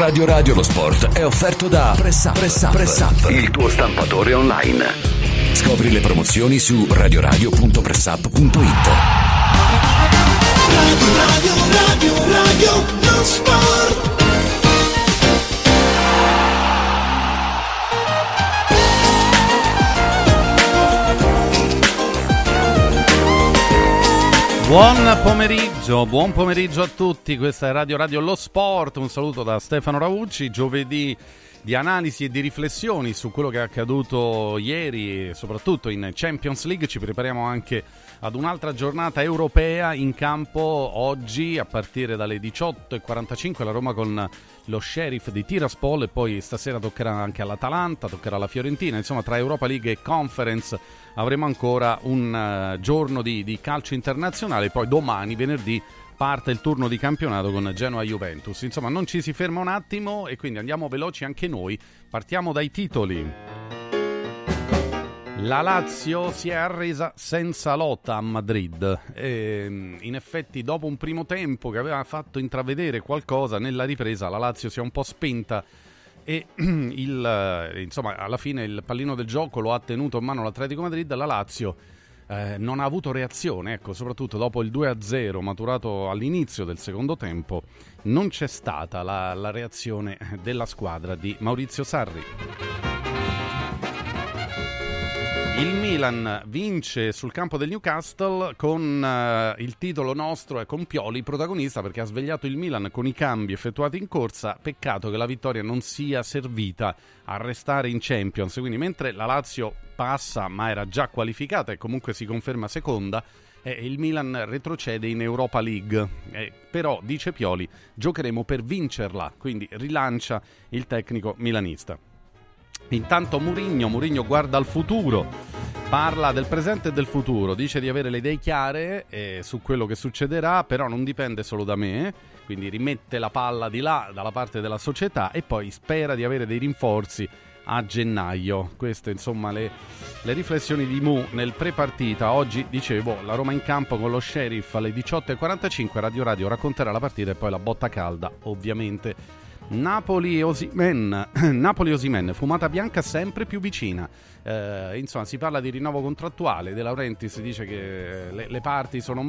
Radio Radio lo sport è offerto da Press Up, il tuo stampatore online. Scopri le promozioni su radioradio.pressup.it. Radio lo sport. Buon pomeriggio a tutti, questa è Radio Radio lo Sport, un saluto da Stefano Raucci, giovedì di analisi e di riflessioni su quello che è accaduto ieri, soprattutto in Champions League. Ci prepariamo anche ad un'altra giornata europea in campo oggi a partire dalle 18:45, la Roma con lo Sheriff di Tiraspol e poi stasera toccherà anche all'Atalanta, toccherà alla Fiorentina, insomma tra Europa League e Conference avremo ancora un giorno di calcio internazionale, poi domani, venerdì, parte il turno di campionato con Genoa-Juventus. Insomma, non ci si ferma un attimo e quindi andiamo veloci anche noi. Partiamo dai titoli. La Lazio si è arresa senza lotta a Madrid e, in effetti, dopo un primo tempo che aveva fatto intravedere qualcosa, nella ripresa la Lazio si è un po' spenta e insomma, alla fine il pallino del gioco lo ha tenuto in mano l'Atletico Madrid. La Lazio non ha avuto reazione, ecco, soprattutto dopo il 2-0 maturato all'inizio del secondo tempo non c'è stata la reazione della squadra di Maurizio Sarri. Il Milan vince sul campo del Newcastle con il titolo nostro è con Pioli protagonista, perché ha svegliato il Milan con i cambi effettuati in corsa. Peccato che la vittoria non sia servita a restare in Champions, quindi mentre la Lazio passa ma era già qualificata e comunque si conferma seconda, il Milan retrocede in Europa League, però dice Pioli giocheremo per vincerla, quindi rilancia il tecnico milanista. Intanto Mourinho guarda al futuro, parla del presente e del futuro, dice di avere le idee chiare su quello che succederà, però non dipende solo da me, quindi rimette la palla di là, dalla parte della società, e poi spera di avere dei rinforzi a gennaio. Queste insomma le riflessioni di Mu nel pre-partita. Oggi, dicevo, la Roma in campo con lo Sheriff alle 18:45, Radio Radio racconterà la partita e poi la botta calda, ovviamente. Napoli-Osimhen, fumata bianca sempre più vicina. Insomma, si parla di rinnovo contrattuale. De Laurentiis dice che le parti sono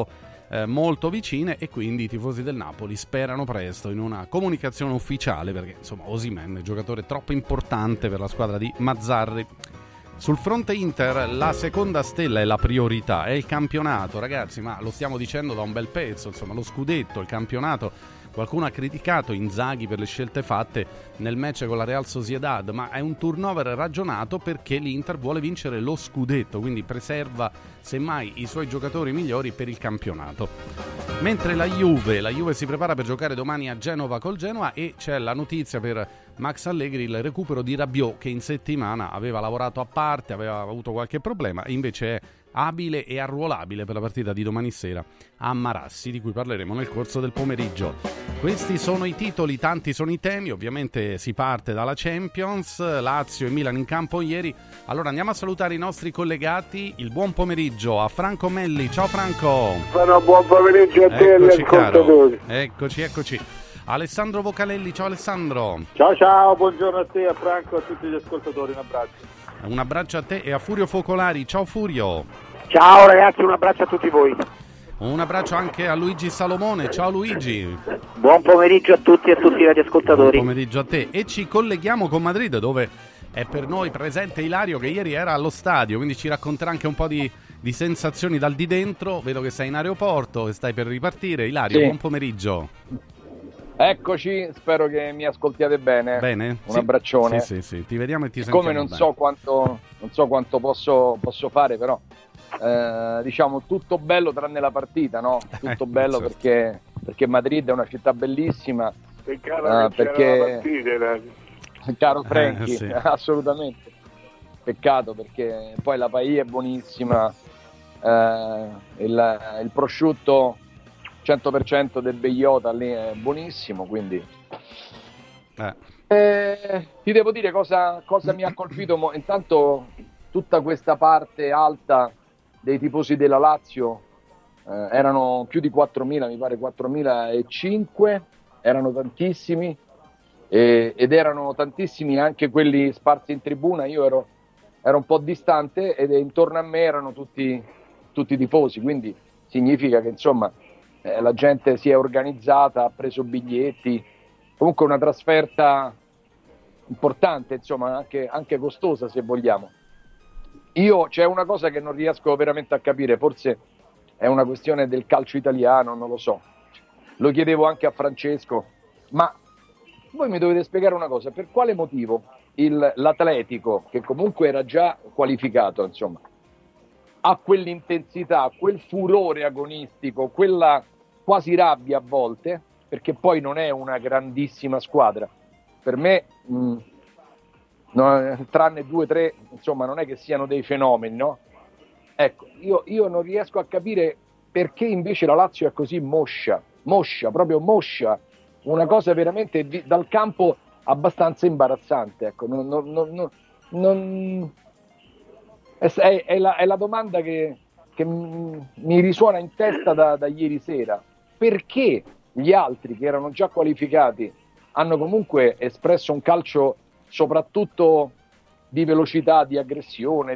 molto vicine e quindi i tifosi del Napoli sperano presto in una comunicazione ufficiale, perché insomma Osimhen è un giocatore troppo importante per la squadra di Mazzarri. Sul fronte Inter la seconda stella è la priorità, è il campionato, ragazzi, ma lo stiamo dicendo da un bel pezzo, insomma, lo scudetto, il campionato. Qualcuno ha criticato Inzaghi per le scelte fatte nel match con la Real Sociedad, ma è un turnover ragionato perché l'Inter vuole vincere lo scudetto, quindi preserva semmai i suoi giocatori migliori per il campionato. Mentre la Juve si prepara per giocare domani a Genova col Genoa e c'è la notizia per Max Allegri, il recupero di Rabiot, che in settimana aveva lavorato a parte, aveva avuto qualche problema e invece è abile e arruolabile per la partita di domani sera a Marassi, di cui parleremo nel corso del pomeriggio. Questi sono i titoli, tanti sono i temi, ovviamente si parte dalla Champions, Lazio e Milan in campo ieri. Allora andiamo a salutare i nostri collegati. Il buon pomeriggio a Franco Melli. Ciao Franco. Buon pomeriggio a te e agli ascoltatori. Eccoci. Alessandro Vocalelli, ciao Alessandro. Ciao, buongiorno a te, a Franco e a tutti gli ascoltatori, un abbraccio. Un abbraccio a te e a Furio Focolari, ciao Furio. Ciao ragazzi, un abbraccio a tutti voi. Un abbraccio anche a Luigi Salomone, ciao Luigi. Buon pomeriggio a tutti e a tutti gli radioascoltatori. Buon pomeriggio a te e ci colleghiamo con Madrid, dove è per noi presente Ilario, che ieri era allo stadio, quindi ci racconterà anche un po' di sensazioni dal di dentro. Vedo che sei in aeroporto e stai per ripartire. Ilario, sì. Buon pomeriggio. Eccoci, spero che mi ascoltiate bene. Bene? Un abbraccione. Sì, ti vediamo e ti sentiamo. Come non so quanto posso fare, però diciamo tutto bello tranne la partita, no? Tutto bello, certo. perché Madrid è una città bellissima. Peccato perché caro Franchi, sì. Assolutamente. Peccato, perché poi la paella è buonissima, il prosciutto 100% del Beiota lì è buonissimo, quindi ti devo dire cosa mi ha colpito. Intanto tutta questa parte alta dei tifosi della Lazio erano più di 4.000, mi pare 4.005, erano tantissimi, ed erano tantissimi anche quelli sparsi in tribuna. Io ero un po' distante ed intorno a me erano tutti tifosi, quindi significa che insomma la gente si è organizzata, ha preso biglietti, comunque una trasferta importante, insomma anche costosa se vogliamo. C'è una cosa che non riesco veramente a capire, forse è una questione del calcio italiano, non lo so, lo chiedevo anche a Francesco, ma voi mi dovete spiegare una cosa: per quale motivo l'Atletico, che comunque era già qualificato, insomma, ha quell'intensità, quel furore agonistico, quella quasi rabbia a volte, perché poi non è una grandissima squadra, per me, tranne 2 o 3, insomma, non è che siano dei fenomeni, no? Ecco, io non riesco a capire perché invece la Lazio è così moscia, proprio moscia, una cosa veramente dal campo abbastanza imbarazzante, ecco, è la domanda che mi risuona in testa da ieri sera. Perché gli altri che erano già qualificati hanno comunque espresso un calcio soprattutto di velocità, di aggressione,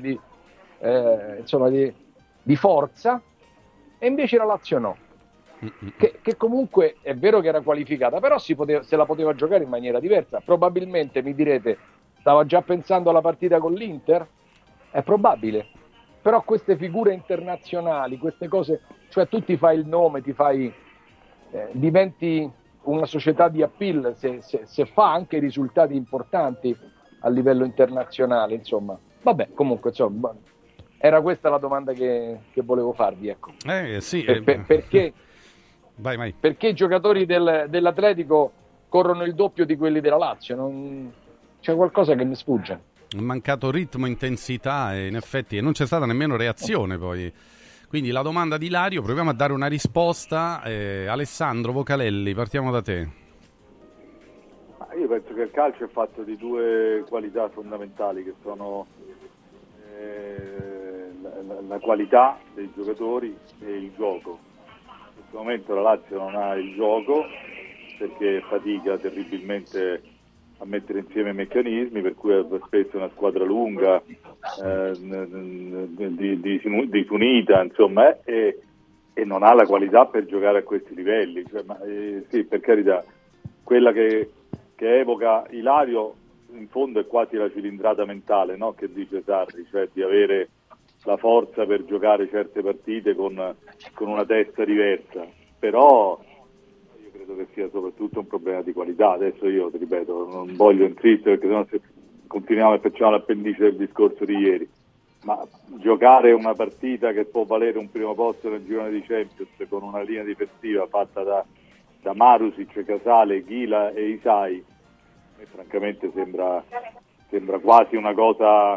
di forza, e invece la Lazio no, che comunque è vero che era qualificata, però se la poteva giocare in maniera diversa. Probabilmente mi direte, stava già pensando alla partita con l'Inter? È probabile, però queste figure internazionali, queste cose, cioè tu ti fai il nome, diventi una società di appeal se fa anche risultati importanti a livello internazionale, insomma. Vabbè, comunque, insomma, era questa la domanda che volevo farvi, ecco. Sì, perché vai. Perché i giocatori dell'Atletico corrono il doppio di quelli della Lazio? C'è qualcosa che mi sfugge. È mancato ritmo, intensità, e in effetti non c'è stata nemmeno reazione poi. Quindi la domanda di Ilario, proviamo a dare una risposta. Alessandro Vocalelli, partiamo da te. Io penso che il calcio è fatto di 2 qualità fondamentali, che sono la qualità dei giocatori e il gioco. In questo momento la Lazio non ha il gioco perché fatica terribilmente a mettere insieme i meccanismi, per cui è spesso una squadra lunga, disunita, insomma, e non ha la qualità per giocare a questi livelli. Cioè, sì, per carità, quella che evoca Ilario in fondo è quasi la cilindrata mentale, no? Che dice Sarri, cioè di avere la forza per giocare certe partite con una testa diversa, però io credo che sia soprattutto un problema di qualità. Adesso io ti ripeto, non voglio insistere perché sennò continuiamo e facciamo l'appendice del discorso di ieri, ma giocare una partita che può valere un primo posto nel girone di Champions con una linea difensiva fatta da Marusic, Casale, Ghila e Isai, francamente sembra quasi una cosa,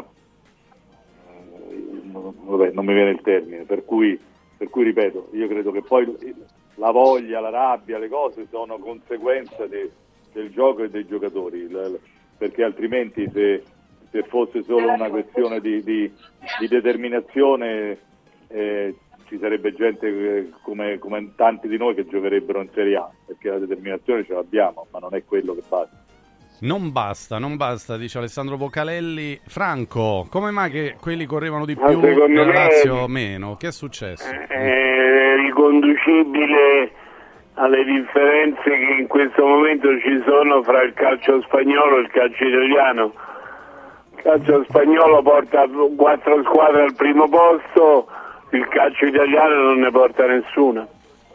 vabbè, non mi viene il termine, per cui ripeto, io credo che poi la voglia, la rabbia, le cose sono conseguenza del gioco e dei giocatori, perché altrimenti se fosse solo una questione di determinazione ci sarebbe gente come tanti di noi che giocherebbero in Serie A, perché la determinazione ce l'abbiamo, ma non è quello che basta. Non basta, dice Alessandro Vocalelli. Franco, come mai che quelli correvano di più e la Lazio meno? Che è successo? È riconducibile alle differenze che in questo momento ci sono fra il calcio spagnolo e il calcio italiano. Il calcio spagnolo porta 4 squadre al primo posto, il calcio italiano non ne porta nessuna.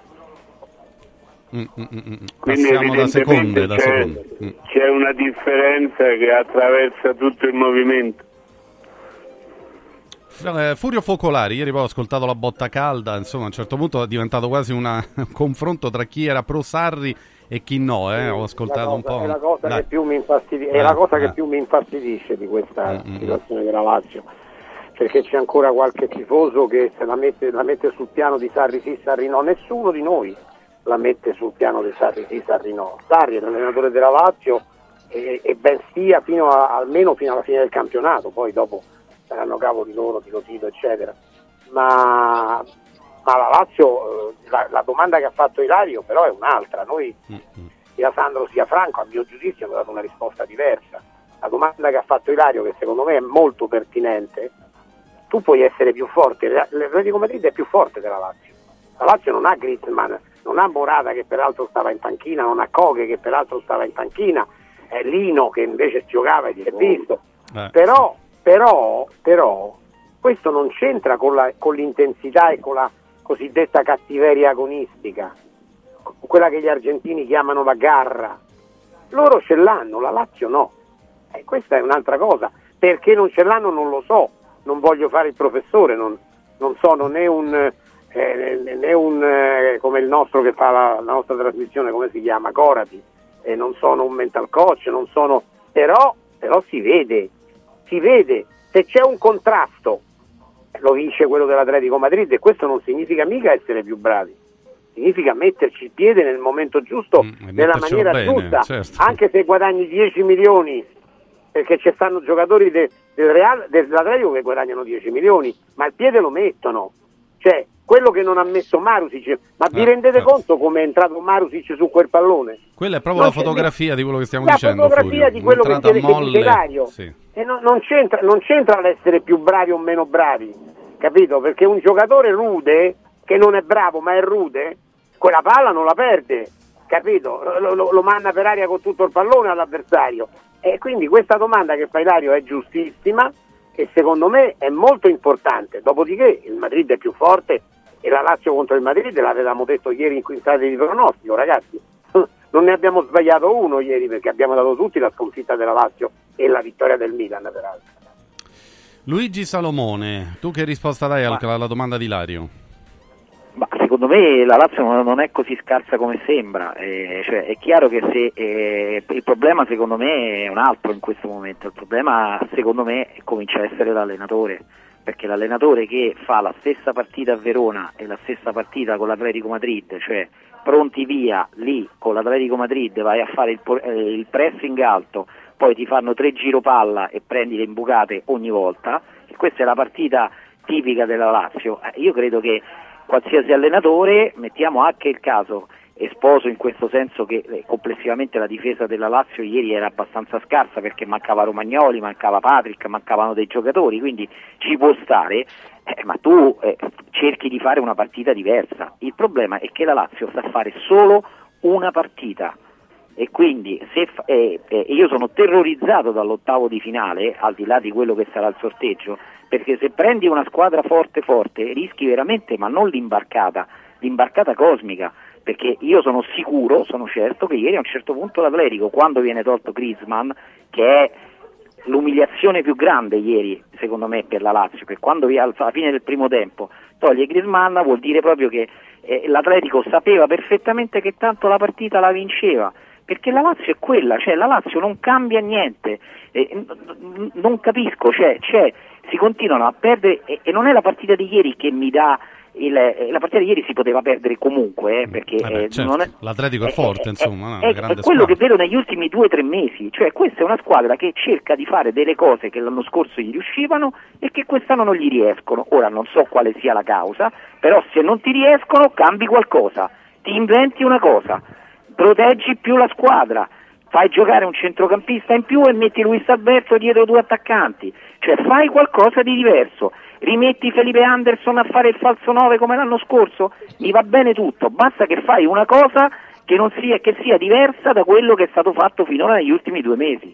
Quindi passiamo da seconde. C'è una differenza che attraversa tutto il movimento. Furio Focolari, ieri poi ho ascoltato la botta calda, insomma a un certo punto è diventato quasi un confronto tra chi era pro Sarri e chi no, ho ascoltato un po'. È la cosa che più mi infastidisce di questa situazione della Lazio, perché c'è ancora qualche tifoso che se la mette sul piano di Sarri sì, Sarri no. Nessuno di noi la mette sul piano di Sarri sì, Sarri no. Sarri è l'allenatore della Lazio e ben stia almeno fino alla fine del campionato, poi dopo saranno cavoli loro, Tilo, eccetera. Ma la Lazio, la domanda che ha fatto Ilario però è un'altra. Noi sia Sandro sia Franco, a mio giudizio, hanno dato una risposta diversa. La domanda che ha fatto Ilario, che secondo me è molto pertinente: tu puoi essere più forte, l'Atletico Madrid è più forte della Lazio. La Lazio non ha Griezmann, non ha Morata che peraltro stava in panchina, non ha Koke che peraltro stava in panchina, è Lino che invece giocava e si è visto. Però questo non c'entra con l'intensità e con la cosiddetta cattiveria agonistica, quella che gli argentini chiamano la garra. Loro ce l'hanno, la Lazio no. Questa è un'altra cosa. Perché non ce l'hanno non lo so, non voglio fare il professore, non sono né un come il nostro che fa la nostra trasmissione, come si chiama, Corati, non sono un mental coach, non sono, però si vede se c'è un contrasto, lo vince quello dell'Atletico Madrid, e questo non significa mica essere più bravi, significa metterci il piede nel momento giusto, nella maniera giusta, certo. Anche se guadagni 10 milioni, perché ci stanno giocatori dell'Atletico che guadagnano 10 milioni, ma il piede lo mettono, cioè quello che non ha messo Marusic, ma vi rendete conto come è entrato Marusic su quel pallone? Quella è proprio la fotografia di quello che stiamo dicendo. La fotografia di quello che dice Dario. Sì. E non c'entra l'essere più bravi o meno bravi, capito? Perché un giocatore rude, che non è bravo ma è rude, quella palla non la perde, capito? Lo manda per aria con tutto il pallone all'avversario. E quindi questa domanda che fa Ilario è giustissima e secondo me è molto importante. Dopodiché il Madrid è più forte e la Lazio contro il Madrid l'avevamo detto ieri in quintate di pronostico, ragazzi. Non ne abbiamo sbagliato uno ieri, perché abbiamo dato tutti la sconfitta della Lazio e la vittoria del Milan, peraltro. Luigi Salomone, tu che risposta dai alla domanda di Ilario? Ma secondo me la Lazio non è così scarsa come sembra, cioè è chiaro che se il problema secondo me è un altro in questo momento. Il problema secondo me comincia a essere l'allenatore, perché l'allenatore che fa la stessa partita a Verona e la stessa partita con l'Atletico Madrid, cioè pronti via lì con l'Atletico Madrid, vai a fare il pressing alto, poi ti fanno 3 giro palla e prendi le imbucate ogni volta, e questa è la partita tipica della Lazio. Io credo che qualsiasi allenatore, mettiamo anche il caso Esposo in questo senso, che complessivamente la difesa della Lazio ieri era abbastanza scarsa perché mancava Romagnoli, mancava Patrick, mancavano dei giocatori, quindi ci può stare, ma tu cerchi di fare una partita diversa. Il problema è che la Lazio sa fare solo una partita e quindi io sono terrorizzato dall'ottavo di finale, al di là di quello che sarà il sorteggio, perché se prendi una squadra forte rischi veramente, ma non l'imbarcata cosmica, perché io sono sicuro, sono certo che ieri a un certo punto l'Atletico, quando viene tolto Griezmann, che è l'umiliazione più grande ieri secondo me per la Lazio, che quando alla fine del primo tempo toglie Griezmann vuol dire proprio che l'Atletico sapeva perfettamente che tanto la partita la vinceva, perché la Lazio è quella, cioè la Lazio non cambia niente, non capisco, cioè si continuano a perdere e non è la partita di ieri che mi dà la partita di ieri si poteva perdere comunque, perché certo. non è, l'Atletico è forte, insomma, è grande quello squadra. che vedo negli ultimi 2 o 3 mesi, cioè questa è una squadra che cerca di fare delle cose che l'anno scorso gli riuscivano e che quest'anno non gli riescono. Ora non so quale sia la causa, però se non ti riescono cambi qualcosa, ti inventi una cosa, proteggi più la squadra, fai giocare un centrocampista in più e metti Luis Alberto dietro 2 attaccanti, cioè fai qualcosa di diverso. Rimetti Felipe Anderson a fare il falso 9 come l'anno scorso, mi va bene tutto, basta che fai una cosa che sia diversa da quello che è stato fatto finora negli ultimi 2 mesi.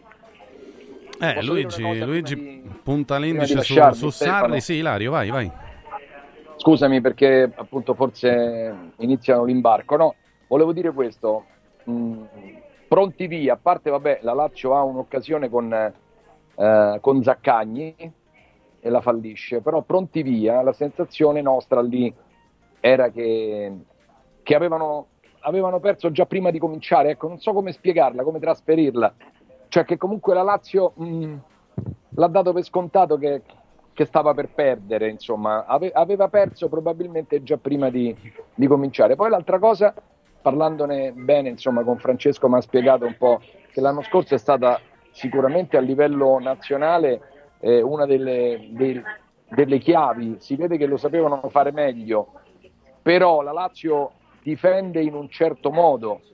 Luigi punta l'indice su Sarri. Sì, Ilario, vai. Scusami perché appunto forse iniziano l'imbarco, no? Volevo dire questo, pronti via, a parte la Lazio ha un'occasione con Zaccagni e la fallisce, però pronti via, la sensazione nostra lì era che avevano perso già prima di cominciare, ecco, non so come spiegarla, come trasferirla, cioè che comunque la Lazio l'ha dato per scontato che stava per perdere, insomma, aveva perso probabilmente già prima di cominciare. Poi l'altra cosa, parlandone bene, insomma, con Francesco mi ha spiegato un po' che l'anno scorso è stata sicuramente a livello nazionale una delle chiavi, si vede che lo sapevano fare meglio, però la Lazio difende in un certo modo,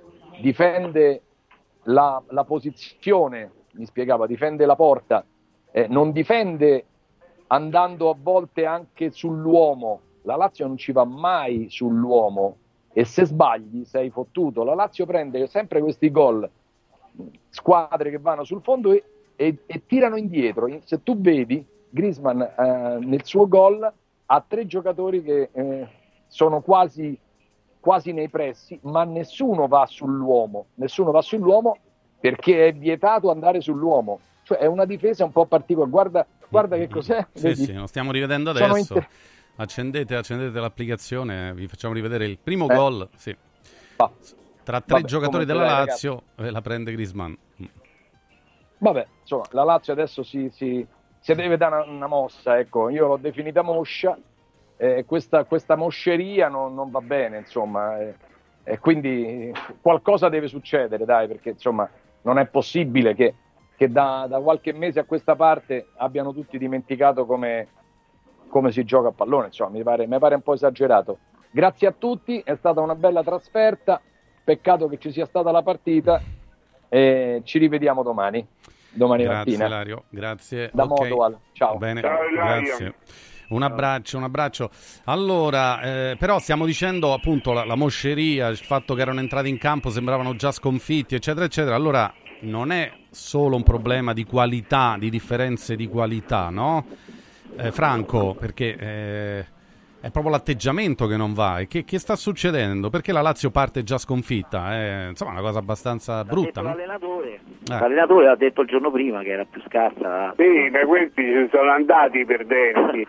difende la posizione, mi spiegava, difende la porta, non difende andando a volte anche sull'uomo. La Lazio non ci va mai sull'uomo e se sbagli sei fottuto. La Lazio prende sempre questi gol, squadre che vanno sul fondo e tirano indietro. Se tu vedi, Griezmann nel suo gol ha 3 giocatori che sono quasi nei pressi, ma nessuno va sull'uomo perché è vietato andare sull'uomo. Cioè è una difesa un po' particolare. Guarda che cos'è. Sì, lo stiamo rivedendo adesso. Accendete l'applicazione, vi facciamo rivedere il primo gol. Sì. Tra 3 giocatori della Lazio la prende Griezmann. Vabbè, insomma, la Lazio adesso si deve dare una mossa, ecco. Io l'ho definita moscia, questa mosceria non va bene, insomma, e quindi qualcosa deve succedere, dai, perché insomma non è possibile che da qualche mese a questa parte abbiano tutti dimenticato come si gioca a pallone, insomma, mi pare un po' esagerato. Grazie a tutti, è stata una bella trasferta, peccato che ci sia stata la partita, e ci rivediamo domani grazie, mattina. Ilario, grazie. Da Modoal, ciao. Bene, ciao, grazie. Un abbraccio. Allora, però stiamo dicendo appunto la mosceria, il fatto che erano entrati in campo, sembravano già sconfitti, eccetera, eccetera. Allora, non è solo un problema di qualità, di differenze di qualità, no? Franco, perché è proprio l'atteggiamento che non va. E che sta succedendo? Perché la Lazio parte già sconfitta? Insomma, è una cosa abbastanza brutta, no? L'allenatore ha detto il giorno prima che era più scarsa. Sì, ma questi ci sono andati perdenti.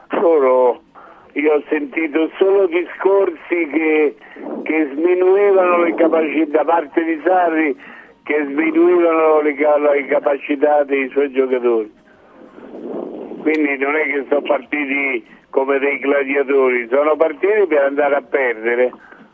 Io ho sentito solo discorsi che sminuivano le capacità da parte di Sarri, che sminuivano le capacità dei suoi giocatori. Quindi non è che sono partiti come dei gladiatori, sono partiti per andare a perdere.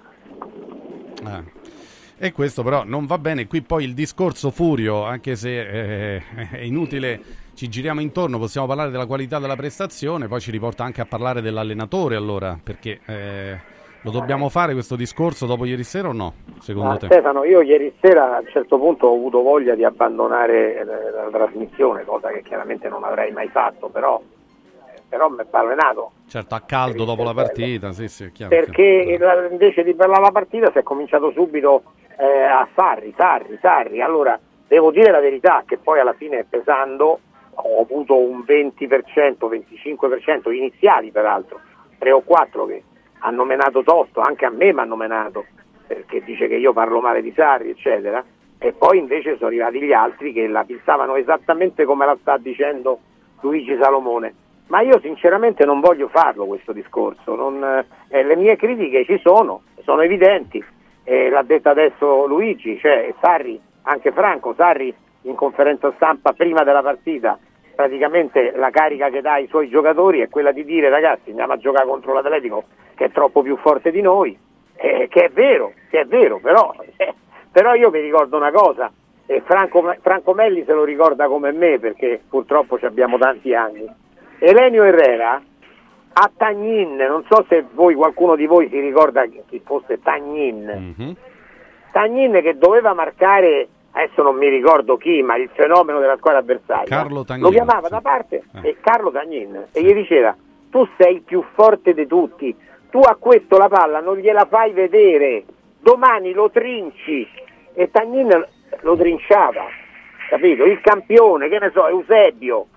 E questo però non va bene. Qui poi il discorso Furio, anche se è inutile, ci giriamo intorno, possiamo parlare della qualità della prestazione, poi ci riporta anche a parlare dell'allenatore, allora, perché lo dobbiamo fare questo discorso dopo ieri sera o no, secondo te? Stefano, io ieri sera a un certo punto ho avuto voglia di abbandonare la trasmissione, cosa che chiaramente non avrei mai fatto, però mi è pallenato. Certo, a caldo dopo la partita, sì, è chiaro. Perché invece di parlare la partita si è cominciato subito a Sarri. Allora, devo dire la verità, che poi alla fine pesando ho avuto un 20%, 25% iniziali peraltro, 3 o 4 che hanno menato tosto, anche a me mi hanno menato, perché dice che io parlo male di Sarri, eccetera, e poi invece sono arrivati gli altri che la pensavano esattamente come la sta dicendo Luigi Salomone. Ma io sinceramente non voglio farlo questo discorso, le mie critiche ci sono evidenti, l'ha detto adesso Luigi, cioè Sarri, anche Franco, Sarri in conferenza stampa prima della partita, praticamente la carica che dà ai suoi giocatori è quella di dire: ragazzi, andiamo a giocare contro l'Atletico che è troppo più forte di noi, che è vero, però io mi ricordo una cosa, e Franco Melli se lo ricorda come me, perché purtroppo ci abbiamo tanti anni. Elenio Herrera a Tagnin, non so se qualcuno di voi si ricorda chi fosse Tagnin. Mm-hmm. Tagnin che doveva marcare, adesso non mi ricordo chi, ma il fenomeno della squadra avversaria, Carlo Tagnin, lo chiamava da parte Carlo Tagnin, e gli diceva: tu sei il più forte di tutti, tu a questo la palla non gliela fai vedere, domani lo trinci. E Tagnin lo trinciava, capito? Il campione, che ne so, Eusebio.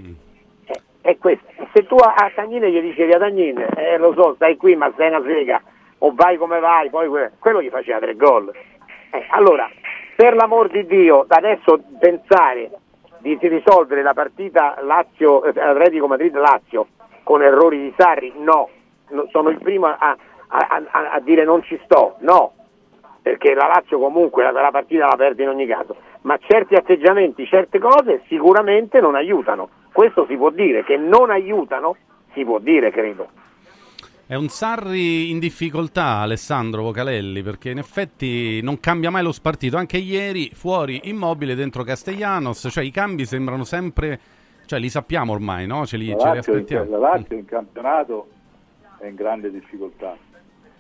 È questo. Se tu a Tagnine gli dicevi: a Tagnine, lo so, stai qui ma sei una sega, o vai come vai, poi quello gli faceva 3 gol. Allora, per l'amor di Dio, adesso pensare di risolvere la partita Atletico Madrid-Lazio con errori di Sarri, no, sono il primo a dire non ci sto, no, perché la Lazio comunque la partita la perde in ogni caso, ma certi atteggiamenti, certe cose sicuramente non aiutano. Questo si può dire, che non aiutano, si può dire, credo. È un Sarri in difficoltà, Alessandro Vocalelli, perché in effetti non cambia mai lo spartito. Anche ieri, fuori Immobile, dentro Castellanos, cioè i cambi sembrano sempre, cioè li sappiamo ormai, no? Ce li aspettiamo. La Lazio in campionato è in grande difficoltà.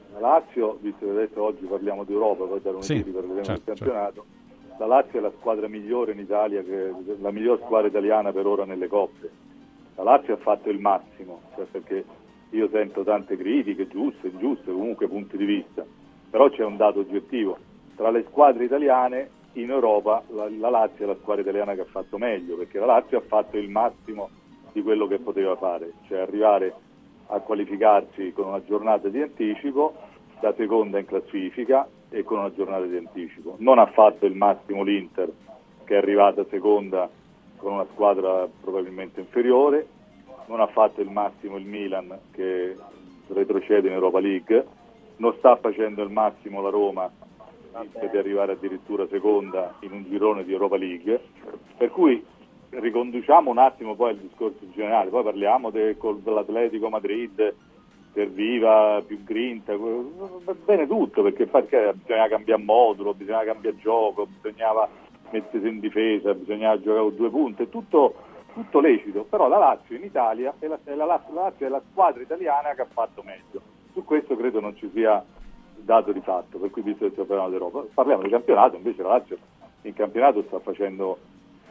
La Lazio, visto che adesso oggi parliamo di Europa, poi da lunedì riparleremo del campionato, la Lazio è la squadra migliore in Italia, la miglior squadra italiana per ora nelle coppe. La Lazio ha fatto il massimo, cioè perché io sento tante critiche, giuste, ingiuste, comunque punti di vista, però c'è un dato oggettivo: tra le squadre italiane in Europa la Lazio è la squadra italiana che ha fatto meglio, perché la Lazio ha fatto il massimo di quello che poteva fare, cioè arrivare a qualificarsi con una giornata di anticipo, da seconda in classifica e con una giornata di anticipo. Non ha fatto il massimo l'Inter, che è arrivata seconda con una squadra probabilmente inferiore, non ha fatto il massimo il Milan, che retrocede in Europa League, non sta facendo il massimo la Roma, di arrivare addirittura seconda in un girone di Europa League, per cui riconduciamo un attimo poi il discorso generale, poi parliamo dell'Atletico Madrid, serviva più grinta, va bene tutto, perché bisognava cambiare modulo, bisognava cambiare gioco, bisognava mettersi in difesa, bisognava giocare con 2 punti, tutto lecito, però la Lazio in Italia la Lazio è la squadra italiana che ha fatto meglio. Su questo credo non ci sia dato di fatto, per cui visto che stiamo parlando d'Europa, parliamo di campionato, invece la Lazio in campionato sta facendo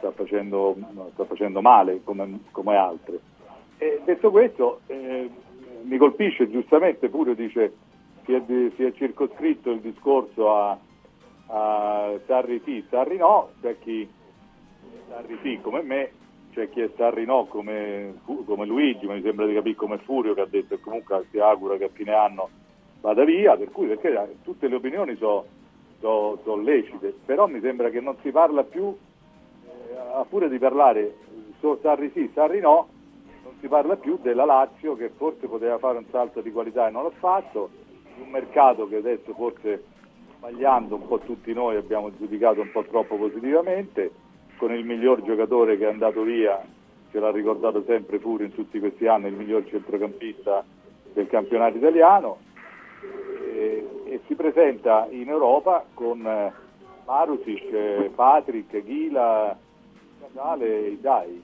male come altre. E detto questo, mi colpisce giustamente, Furio dice si è circoscritto il discorso a Sarri sì, Sarri no, c'è chi Sarri sì come me, c'è chi è Sarri no come Luigi, ma mi sembra di capire come Furio, che ha detto che comunque si augura che a fine anno vada via, per cui perché tutte le opinioni sono lecite, però mi sembra che non si parla più, a furia di parlare Sarri sì, Sarri no, non si parla più della Lazio, che forse poteva fare un salto di qualità e non l'ha fatto, di un mercato che adesso forse, sbagliando un po' tutti noi, abbiamo giudicato un po' troppo positivamente, con il miglior giocatore che è andato via, ce l'ha ricordato sempre Furio in tutti questi anni, il miglior centrocampista del campionato italiano, e si presenta in Europa con Marusic, Patrick, Ghila, Casale e Dai.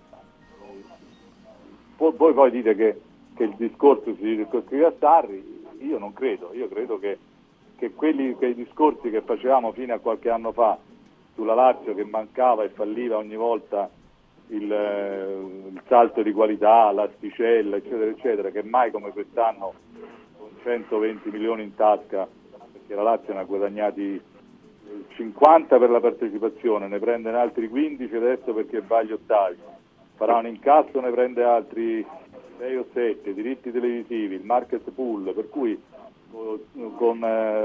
Voi poi dite che il discorso si circoscrive a Sarri, io non credo, io credo che quei discorsi che facevamo fino a qualche anno fa sulla Lazio, che mancava e falliva ogni volta il salto di qualità, l'asticella, eccetera, eccetera, che mai come quest'anno con 120 milioni in tasca, perché la Lazio ne ha guadagnati 50 per la partecipazione, ne prende altri 15 adesso perché va agli ottavi, farà un incasso, ne prende altri 6 o 7, diritti televisivi, il market pool, per cui con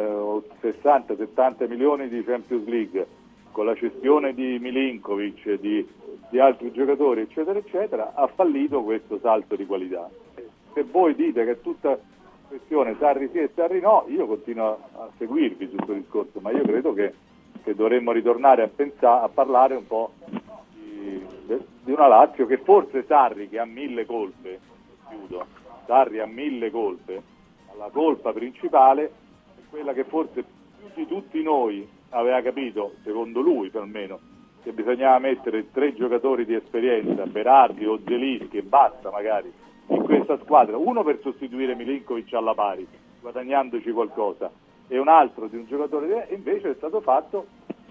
60-70 milioni di Champions League, con la cessione di Milinkovic, di altri giocatori, eccetera, eccetera, ha fallito questo salto di qualità. Se voi dite che è tutta questione Sarri sì e Sarri no, io continuo a seguirvi su questo discorso, ma io credo che dovremmo ritornare a parlare un po' di una Lazio che forse Sarri, che ha 1000 colpe, Sarri ha 1000 colpe, la colpa principale è quella che forse più di tutti noi aveva capito, secondo lui perlomeno, che bisognava mettere 3 giocatori di esperienza, Berardi o Zelinski e basta magari, in questa squadra, uno per sostituire Milinkovic alla pari, guadagnandoci qualcosa, e un altro di un giocatore, e invece è stato fatto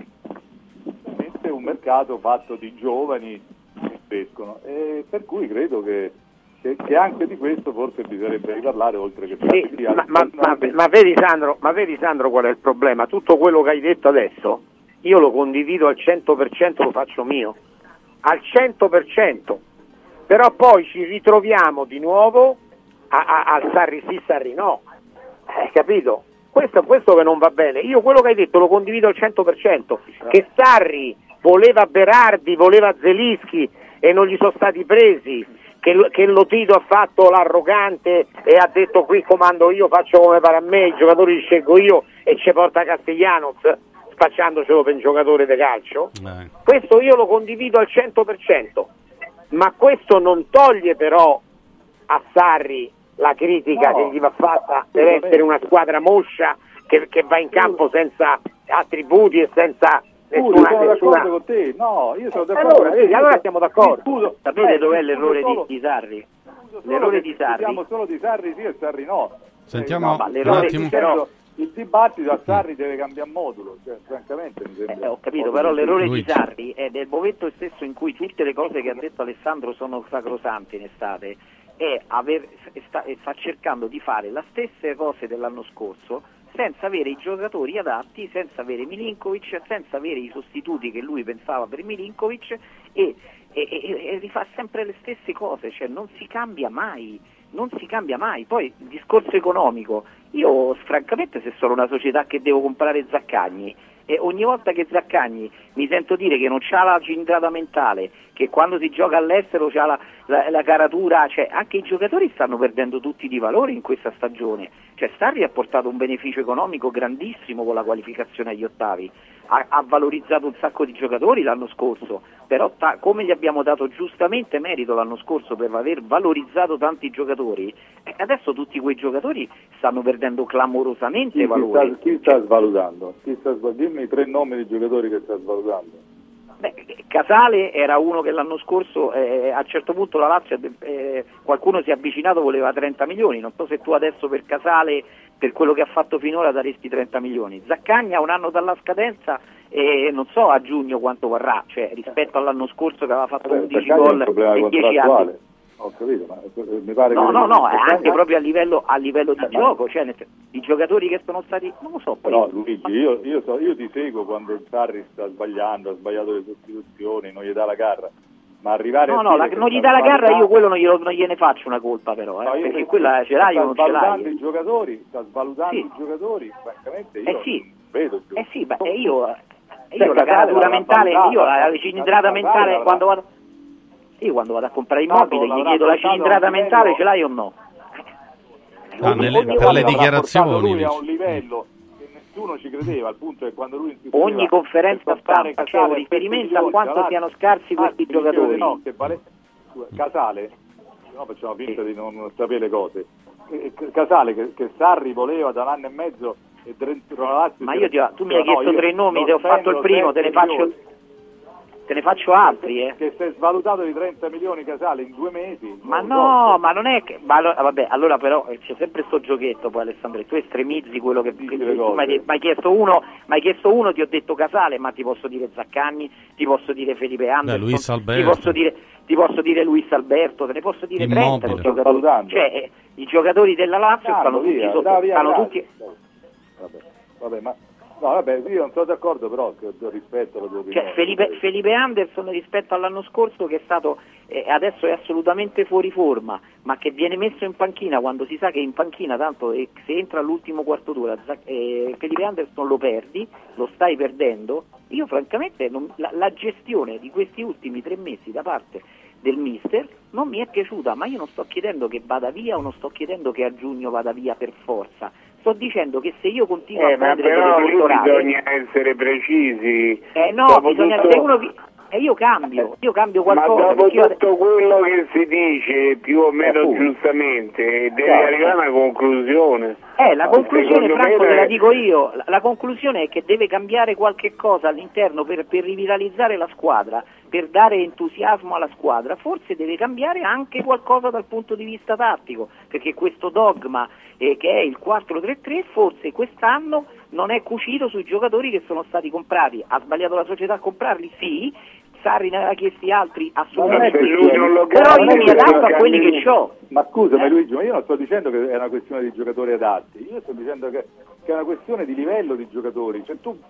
un mercato fatto di giovani che crescono, e per cui credo che anche di questo forse bisognerebbe riparlare, oltre che sì, ma vedi Sandro qual è il problema? Tutto quello che hai detto adesso io lo condivido al 100%, lo faccio mio al 100%, però poi ci ritroviamo di nuovo al Sarri sì, Sarri no, capito? Questo che non va bene. Io quello che hai detto lo condivido al 100%, che Sarri voleva Berardi, voleva Zelinski e non gli sono stati presi, che Lotito ha fatto l'arrogante e ha detto qui comando io, faccio come pare a me, i giocatori li scelgo io, e ci porta Castellanos spacciandocelo per un giocatore di calcio. Questo io lo condivido al 100%, ma questo non toglie però a Sarri la critica che gli va fatta, deve essere una squadra moscia che va in campo senza attributi e senza sono d'accordo con te, no, io sono d'accordo. Allora siamo d'accordo. Sapete dov'è l'errore di Sarri? l'errore di Sarri. Parliamo solo di Sarri sì e Sarri no. Sentiamo no, un attimo. Però il dibattito a Sarri deve cambiare modulo, cioè, francamente mi sembra. Ho capito, però l'errore di Sarri è nel momento stesso in cui tutte le cose che ha detto Alessandro sono sacrosante in estate, sta cercando di fare le stesse cose dell'anno scorso senza avere i giocatori adatti, senza avere Milinkovic, senza avere i sostituti che lui pensava per Milinkovic e rifà sempre le stesse cose, cioè non si cambia mai. Poi il discorso economico, io francamente se sono una società che devo comprare Zaccagni e ogni volta che Zaccagni mi sento dire che non c'ha la cilindrata mentale, che quando si gioca all'estero c'ha la caratura, cioè anche i giocatori stanno perdendo tutti di valore in questa stagione, cioè Sarri ha portato un beneficio economico grandissimo con la qualificazione agli ottavi, ha valorizzato un sacco di giocatori l'anno scorso, però come gli abbiamo dato giustamente merito l'anno scorso per aver valorizzato tanti giocatori, adesso tutti quei giocatori stanno perdendo clamorosamente valore. Chi sta svalutando? Dimmi 3 nomi di giocatori che sta svalutando. Casale era uno che l'anno scorso a un certo punto la Lazio qualcuno si è avvicinato, voleva 30 milioni, non so se tu adesso per Casale, per quello che ha fatto finora, daresti 30 milioni. Zaccagni ha un anno dalla scadenza e non so a giugno quanto varrà, cioè rispetto all'anno scorso che aveva fatto 11 gol e 10 anni. Ho capito, ma mi pare no, è anche proprio a livello di gioco, cioè i giocatori che sono stati, non lo so. No, Luigi, io ti seguo quando il Sarri sta sbagliando, ha sbagliato le sostituzioni, non gli dà la garra, ma arrivare non gli dà la garra, io quello non gliene faccio una colpa però, perché quella ce l'hai o non ce l'hai. Sta svalutando i giocatori, francamente io vedo più. Io la caratura mentale, io la cilindrata mentale quando vado... Io quando vado a comprare immobile gli chiedo la cilindrata mentale, ce l'hai o no? Per le dichiarazioni lui a un livello che nessuno ci credeva, al punto che quando lui ogni conferenza stampa facevo riferimento a quanto siano scarsi questi giocatori. Casale, no, facciamo finta di non sapere le cose. Casale che Sarri voleva da 1 anno e mezzo e dentro la Lazio. Ma tu mi hai chiesto 3 nomi, te ho fatto il primo, te ne faccio altri, Che si è svalutato di 30 milioni Casale in 2 mesi. Ma no, ma non è che... allora però c'è sempre sto giochetto poi, Alessandro, tu estremizzi quello che mi hai chiesto uno, ti ho detto Casale, ma ti posso dire Zaccagni, ti posso dire Felipe Anderson, ti posso dire Luis Alberto, te ne posso dire 30 giocatori. Cioè i giocatori della Lazio stanno tutti Vabbè, ma no, vabbè, io non sono d'accordo, però rispetto la tua opinione. Felipe Anderson rispetto all'anno scorso, che è stato adesso è assolutamente fuori forma, ma che viene messo in panchina quando si sa che in panchina tanto se entra all'ultimo quarto d'ora Felipe Anderson lo perdi, lo stai perdendo. Io francamente la gestione di questi ultimi 3 mesi da parte del mister non mi è piaciuta, ma io non sto chiedendo che vada via o non sto chiedendo che a giugno vada via per forza. Sto dicendo che se io continuo a prendere delle culturali, bisogna essere precisi. Bisogna essere uno che... io cambio qualcosa. Ma dopo tutto quello che si dice, più o meno giustamente, deve arrivare a una conclusione. La conclusione, Franco, te la dico io. La conclusione è che deve cambiare qualche cosa all'interno per rivitalizzare la squadra, per dare entusiasmo alla squadra. Forse deve cambiare anche qualcosa dal punto di vista tattico, perché questo dogma che è il 4-3-3 forse quest'anno non è cucito sui giocatori che sono stati comprati. Ha sbagliato la società a comprarli? Sì. Sarri ne aveva chiesti altri? Assolutamente sì. Però io mi adatto a quelli che ho. Ma scusami Luigi, ma io non sto dicendo che è una questione di giocatori adatti, io sto dicendo che è una questione di livello di giocatori, cioè tu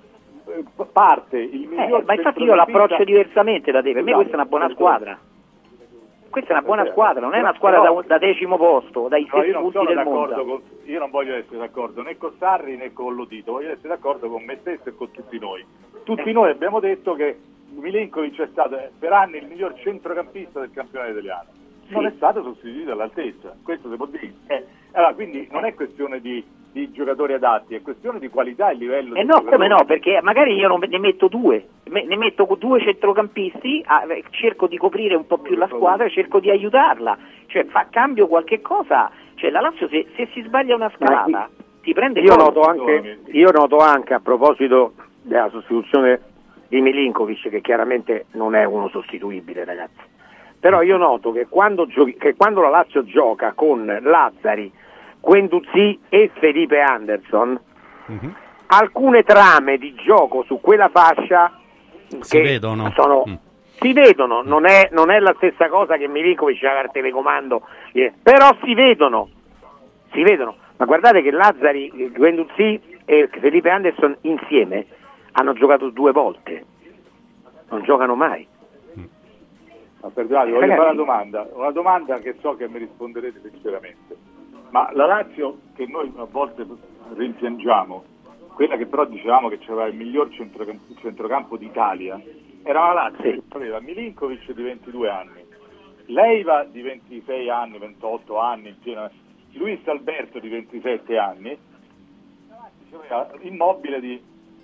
parte il miglior ma infatti io l'approccio diversamente da te, per me questa è una buona squadra. Questa è una buona squadra, non è una squadra da 10° posto, dai stessi punti del mondo. Io non voglio essere d'accordo né con Sarri né con Lotito, voglio essere d'accordo con me stesso e con tutti noi. Tutti noi abbiamo detto che Milinkovic è stato per anni il miglior centrocampista del campionato italiano. Non è stato sostituito all'altezza, questo si può dire. Allora, quindi non è questione di giocatori adatti, è questione di qualità e livello. Come no, perché magari io ne metto 2, ne metto 2 centrocampisti, cerco di coprire un po' più la squadra, cerco di aiutarla, cioè cambio qualche cosa, cioè la Lazio se si sbaglia una scalata ti prende. Io noto anche a proposito della sostituzione di Milinkovic, che chiaramente non è uno sostituibile, ragazzi, però io noto che quando la Lazio gioca con Lazzari, Guendouzi e Felipe Anderson, alcune trame di gioco su quella fascia si vedono. Si vedono, non è la stessa cosa che Milinkovic aveva il telecomando, però si vedono. Ma guardate che Lazzari, Guendouzi e Felipe Anderson insieme hanno giocato 2 volte, non giocano mai. Ma perdonate, voglio fare una domanda che so che mi risponderete sinceramente. Ma la Lazio, che noi a volte rimpiangiamo, quella che però dicevamo che c'era il miglior centrocampo d'Italia, era la Lazio che aveva Milinkovic di 22 anni, Leiva di 26 anni, 28 anni, Luis Alberto di 27 anni, Immobile di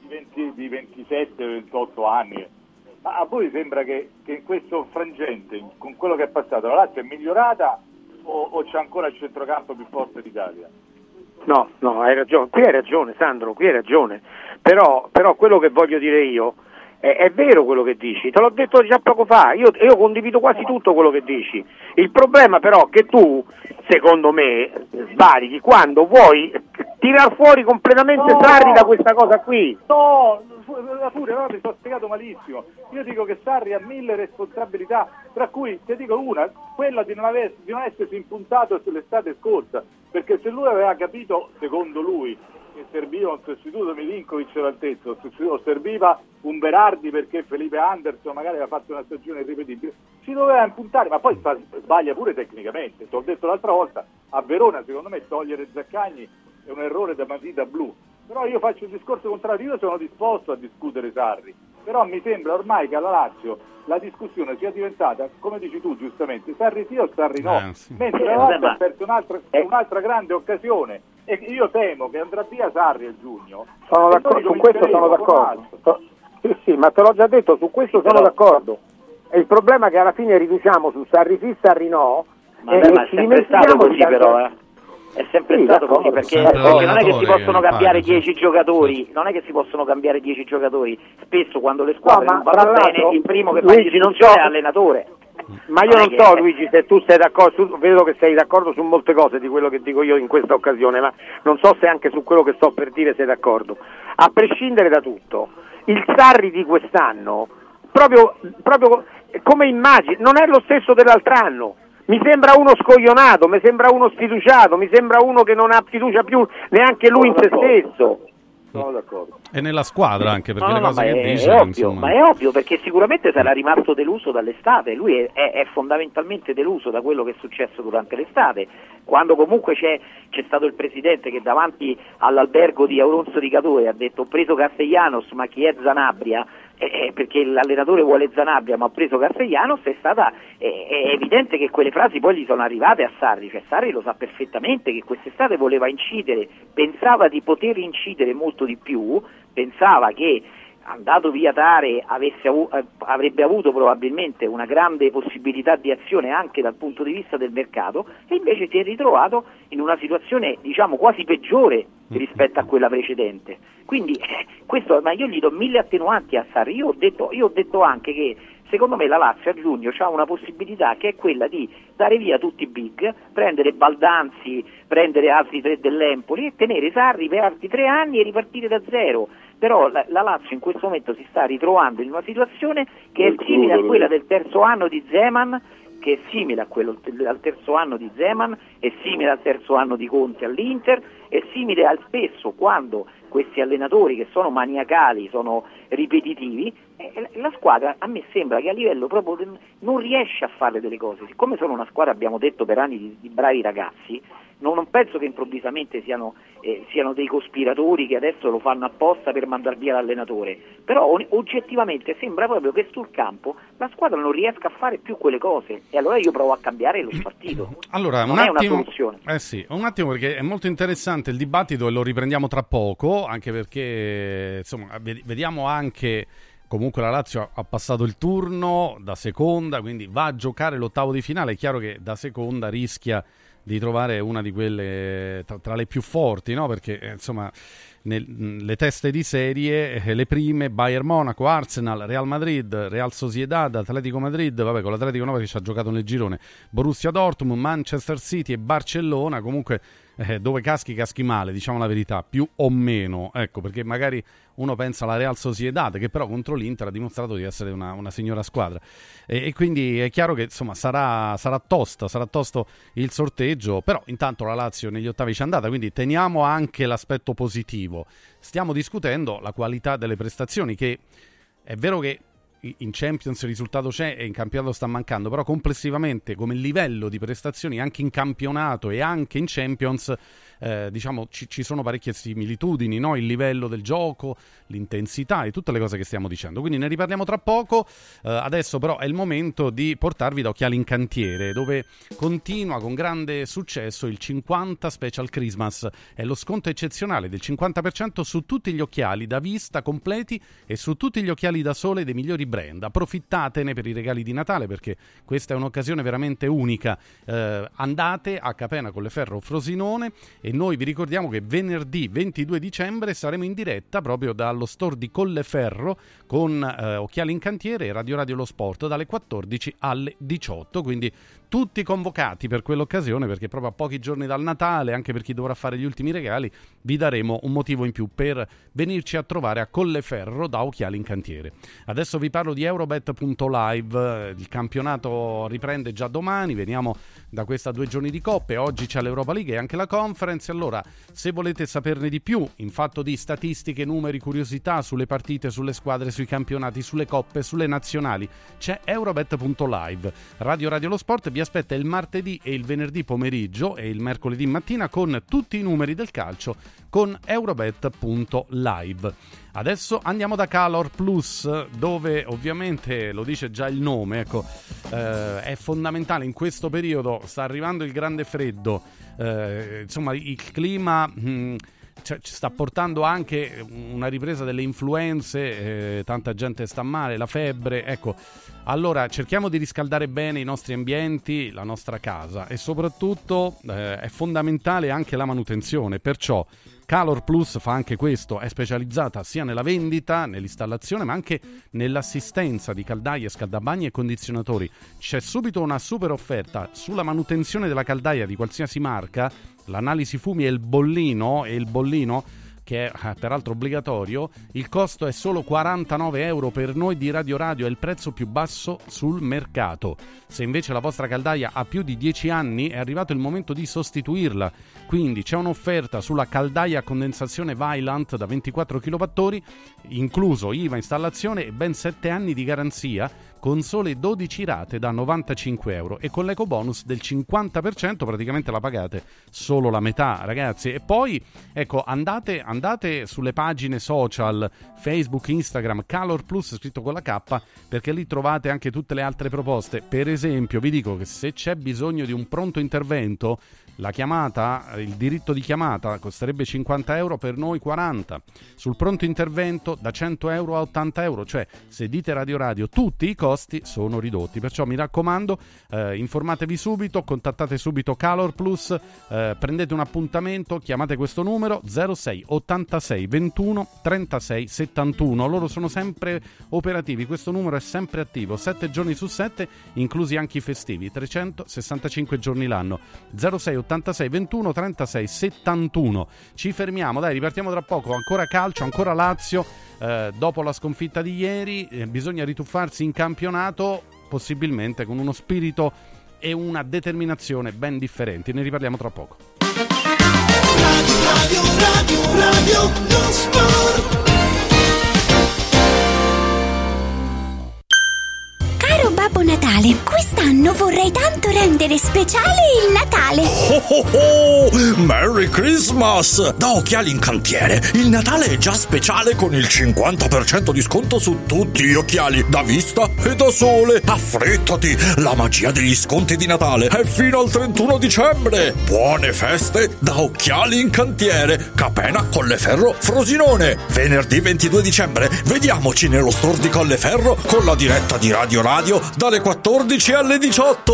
27-28 anni. Ma a voi sembra che in questo frangente, con quello che è passato, la Lazio è migliorata o c'è ancora il centrocampo più forte d'Italia? No, hai ragione, qui hai ragione Sandro, qui hai ragione, però quello che voglio dire io è vero quello che dici, te l'ho detto già poco fa, io condivido quasi tutto quello che dici. Il problema però è che tu, secondo me, sbagli quando vuoi tirar fuori completamente Sarri da questa cosa qui. No, pure no, mi sono spiegato malissimo. Io dico che Sarri ha 1000 responsabilità, tra cui ti dico una, quella di non essersi impuntato sull'estate scorsa, perché se lui aveva capito, secondo lui, che serviva un sostituto Milinkovic all'altezza, o serviva un Berardi perché Felipe Anderson magari aveva fatto una stagione irripetibile, ci doveva impuntare, ma poi sbaglia pure tecnicamente. Ti ho detto l'altra volta, a Verona secondo me togliere Zaccagni è un errore da matita blu, però io faccio un discorso contrario, io sono disposto a discutere Sarri, però mi sembra ormai che alla Lazio la discussione sia diventata, come dici tu giustamente, Sarri sì o Sarri no, mentre la Lazio ha perso un'altra grande occasione e io temo che andrà via Sarri a giugno. Sono d'accordo, su questo sono d'accordo. Sì, ma te l'ho già detto, su questo sono d'accordo. E il problema è che alla fine riduciamo su Sarri sì, Sarri no, ma è sempre stato così però, È sempre stato così, perché non è che si possono cambiare 10 giocatori, non è che si possono cambiare 10 giocatori, spesso quando le squadre non vanno bene, il primo che fa il non è l'allenatore. Ma io non so Luigi se tu sei d'accordo, vedo che sei d'accordo su molte cose di quello che dico io in questa occasione, ma non so se anche su quello che sto per dire sei d'accordo. A prescindere da tutto, il Sarri di quest'anno, proprio come immagine, non è lo stesso dell'altro anno. Mi sembra uno scoglionato, mi sembra uno sfiduciato, mi sembra uno che non ha fiducia più neanche lui in se stesso. Sono d'accordo. E nella squadra anche, perché le cose che dice... È ovvio, ma è ovvio, perché sicuramente sarà rimasto deluso dall'estate, lui è fondamentalmente deluso da quello che è successo durante l'estate, quando comunque c'è stato il presidente che davanti all'albergo di Auronzo di Cadore ha detto ho preso Castellanos, ma chi è Zanabria? Perché l'allenatore vuole Zanabria ma ha preso Castellanos, è evidente che quelle frasi poi gli sono arrivate a Sarri, cioè Sarri lo sa perfettamente che quest'estate voleva incidere, pensava di poter incidere molto di più, pensava che andato via Tare avrebbe avuto probabilmente una grande possibilità di azione anche dal punto di vista del mercato, e invece si è ritrovato in una situazione diciamo quasi peggiore rispetto a quella precedente. Quindi questo, ma io gli do 1000 attenuanti a Sarri. Io ho detto anche che secondo me la Lazio a giugno ha una possibilità che è quella di dare via tutti i big, prendere Baldanzi, prendere altri 3 dell'Empoli e tenere Sarri per altri 3 anni e ripartire da zero. Però la Lazio in questo momento si sta ritrovando in una situazione che è simile a quella del terzo anno di Zeman, che è simile a quello al terzo anno di Zeman, è simile al terzo anno di Conte all'Inter, è simile al spesso quando questi allenatori che sono maniacali, sono ripetitivi, la squadra a me sembra che a livello proprio non riesce a fare delle cose. Siccome sono una squadra, abbiamo detto per anni, di bravi ragazzi, non penso che improvvisamente siano dei cospiratori che adesso lo fanno apposta per mandar via l'allenatore, però oggettivamente sembra proprio che sul campo la squadra non riesca a fare più quelle cose, e allora io provo a cambiare lo spartito. Allora, non è una soluzione. Sì, un attimo, perché è molto interessante il dibattito e lo riprendiamo tra poco, anche perché insomma vediamo anche. Comunque la Lazio ha passato il turno da seconda, quindi va a giocare l'ottavo di finale. È chiaro che da seconda rischia di trovare una di quelle tra le più forti, no? Perché insomma le teste di serie, le prime: Bayern Monaco, Arsenal, Real Madrid, Real Sociedad, Atletico Madrid, vabbè, con l'Atletico 9 che ci ha giocato nel girone, Borussia Dortmund, Manchester City e Barcellona. Comunque dove caschi male, diciamo la verità, più o meno, ecco, perché magari uno pensa alla Real Sociedad, che però contro l'Inter ha dimostrato di essere una signora squadra, e quindi è chiaro che insomma sarà tosto il sorteggio, però intanto la Lazio negli ottavi c'è andata, quindi teniamo anche l'aspetto positivo. Stiamo discutendo la qualità delle prestazioni, che è vero che in Champions il risultato c'è e in campionato sta mancando, però complessivamente come livello di prestazioni anche in campionato e anche in Champions diciamo ci sono parecchie similitudini, no? Il livello del gioco, l'intensità e tutte le cose che stiamo dicendo, quindi ne riparliamo tra poco. Adesso però è il momento di portarvi da Occhiali in Cantiere, dove continua con grande successo il 50 Special Christmas. È lo sconto eccezionale del 50% su tutti gli occhiali da vista completi e su tutti gli occhiali da sole dei migliori brand. Approfittatene per i regali di Natale, perché questa è un'occasione veramente unica. Andate a Capena Colleferro Frosinone, e noi vi ricordiamo che venerdì 22 dicembre saremo in diretta proprio dallo store di Colleferro con Occhiali in Cantiere e Radio Lo Sport dalle 14 alle 18, quindi tutti convocati per quell'occasione, perché proprio a pochi giorni dal Natale, anche per chi dovrà fare gli ultimi regali, vi daremo un motivo in più per venirci a trovare a Colleferro da Occhiali in Cantiere. Adesso vi parlo di Eurobet.live. Il campionato riprende già domani, veniamo da questa 2 giorni di coppe, oggi c'è l'Europa League e anche la Conference. Allora, se volete saperne di più in fatto di statistiche, numeri, curiosità sulle partite, sulle squadre, sui campionati, sulle coppe, sulle nazionali, c'è Eurobet.live. Radio Lo Sport vi aspetta il martedì e il venerdì pomeriggio e il mercoledì mattina con tutti i numeri del calcio con Eurobet.live. Adesso andiamo da Calor Plus, dove ovviamente lo dice già il nome, ecco, è fondamentale in questo periodo, sta arrivando il grande freddo, insomma il clima ci sta portando anche una ripresa delle influenze, tanta gente sta male, la febbre, ecco. Allora cerchiamo di riscaldare bene i nostri ambienti, la nostra casa, e soprattutto è fondamentale anche la manutenzione, perciò Calor Plus fa anche questo, è specializzata sia nella vendita, nell'installazione, ma anche nell'assistenza di caldaie, scaldabagni e condizionatori. C'è subito una super offerta sulla manutenzione della caldaia di qualsiasi marca, l'analisi fumi e il bollino, che è peraltro obbligatorio. Il costo è solo 49 euro per noi di Radio, è il prezzo più basso sul mercato. Se invece la vostra caldaia ha più di 10 anni è arrivato il momento di sostituirla, quindi c'è un'offerta sulla caldaia a condensazione Vaillant da 24 kWh, incluso IVA, installazione e ben 7 anni di garanzia, con sole 12 rate da 95 euro e con l'eco bonus del 50%, praticamente la pagate solo la metà, ragazzi. E poi ecco, andate sulle pagine social Facebook, Instagram, Calor Plus scritto con la K, perché lì trovate anche tutte le altre proposte. Per esempio vi dico che se c'è bisogno di un pronto intervento, la chiamata, il diritto di chiamata costerebbe 50 euro, per noi 40. Sul pronto intervento da 100 euro a 80 euro, cioè se dite Radio tutti i costi sono ridotti, perciò mi raccomando, informatevi subito, contattate subito Calor Plus, prendete un appuntamento, chiamate questo numero 06 86 21 36 71, loro sono sempre operativi, questo numero è sempre attivo 7 giorni su 7, inclusi anche i festivi, 365 giorni l'anno. 06 86 21 36 71. Ci fermiamo, dai, ripartiamo tra poco. Ancora calcio, ancora Lazio. Dopo la sconfitta di ieri bisogna rituffarsi in campionato, possibilmente con uno spirito e una determinazione ben differenti. Ne riparliamo tra poco. Radio Lo Sport. Caro Babbo Natale, quest'anno vorrei tanto rendere speciale il Natale. Merry Christmas! Da Occhiali in Cantiere il Natale è già speciale con il 50% di sconto su tutti gli occhiali da vista e da sole. Affrettati, la magia degli sconti di Natale è fino al 31 dicembre. Buone feste da Occhiali in Cantiere, Capena, Colleferro, Frosinone. Venerdì 22 dicembre vediamoci nello store di Colleferro con la diretta di Radio dalle 14 alle 18.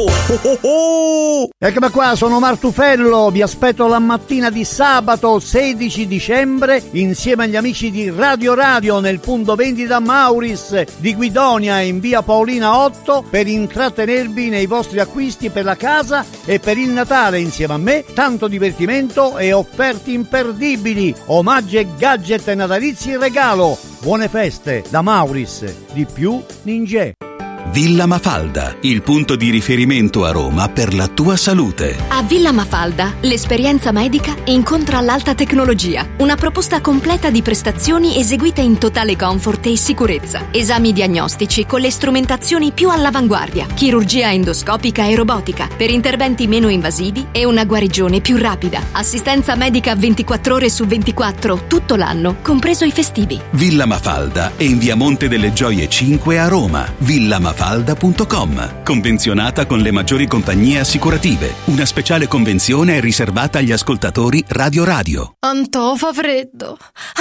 Eccomi qua, sono Martufello, vi aspetto la mattina di sabato 16 dicembre insieme agli amici di Radio nel punto vendita Mauris di Guidonia in via Paolina 8 per intrattenervi nei vostri acquisti per la casa e per il Natale insieme a me. Tanto divertimento e offerte imperdibili, omaggi e gadget natalizi in regalo. Buone feste da Mauris, di più Ninja. Villa Mafalda, il punto di riferimento a Roma per la tua salute. A Villa Mafalda l'esperienza medica incontra l'alta tecnologia. Una proposta completa di prestazioni eseguite in totale comfort e sicurezza. Esami diagnostici con le strumentazioni più all'avanguardia. Chirurgia endoscopica e robotica per interventi meno invasivi e una guarigione più rapida. Assistenza medica 24 ore su 24 tutto l'anno, compreso i festivi. Villa Mafalda è in via Monte delle Gioie 5 a Roma. villamafalda.com. Convenzionata con le maggiori compagnie assicurative. Una speciale convenzione è riservata agli ascoltatori Radio. Antò fa freddo,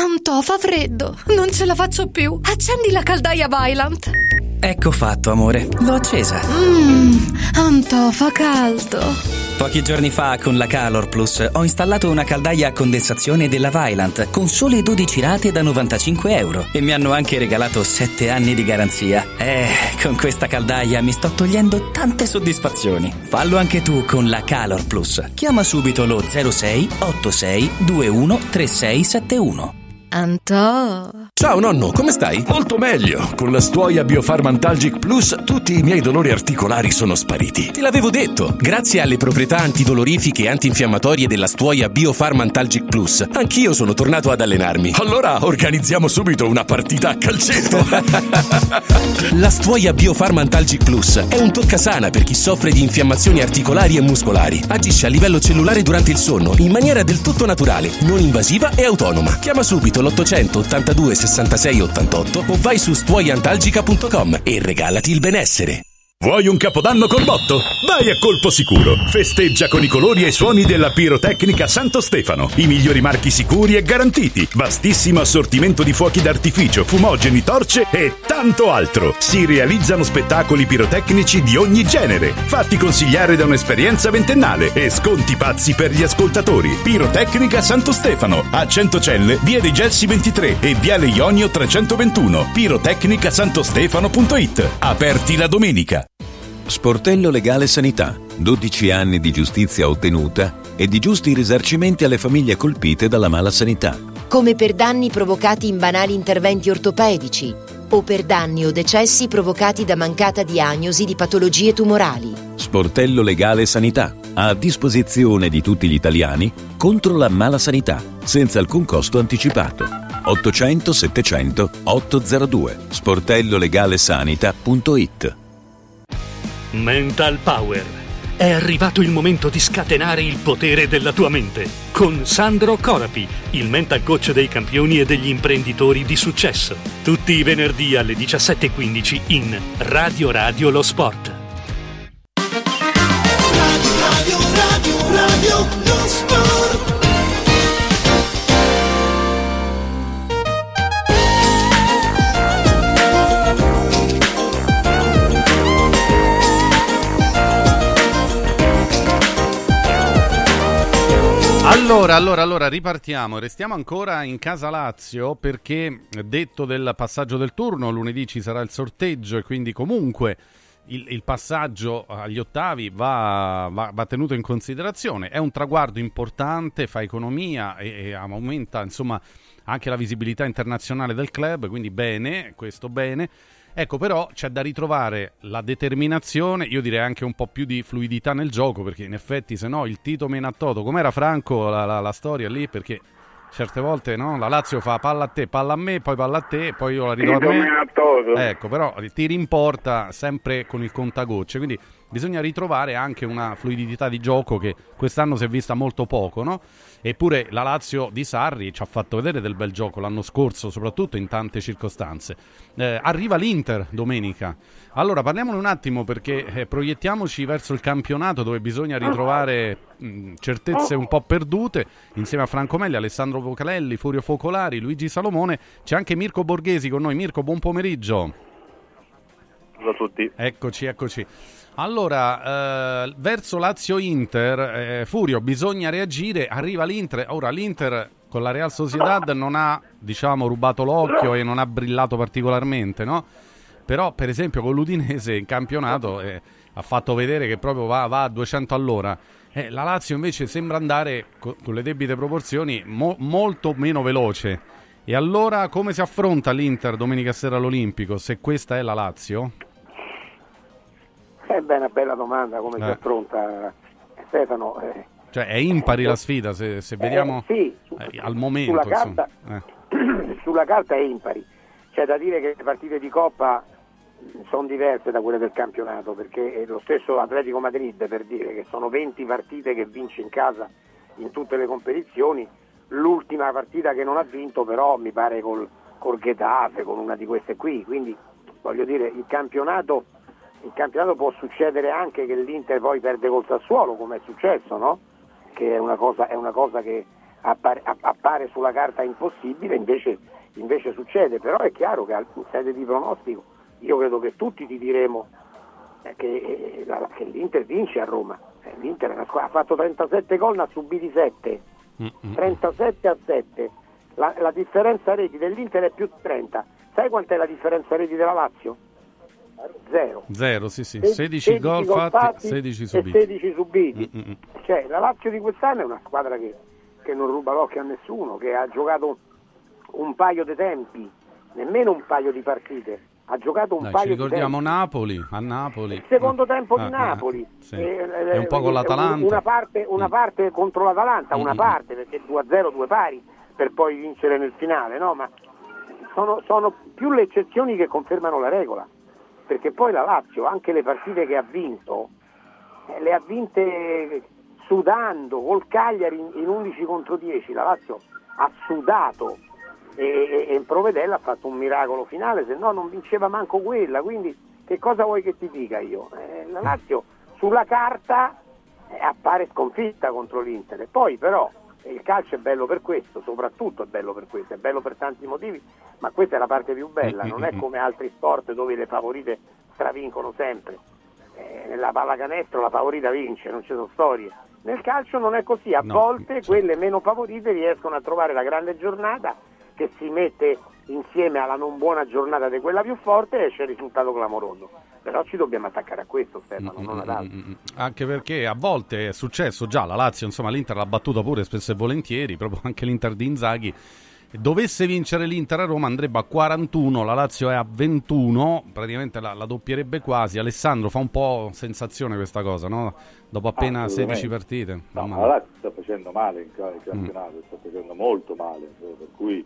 non ce la faccio più. Accendi la caldaia Vaillant. Ecco fatto, amore, l'ho accesa. Antò fa caldo. Pochi giorni fa con la Calor Plus ho installato una caldaia a condensazione della Vaillant con sole 12 rate da €95 e mi hanno anche regalato 7 anni di garanzia. Con questa caldaia mi sto togliendo tante soddisfazioni. Fallo anche tu con la Calor Plus. Chiama subito lo 06 86 21 3671. Antò. Ciao nonno, come stai? Molto meglio. Con la Stuoia Biofarmantalgic Plus tutti i miei dolori articolari sono spariti. Te l'avevo detto. Grazie alle proprietà antidolorifiche e antinfiammatorie della Stuoia Biofarmantalgic Plus, anch'io sono tornato ad allenarmi. Allora organizziamo subito una partita a calcetto. La Stuoia Biofarmantalgic Plus è un toccasana per chi soffre di infiammazioni articolari e muscolari. Agisce a livello cellulare durante il sonno in maniera del tutto naturale, non invasiva e autonoma. Chiama subito l'882 66 88 o vai su stuoiantalgica.com e regalati il benessere. Vuoi un capodanno col botto? Vai a colpo sicuro. Festeggia con i colori e i suoni della Pirotecnica Santo Stefano. I migliori marchi sicuri e garantiti. Vastissimo assortimento di fuochi d'artificio, fumogeni, torce e tanto altro. Si realizzano spettacoli pirotecnici di ogni genere. Fatti consigliare da un'esperienza ventennale e sconti pazzi per gli ascoltatori. Pirotecnica Santo Stefano. A Centocelle, via dei Gelsi 23 e viale Ionio 321. pirotecnicasantostefano.it. Aperti la domenica. Sportello Legale Sanità, 12 anni di giustizia ottenuta e di giusti risarcimenti alle famiglie colpite dalla mala sanità. Come per danni provocati in banali interventi ortopedici o per danni o decessi provocati da mancata diagnosi di patologie tumorali. Sportello Legale Sanità, a disposizione di tutti gli italiani contro la mala sanità, senza alcun costo anticipato. 800 700 802 sportellolegalesanita.it. Mental Power. È arrivato il momento di scatenare il potere della tua mente con Sandro Corapi, il mental coach dei campioni e degli imprenditori di successo. Tutti i venerdì alle 17:15 in Radio lo Sport. Radio lo Sport. Allora, ripartiamo. Restiamo ancora in casa Lazio perché, detto del passaggio del turno, lunedì ci sarà il sorteggio e quindi comunque il passaggio agli ottavi va tenuto in considerazione. È un traguardo importante, fa economia e aumenta insomma anche la visibilità internazionale del club, quindi bene, questo bene. Ecco, però c'è da ritrovare la determinazione, io direi anche un po' più di fluidità nel gioco, perché in effetti se no il Tito Menattoto, com'era Franco la storia lì, perché certe volte no, la Lazio fa palla a te, palla a me, poi palla a te, poi io la rido a me. Ecco, però tiri in porta sempre con il contagocce, quindi bisogna ritrovare anche una fluidità di gioco che quest'anno si è vista molto poco, no? Eppure la Lazio di Sarri ci ha fatto vedere del bel gioco l'anno scorso, soprattutto in tante circostanze. Arriva l'Inter domenica. Allora parliamone un attimo, perché proiettiamoci verso il campionato, dove bisogna ritrovare certezze un po' perdute. Insieme a Franco Melli, Alessandro Vocalelli, Furio Focolari, Luigi Salomone, c'è anche Mirko Borghesi con noi. Mirko, buon pomeriggio. Ciao a tutti. Eccoci. Allora, verso Lazio-Inter, Furio, bisogna reagire, arriva l'Inter. Ora l'Inter con la Real Sociedad non ha, diciamo, rubato l'occhio e non ha brillato particolarmente, no? Però per esempio con l'Udinese in campionato ha fatto vedere che proprio va a 200 all'ora. La Lazio invece sembra andare con le debite proporzioni molto meno veloce. E allora come si affronta l'Inter domenica sera all'Olimpico, se questa è la Lazio? Beh, una bella domanda, come si affronta, Stefano. Cioè è impari la sfida, se vediamo sì, al momento. Sulla carta è impari. C'è da dire che le partite di Coppa sono diverse da quelle del campionato, perché lo stesso Atletico Madrid, per dire, che sono 20 partite che vince in casa in tutte le competizioni, l'ultima partita che non ha vinto però mi pare col Getafe, con una di queste qui, quindi voglio dire il campionato può succedere anche che l'Inter poi perde col Sassuolo, come è successo, no? Che è una cosa che appare sulla carta impossibile, invece succede. Però è chiaro che in sede di pronostico io credo che tutti ti diremo che l'Inter vince a Roma. L'Inter è una squadra, ha fatto 37 gol, ne ha subiti 7, 37-7. La differenza reti dell'Inter è più 30. Sai quant'è la differenza reti della Lazio? 0, sì. 16 gol fatti, 16 subiti. 16 subiti. Cioè, la Lazio di quest'anno è una squadra che non ruba l'occhio a nessuno, che ha giocato un paio di tempi, nemmeno un paio di partite. Ha giocato un paio di tempi. Ci ricordiamo Napoli. Il secondo tempo di Napoli. Sì. E un po' con l'Atalanta. Una parte contro l'Atalanta, una parte, perché 2-0, 2 pari, per poi vincere nel finale, no? Ma sono più le eccezioni che confermano la regola. Perché poi la Lazio, anche le partite che ha vinto, le ha vinte sudando, col Cagliari in 11 contro 10, la Lazio ha sudato e Provedella ha fatto un miracolo finale, se no non vinceva manco quella, quindi che cosa vuoi che ti dica io? La Lazio sulla carta appare sconfitta contro l'Inter, poi però il calcio è bello per questo, soprattutto è bello per questo, è bello per tanti motivi, ma questa è la parte più bella, non è come altri sport dove le favorite stravincono sempre. Nella pallacanestro la favorita vince, non ci sono storie. Nel calcio non è così, a volte quelle meno favorite riescono a trovare la grande giornata che si mette insieme alla non buona giornata di quella più forte e esce il risultato clamoroso. Però ci dobbiamo attaccare a questo, Stefano, non ad altro. Anche perché a volte è successo già, la Lazio, insomma, l'Inter l'ha battuta pure spesso e volentieri, proprio anche l'Inter di Inzaghi. Dovesse vincere l'Inter a Roma andrebbe a 41, la Lazio è a 21, praticamente la doppierebbe quasi. Alessandro, fa un po' sensazione questa cosa, no? Dopo appena 16 partite. No, ma la Lazio sta facendo male in campionato, sta facendo molto male, per cui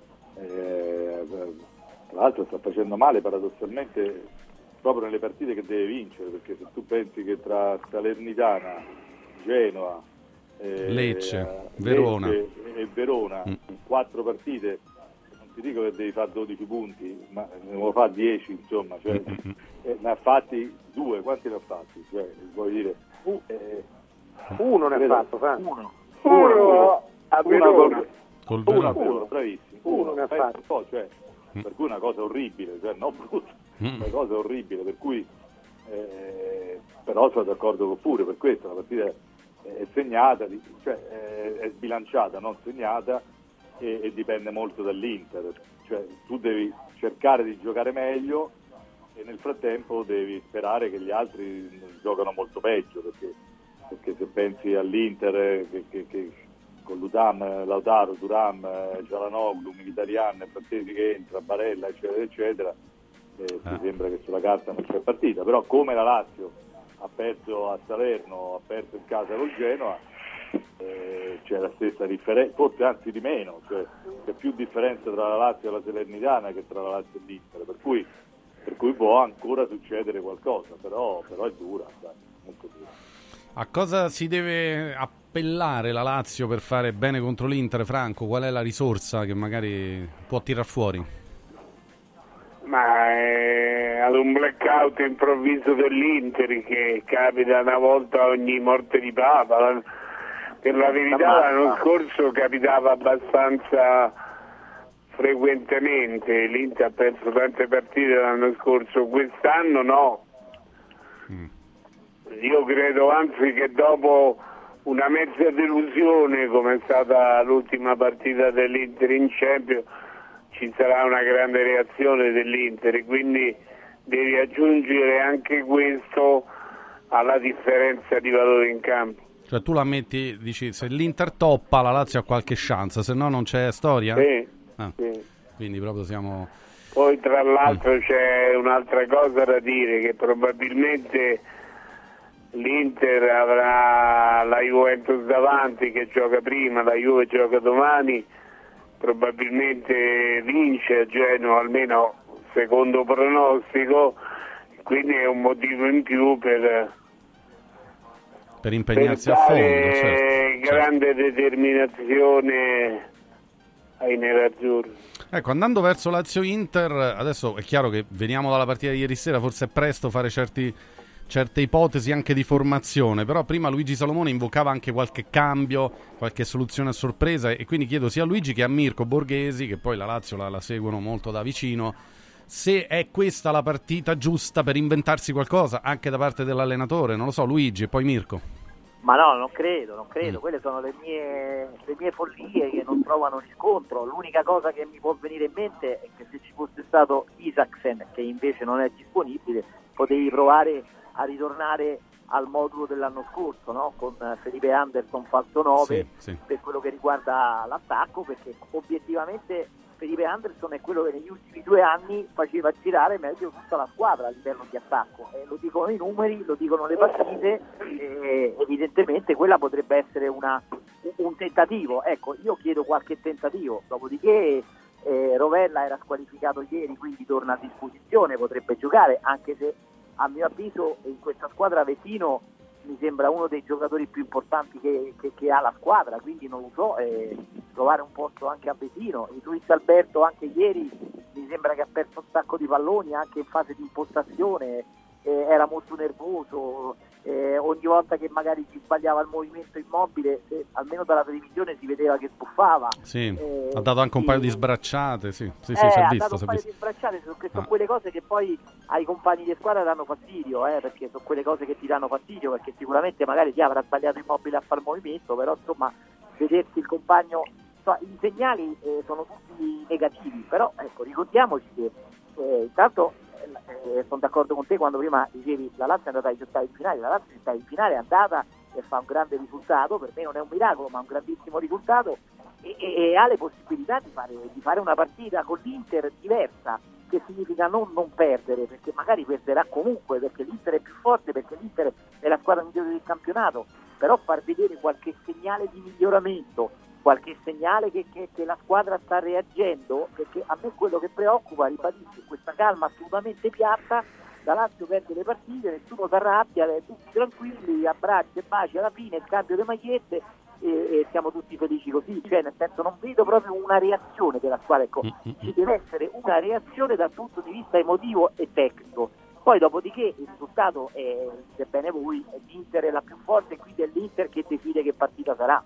tra l'altro sta facendo male paradossalmente proprio nelle partite che deve vincere, perché se tu pensi che tra Salernitana, Genoa, Lecce, Verona e Verona in 4 partite, non ti dico che devi fare 12 punti, ma ne devo fare 10, insomma, cioè, ne ha fatti 2, quanti ne ha fatti? Cioè, vuoi dire, uno ne ha fatto, uno a col Verona, bravissimo, uno ne ha fatto, cioè, per cui è una cosa orribile, cioè non brutta, una cosa orribile, per cui però sono d'accordo con Furio, per questo la partita è segnata, cioè è sbilanciata, non segnata, e dipende molto dall'Inter, cioè tu devi cercare di giocare meglio e nel frattempo devi sperare che gli altri giocano molto peggio, perché se pensi all'Inter che con l'Utam, Lautaro, Thuram, Cialanoglu, Mkhitaryan, Frattesi che entra, Barella, eccetera, eccetera, mi sembra che sulla carta non c'è partita, però come la Lazio ha perso a Salerno, ha perso in casa col Genoa, c'è la stessa differenza, forse anzi di meno, cioè c'è più differenza tra la Lazio e la Salernitana che tra la Lazio e l'Inter, per cui per cui può ancora succedere qualcosa, però è dura, dai, molto dura. A cosa si deve appellare la Lazio per fare bene contro l'Inter, Franco? Qual è la risorsa che magari può tirar fuori? Ma ad un blackout improvviso dell'Inter che capita una volta ogni morte di Papa. Per la verità l'anno scorso capitava abbastanza frequentemente, l'Inter ha perso tante partite l'anno scorso, quest'anno no. Io credo anzi che dopo una mezza delusione come è stata l'ultima partita dell'Inter in Champions ci sarà una grande reazione dell'Inter, quindi devi aggiungere anche questo alla differenza di valore in campo. Cioè tu la metti, dici, se l'Inter toppa la Lazio ha qualche chance, se no non c'è storia? Sì, sì. Quindi proprio siamo... Poi tra l'altro c'è un'altra cosa da dire, che probabilmente l'Inter avrà la Juventus davanti che gioca prima, la Juve gioca domani, probabilmente vince a Genova, almeno secondo pronostico, quindi è un motivo in più per impegnarsi a fondo, grande determinazione ai nerazzurri. Ecco, andando verso Lazio-Inter, adesso è chiaro che veniamo dalla partita di ieri sera, forse è presto fare certe ipotesi anche di formazione, però prima Luigi Salomone invocava anche qualche cambio, qualche soluzione a sorpresa, e quindi chiedo sia a Luigi che a Mirko Borghesi, che poi la Lazio la seguono molto da vicino, se è questa la partita giusta per inventarsi qualcosa anche da parte dell'allenatore. Non lo so, Luigi e poi Mirko. Ma no, non credo, quelle sono le mie follie che non trovano riscontro. L'unica cosa che mi può venire in mente è che se ci fosse stato Isaksen, che invece non è disponibile, potevi provare a ritornare al modulo dell'anno scorso, no? Con Felipe Anderson falso 9, sì. Per quello che riguarda l'attacco, perché obiettivamente Felipe Anderson è quello che negli ultimi 2 anni faceva girare meglio tutta la squadra a livello di attacco, lo dicono i numeri, lo dicono le partite, evidentemente quella potrebbe essere un tentativo. Ecco, io chiedo qualche tentativo, dopodiché Rovella era squalificato ieri, quindi torna a disposizione, potrebbe giocare, anche se a mio avviso in questa squadra Vecino mi sembra uno dei giocatori più importanti che ha la squadra, quindi non lo so, trovare un posto anche a Vecino. Il Luis Alberto anche ieri mi sembra che ha perso un sacco di palloni anche in fase di impostazione, era molto nervoso, ogni volta che magari si sbagliava il movimento Immobile, almeno dalla televisione si vedeva che sbuffava. Sì, ha dato anche un paio di sbracciate, sì, si è ha visto. Dato un paio di sbracciate, sono quelle cose che poi ai compagni di squadra danno fastidio, perché sono quelle cose che ti danno fastidio, perché sicuramente magari ti avrà sbagliato Immobile a fare movimento, però insomma vedersi il compagno, i segnali sono tutti negativi, però ecco, ricordiamoci che intanto sono d'accordo con te quando prima dicevi la Lazio è andata agli ottavi di finale, la Lazio sta in finale, è andata e fa un grande risultato, per me non è un miracolo ma un grandissimo risultato, e ha le possibilità di fare una partita con l'Inter diversa, che significa non perdere, perché magari perderà comunque, perché l'Inter è più forte, perché l'Inter è la squadra migliore del campionato, però far vedere qualche segnale di miglioramento, qualche segnale che la squadra sta reagendo, perché a me quello che preoccupa, ribadisco, questa calma assolutamente piatta, la Lazio perde le partite, nessuno si arrabbia, tutti tranquilli, abbracci e baci alla fine, il cambio di magliette e siamo tutti felici così, cioè nel senso non vedo proprio una reazione della squadra, ecco, ci deve essere una reazione dal punto di vista emotivo e tecnico. Poi dopodiché il risultato è, sebbene voi, l'Inter è la più forte, quindi è l'Inter che decide che partita sarà.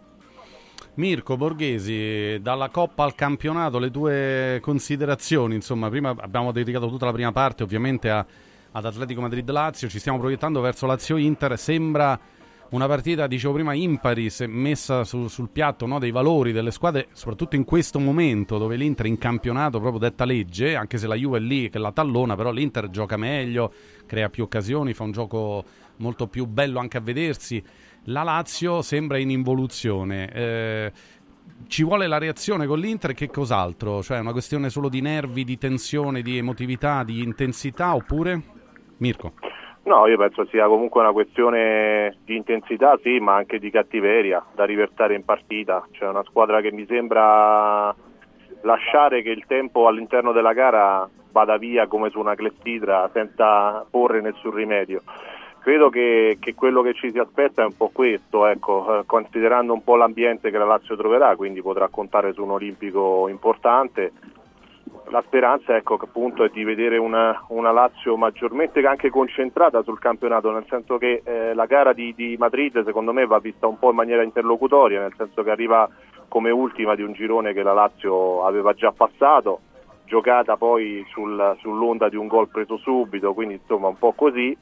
Mirko Borghesi, dalla Coppa al campionato, le tue considerazioni, insomma, prima abbiamo dedicato tutta la prima parte ovviamente ad Atletico Madrid-Lazio, ci stiamo proiettando verso Lazio-Inter, sembra una partita, dicevo prima, impari, se messa sul piatto, no, dei valori delle squadre, soprattutto in questo momento dove l'Inter in campionato proprio detta legge, anche se la Juve è lì che la tallona, però l'Inter gioca meglio, crea più occasioni, fa un gioco molto più bello anche a vedersi. La Lazio sembra in involuzione, ci vuole la reazione con l'Inter, che cos'altro? Cioè è una questione solo di nervi, di tensione, di emotività, di intensità, oppure? Mirko? No, io penso sia comunque una questione di intensità, sì, ma anche di cattiveria da riversare in partita. C'è una squadra che mi sembra lasciare che il tempo all'interno della gara vada via come su una clessidra senza porre nessun rimedio. Credo che quello che ci si aspetta è un po' questo, ecco, considerando un po' l'ambiente che la Lazio troverà, quindi potrà contare su un olimpico importante. La speranza, ecco, che appunto è di vedere una Lazio maggiormente anche concentrata sul campionato, nel senso che la gara di Madrid secondo me va vista un po' in maniera interlocutoria, nel senso che arriva come ultima di un girone che la Lazio aveva già passato, giocata poi sull'onda di un gol preso subito, quindi insomma un po' così.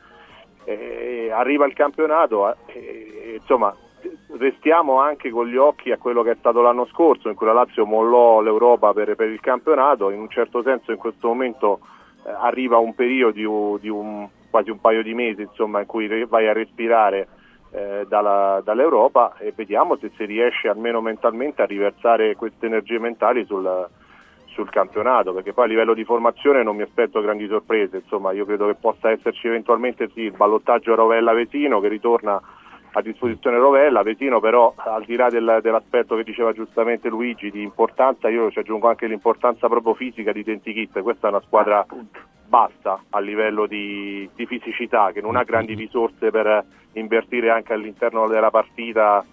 Arriva il campionato, insomma restiamo anche con gli occhi a quello che è stato l'anno scorso, in cui la Lazio mollò l'Europa per il campionato. In un certo senso in questo momento arriva un periodo di quasi un paio di mesi, insomma, in cui vai a respirare dall'Europa, e vediamo se si riesce almeno mentalmente a riversare queste energie mentali sul campionato, perché poi a livello di formazione non mi aspetto grandi sorprese, insomma io credo che possa esserci eventualmente il ballottaggio Rovella-Vesino, che ritorna a disposizione Rovella. Vesino però, al di là dell'aspetto che diceva giustamente Luigi di importanza, io ci aggiungo anche l'importanza proprio fisica di Identikit. Questa è una squadra bassa a livello di fisicità, che non ha grandi risorse per invertire anche all'interno della partita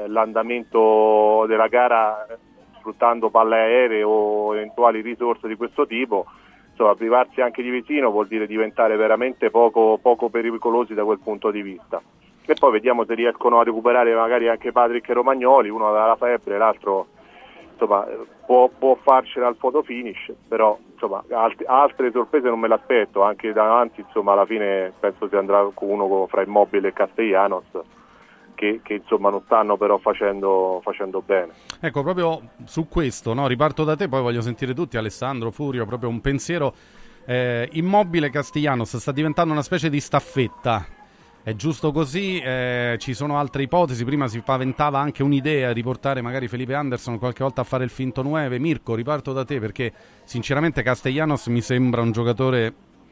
l'andamento della gara, sfruttando palle aeree o eventuali risorse di questo tipo. Insomma, privarsi anche di Vesino vuol dire diventare veramente poco pericolosi da quel punto di vista. E poi vediamo se riescono a recuperare magari anche Patrick e Romagnoli, uno dalla febbre, l'altro insomma può farcela al photo finish, però insomma altre sorprese non me l'aspetto, anche davanti insomma alla fine penso si andrà con uno fra Immobile e Castellanos, che insomma non stanno però facendo bene. Ecco, proprio su questo, no? Riparto da te, poi voglio sentire tutti, Alessandro, Furio, proprio un pensiero. Immobile Castellanos sta diventando una specie di staffetta. È giusto così? Ci sono altre ipotesi? Prima si paventava anche un'idea di portare magari Felipe Anderson qualche volta a fare il finto 9. Mirko, riparto da te, perché sinceramente Castellanos mi sembra un giocatore,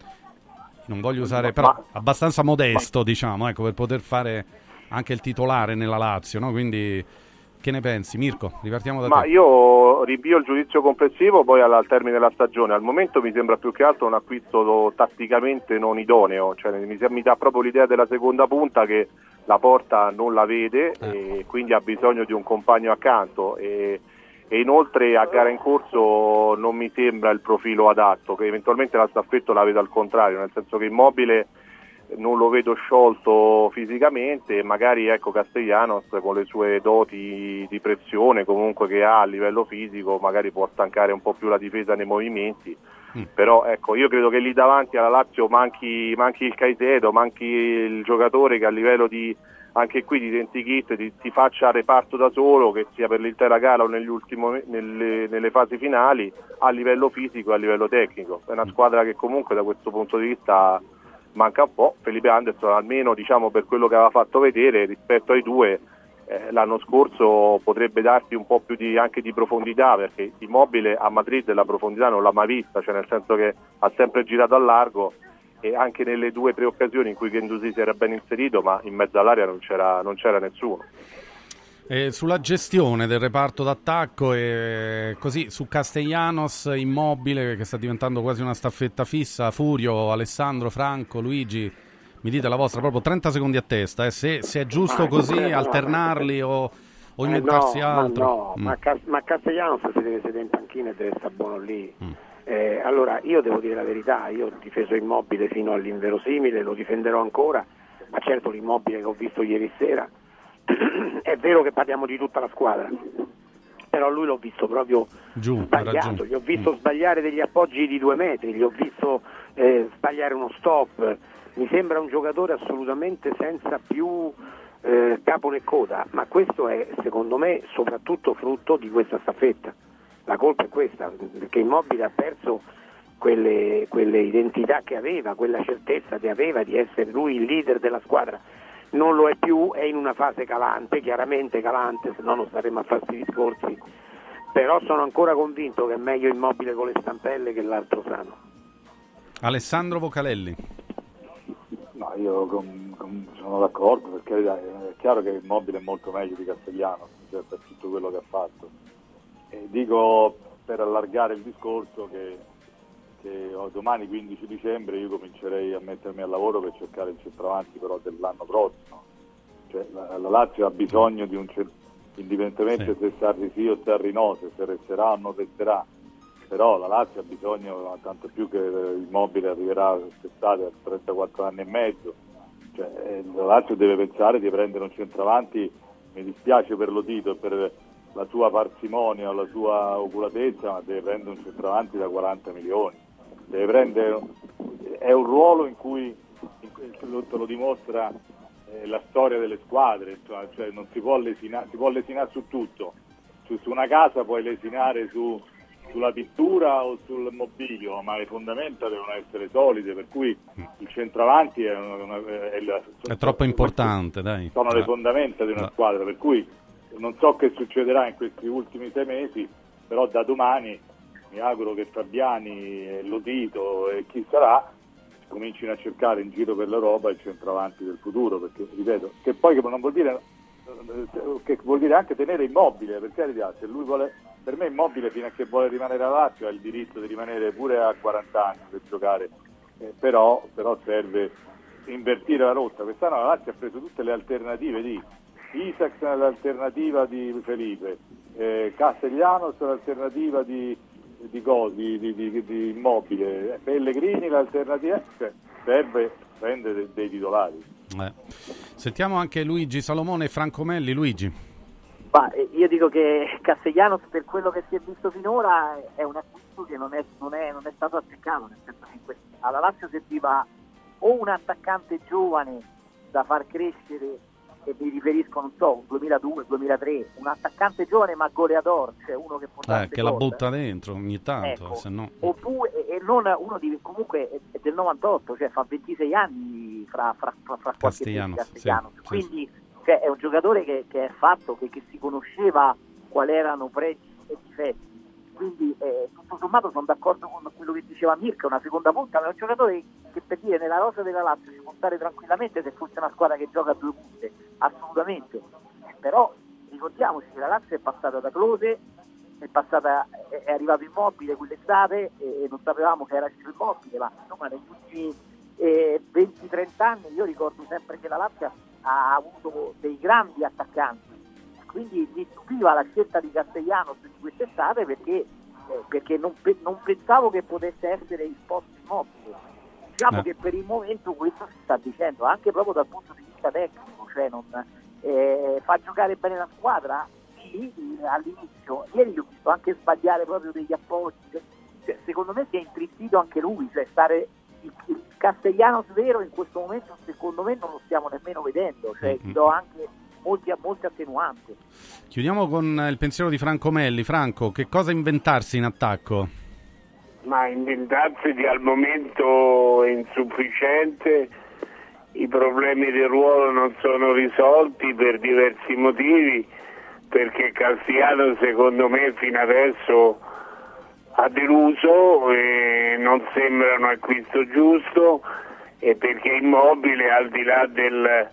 non voglio usare, però abbastanza modesto, diciamo, ecco, per poter fare anche il titolare nella Lazio, no? Quindi che ne pensi? Mirko, ripartiamo da te. Io rinvio il giudizio complessivo poi al termine della stagione. Al momento mi sembra più che altro un acquisto tatticamente non idoneo, cioè mi dà proprio l'idea della seconda punta che la Porta non la vede e quindi ha bisogno di un compagno accanto, e inoltre a gara in corso non mi sembra il profilo adatto, che eventualmente la staffetta la vedo al contrario, nel senso che Immobile non lo vedo sciolto fisicamente, e magari ecco Castellanos con le sue doti di pressione comunque che ha a livello fisico magari può stancare un po' più la difesa nei movimenti. Però ecco, io credo che lì davanti alla Lazio manchi il Caicedo, manchi il giocatore che a livello di anche qui di Identikit ti faccia reparto da solo, che sia per l'intera gara o nelle fasi finali, a livello fisico e a livello tecnico. È una squadra che comunque da questo punto di vista manca un po'. Felipe Anderson, almeno diciamo per quello che aveva fatto vedere rispetto ai due l'anno scorso, potrebbe darti un po' più anche di profondità, perché Immobile a Madrid la profondità non l'ha mai vista, cioè nel senso che ha sempre girato a largo, e anche nelle 2 o 3 occasioni in cui Guendouzi si era ben inserito, ma in mezzo all'area non c'era nessuno. Sulla gestione del reparto d'attacco e così su Castellanos, Immobile, che sta diventando quasi una staffetta fissa, Furio, Alessandro, Franco, Luigi, mi dite la vostra, proprio 30 secondi a testa, se è giusto così alternarli o inventarsi altro. Ma Castellanos si deve sedere in panchina e deve stare buono lì. Allora io devo dire la verità, io ho difeso Immobile fino all'inverosimile, lo difenderò ancora, ma certo l'Immobile che ho visto ieri sera è vero che parliamo di tutta la squadra, però lui l'ho visto proprio sbagliato, gli ho visto sbagliare degli appoggi di 2 metri, gli ho visto sbagliare uno stop. Mi sembra un giocatore assolutamente senza più capo né coda, ma questo è secondo me soprattutto frutto di questa staffetta. La colpa è questa, perché Immobile ha perso quelle identità che aveva, quella certezza che aveva di essere lui il leader della squadra. Non lo è più, è in una fase calante, chiaramente calante, se no non staremmo a fare questi discorsi, però sono ancora convinto che è meglio Immobile con le stampelle che l'altro sano. Alessandro Vocalelli. No, io sono d'accordo, perché è chiaro che Immobile è molto meglio di Castellanos, cioè per tutto quello che ha fatto. E dico, per allargare il discorso, che domani 15 dicembre io comincerei a mettermi al lavoro per cercare il centravanti però dell'anno prossimo. Cioè, la Lazio ha bisogno di un indipendentemente se Sarri sì o Sarri no, se resterà o non resterà, però la Lazio ha bisogno, tanto più che Immobile arriverà quest'estate a 34 anni e mezzo, cioè, la Lazio deve pensare di prendere un centravanti, mi dispiace per Lotito e per la sua parsimonia o la sua oculatezza, ma deve prendere un centravanti da 40 milioni, deve prendere, è un ruolo in cui te lo dimostra la storia delle squadre, cioè non si può lesinare, si può lesinare su tutto, su una casa puoi lesinare sulla pittura o sul mobilio, ma le fondamenta devono essere solide, per cui il centravanti è troppo importante, dai. Sono le fondamenta di una squadra, per cui non so che succederà in questi ultimi 6 mesi, però da domani mi auguro che Fabiani, Lotito e chi sarà comincino a cercare in giro per l'Europa il centravanti del futuro, perché ripeto, che poi non vuol dire, che vuol dire anche tenere Immobile, per carità, se lui vuole, per me Immobile fino a che vuole rimanere a Lazio ha il diritto di rimanere pure a 40 anni per giocare, però serve invertire la rotta. Quest'anno la Lazio ha preso tutte le alternative di Isaac, l'alternativa di Felipe, Castellanos l'alternativa di Immobile, Pellegrini l'alternativa, cioè serve prendere dei titolari. Sentiamo anche Luigi Salomone e Franco Melli. Luigi. Io dico che Castellanos, per quello che si è visto finora, è un acquisto che non è stato azzeccato, nel senso che alla Lazio serviva o un attaccante giovane da far crescere, e mi riferisco, non so, 2002-2003, un attaccante giovane ma goleador, cioè uno che che la butta dentro ogni tanto, ecco. Se no. Oppure, e non uno comunque è del 98, cioè fa 26 anni fra qualche Castellanos, Castellanos. sì, Quindi cioè, è un giocatore che è fatto, che si conosceva quali erano pregi e difetti. Quindi tutto sommato sono d'accordo con quello che diceva Mirka, una seconda punta, ma è un giocatore che, per dire, nella rosa della Lazio si può stare tranquillamente se fosse una squadra che gioca a 2 punte, assolutamente. Però ricordiamoci che la Lazio è passata da Klose, è arrivato Immobile quell'estate e non sapevamo che era Immobile, ma insomma negli ultimi 20-30 anni io ricordo sempre che la Lazio ha avuto dei grandi attaccanti. Quindi mi stupiva la scelta di Castellanos di quest'estate perché non pensavo che potesse essere il posto Immobile. Diciamo che per il momento questo si sta dicendo, anche proprio dal punto di vista tecnico, cioè fa giocare bene la squadra, sì, all'inizio. Ieri l'ho visto anche sbagliare proprio degli appoggi, cioè, secondo me si è intristito anche lui, cioè stare il Castellanos vero in questo momento secondo me non lo stiamo nemmeno vedendo, cioè ti do anche molti attenuanti. Chiudiamo con il pensiero di Franco Melli. Franco, che cosa inventarsi in attacco? Ma inventarsi al momento è insufficiente, i problemi del ruolo non sono risolti per diversi motivi, perché Castigliano secondo me fino adesso ha deluso e non sembra un acquisto giusto, e perché Immobile, al di là del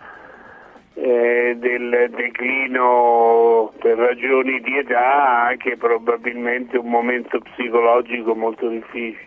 declino per ragioni di età, ha anche probabilmente un momento psicologico molto difficile,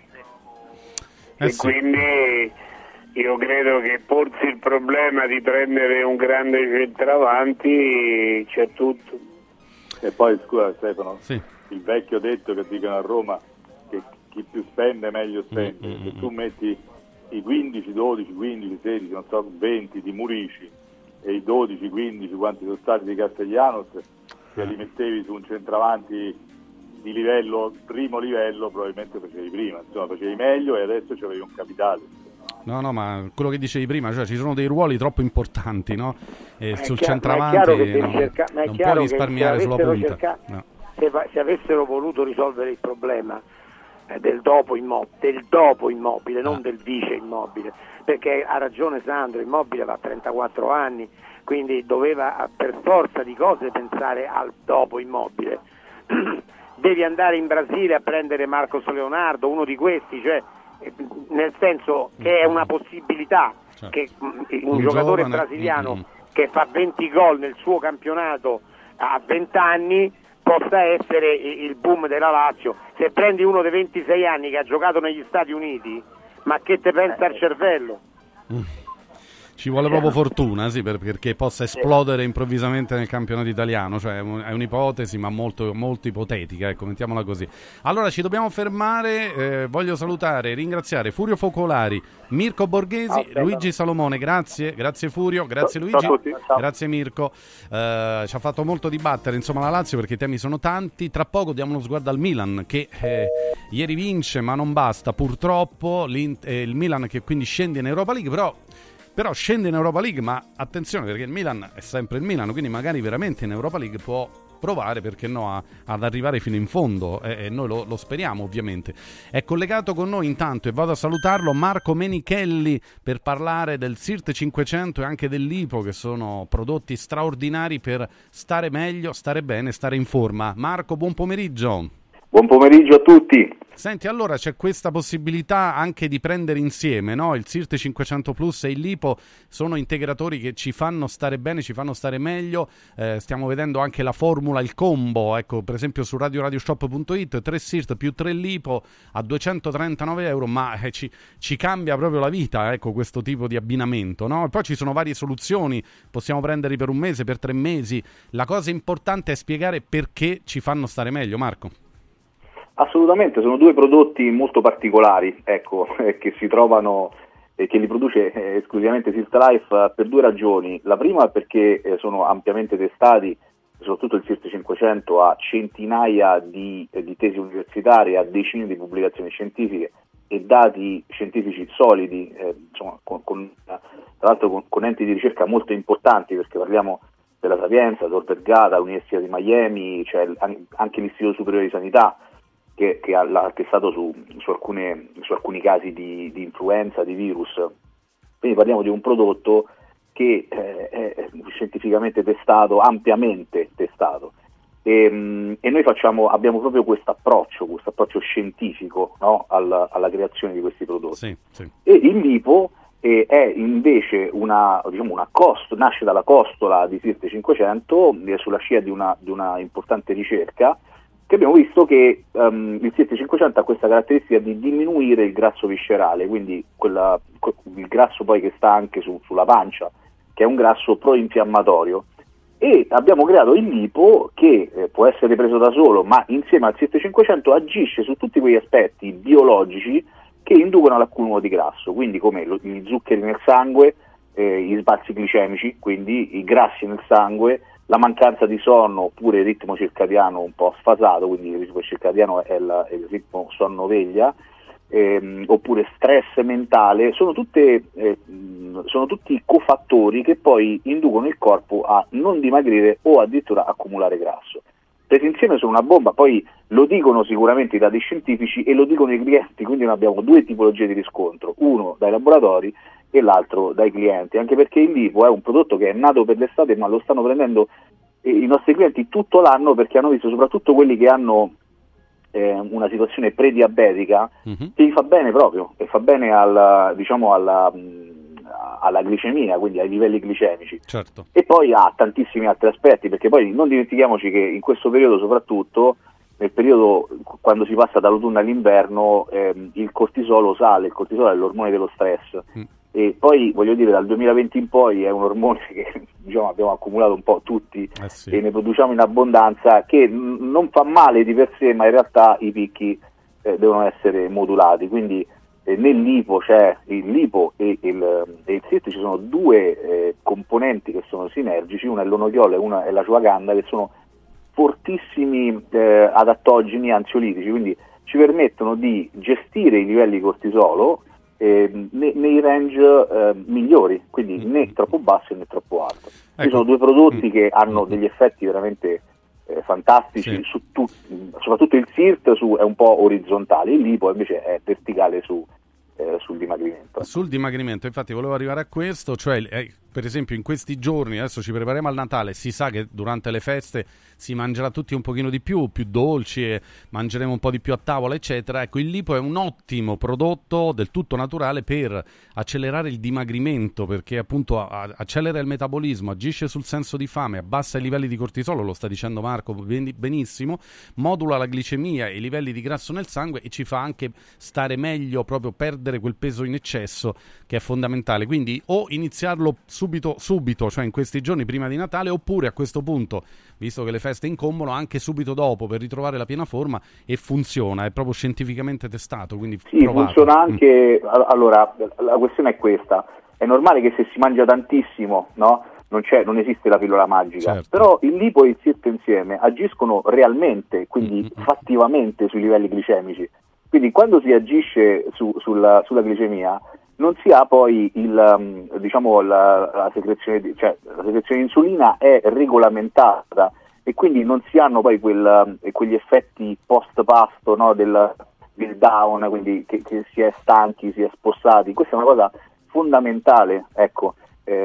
quindi io credo che porsi il problema di prendere un grande centravanti c'è tutto. E poi scusa Stefano, il vecchio detto che dicono a Roma che chi più spende meglio spende, se tu metti i 15, 12, 15, 16, non so, 20 di Murici e i 12, 15 quanti sono stati di Castellanos, se li mettevi su un centravanti di livello, primo livello, probabilmente facevi prima, insomma facevi meglio e adesso c'avevi un capitale. No, ma quello che dicevi prima, cioè ci sono dei ruoli troppo importanti, no? E sul centravanti non puoi risparmiare sulla punta. Se avessero voluto risolvere il problema del dopo Immobile, non del vice Immobile, perché ha ragione Sandro, Immobile va a 34 anni, quindi doveva per forza di cose pensare al dopo Immobile. Devi andare in Brasile a prendere Marcos Leonardo, uno di questi, cioè nel senso che è una possibilità, che un giocatore brasiliano che fa 20 gol nel suo campionato a 20 anni possa essere il boom della Lazio. Se prendi uno dei 26 anni che ha giocato negli Stati Uniti, ma che te pensa al cervello? Ci vuole proprio fortuna, sì, perché possa esplodere improvvisamente nel campionato italiano, cioè è un'ipotesi ma molto, molto ipotetica, ecco, mettiamola così. Allora ci dobbiamo fermare, voglio salutare e ringraziare Furio Focolari, Mirko Borghesi, Luigi Salomone, grazie Furio, grazie Luigi, ciao a tutti. Ciao. Grazie Mirko, ci ha fatto molto dibattere insomma la Lazio perché i temi sono tanti. Tra poco diamo uno sguardo al Milan che ieri vince ma non basta purtroppo, il Milan che quindi scende in Europa League, però scende in Europa League, ma attenzione perché il Milan è sempre il Milan, quindi magari veramente in Europa League può provare, perché no, ad arrivare fino in fondo, e noi lo speriamo ovviamente. È collegato con noi intanto, e vado a salutarlo, Marco Menichelli per parlare del SIRT 500 e anche dell'Ipo, che sono prodotti straordinari per stare meglio, stare bene, stare in forma. Marco, buon pomeriggio. Buon pomeriggio a tutti. Senti, allora c'è questa possibilità anche di prendere insieme, no? Il SIRT 500 Plus e il Lipo sono integratori che ci fanno stare bene, ci fanno stare meglio. Stiamo vedendo anche la formula, il combo, ecco, per esempio su radioshop.it, 3 SIRT più 3 Lipo a €239, ma ci cambia proprio la vita, ecco, questo tipo di abbinamento, no? E poi ci sono varie soluzioni, possiamo prenderli per un mese, per 3 mesi. La cosa importante è spiegare perché ci fanno stare meglio, Marco. Assolutamente, sono due prodotti molto particolari, ecco, che si trovano e che li produce esclusivamente SIRT Life per due ragioni. La prima è perché sono ampiamente testati, soprattutto il SIRT 500 ha centinaia di tesi universitarie, ha decine di pubblicazioni scientifiche e dati scientifici solidi, insomma, tra l'altro con enti di ricerca molto importanti, perché parliamo della Sapienza, Tor Vergata, l'Università di Miami, c'è anche l'Istituto Superiore di Sanità, che ha testato su alcuni casi di influenza, di virus. Quindi parliamo di un prodotto che è scientificamente testato, ampiamente testato, e noi abbiamo proprio questo approccio scientifico, no? alla creazione di questi prodotti. Sì. E il Lipo è invece nasce dalla costola di SIRT 500 sulla scia di una importante ricerca, che abbiamo visto che il SIRT 500 ha questa caratteristica di diminuire il grasso viscerale, quindi il grasso poi che sta anche sulla pancia, che è un grasso pro-infiammatorio, e abbiamo creato il Lipo che può essere preso da solo, ma insieme al SIRT 500 agisce su tutti quegli aspetti biologici che inducono all'accumulo di grasso, quindi come gli zuccheri nel sangue, gli sbalzi glicemici, quindi i grassi nel sangue, la mancanza di sonno oppure il ritmo circadiano un po' sfasato, quindi il ritmo circadiano è il ritmo sonno-veglia, oppure stress mentale, sono tutti cofattori che poi inducono il corpo a non dimagrire o addirittura accumulare grasso. Presi insieme sono una bomba, poi lo dicono sicuramente i dati scientifici e lo dicono i clienti, quindi noi abbiamo due tipologie di riscontro, uno dai laboratori e l'altro dai clienti, anche perché il Lipo è un prodotto che è nato per l'estate, ma lo stanno prendendo i nostri clienti tutto l'anno, perché hanno visto, soprattutto quelli che hanno una situazione prediabetica, che gli fa bene proprio, e fa bene alla glicemia, quindi ai livelli glicemici. Certo. E poi ha tantissimi altri aspetti, perché poi non dimentichiamoci che in questo periodo, soprattutto nel periodo quando si passa dall'autunno all'inverno, il cortisolo sale. Il cortisolo è l'ormone dello stress, e poi voglio dire, dal 2020 in poi è un ormone che abbiamo accumulato un po' tutti, e ne produciamo in abbondanza, che non fa male di per sé, ma in realtà i picchi devono essere modulati. Quindi nel Lipo c'è il Lipo e il SIRT, ci sono due componenti che sono sinergici, una è l'onochiolo e una è l'ashwagandha, che sono fortissimi adattogeni ansiolitici, quindi ci permettono di gestire i livelli di cortisolo nei range migliori, quindi né troppo basso né troppo alto. Ci sono due prodotti che hanno degli effetti veramente fantastici, soprattutto il SIRT è un po' orizzontale, il Lipo invece è verticale sul dimagrimento. Sul dimagrimento, infatti volevo arrivare a questo, cioè per esempio in questi giorni, adesso ci prepariamo al Natale, si sa che durante le feste si mangerà tutti un pochino di più dolci e mangeremo un po' di più a tavola, eccetera. Ecco, il lipo è un ottimo prodotto del tutto naturale per accelerare il dimagrimento, perché appunto accelera il metabolismo, agisce sul senso di fame, abbassa i livelli di cortisolo, lo sta dicendo Marco benissimo, modula la glicemia e i livelli di grasso nel sangue e ci fa anche stare meglio, proprio perdere quel peso in eccesso che è fondamentale. Quindi o iniziarlo subito, cioè in questi giorni prima di Natale, oppure a questo punto, visto che le feste incombono, anche subito dopo per ritrovare la piena forma, e funziona, è proprio scientificamente testato, quindi sì, provato. Funziona anche. Allora, la questione è questa: è normale che se si mangia tantissimo, no? Non esiste la pillola magica, certo. Però il lipo e il SIRT insieme agiscono realmente, quindi fattivamente sui livelli glicemici. Quindi quando si agisce sulla glicemia non si ha poi la secrezione, cioè la secrezione di insulina è regolamentata e quindi non si hanno poi quegli effetti post pasto, no, del down, quindi che si è stanchi, si è spossati. Questa è una cosa fondamentale, ecco.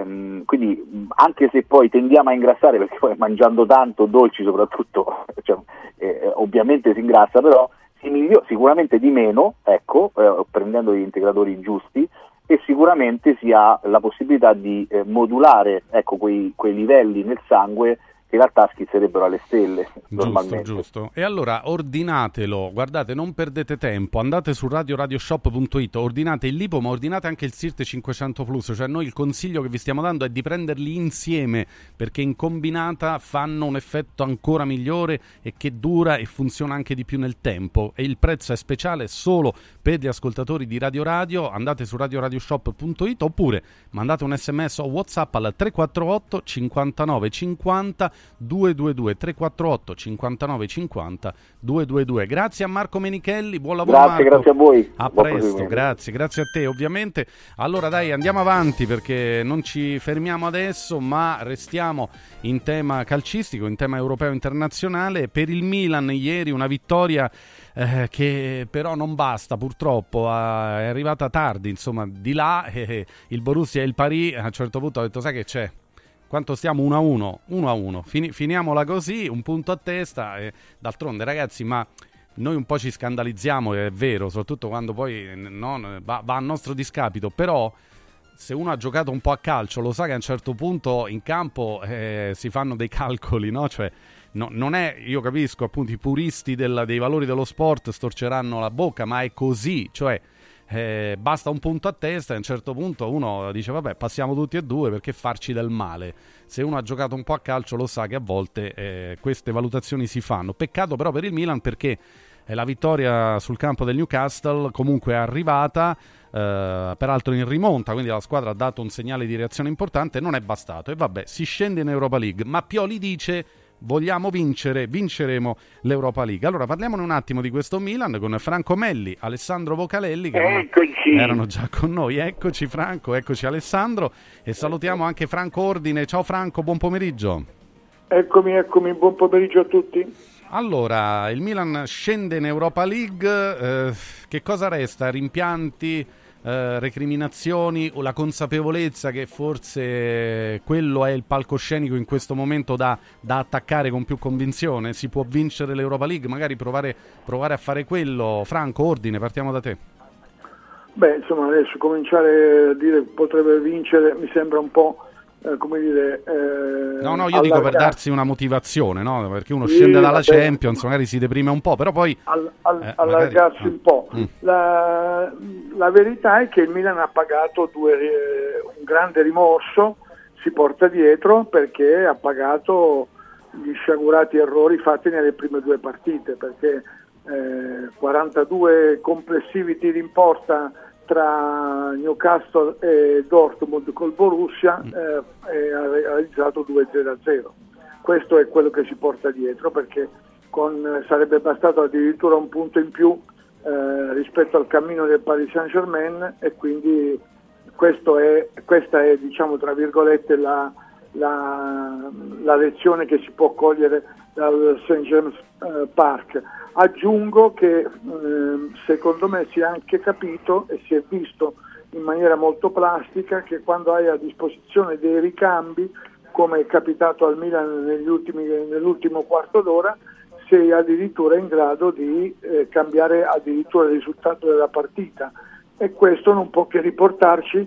Quindi anche se poi tendiamo a ingrassare, perché poi mangiando tanto, dolci soprattutto, ovviamente si ingrassa, però si migliora sicuramente di meno, ecco, prendendo gli integratori giusti, e sicuramente si ha la possibilità di modulare, ecco, quei livelli nel sangue che in realtà schizzerebbero alle stelle normalmente. Giusto. E allora ordinatelo, guardate, non perdete tempo, andate su radioshop.it, ordinate il lipo, ma ordinate anche il SIRT 500 Plus, cioè noi il consiglio che vi stiamo dando è di prenderli insieme, perché in combinata fanno un effetto ancora migliore e che dura e funziona anche di più nel tempo, e il prezzo è speciale solo per gli ascoltatori di Radio Radio. Andate su radioshop.it oppure mandate un SMS o WhatsApp al 348 59 50 222 348 59 50 222. Grazie a Marco Menichelli, buon lavoro. Grazie a voi. A presto, grazie a te ovviamente. Allora dai, andiamo avanti perché non ci fermiamo adesso, ma restiamo in tema calcistico, in tema europeo internazionale. Per il Milan ieri una vittoria che però non basta, purtroppo è arrivata tardi, insomma, di là il Borussia e il Paris a un certo punto ha detto: sai che c'è? Quanto stiamo? 1-1. Finiamola così, un punto a testa. E d'altronde, ragazzi, ma noi un po' ci scandalizziamo, è vero, soprattutto quando poi va a nostro discapito. Però se uno ha giocato un po' a calcio lo sa che a un certo punto in campo si fanno dei calcoli, no? Cioè non è, io capisco, appunto, i puristi dei valori dello sport storceranno la bocca, ma è così, cioè basta un punto a testa e a un certo punto uno dice vabbè, passiamo tutti e due, perché farci del male. Se uno ha giocato un po' a calcio lo sa che a volte queste valutazioni si fanno. Peccato però per il Milan, perché la vittoria sul campo del Newcastle comunque è arrivata, peraltro in rimonta, quindi la squadra ha dato un segnale di reazione importante. Non è bastato e vabbè, si scende in Europa League, ma Pioli dice: vogliamo vincere, vinceremo l'Europa League. Allora parliamone un attimo di questo Milan con Franco Melli, Alessandro Vocalelli, che erano già con noi. Eccoci Franco, eccoci Alessandro, e salutiamo anche Franco Ordine. Ciao Franco, buon pomeriggio. Eccomi, buon pomeriggio a tutti. Allora, il Milan scende in Europa League, che cosa resta? Rimpianti, recriminazioni o la consapevolezza che forse quello è il palcoscenico in questo momento da attaccare con più convinzione? Si può vincere l'Europa League, magari provare a fare quello. Franco Ordine, partiamo da te. Beh, insomma, adesso cominciare a dire potrebbe vincere mi sembra un po' come dire no, io dico per darsi una motivazione, no? Perché uno scende dalla Champions, magari si deprime un po', però poi allargarsi un po'. La verità è che il Milan ha pagato un grande rimorso, si porta dietro, perché ha pagato gli sciagurati errori fatti nelle prime due partite, perché 42 complessivi tiri in porta tra Newcastle e Dortmund col Borussia, ha realizzato 2-0. Questo è quello che si porta dietro, perché sarebbe bastato addirittura un punto in più rispetto al cammino del Paris Saint-Germain, e quindi questa è diciamo tra virgolette la lezione che si può cogliere dal St. James Park. Aggiungo che secondo me si è anche capito e si è visto in maniera molto plastica, che quando hai a disposizione dei ricambi, come è capitato al Milan nell'ultimo quarto d'ora, sei addirittura in grado di cambiare addirittura il risultato della partita, e questo non può che riportarci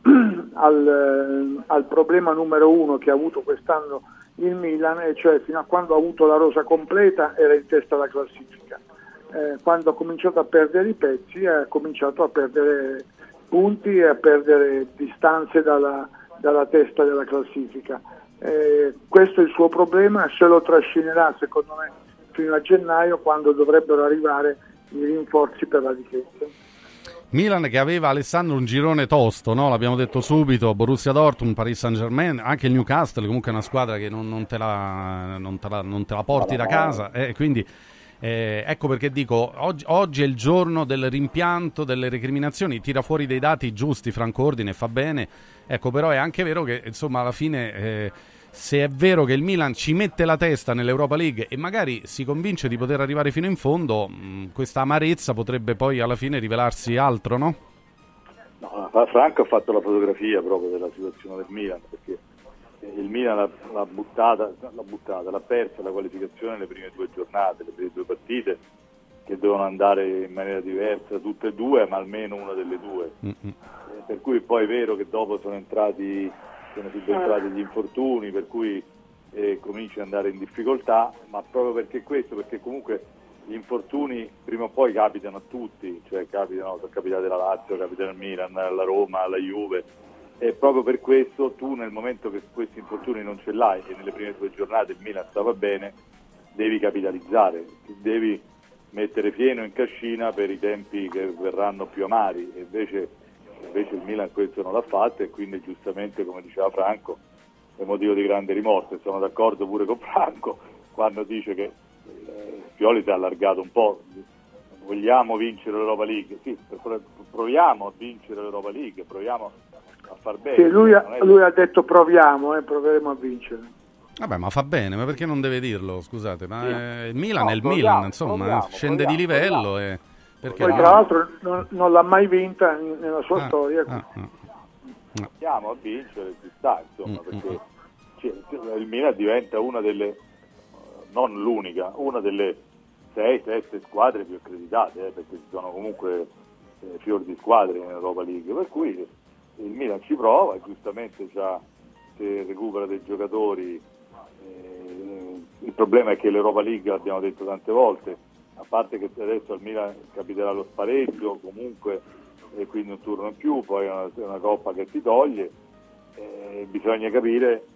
al problema numero uno che ha avuto quest'anno il Milan, e cioè fino a quando ha avuto la rosa completa era in testa alla classifica. Quando ha cominciato a perdere i pezzi ha cominciato a perdere punti e a perdere distanze dalla testa della classifica. Questo è il suo problema, se lo trascinerà secondo me fino a gennaio, quando dovrebbero arrivare i rinforzi per la difesa. Milan che aveva, Alessandro, un girone tosto, no? L'abbiamo detto subito: Borussia Dortmund, Paris Saint-Germain, anche il Newcastle, comunque è una squadra che non te la porti da casa, quindi ecco perché dico, oggi è il giorno del rimpianto, delle recriminazioni. Tira fuori dei dati giusti Franco Ordine, fa bene, ecco, però è anche vero che insomma alla fine se è vero che il Milan ci mette la testa nell'Europa League e magari si convince di poter arrivare fino in fondo, questa amarezza potrebbe poi alla fine rivelarsi altro, no? No, Franco ha fatto la fotografia proprio della situazione del Milan, perché il Milan l'ha persa la qualificazione nelle prime due giornate, le prime due partite, che devono andare in maniera diversa tutte e due, ma almeno una delle due. Per cui poi è vero che dopo sono subentrati gli infortuni, per cui cominci ad andare in difficoltà, ma proprio perché comunque gli infortuni prima o poi capitano a tutti, cioè sono capitati alla Lazio, capitano al Milan, alla Roma, alla Juve, e proprio per questo tu, nel momento che questi infortuni non ce l'hai e nelle prime due giornate il Milan stava bene, devi capitalizzare, devi mettere fieno in cascina per i tempi che verranno più amari, e invece il Milan questo non l'ha fatto, e quindi giustamente, come diceva Franco, è motivo di grande rimorso. E sono d'accordo pure con Franco quando dice che Pioli si è allargato un po'. Vogliamo vincere l'Europa League? Sì, proviamo a vincere l'Europa League, proviamo a far bene. Sì, lui ha detto proveremo a vincere. Vabbè, ma fa bene, ma perché non deve dirlo? Scusate, ma Sì. il Milan è il Milan, insomma, scende di livello e... Poi tra l'altro non l'ha mai vinta nella sua storia. Andiamo a vincere, ci sta, insomma, perché il Milan diventa una delle, non l'unica, una delle 6-7 squadre più accreditate, perché ci sono comunque fior di squadre in Europa League, per cui il Milan ci prova, giustamente se recupera dei giocatori. Il problema è che l'Europa League, l'abbiamo detto tante volte, a parte che adesso al Milan capiterà lo spareggio comunque, e quindi un turno in più, poi è una coppa che ti toglie, bisogna capire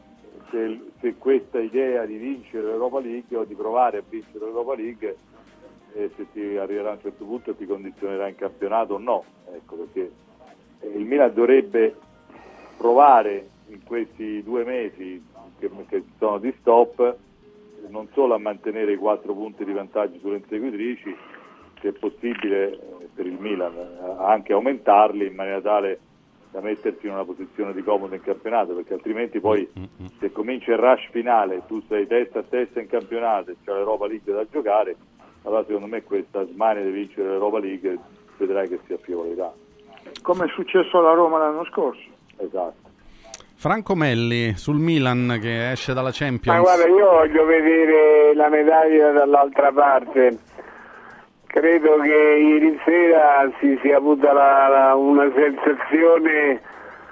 se questa idea di vincere l'Europa League o di provare a vincere l'Europa League, se ti arriverà a un certo punto ti condizionerà in campionato o no, ecco, perché il Milan dovrebbe provare in questi 2 mesi che sono di stop non solo a mantenere i 4 punti di vantaggio sulle inseguitrici, se è possibile per il Milan anche aumentarli in maniera tale da mettersi in una posizione di comodo in campionato, perché altrimenti poi se comincia il rush finale, tu sei testa a testa in campionato e c'è l'Europa League da giocare, allora secondo me questa smania di vincere l'Europa League vedrai che si affievolirà. Come è successo alla Roma l'anno scorso. Esatto. Franco Melli sul Milan che esce dalla Champions. Ma guarda, io voglio vedere la medaglia dall'altra parte. Credo che ieri sera si sia avuta una sensazione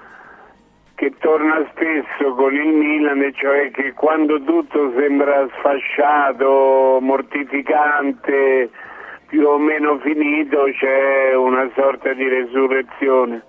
che torna spesso con il Milan, e cioè che quando tutto sembra sfasciato, mortificante, più o meno finito, c'è una sorta di resurrezione.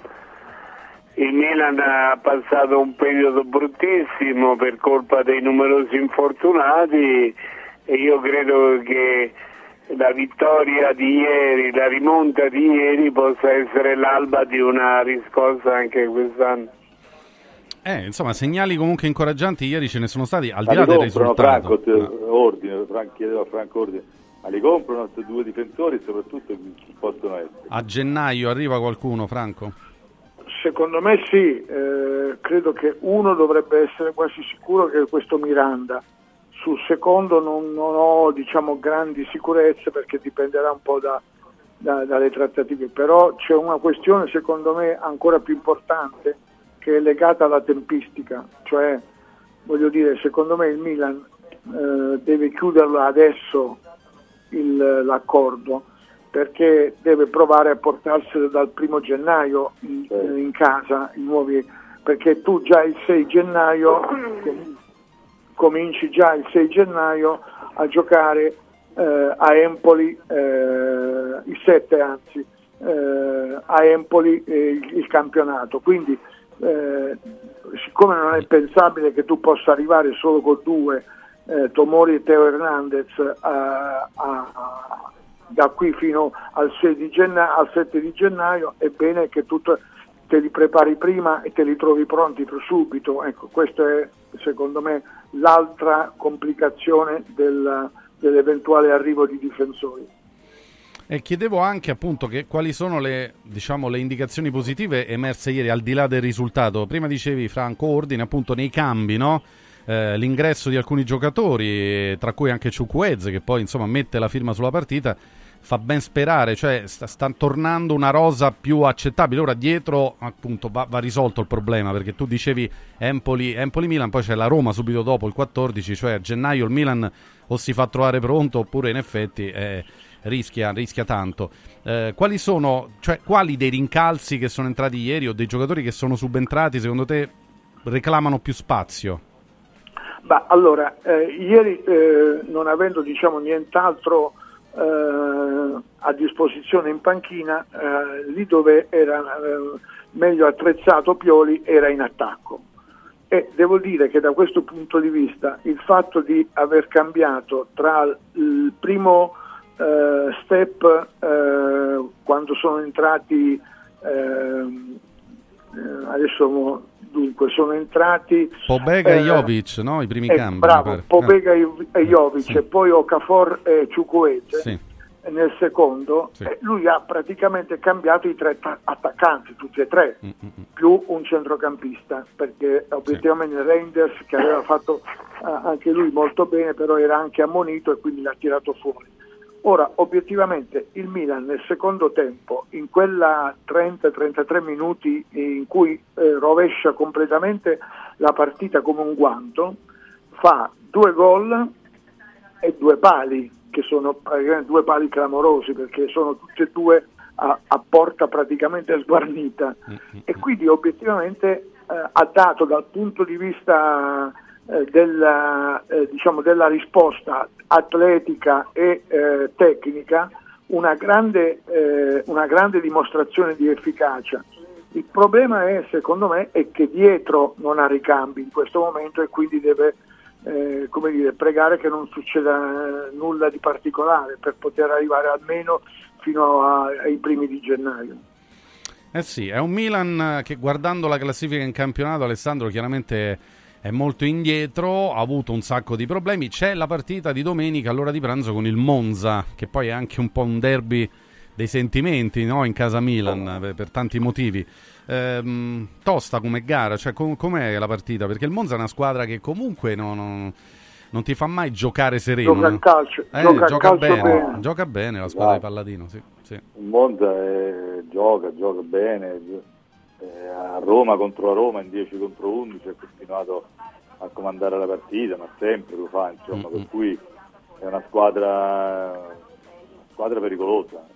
Il Milan ha passato un periodo bruttissimo per colpa dei numerosi infortunati, e io credo che la vittoria di ieri, la rimonta di ieri possa essere l'alba di una riscossa anche quest'anno. Insomma, segnali comunque incoraggianti ieri ce ne sono stati, al di là del risultato. Chiedevo a Franco Ordine, ma li comprano 2 difensori e soprattutto chi possono essere? A gennaio arriva qualcuno, Franco? Secondo me sì, credo che uno dovrebbe essere quasi sicuro, che è questo Miranda. Sul secondo non ho grandi sicurezze, perché dipenderà un po' dalle trattative, però c'è una questione secondo me ancora più importante che è legata alla tempistica, cioè voglio dire, secondo me il Milan deve chiuderlo adesso l'accordo, perché deve provare a portarselo dal 1° gennaio in casa, i nuovi, perché tu già il 6 gennaio cominci già il 6 gennaio a giocare a Empoli, il 7 anzi, a Empoli il campionato, quindi siccome non è pensabile che tu possa arrivare solo con 2 Tomori e Teo Hernandez da qui fino al 7 di gennaio, è bene che tu te li prepari prima e te li trovi pronti subito. Ecco, questo è secondo me l'altra complicazione dell'eventuale arrivo di difensori. E chiedevo anche appunto quali sono le indicazioni positive emerse ieri al di là del risultato. Prima dicevi, Franco, ordine appunto nei cambi, no? L'ingresso di alcuni giocatori, tra cui anche Chukwueze, che poi insomma mette la firma sulla partita, fa ben sperare, cioè sta tornando una rosa più accettabile. Ora dietro appunto va risolto il problema, perché tu dicevi Empoli-Milan, poi c'è la Roma subito dopo il 14, cioè a gennaio il Milan o si fa trovare pronto oppure in effetti rischia tanto. Quali dei rincalzi che sono entrati ieri o dei giocatori che sono subentrati secondo te reclamano più spazio? Allora, ieri non avendo nient'altro a disposizione in panchina, lì dove era meglio attrezzato Pioli era in attacco, e devo dire che da questo punto di vista il fatto di aver cambiato tra il primo step quando sono entrati sono entrati Pobega e Jovic, no? I primi cambi. Bravo, Pobega e Jovic, sì. E poi Okafor e Chukwueze, sì. Nel secondo, sì. Lui ha praticamente cambiato i 3 attaccanti, tutti e 3, più un centrocampista, perché obiettivamente Reinders, che aveva fatto anche lui molto bene, però era anche ammonito e quindi l'ha tirato fuori. Ora, obiettivamente, il Milan nel secondo tempo, in quella 30-33 minuti in cui rovescia completamente la partita come un guanto, fa 2 gol e 2 pali, che sono praticamente 2 pali clamorosi, perché sono tutti e 2 a porta praticamente sguarnita. E quindi obiettivamente ha dato dal punto di vista della risposta atletica e tecnica una grande dimostrazione di efficacia. Il problema è, secondo me, è che dietro non ha ricambi in questo momento e quindi deve pregare che non succeda nulla di particolare per poter arrivare almeno fino ai primi di gennaio. Sì, è un Milan che, guardando la classifica in campionato, Alessandro, chiaramente è molto indietro, ha avuto un sacco di problemi. C'è la partita di domenica all'ora di pranzo con il Monza, che poi è anche un po' un derby dei sentimenti, no? In casa Milan, per tanti motivi. Tosta come gara, cioè com'è la partita? Perché il Monza è una squadra che comunque non ti fa mai giocare sereno. Gioca a calcio, gioca bene la squadra di Palladino. Sì. Il Monza gioca bene. A Roma contro la Roma in 10 contro 11 ha continuato a comandare la partita, ma sempre lo fa, insomma, per cui è una squadra pericolosa,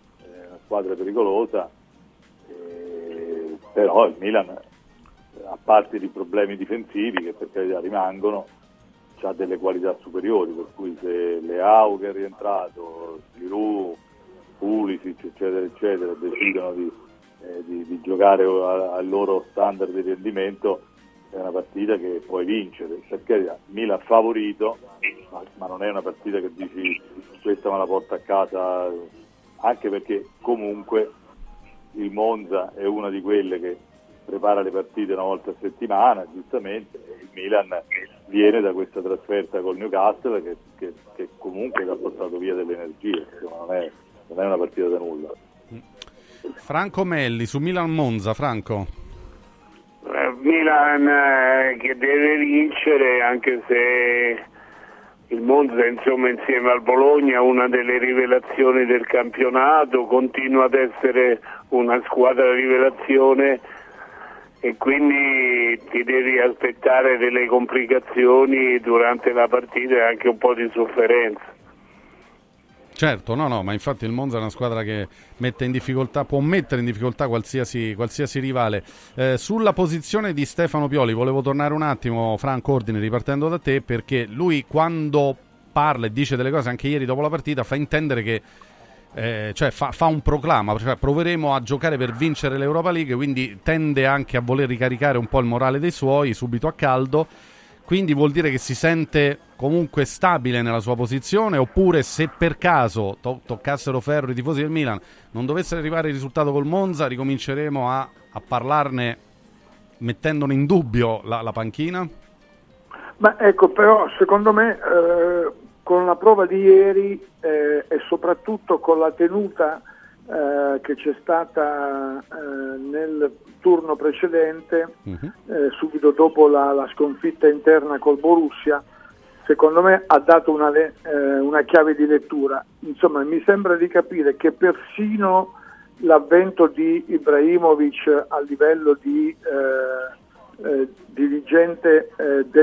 però il Milan, a parte i problemi difensivi che per carità rimangono, ha delle qualità superiori, per cui se Leao, che è rientrato, Giroud, Pulisic eccetera decidono di giocare al loro standard di rendimento, è una partita che puoi vincere, perché Milan favorito, ma non è una partita che dici questa me la porto a casa, anche perché comunque il Monza è una di quelle che prepara le partite una volta a settimana, giustamente, e il Milan viene da questa trasferta col Newcastle che comunque ti ha portato via delle energie, insomma, non è una partita da nulla. Franco Melli su Milan-Monza. Franco? Milan che deve vincere, anche se il Monza insomma insieme al Bologna è una delle rivelazioni del campionato, continua ad essere una squadra rivelazione e quindi ti devi aspettare delle complicazioni durante la partita e anche un po' di sofferenza. Certo, no, ma infatti il Monza è una squadra che può mettere in difficoltà qualsiasi rivale. Sulla posizione di Stefano Pioli volevo tornare un attimo, Franco Ordine, ripartendo da te, perché lui quando parla e dice delle cose, anche ieri dopo la partita, fa intendere che fa un proclama, cioè proveremo a giocare per vincere l'Europa League, quindi tende anche a voler ricaricare un po' il morale dei suoi subito a caldo. Quindi vuol dire che si sente comunque stabile nella sua posizione, oppure se per caso toccassero ferro i tifosi del Milan, non dovesse arrivare il risultato col Monza, ricominceremo a parlarne mettendone in dubbio la panchina? Ma ecco, però secondo me con la prova di ieri e soprattutto con la tenuta che c'è stata nel turno precedente, subito dopo la sconfitta interna col Borussia, secondo me ha dato una chiave di lettura. Insomma, mi sembra di capire che persino l'avvento di Ibrahimovic a livello di dirigente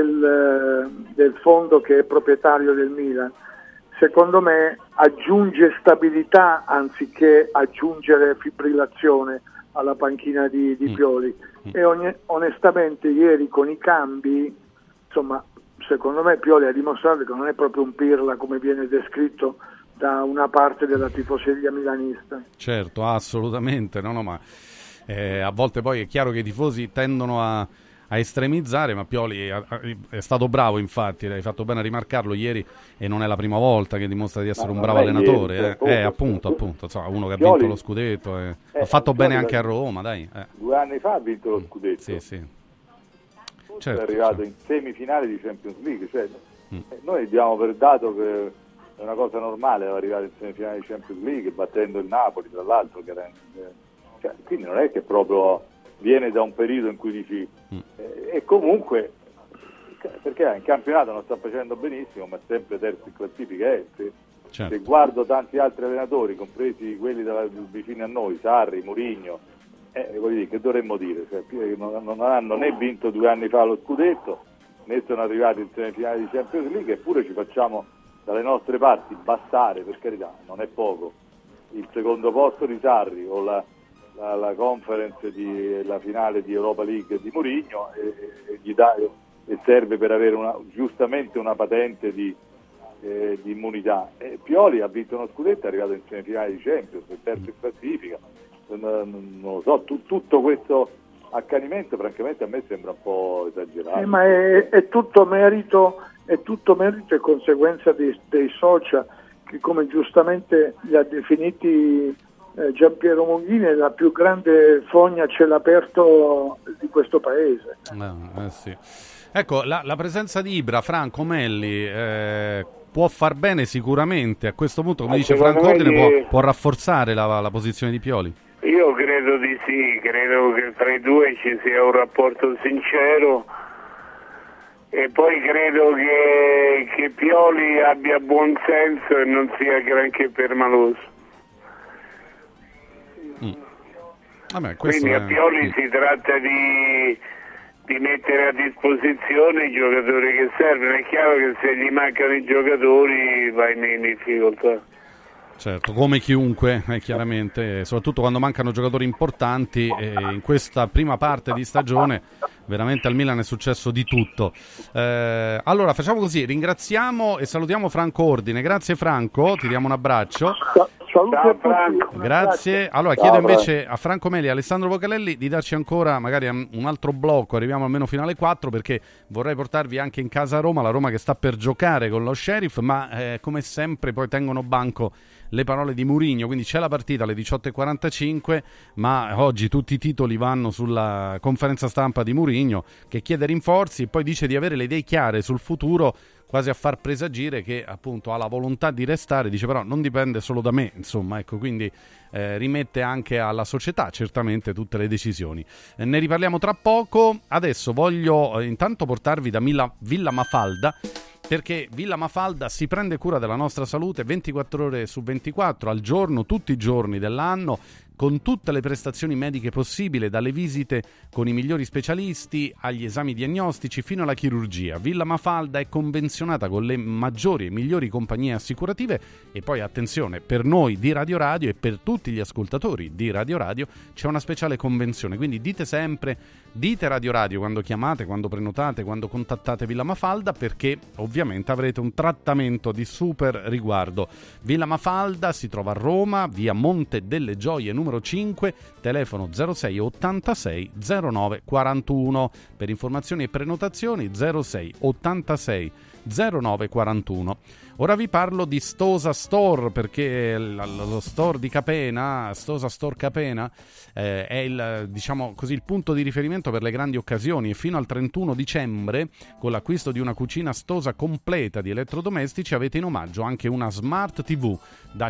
del fondo che è proprietario del Milan, secondo me aggiunge stabilità anziché aggiungere fibrillazione alla panchina di Pioli. E onestamente ieri con i cambi, insomma, secondo me Pioli ha dimostrato che non è proprio un pirla come viene descritto da una parte della tifoseria milanista. Certo, assolutamente, no, ma a volte poi è chiaro che i tifosi tendono a estremizzare, ma Pioli è stato bravo, infatti, hai fatto bene a rimarcarlo ieri, e non è la prima volta che dimostra di essere un bravo allenatore, appunto, insomma, uno che ha vinto lo scudetto, ha fatto bene anche a Roma, dai. 2 anni fa ha vinto lo scudetto. Sì. Certo, è arrivato in semifinale di Champions League, cioè, noi diamo per dato che è una cosa normale arrivare in semifinale di Champions League battendo il Napoli, tra l'altro, cioè, quindi non è che proprio viene da un periodo in cui dici e comunque, perché in campionato non sta facendo benissimo, ma sempre terzo in classifica se guardo tanti altri allenatori, compresi quelli vicini a noi, Sarri, Mourinho, voglio dire, che dovremmo dire? Cioè, non hanno né vinto 2 anni fa lo scudetto, né sono arrivati in semifinale di Champions League, eppure ci facciamo dalle nostre parti bastare, per carità, non è poco, il secondo posto di Sarri o la conference la finale di Europa League di Mourinho e serve per avere giustamente una patente di immunità. Pioli ha vinto uno scudetto, è arrivato in semifinale di Champions, è terzo in classifica, non lo so, tutto questo accanimento francamente a me sembra un po' esagerato. Ma è tutto merito e conseguenza dei social che, come giustamente li ha definiti Giampiero Monghini, è la più grande fogna a cielo aperto di questo paese. Sì. Ecco, la presenza di Ibra, Franco Melli, può far bene sicuramente a questo punto, come dice Franco Ordine, può rafforzare la posizione di Pioli? Io credo di sì, credo che tra i due ci sia un rapporto sincero, e poi credo che Pioli abbia buon senso e non sia granché permaloso. Quindi a Pioli si tratta di mettere a disposizione i giocatori che servono. È chiaro che se gli mancano i giocatori va in difficoltà. Certo, come chiunque, chiaramente, soprattutto quando mancano giocatori importanti, in questa prima parte di stagione veramente al Milan è successo di tutto. Allora facciamo così, ringraziamo e salutiamo Franco Ordine. Grazie Franco, ti diamo un abbraccio. Ciao Franco. Grazie. Allora chiedo invece a Franco Meli e Alessandro Vocalelli di darci ancora magari un altro blocco, arriviamo almeno fino alle 4, perché vorrei portarvi anche in casa a Roma, la Roma che sta per giocare con lo Sheriff, ma come sempre poi tengono banco le parole di Mourinho, quindi c'è la partita alle 18:45, ma oggi tutti i titoli vanno sulla conferenza stampa di Mourinho, che chiede rinforzi e poi dice di avere le idee chiare sul futuro, quasi a far presagire che appunto ha la volontà di restare, dice però non dipende solo da me, insomma, ecco, quindi rimette anche alla società certamente tutte le decisioni. Ne riparliamo tra poco. Adesso voglio intanto portarvi da Villa Mafalda, perché Villa Mafalda si prende cura della nostra salute 24 ore su 24, al giorno, tutti i giorni dell'anno, con tutte le prestazioni mediche possibili, dalle visite con i migliori specialisti agli esami diagnostici fino alla chirurgia. Villa Mafalda è convenzionata con le maggiori e migliori compagnie assicurative e poi attenzione, per noi di Radio Radio e per tutti gli ascoltatori di Radio Radio c'è una speciale convenzione, quindi dite Radio Radio quando chiamate, quando prenotate, quando contattate Villa Mafalda, perché ovviamente avrete un trattamento di super riguardo. Villa Mafalda si trova a Roma, via Monte delle Gioie numero 5, telefono 06 86 09 41. Per informazioni e prenotazioni 06 86 09 41. Ora vi parlo di Stosa Store, perché lo store di Capena, Stosa Store Capena, è il punto di riferimento per le grandi occasioni, e fino al 31 dicembre con l'acquisto di una cucina Stosa completa di elettrodomestici avete in omaggio anche una Smart TV da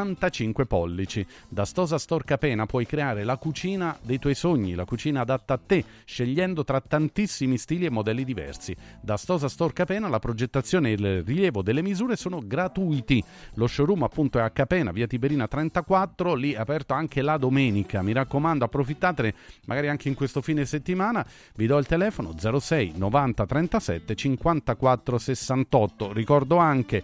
55 pollici. Da Stosa Store Capena puoi creare la cucina dei tuoi sogni, la cucina adatta a te, scegliendo tra tantissimi stili e modelli diversi. Da Stosa Store Capena la progettazione e il rilievo delle misure sono gratuiti. Lo showroom appunto è a Capena, via Tiberina 34, lì è aperto anche la domenica. Mi raccomando, approfittatene magari anche in questo fine settimana. Vi do il telefono 06 90 37 54 68. Ricordo anche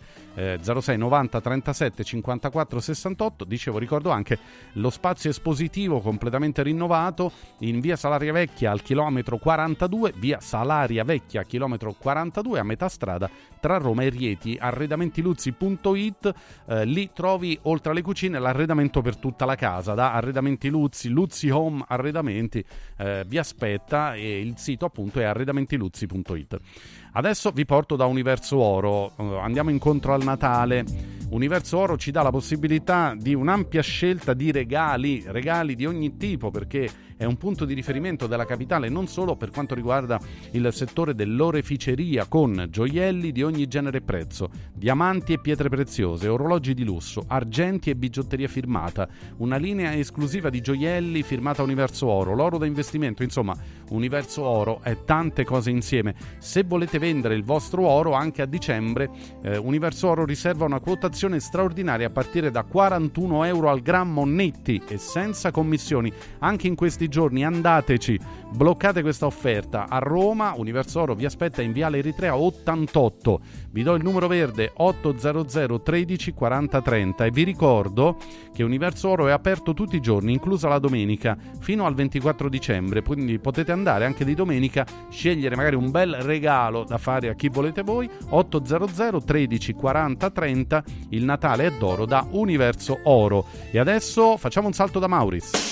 06 90 37 54 68. Ricordo anche lo spazio espositivo completamente rinnovato in via Salaria Vecchia al chilometro 42, via Salaria Vecchia chilometro 42, a metà strada tra Roma e Rieti. Arredamentiluzzi.it, lì trovi oltre alle cucine l'arredamento per tutta la casa, da Arredamenti Luzzi, Luzzi Home Arredamenti, vi aspetta, e il sito appunto è arredamentiluzzi.it. Adesso vi porto da Universo Oro, andiamo incontro al Natale. Universo Oro ci dà la possibilità di un'ampia scelta di regali di ogni tipo, perché è un punto di riferimento della capitale non solo per quanto riguarda il settore dell'oreficeria, con gioielli di ogni genere e prezzo, diamanti e pietre preziose, orologi di lusso, argenti e bigiotteria firmata, una linea esclusiva di gioielli firmata Universo Oro, l'oro da investimento, insomma Universo Oro è tante cose insieme. Se volete vendere il vostro oro anche a dicembre, Universo Oro riserva una quotazione straordinaria a partire da 41 euro al grammo netti e senza commissioni. Anche in questi giorni andateci, bloccate questa offerta. A Roma Universo Oro vi aspetta in Viale Eritrea 88, vi do il numero verde 800 13 40 30 e vi ricordo che Universo Oro è aperto tutti i giorni, inclusa la domenica, fino al 24 dicembre, quindi potete andare anche di domenica, scegliere magari un bel regalo da fare a chi volete voi. 800 13 40 30, il Natale è d'oro da Universo Oro. E adesso facciamo un salto da Mauris.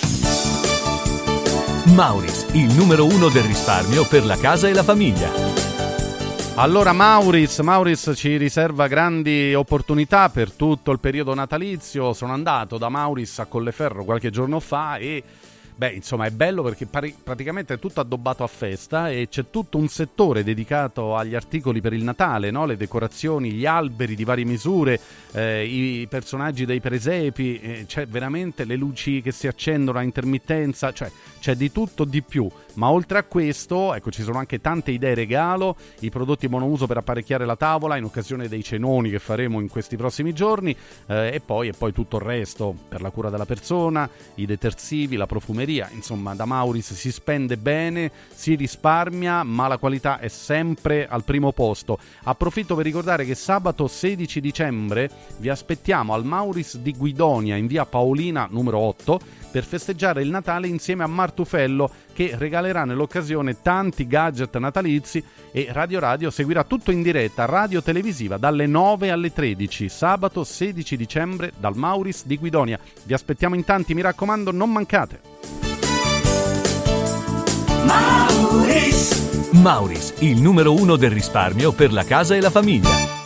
Mauris, il numero 1 del risparmio per la casa e la famiglia. Allora Mauris ci riserva grandi opportunità per tutto il periodo natalizio. Sono andato da Mauris a Colleferro qualche giorno fa e insomma è bello perché praticamente è tutto addobbato a festa e c'è tutto un settore dedicato agli articoli per il Natale, no? Le decorazioni, gli alberi di varie misure, i personaggi dei presepi, c'è veramente le luci che si accendono a intermittenza, cioè c'è di tutto di più. Ma oltre a questo, ci sono anche tante idee regalo, i prodotti monouso per apparecchiare la tavola in occasione dei cenoni che faremo in questi prossimi giorni, e poi tutto il resto per la cura della persona, i detersivi, la profumeria. Insomma, da Mauris si spende bene, si risparmia, ma la qualità è sempre al primo posto. Approfitto per ricordare che sabato 16 dicembre vi aspettiamo al Mauris di Guidonia in via Paolina numero 8 per festeggiare il Natale insieme a Martufello, che regalerà nell'occasione tanti gadget natalizi, e Radio Radio seguirà tutto in diretta radio televisiva dalle 9 alle 13 sabato 16 dicembre dal Mauris di Guidonia. Vi aspettiamo in tanti, mi raccomando, non mancate. Mauris, il numero 1 del risparmio per la casa e la famiglia.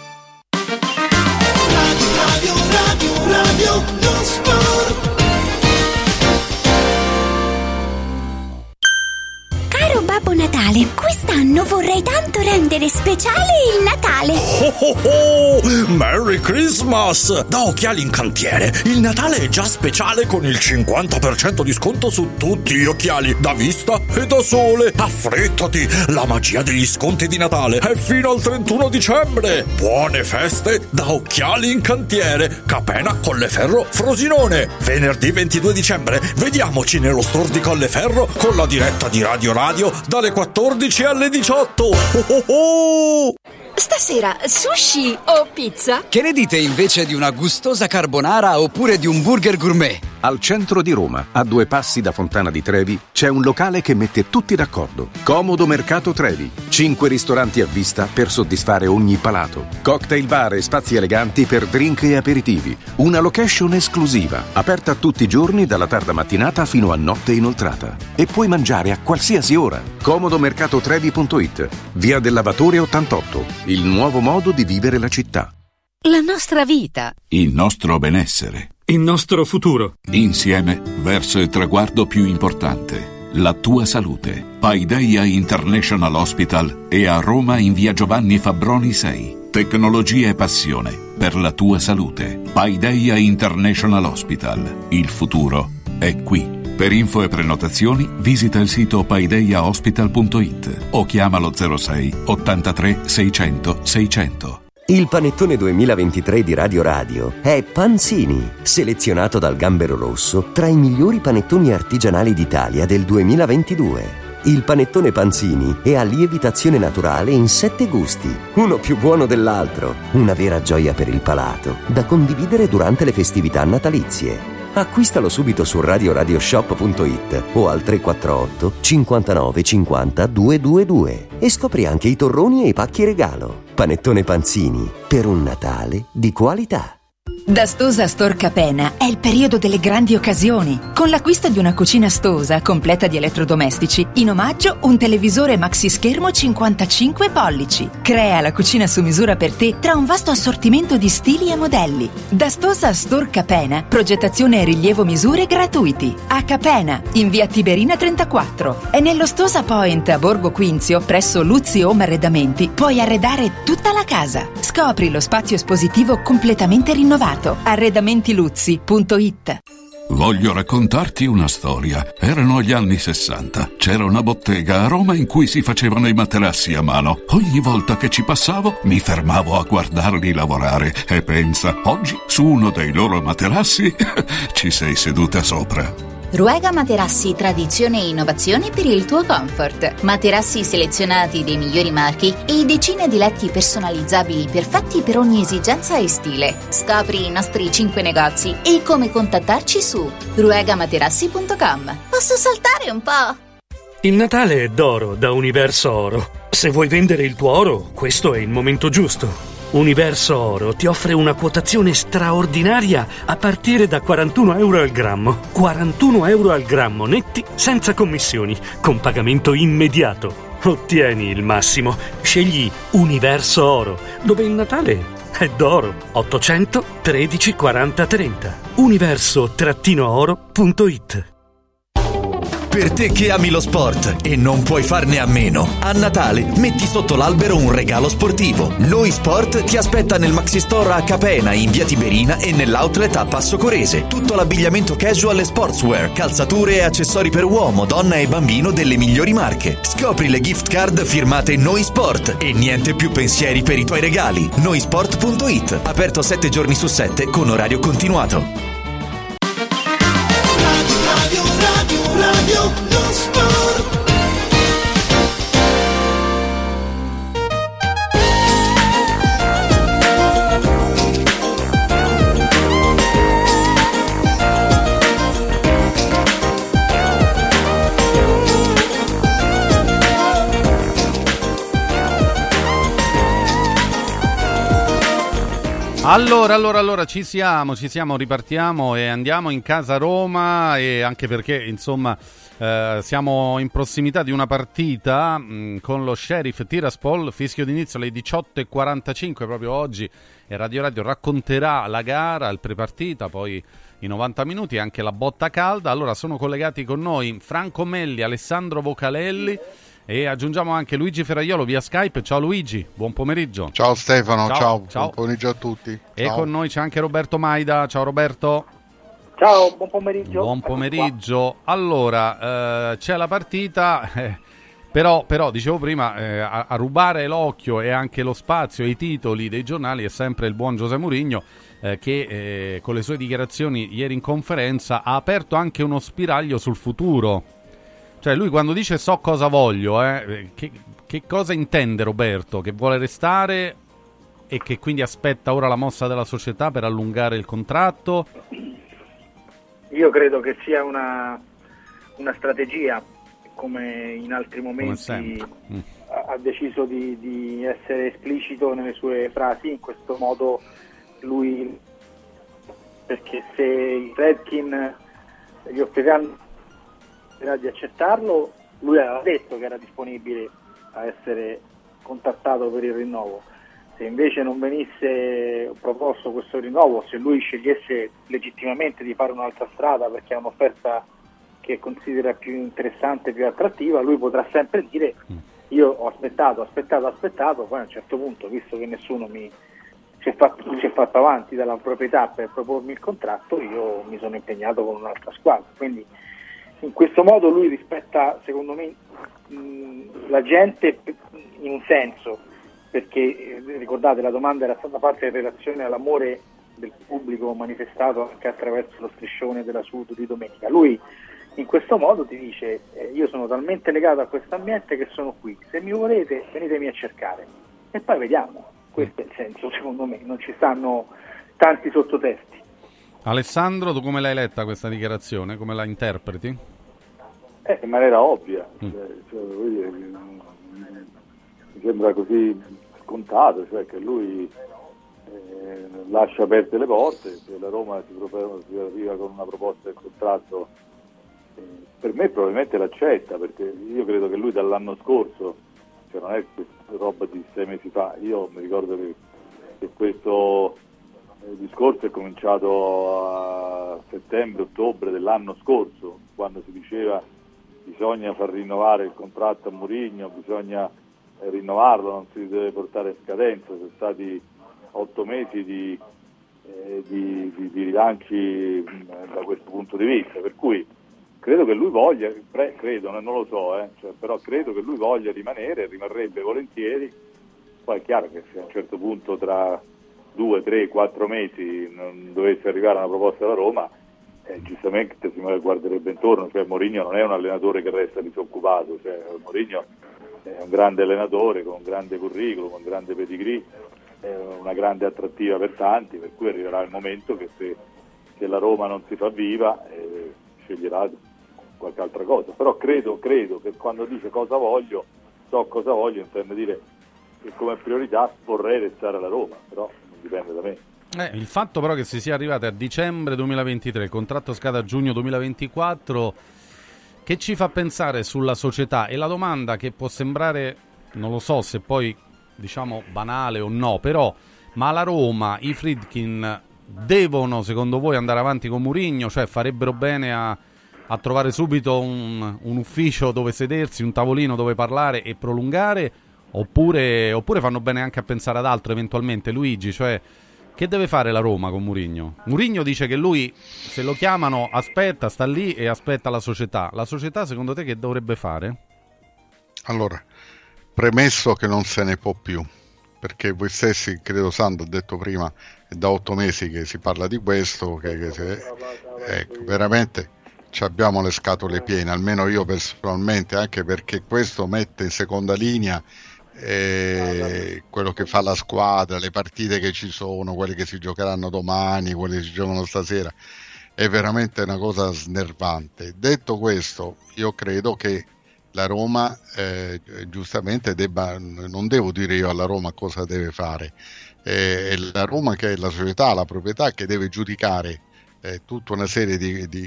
Radio non sport. Caro Babbo Natale, quest'anno quest'anno vorrei tanto rendere speciale il Natale. Oh oh oh! Merry Christmas! Da Occhiali in Cantiere, il Natale è già speciale con il 50% di sconto su tutti gli occhiali da vista e da sole. Affrettati! La magia degli sconti di Natale è fino al 31 dicembre. Buone feste da Occhiali in Cantiere, Capena, Colleferro, Frosinone. Venerdì 22 dicembre vediamoci nello store di Colleferro con la diretta di Radio Radio dalle 14 alle 18. Oh oh oh! Stasera sushi o pizza? Che ne dite invece di una gustosa carbonara oppure di un burger gourmet? Al centro di Roma, a 2 passi da Fontana di Trevi, c'è un locale che mette tutti d'accordo. Comodo Mercato Trevi. 5 ristoranti a vista per soddisfare ogni palato. Cocktail bar e spazi eleganti per drink e aperitivi. Una location esclusiva, aperta tutti i giorni dalla tarda mattinata fino a notte inoltrata. E puoi mangiare a qualsiasi ora. Comodomercatotrevi.it. Via del Lavatore 88. Il nuovo modo di vivere la città. La nostra vita. Il nostro benessere. Il nostro futuro. Insieme verso il traguardo più importante, la tua salute. Paideia International Hospital è a Roma in via Giovanni Fabbroni 6. Tecnologia e passione per la tua salute. Paideia International Hospital. Il futuro è qui. Per info e prenotazioni visita il sito paideiahospital.it o chiamalo 06 83 600 600. Il panettone 2023 di Radio Radio è Panzini, selezionato dal Gambero Rosso tra i migliori panettoni artigianali d'Italia del 2022. Il panettone Panzini è a lievitazione naturale in 7 gusti, uno più buono dell'altro, una vera gioia per il palato, da condividere durante le festività natalizie. Acquistalo subito su radioradioshop.it o al 348 59 50 222 e scopri anche i torroni e i pacchi regalo. Panettone Panzini, per un Natale di qualità. Da Stosa Store Capena è il periodo delle grandi occasioni. Con l'acquisto di una cucina Stosa completa di elettrodomestici, in omaggio un televisore maxi schermo 55 pollici. Crea la cucina su misura per te tra un vasto assortimento di stili e modelli. Da Stosa Store Capena, progettazione e rilievo misure gratuiti. A Capena, in via Tiberina 34. E nello Stosa Point a Borgo Quinzio, presso Luzzi Home Arredamenti, puoi arredare tutta la casa. Scopri lo spazio espositivo completamente rinnovato. Arredamentiluzzi.it. Voglio raccontarti una storia. Erano gli anni 60. C'era una bottega a Roma in cui si facevano i materassi a mano. Ogni volta che ci passavo mi fermavo a guardarli lavorare e pensa, oggi su uno dei loro materassi ci sei seduta sopra. Ruega Materassi, tradizione e innovazione per il tuo comfort. Materassi selezionati dei migliori marchi e decine di letti personalizzabili perfetti per ogni esigenza e stile. Scopri i nostri 5 negozi e come contattarci su ruegamaterassi.com. Posso saltare un po'? Il Natale è d'oro da Universo Oro. Se vuoi vendere il tuo oro, questo è il momento giusto. Universo Oro ti offre una quotazione straordinaria a partire da 41 euro al grammo. 41 euro al grammo netti, senza commissioni, con pagamento immediato. Ottieni il massimo. Scegli Universo Oro, dove il Natale è d'oro. 800 13 40 30. Universo-oro.it. Per te che ami lo sport e non puoi farne a meno, a Natale metti sotto l'albero un regalo sportivo. Noi Sport ti aspetta nel Maxi Store a Capena, in via Tiberina e nell'outlet a Passo Corese. Tutto l'abbigliamento casual e sportswear, calzature e accessori per uomo, donna e bambino delle migliori marche. Scopri le gift card firmate Noi Sport e niente più pensieri per i tuoi regali. Noisport.it, aperto 7 giorni su 7 con orario continuato. Radio Non Sport. Allora, ci siamo, ripartiamo e andiamo in casa Roma, e anche perché, insomma, siamo in prossimità di una partita con lo Sheriff Tiraspol, fischio d'inizio alle 18:45 proprio oggi, e Radio Radio racconterà la gara, il prepartita, poi i 90 minuti e anche la botta calda. Allora sono collegati con noi Franco Melli, Alessandro Vocalelli E aggiungiamo anche Luigi Ferraiolo via Skype. Ciao Luigi, buon pomeriggio. Ciao Stefano, ciao. Buon pomeriggio a tutti. E ciao. Con noi c'è anche Roberto Maida. Ciao Roberto. Ciao, buon pomeriggio. Buon pomeriggio. Allora, c'è la partita, però dicevo prima, a rubare l'occhio e anche lo spazio e i titoli dei giornali è sempre il buon José Mourinho, che con le sue dichiarazioni ieri in conferenza ha aperto anche uno spiraglio sul futuro. Cioè lui quando dice so cosa voglio, che cosa intende Roberto? Che vuole restare e che quindi aspetta ora la mossa della società per allungare il contratto? Io credo che sia una strategia, come in altri momenti ha deciso di essere esplicito nelle sue frasi, in questo modo lui, perché se i Fredkin gli offriranno di accettarlo, lui aveva detto che era disponibile a essere contattato per il rinnovo. Se invece non venisse proposto questo rinnovo, se lui scegliesse legittimamente di fare un'altra strada perché ha un'offerta che considera più interessante, più attrattiva, lui potrà sempre dire io ho aspettato, poi a un certo punto, visto che nessuno si è fatto avanti dalla proprietà per propormi il contratto, io mi sono impegnato con un'altra squadra. Quindi in questo modo lui rispetta, secondo me, la gente in un senso, perché ricordate la domanda era stata fatta in relazione all'amore del pubblico manifestato anche attraverso lo striscione della Sud di domenica. Lui in questo modo ti dice io sono talmente legato a questo ambiente che sono qui, se mi volete venitemi a cercare e poi vediamo. Questo è il senso, secondo me, non ci stanno tanti sottotesti. Alessandro, tu come l'hai letta questa dichiarazione? Come la interpreti? In maniera ovvia, mi sembra così scontato, cioè che lui lascia aperte le porte, se la Roma si arriva con una proposta del contratto, per me probabilmente l'accetta, perché io credo che lui dall'anno scorso, cioè non è roba di 6 mesi fa, io mi ricordo che questo discorso è cominciato a settembre-ottobre dell'anno scorso, quando si diceva bisogna far rinnovare il contratto a Mourinho, bisogna rinnovarlo, non si deve portare a scadenza. Sono stati 8 mesi di rilanci da questo punto di vista, per cui credo che lui voglia, non lo so, però credo che lui voglia rimanere, rimarrebbe volentieri. Poi è chiaro che se a un certo punto tra 2, 3, 4 mesi non dovesse arrivare una proposta dalla Roma, giustamente si guarderebbe intorno. Cioè Mourinho non è un allenatore che resta disoccupato, cioè Mourinho è un grande allenatore con un grande curriculum, con un grande pedigree, una grande attrattiva per tanti, per cui arriverà il momento che se la Roma non si fa viva sceglierà qualche altra cosa. Però credo che quando dice cosa voglio, intende dire che come priorità vorrei restare alla Roma, però non dipende da me. Il fatto però che si sia arrivati a dicembre 2023, il contratto scade a giugno 2024, che ci fa pensare sulla società? E la domanda che può sembrare, non lo so se poi diciamo banale o no, però ma la Roma, i Friedkin devono secondo voi andare avanti con Mourinho? Cioè farebbero bene a trovare subito un ufficio dove sedersi, un tavolino dove parlare e prolungare, oppure fanno bene anche a pensare ad altro eventualmente? Luigi, cioè che deve fare la Roma con Mourinho? Mourinho dice che lui, se lo chiamano, aspetta, sta lì e aspetta la società. La società, secondo te, che dovrebbe fare? Allora, premesso che non se ne può più, perché voi stessi, credo Sandro ha detto prima, è da 8 mesi che si parla di questo, veramente ci abbiamo le scatole piene, almeno io personalmente, anche perché questo mette in seconda linea quello che fa la squadra, le partite che ci sono, quelle che si giocheranno domani, quelle che si giocano stasera, è veramente una cosa snervante. Detto questo, io credo che la Roma giustamente non devo dire io alla Roma cosa deve fare, è la Roma che è la società, la proprietà che deve giudicare tutta una serie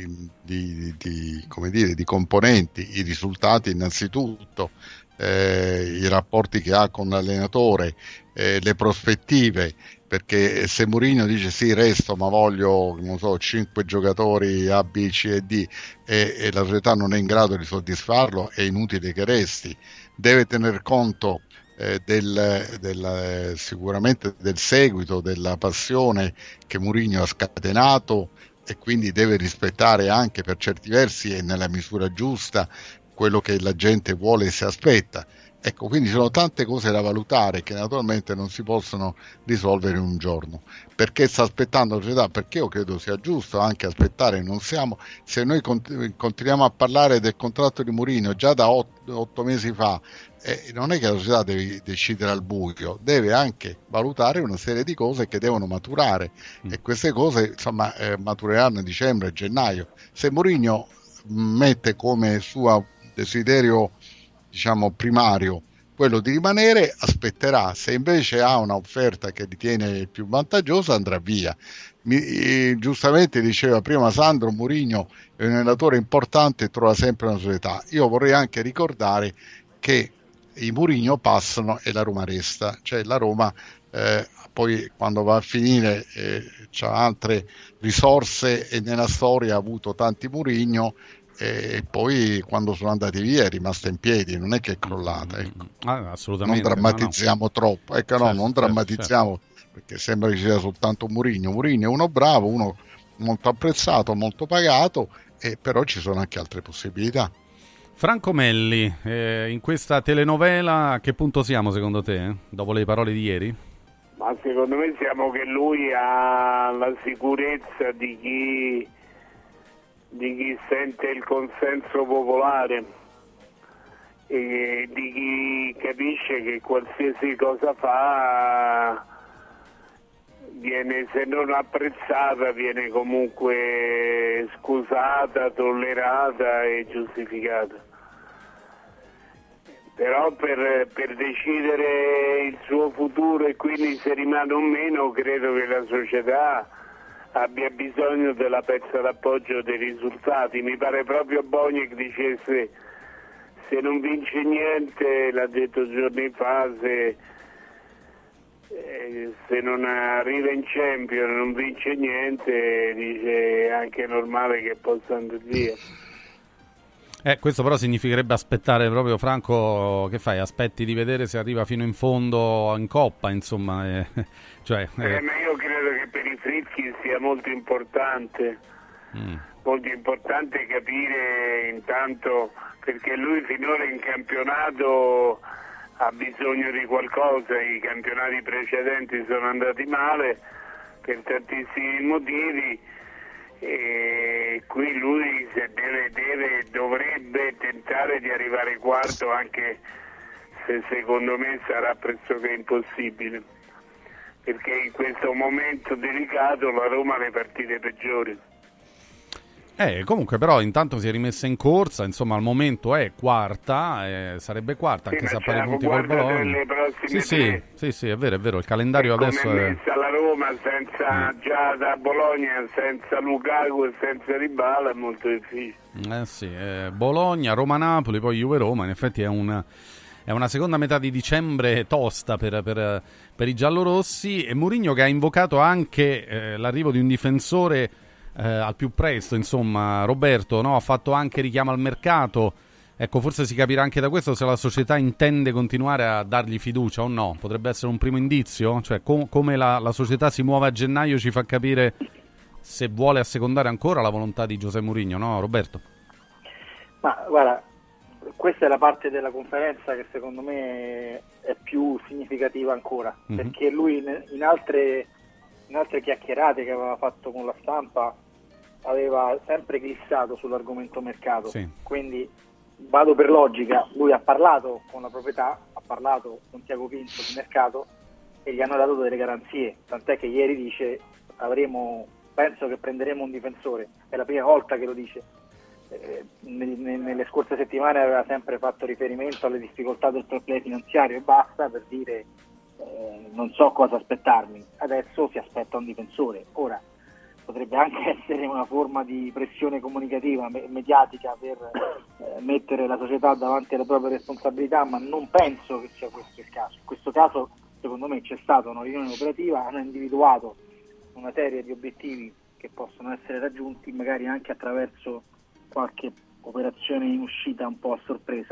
di componenti, i risultati innanzitutto, i rapporti che ha con l'allenatore, le prospettive, perché se Mourinho dice sì resto ma voglio 5 giocatori A, B, C e D e la società non è in grado di soddisfarlo, è inutile che resti. deve tener conto sicuramente del seguito, della passione che Mourinho ha scatenato, e quindi deve rispettare anche per certi versi e nella misura giusta quello che la gente vuole e si aspetta. Ecco, quindi ci sono tante cose da valutare che naturalmente non si possono risolvere in un giorno. Perché sta aspettando la società? Perché io credo sia giusto anche aspettare. Se noi continuiamo a parlare del contratto di Mourinho già da 8 mesi fa, non è che la società deve decidere al buio, deve anche valutare una serie di cose che devono maturare, e queste cose matureranno a dicembre e gennaio. Se Mourinho mette come suo desiderio, diciamo, primario quello di rimanere, aspetterà. Se invece ha un'offerta che ritiene più vantaggiosa, andrà via. Giustamente diceva prima Sandro, Mourinho è un allenatore importante e trova sempre una società. Io vorrei anche ricordare che i Mourinho passano e la Roma resta, cioè la Roma poi quando va a finire c'ha altre risorse, e nella storia ha avuto tanti Mourinho, e poi quando sono andati via è rimasta in piedi, non è che è crollata, ecco. Assolutamente, non drammatizziamo troppo, ecco, certo, non drammatizziamo, certo. Perché sembra che ci sia soltanto Mourinho è uno bravo, uno molto apprezzato, molto pagato, però ci sono anche altre possibilità. Franco Melli, in questa telenovela a che punto siamo secondo te, dopo le parole di ieri? Ma secondo me siamo che lui ha la sicurezza di chi sente il consenso popolare e di chi capisce che qualsiasi cosa fa viene, se non apprezzata, viene comunque scusata, tollerata e giustificata. Però per decidere il suo futuro e quindi se rimane o meno, credo che la società abbia bisogno della pezza d'appoggio dei risultati. Mi pare proprio Boniek dicesse: se non vince niente, l'ha detto giorni fa, se non arriva in Champions, non vince niente, dice è anche normale che possa andare via. Questo però significherebbe aspettare proprio, Franco, che fai? Aspetti di vedere se arriva fino in fondo in Coppa, insomma. Ma io credo che per i Fritzchi sia molto importante capire intanto, perché lui finora in campionato ha bisogno di qualcosa, i campionati precedenti sono andati male per tantissimi motivi, e qui lui dovrebbe tentare di arrivare quarto, anche se secondo me sarà pressoché impossibile, perché in questo momento delicato la Roma ha le partite peggiori. Comunque però intanto si è rimessa in corsa, insomma al momento è quarta, sarebbe quarta, anche se a pari punti col Bologna. Sì, è vero, il calendario adesso come è messa la Roma senza già da Bologna, senza Lukaku e senza Dybala, è molto difficile. Bologna, Roma-Napoli, poi Juve-Roma, in effetti è una seconda metà di dicembre tosta per i giallorossi, e Mourinho che ha invocato anche l'arrivo di un difensore al più presto, insomma, Roberto, no? Ha fatto anche richiamo al mercato. Ecco, forse si capirà anche da questo se la società intende continuare a dargli fiducia o no. Potrebbe essere un primo indizio, cioè come la società si muove a gennaio ci fa capire se vuole assecondare ancora la volontà di José Mourinho, no, Roberto? Ma guarda, questa è la parte della conferenza che secondo me è più significativa ancora, perché lui in altre chiacchierate che aveva fatto con la stampa aveva sempre glissato sull'argomento mercato, quindi vado per logica, lui ha parlato con la proprietà, ha parlato con Tiago Pinto di mercato e gli hanno dato delle garanzie, tant'è che ieri dice penso che prenderemo un difensore, è la prima volta che lo dice. Nelle scorse settimane aveva sempre fatto riferimento alle difficoltà del fair play finanziario e basta, per dire non so cosa aspettarmi. Adesso si aspetta un difensore. Ora potrebbe anche essere una forma di pressione comunicativa, mediatica, per mettere la società davanti alle proprie responsabilità, ma non penso che sia questo il caso. In questo caso secondo me c'è stata una riunione operativa, hanno individuato una serie di obiettivi che possono essere raggiunti magari anche attraverso qualche operazione in uscita un po' a sorpresa,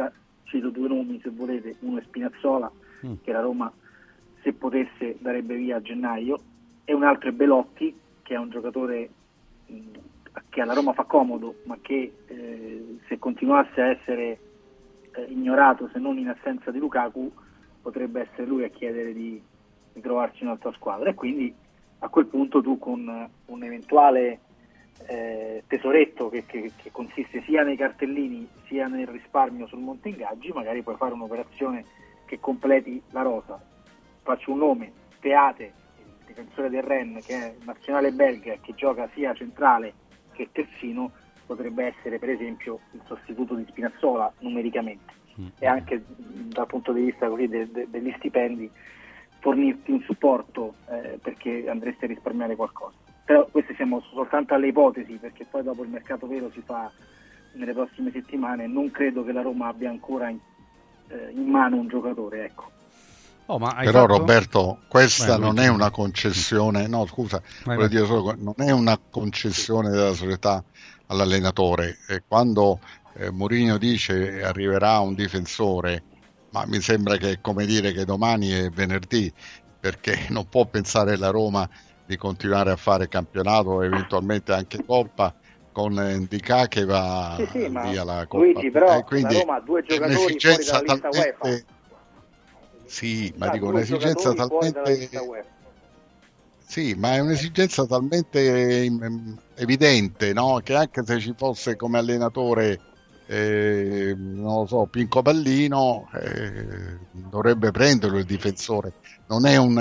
cito due nomi se volete, uno è Spinazzola, che la Roma se potesse darebbe via a gennaio, e un altro è Belotti, che è un giocatore che alla Roma fa comodo, ma che se continuasse a essere ignorato, se non in assenza di Lukaku, potrebbe essere lui a chiedere di trovarsi un'altra squadra, e quindi a quel punto tu con un eventuale tesoretto che consiste sia nei cartellini sia nel risparmio sul monte ingaggi, magari puoi fare un'operazione che completi la rosa. Faccio un nome: Teate, il difensore del Rennes, che è nazionale belga, che gioca sia centrale che terzino, potrebbe essere per esempio il sostituto di Spinazzola numericamente, e anche dal punto di vista così degli stipendi fornirti un supporto, perché andresti a risparmiare qualcosa. Però queste siamo soltanto alle ipotesi, perché poi dopo il mercato vero si fa nelle prossime settimane. Non credo che la Roma abbia ancora in mano un giocatore, ecco. Però Roberto, questa non è una concessione, no scusa, volevo dire solo, non è una concessione della società all'allenatore. Quando Mourinho dice arriverà un difensore, ma mi sembra che è come dire che domani è venerdì, perché non può pensare la Roma di continuare a fare campionato, eventualmente anche Coppa, con Ndicà che va via la Coppa. Luigi, però la Roma ha due giocatori fuori dalla lista UEFA. Sì, ma dico un'esigenza talmente... Sì, ma è un'esigenza talmente evidente, no? Che anche se ci fosse come allenatore, non lo so, Pinco Pallino, dovrebbe prenderlo il difensore. Non è un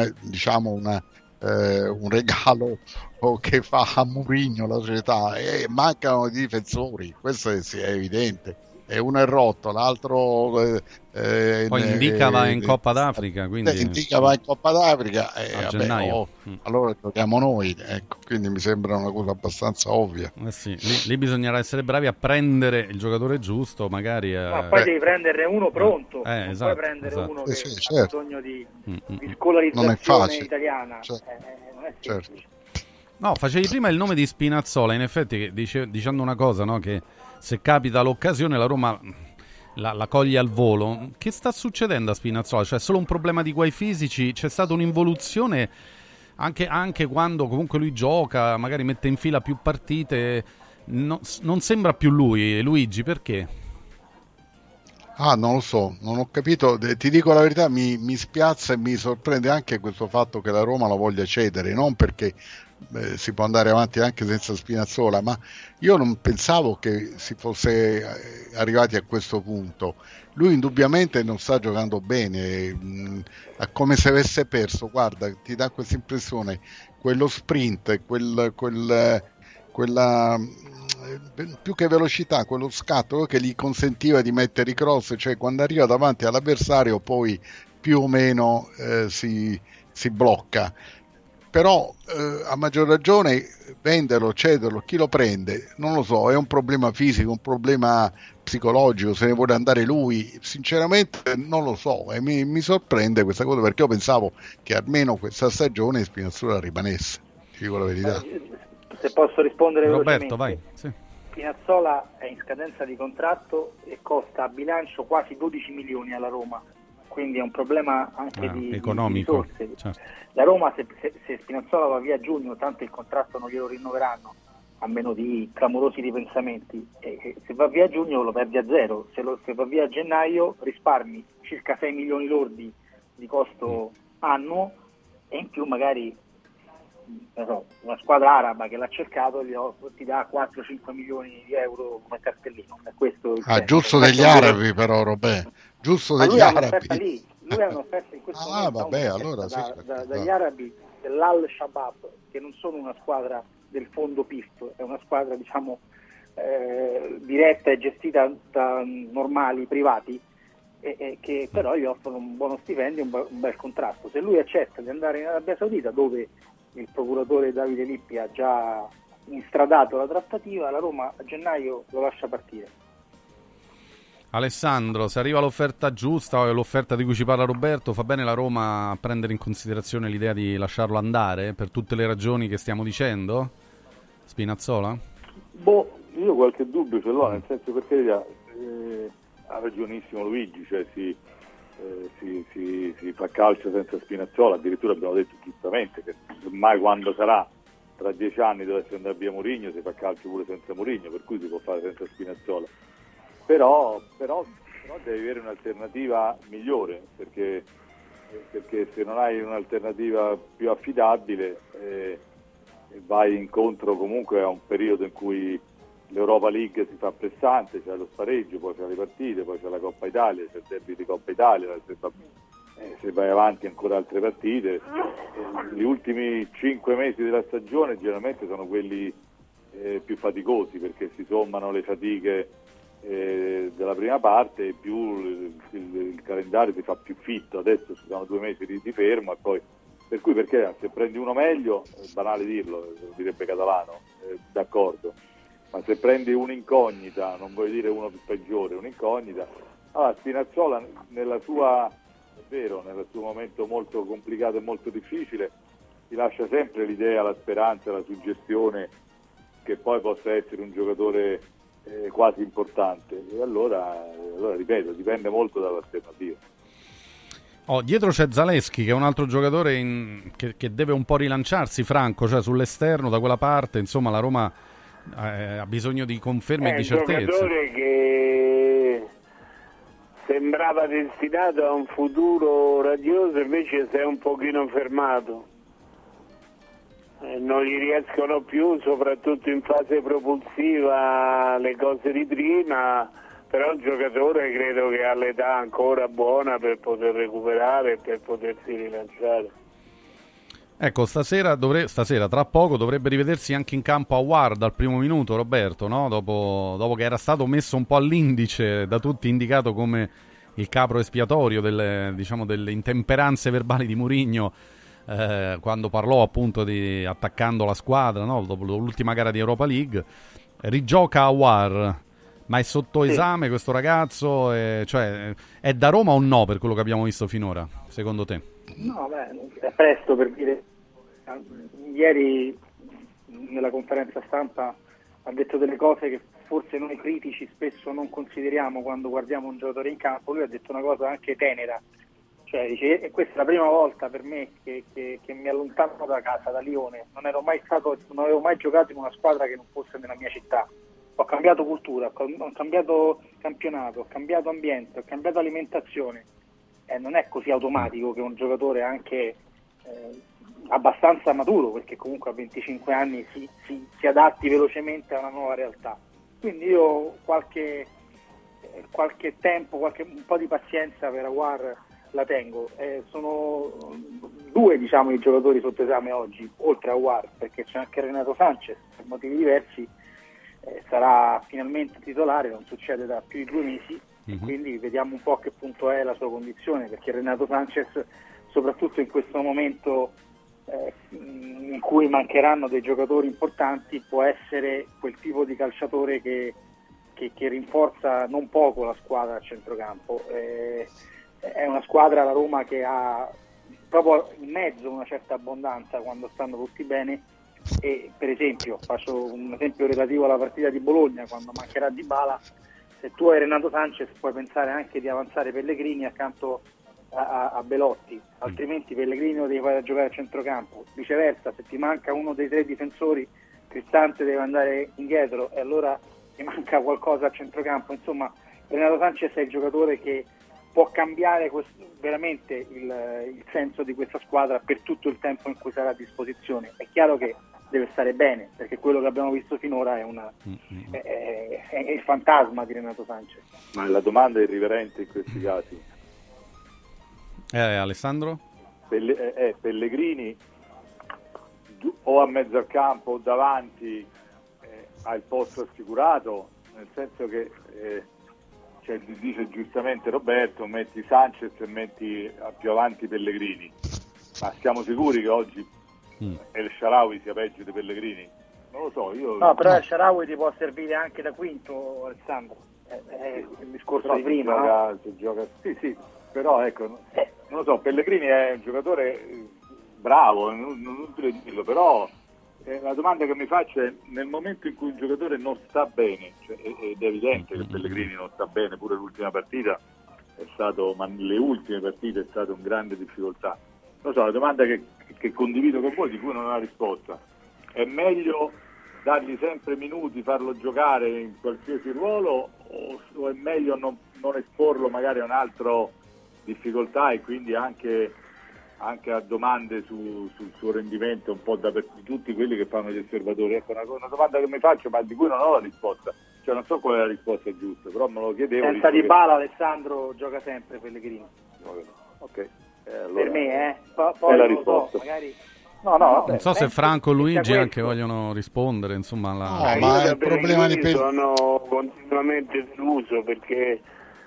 regalo che fa a Mourinho la società, mancano i difensori, questo è evidente. E uno è rotto, l'altro poi Indica va in Coppa d'Africa, quindi Indica va in Coppa d'Africa a gennaio. Allora giochiamo noi, ecco, quindi mi sembra una cosa abbastanza ovvia. Sì, lì bisognerà essere bravi a prendere il giocatore giusto, magari ma poi devi prenderne uno pronto, non esatto, puoi prendere uno che certo. ha bisogno di scolarizzazione italiana, non è semplice. No, facevi prima il nome di Spinazzola, in effetti dicendo una cosa, no, che se capita l'occasione la Roma la coglie al volo. Che sta succedendo a Spinazzola? Cioè, è solo un problema di guai fisici? C'è stata un'involuzione anche quando comunque lui gioca, magari mette in fila più partite, non sembra più lui. Luigi, perché? Non lo so, non ho capito, ti dico la verità, mi spiazza e mi sorprende anche questo fatto che la Roma la voglia cedere, non perché si può andare avanti anche senza Spinazzola, ma io non pensavo che si fosse arrivati a questo punto. Lui indubbiamente non sta giocando bene, è come se avesse perso, guarda, ti dà questa impressione, quello sprint, quella più che velocità, quello scatto che gli consentiva di mettere i cross, cioè quando arriva davanti all'avversario poi più o meno si blocca. Però a maggior ragione venderlo, cederlo, chi lo prende? Non lo so, è un problema fisico, un problema psicologico, se ne vuole andare lui, sinceramente non lo so, e mi sorprende questa cosa, perché io pensavo che almeno questa stagione Spinazzola rimanesse, ti dico la verità. Se posso rispondere Roberto, velocemente. vai. Sì. Spinazzola è in scadenza di contratto e costa a bilancio quasi 12 milioni alla Roma, quindi è un problema anche di economico. Di risorse. Certo. La Roma, se Spinazzola va via a giugno, tanto il contratto non glielo rinnoveranno, a meno di clamorosi ripensamenti, e se va via a giugno lo perdi a zero. Se va via a gennaio risparmi circa 6 milioni lordi di costo annuo, e in più magari una squadra araba che l'ha cercato ti dà 4-5 milioni di euro come cartellino. È questo giusto degli arabi, però Robè, giusto degli arabi. Lui ha un'offerta in questo momento allora dagli arabi dell'Al-Shabaab, che non sono una squadra del fondo PIF, è una squadra diretta e gestita da normali privati, che però gli offrono un buono stipendio e un bel contratto. Se lui accetta di andare in Arabia Saudita, dove il procuratore Davide Lippi ha già instradato la trattativa, la Roma a gennaio lo lascia partire. Alessandro, se arriva l'offerta giusta o l'offerta di cui ci parla Roberto, fa bene la Roma a prendere in considerazione l'idea di lasciarlo andare per tutte le ragioni che stiamo dicendo? Spinazzola? Io qualche dubbio ce l'ho, nel senso, perché ha ragionissimo Luigi, cioè si fa calcio senza Spinazzola, addirittura abbiamo detto giustamente che mai quando sarà tra 10 anni dovesse andare via Mourinho si fa calcio pure senza Mourinho, per cui si può fare senza Spinazzola, però devi avere un'alternativa migliore, perché se non hai un'alternativa più affidabile vai incontro comunque a un periodo in cui l'Europa League si fa pressante, c'è lo spareggio, poi c'è le partite, poi c'è la Coppa Italia, c'è il derby di Coppa Italia, se vai avanti ancora altre partite. Gli ultimi 5 mesi della stagione generalmente sono quelli più faticosi, perché si sommano le fatiche della prima parte, più il calendario si fa più fitto. Adesso ci sono 2 mesi di fermo e poi, per cui, perché se prendi uno meglio, è banale dirlo, direbbe Catalano, d'accordo, ma se prendi un'incognita, non vuoi dire uno più peggiore, un'incognita, allora Spinazzola nel suo momento molto complicato e molto difficile ti lascia sempre l'idea, la speranza, la suggestione che poi possa essere un giocatore quasi importante, e allora ripeto, dipende molto dall'alternativa. Dietro c'è Zalewski, che è un altro giocatore che deve un po' rilanciarsi, Franco, cioè sull'esterno, da quella parte, insomma la Roma ha bisogno di conferme e di certezze. Un giocatore che sembrava destinato a un futuro radioso, invece si è un pochino fermato. Non gli riescono più, soprattutto in fase propulsiva, le cose di prima, però è un giocatore credo che ha l'età ancora buona per poter recuperare e per potersi rilanciare. Ecco, stasera tra poco dovrebbe rivedersi anche in campo Aouar dal primo minuto, Roberto, no? Dopo che era stato messo un po' all'indice, da tutti indicato come il capro espiatorio delle intemperanze verbali di Mourinho, quando parlò appunto di attaccando la squadra, no? Dopo l'ultima gara di Europa League. Rigioca Aouar, ma è sotto esame questo ragazzo? Cioè, è da Roma o no, per quello che abbiamo visto finora, secondo te? No, è presto per dire. Ieri nella conferenza stampa ha detto delle cose che forse noi critici spesso non consideriamo quando guardiamo un giocatore in campo. Lui ha detto una cosa anche tenera, cioè dice: questa è la prima volta per me che mi allontano da casa, da Lione, non avevo mai giocato in una squadra che non fosse nella mia città, ho cambiato cultura, ho cambiato campionato, ho cambiato ambiente, ho cambiato alimentazione. Non è così automatico che un giocatore anche abbastanza maturo, perché comunque a 25 anni si adatti velocemente a una nuova realtà. Quindi io qualche tempo, un po' di pazienza per Aouar la tengo. Sono 2 i giocatori sotto esame oggi, oltre a Aouar, perché c'è anche Renato Sanchez, per motivi diversi sarà finalmente titolare, non succede da più di 2 mesi. E quindi vediamo un po' a che punto è la sua condizione, perché Renato Sanchez, soprattutto in questo momento in cui mancheranno dei giocatori importanti, può essere quel tipo di calciatore che rinforza non poco la squadra a centrocampo. È una squadra, la Roma, che ha proprio in mezzo una certa abbondanza quando stanno tutti bene, e per esempio faccio un esempio relativo alla partita di Bologna, quando mancherà Dybala. Se tu hai Renato Sanchez puoi pensare anche di avanzare Pellegrini accanto a Belotti, altrimenti Pellegrini lo devi fare a giocare a centrocampo. Viceversa, se ti manca uno dei 3 difensori, Cristante deve andare indietro e allora ti manca qualcosa a centrocampo. Insomma, Renato Sanchez è il giocatore che può cambiare veramente il senso di questa squadra per tutto il tempo in cui sarà a disposizione. È chiaro che deve stare bene, perché quello che abbiamo visto finora è il fantasma di Renato Sanchez. Ma la domanda è irriverente in questi casi. Alessandro? Pellegrini o a mezzo al campo o davanti ha il posto assicurato, nel senso che dice giustamente Roberto, metti Sanchez e metti più avanti Pellegrini, ma siamo sicuri che oggi El Shaarawy sia peggio di Pellegrini? Non lo so, io... No, però El Shaarawy ti può servire anche da quinto, Alessandro. È il discorso di prima. Gioca... Sì, però ecco, non lo so, Pellegrini è un giocatore bravo, non dirlo, però la domanda che mi faccio è: nel momento in cui un giocatore non sta bene, cioè, ed è evidente che Pellegrini non sta bene, pure l'ultima partita è stato, ma nelle ultime partite è stato in grande difficoltà. Non so, la domanda che condivido con voi, di cui non ho una risposta: è meglio dargli sempre minuti, farlo giocare in qualsiasi ruolo, o è meglio non esporlo magari a un'altra difficoltà e quindi anche a domande sul suo rendimento un po' da tutti quelli che fanno gli osservatori? Ecco, una domanda che mi faccio, ma di cui non ho la risposta, cioè non so qual è la risposta giusta, però me lo chiedevo. Senza Dybala Alessandro gioca sempre Pellegrini. Ok, allora, per me poi è la risposta. Magari... No, vabbè. Non so se Franco o Luigi anche vogliono rispondere, insomma. Ma il problema di sono continuamente deluso, perché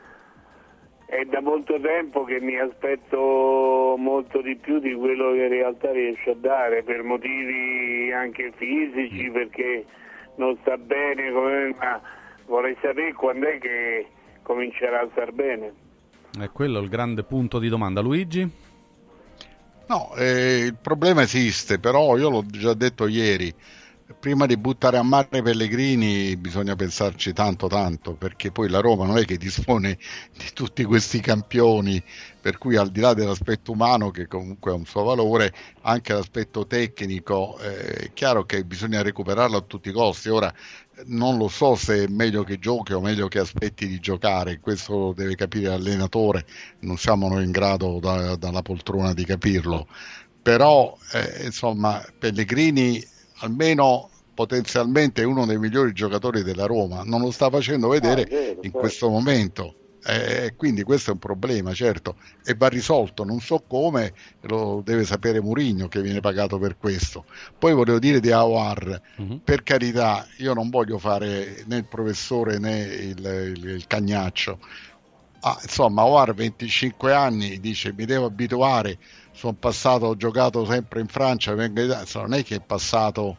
è da molto tempo che mi aspetto molto di più di quello che in realtà riesce a dare, per motivi anche fisici, perché non sta bene, ma vorrei sapere quando è che comincerà a star bene. È quello il grande punto di domanda. Luigi? No, il problema esiste, però io l'ho già detto ieri, prima di buttare a mare Pellegrini bisogna pensarci tanto, perché poi la Roma non è che dispone di tutti questi campioni, per cui al di là dell'aspetto umano, che comunque ha un suo valore, anche l'aspetto tecnico, è chiaro che bisogna recuperarlo a tutti i costi. Ora non lo so se è meglio che giochi o meglio che aspetti di giocare, questo lo deve capire l'allenatore, non siamo noi in grado dalla poltrona di capirlo, però insomma Pellegrini almeno potenzialmente è uno dei migliori giocatori della Roma, non lo sta facendo vedere in questo momento. Quindi questo è un problema, certo, e va risolto, non so come, lo deve sapere Mourinho, che viene pagato per questo. Poi volevo dire di Aouar, per carità, io non voglio fare né il professore né il cagnaccio, insomma Aouar 25 anni, dice mi devo abituare, ho giocato sempre in Francia, vengo in Italia, non è che è passato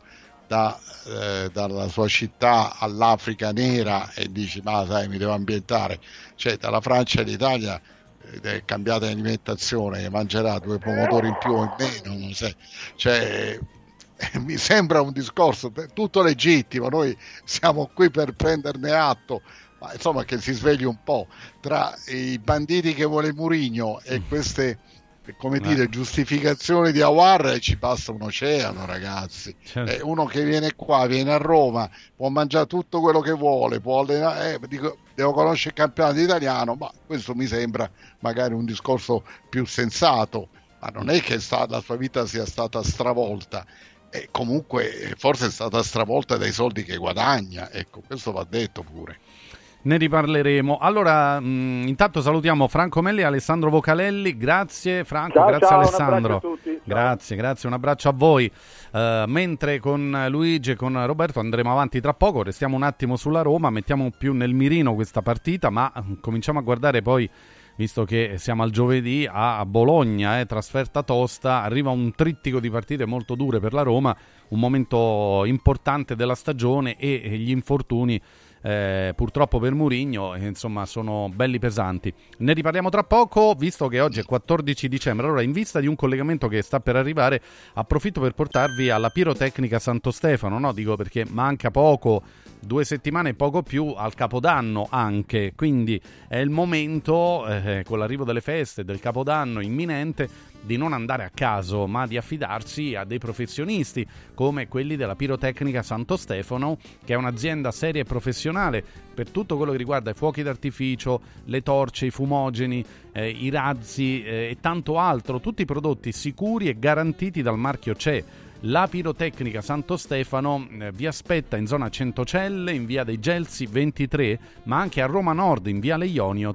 dalla sua città all'Africa nera e dici ma sai mi devo ambientare, cioè dalla Francia all'Italia è cambiata l'alimentazione, mangerà 2 pomodori in più o in meno, non so. Cioè mi sembra un discorso tutto legittimo, noi siamo qui per prenderne atto, ma insomma che si svegli un po' tra i banditi che vuole Mourinho e queste dire giustificazioni di Aouar, ci passa un oceano, ragazzi. Certo. Uno che viene qua, viene a Roma, può mangiare tutto quello che vuole, può allenare, devo conoscere il campionato italiano, ma questo mi sembra magari un discorso più sensato, ma non è che la sua vita sia stata stravolta, e comunque forse è stata stravolta dai soldi che guadagna, ecco, questo va detto pure. Ne riparleremo. Allora, intanto salutiamo Franco Melli e Alessandro Vocalelli. Grazie Franco, grazie Alessandro. Un abbraccio a tutti. Grazie, un abbraccio a voi. Mentre con Luigi e con Roberto andremo avanti tra poco, restiamo un attimo sulla Roma, mettiamo più nel mirino questa partita, ma cominciamo a guardare poi, visto che siamo al giovedì, a Bologna, trasferta tosta, arriva un trittico di partite molto dure per la Roma, un momento importante della stagione e gli infortuni purtroppo per Mourinho insomma sono belli pesanti. Ne riparliamo tra poco, visto che oggi è 14 dicembre. Allora, in vista di un collegamento che sta per arrivare, approfitto per portarvi alla pirotecnica Santo Stefano, no? Dico perché manca poco, 2 settimane e poco più al Capodanno anche, quindi è il momento, con l'arrivo delle feste, del Capodanno imminente, di non andare a caso, ma di affidarsi a dei professionisti come quelli della pirotecnica Santo Stefano, che è un'azienda seria e professionale per tutto quello che riguarda i fuochi d'artificio, le torce, i fumogeni, i razzi e tanto altro, tutti prodotti sicuri e garantiti dal marchio CE. La pirotecnica Santo Stefano vi aspetta in zona Centocelle, in via dei Gelsi 23, ma anche a Roma Nord, in viale Ionio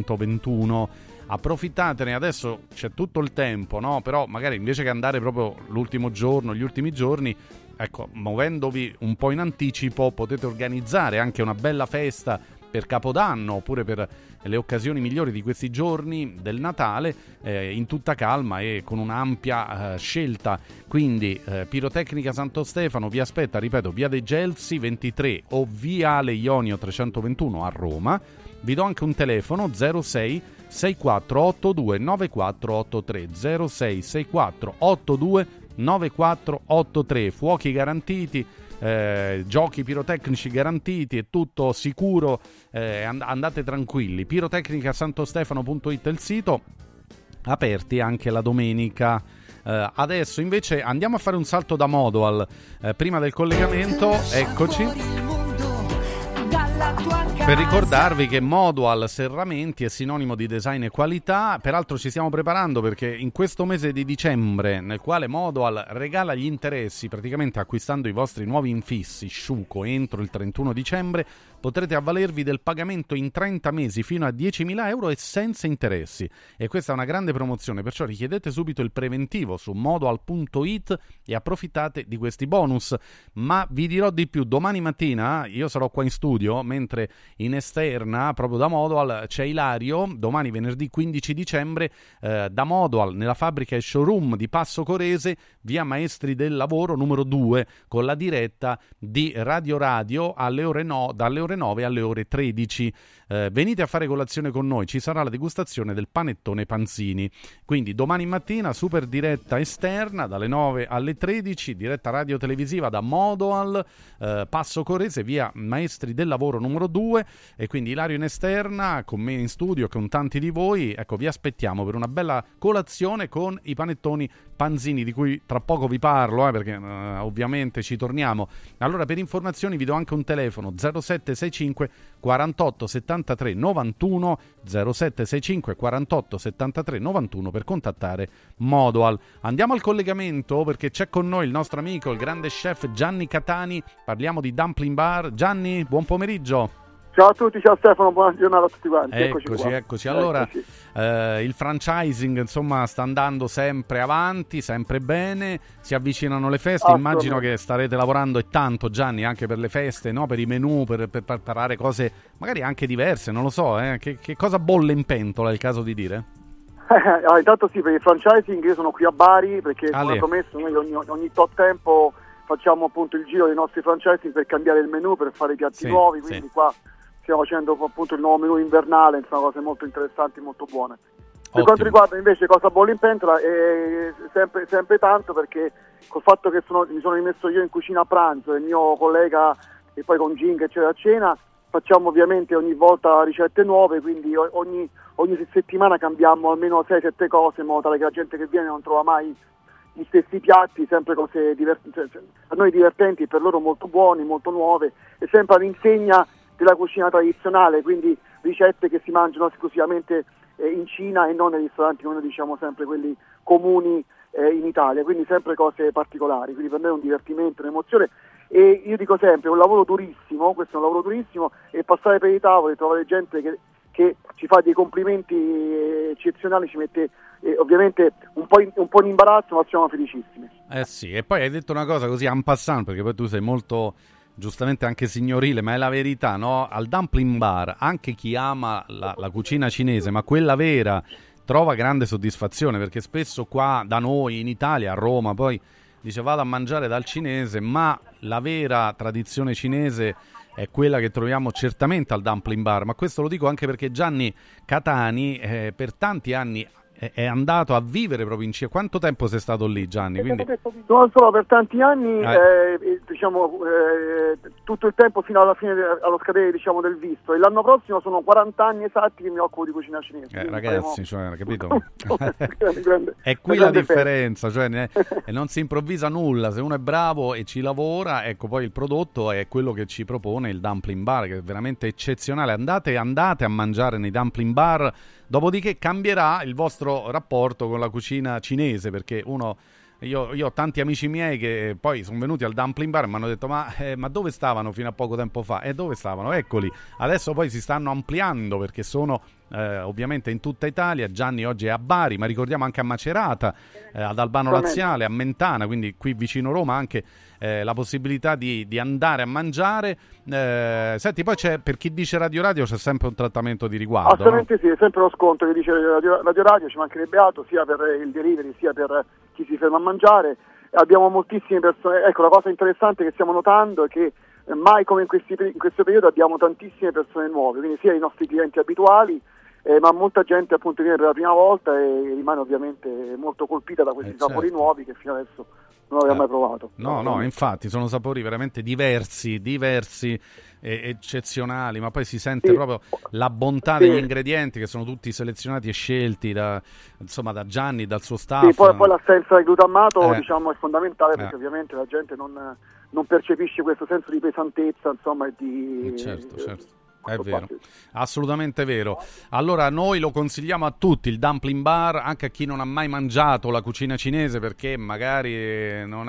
321. Approfittatene, adesso c'è tutto il tempo, no? Però magari invece che andare proprio l'ultimo giorno, gli ultimi giorni, ecco, muovendovi un po' in anticipo, potete organizzare anche una bella festa per Capodanno oppure per le occasioni migliori di questi giorni del Natale, in tutta calma e con un'ampia scelta. Quindi Pirotecnica Santo Stefano vi aspetta, ripeto, via dei Gelsi 23 o viale Ionio 321 a Roma. Vi do anche un telefono 06 6482 9483 06 6482 9483. Fuochi garantiti, giochi pirotecnici garantiti, è tutto sicuro, andate tranquilli. pirotecnicasantostefano.it è il sito, aperti anche la domenica. Adesso invece andiamo a fare un salto da Modoal, prima del collegamento, eccoci, per ricordarvi che Modoal Serramenti è sinonimo di design e qualità. Peraltro ci stiamo preparando perché in questo mese di dicembre, nel quale Modoal regala gli interessi, praticamente acquistando i vostri nuovi infissi Sciuco entro il 31 dicembre, potrete avvalervi del pagamento in 30 mesi fino a 10.000 euro e senza interessi. E questa è una grande promozione, perciò richiedete subito il preventivo su modoal.it e approfittate di questi bonus. Ma vi dirò di più, domani mattina io sarò qua in studio, mentre in esterna, proprio da Modoal, c'è Ilario, domani venerdì 15 dicembre, da Modoal, nella fabbrica e showroom di Passo Corese, via Maestri del Lavoro numero 2, con la diretta di Radio dalle ore 9 alle ore 13. Venite a fare colazione con noi, ci sarà la degustazione del panettone Panzini. Quindi domani mattina super diretta esterna dalle 9 alle 13, diretta radio televisiva da Modoal, Passo Corese, via Maestri del Lavoro numero 2, e quindi Ilario in esterna con me in studio, con tanti di voi. Ecco, vi aspettiamo per una bella colazione con i panettoni Panzini, di cui tra poco vi parlo, perché ovviamente ci torniamo. Allora, per informazioni vi do anche un telefono: 0765 48 73 91, 0765 48 73 91 per contattare Modoal. Andiamo al collegamento perché c'è con noi il nostro amico, il grande chef Gianni Catani. Parliamo di Dumpling Bar. Gianni, buon pomeriggio. Ciao a tutti, ciao Stefano, buona giornata a tutti quanti. Eccoci. Allora, il franchising insomma sta andando sempre avanti, sempre bene, si avvicinano le feste, immagino che starete lavorando e tanto, Gianni, anche per le feste, no? Per i menù, per preparare cose magari anche diverse, non lo so, che cosa bolle in pentola, è il caso di dire? Intanto sì, per il franchising io sono qui a Bari perché come ho promesso noi ogni tot tempo facciamo appunto il giro dei nostri franchising per cambiare il menù, per fare i piatti nuovi, quindi qua stiamo facendo appunto il nuovo menù invernale, insomma cose molto interessanti, molto buone. Per quanto riguarda invece cosa bolle in pentola, sempre tanto, perché col fatto che mi sono rimesso io in cucina a pranzo e il mio collega e poi con Ging eccetera a cena, facciamo ovviamente ogni volta ricette nuove, quindi ogni settimana cambiamo almeno 6-7 cose in modo tale che la gente che viene non trova mai gli stessi piatti, sempre cose a noi divertenti, per loro molto buoni, molto nuove, e sempre all'insegna della cucina tradizionale, quindi ricette che si mangiano esclusivamente in Cina e non nei ristoranti, come noi diciamo sempre, quelli comuni in Italia, quindi sempre cose particolari, quindi per me è un divertimento, un'emozione, e io dico sempre, è un lavoro durissimo, questo è un lavoro durissimo, e passare per i tavoli, trovare gente che ci fa dei complimenti eccezionali, ci mette ovviamente un po' in imbarazzo, ma siamo felicissimi. Sì, e poi hai detto una cosa così en passant, perché poi tu sei molto giustamente anche signorile, ma è la verità, no? Al Dumpling Bar anche chi ama la cucina cinese, ma quella vera, trova grande soddisfazione, perché spesso qua da noi in Italia, a Roma, poi dice vado a mangiare dal cinese, ma la vera tradizione cinese è quella che troviamo certamente al Dumpling Bar. Ma questo lo dico anche perché Gianni Catani per tanti anni è andato a vivere proprio in Cina. Quanto tempo sei stato lì, Gianni? Quindi non solo per tanti anni, tutto il tempo fino alla fine, allo scadere del visto, e l'anno prossimo sono 40 anni esatti che mi occupo di cucina cinese. Ragazzi, capito? È qui la differenza, e non si improvvisa nulla. Se uno è bravo e ci lavora, ecco, poi il prodotto è quello che ci propone il Dumpling Bar, che è veramente eccezionale. Andate a mangiare nei Dumpling Bar. Dopodiché cambierà il vostro rapporto con la cucina cinese, perché io ho tanti amici miei che poi sono venuti al Dumpling Bar e mi hanno detto ma dove stavano fino a poco tempo fa? Dove stavano? Eccoli. Adesso poi si stanno ampliando perché sono ovviamente in tutta Italia. Gianni oggi è a Bari, ma ricordiamo anche a Macerata, ad Albano Laziale, a Mentana, quindi qui vicino Roma anche la possibilità di andare a mangiare. Senti, poi c'è, per chi dice Radio c'è sempre un trattamento di riguardo. Assolutamente, no? Sì, è sempre lo sconto che dice Radio, ci mancherebbe altro, sia per il delivery sia per chi si ferma a mangiare. Abbiamo moltissime persone. Ecco, la cosa interessante che stiamo notando è che mai come in questo periodo abbiamo tantissime persone nuove, quindi sia i nostri clienti abituali, ma molta gente appunto viene per la prima volta e rimane ovviamente molto colpita da questi sapori nuovi che fino adesso non aveva mai provato. No, infatti sono sapori veramente diversi, eccezionali, ma poi si sente proprio la bontà degli ingredienti che sono tutti selezionati e scelti da Gianni, dal suo staff. Sì, poi l'assenza di glutamato diciamo è fondamentale perché ovviamente la gente non percepisce questo senso di pesantezza, insomma, e di... Certo. È vero, assolutamente vero. Allora noi lo consigliamo a tutti, il Dumpling Bar, anche a chi non ha mai mangiato la cucina cinese perché magari non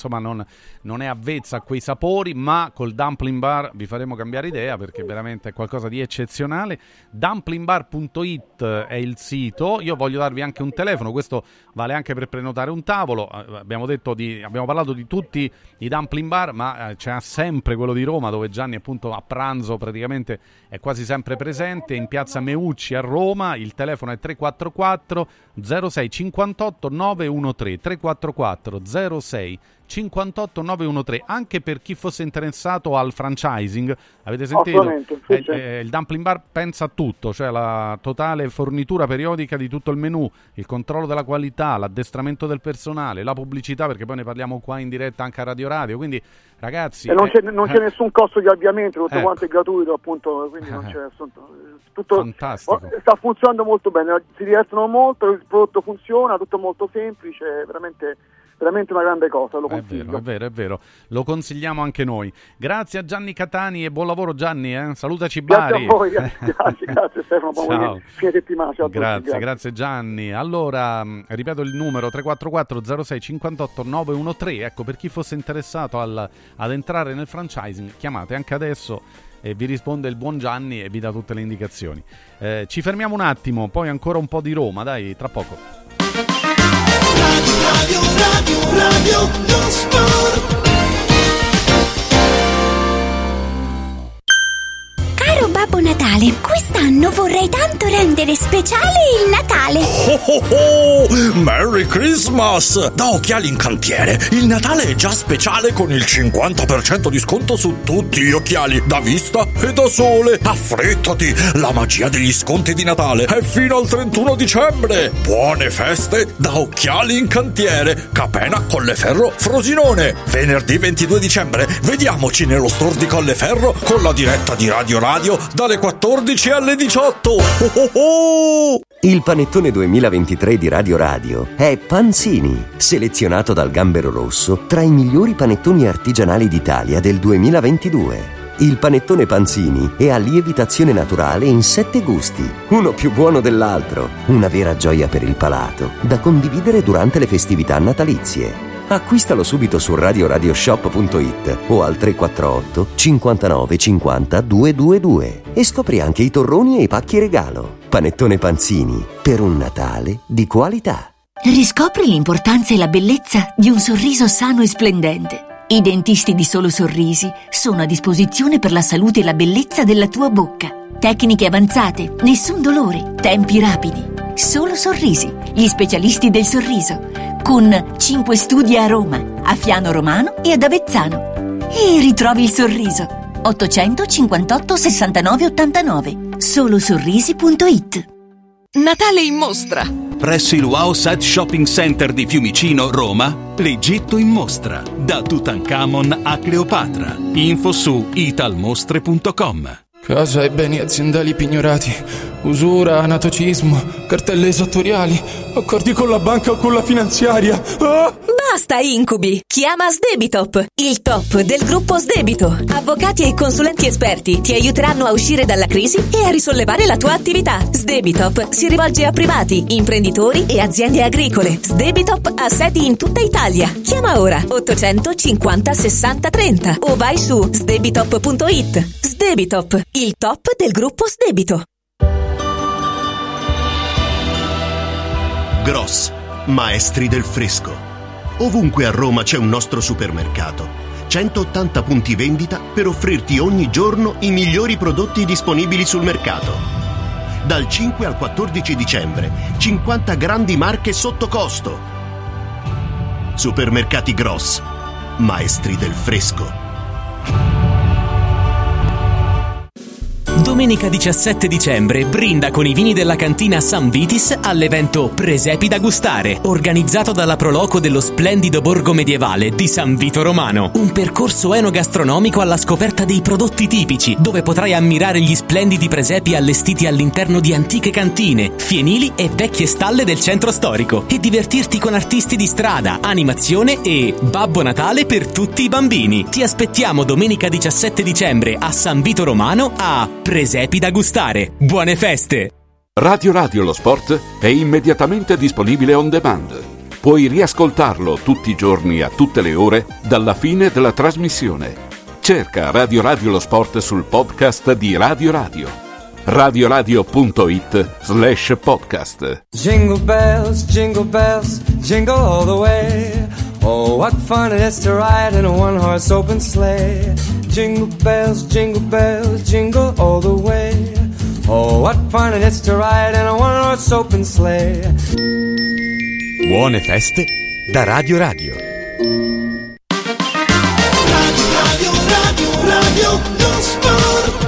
è avvezza a quei sapori, ma col Dumpling Bar vi faremo cambiare idea perché veramente è qualcosa di eccezionale. Dumplingbar.it è il sito. Io voglio darvi anche un telefono, questo vale anche per prenotare un tavolo. Abbiamo parlato di tutti i Dumpling Bar, ma c'è sempre quello di Roma dove Gianni appunto a pranzo praticamente è quasi sempre presente, in piazza Meucci a Roma. Il telefono è 344 06 58 913 344 06 58 913. Anche per chi fosse interessato al franchising, avete sentito? Il Dumpling Bar pensa a tutto, cioè la totale fornitura periodica di tutto il menù, il controllo della qualità, l'addestramento del personale, la pubblicità, perché poi ne parliamo qua in diretta anche a Radio, quindi ragazzi... E non c'è nessun costo di avviamento, tutto quanto è gratuito appunto, quindi non c'è nessun... Tutto fantastico. Sta funzionando molto bene, si divertono molto, il prodotto funziona, tutto molto semplice, veramente una grande cosa, lo consiglio. È vero, lo consigliamo anche noi. Grazie a Gianni Catani e buon lavoro Gianni, salutaci Bari. Grazie a voi, grazie Stefano, buon fine settimana. Ciao a tutti, grazie Gianni. Allora, ripeto il numero 344 06 58 913, ecco, per chi fosse interessato ad entrare nel franchising, chiamate anche adesso e vi risponde il buon Gianni e vi dà tutte le indicazioni. Ci fermiamo un attimo, poi ancora un po' di Roma, dai, tra poco. Radio lo sport. Caro Babbo Natale, quest'anno vorrei tanto rendere speciale il Natale. Merry Christmas! Da Occhiali in Cantiere, il Natale è già speciale con il 50% di sconto su tutti gli occhiali, da vista e da sole. Affrettati! La magia degli sconti di Natale è fino al 31 dicembre. Buone feste da Occhiali in Cantiere, Capena, Colleferro, Frosinone. Venerdì 22 dicembre, vediamoci nello store di Colleferro con la diretta di Radio dalle 14 alle 18. Il panettone 2023 di Radio è Panzini, selezionato dal Gambero Rosso tra i migliori panettoni artigianali d'Italia del 2022. Il panettone Panzini è a lievitazione naturale in 7 gusti, uno più buono dell'altro, una vera gioia per il palato, da condividere durante le festività natalizie. Acquistalo subito su radioshop.it o al 348 59 50 222 e scopri anche i torroni e i pacchi regalo. Panettone Panzini, per un Natale di qualità. Riscopri l'importanza e la bellezza di un sorriso sano e splendente. I dentisti di Solo Sorrisi sono a disposizione per la salute e la bellezza della tua bocca. Tecniche avanzate, nessun dolore, tempi rapidi. Solo Sorrisi, gli specialisti del sorriso, con 5 studi a Roma, a Fiano Romano e ad Avezzano. E ritrovi il sorriso. 858 69 89. Solosorrisi.it. Natale in mostra. Presso il Wow Set Shopping Center di Fiumicino, Roma, l'Egitto in mostra. Da Tutankhamon a Cleopatra. Info su italmostre.com. Casa e beni aziendali pignorati, usura, anatocismo, cartelle esattoriali, accordi con la banca o con la finanziaria. Ah! Basta incubi! Chiama Sdebitop, il top del gruppo Sdebito. Avvocati e consulenti esperti ti aiuteranno a uscire dalla crisi e a risollevare la tua attività. Sdebitop si rivolge a privati, imprenditori e aziende agricole. Sdebitop ha sedi in tutta Italia. Chiama ora 850 60 30 o vai su sdebitop.it. Sdebitop, il top del gruppo Sdebito. Gross, maestri del fresco. Ovunque a Roma c'è un nostro supermercato. 180 punti vendita per offrirti ogni giorno i migliori prodotti disponibili sul mercato. Dal 5 al 14 dicembre, 50 grandi marche sotto costo. Supermercati Gross, maestri del fresco. Domenica 17 dicembre brinda con i vini della cantina San Vitis all'evento Presepi da gustare, organizzato dalla Proloco dello splendido borgo medievale di San Vito Romano. Un percorso enogastronomico alla scoperta dei prodotti tipici, dove potrai ammirare gli splendidi presepi allestiti all'interno di antiche cantine, fienili e vecchie stalle del centro storico, e divertirti con artisti di strada, animazione e Babbo Natale per tutti i bambini. Ti aspettiamo domenica 17 dicembre a San Vito Romano a Presepi da gustare. Buone feste! Radio lo Sport è immediatamente disponibile on demand. Puoi riascoltarlo tutti i giorni a tutte le ore dalla fine della trasmissione. Cerca Radio lo Sport sul podcast di Radio. radioradio.it/podcast. Jingle bells, jingle all the way. Oh, what fun it is to ride in a one-horse open sleigh. Jingle bells, jingle all the way. Oh, what fun it is to ride in a one-horse open sleigh. Buone feste da Radio. Radio lo Sport.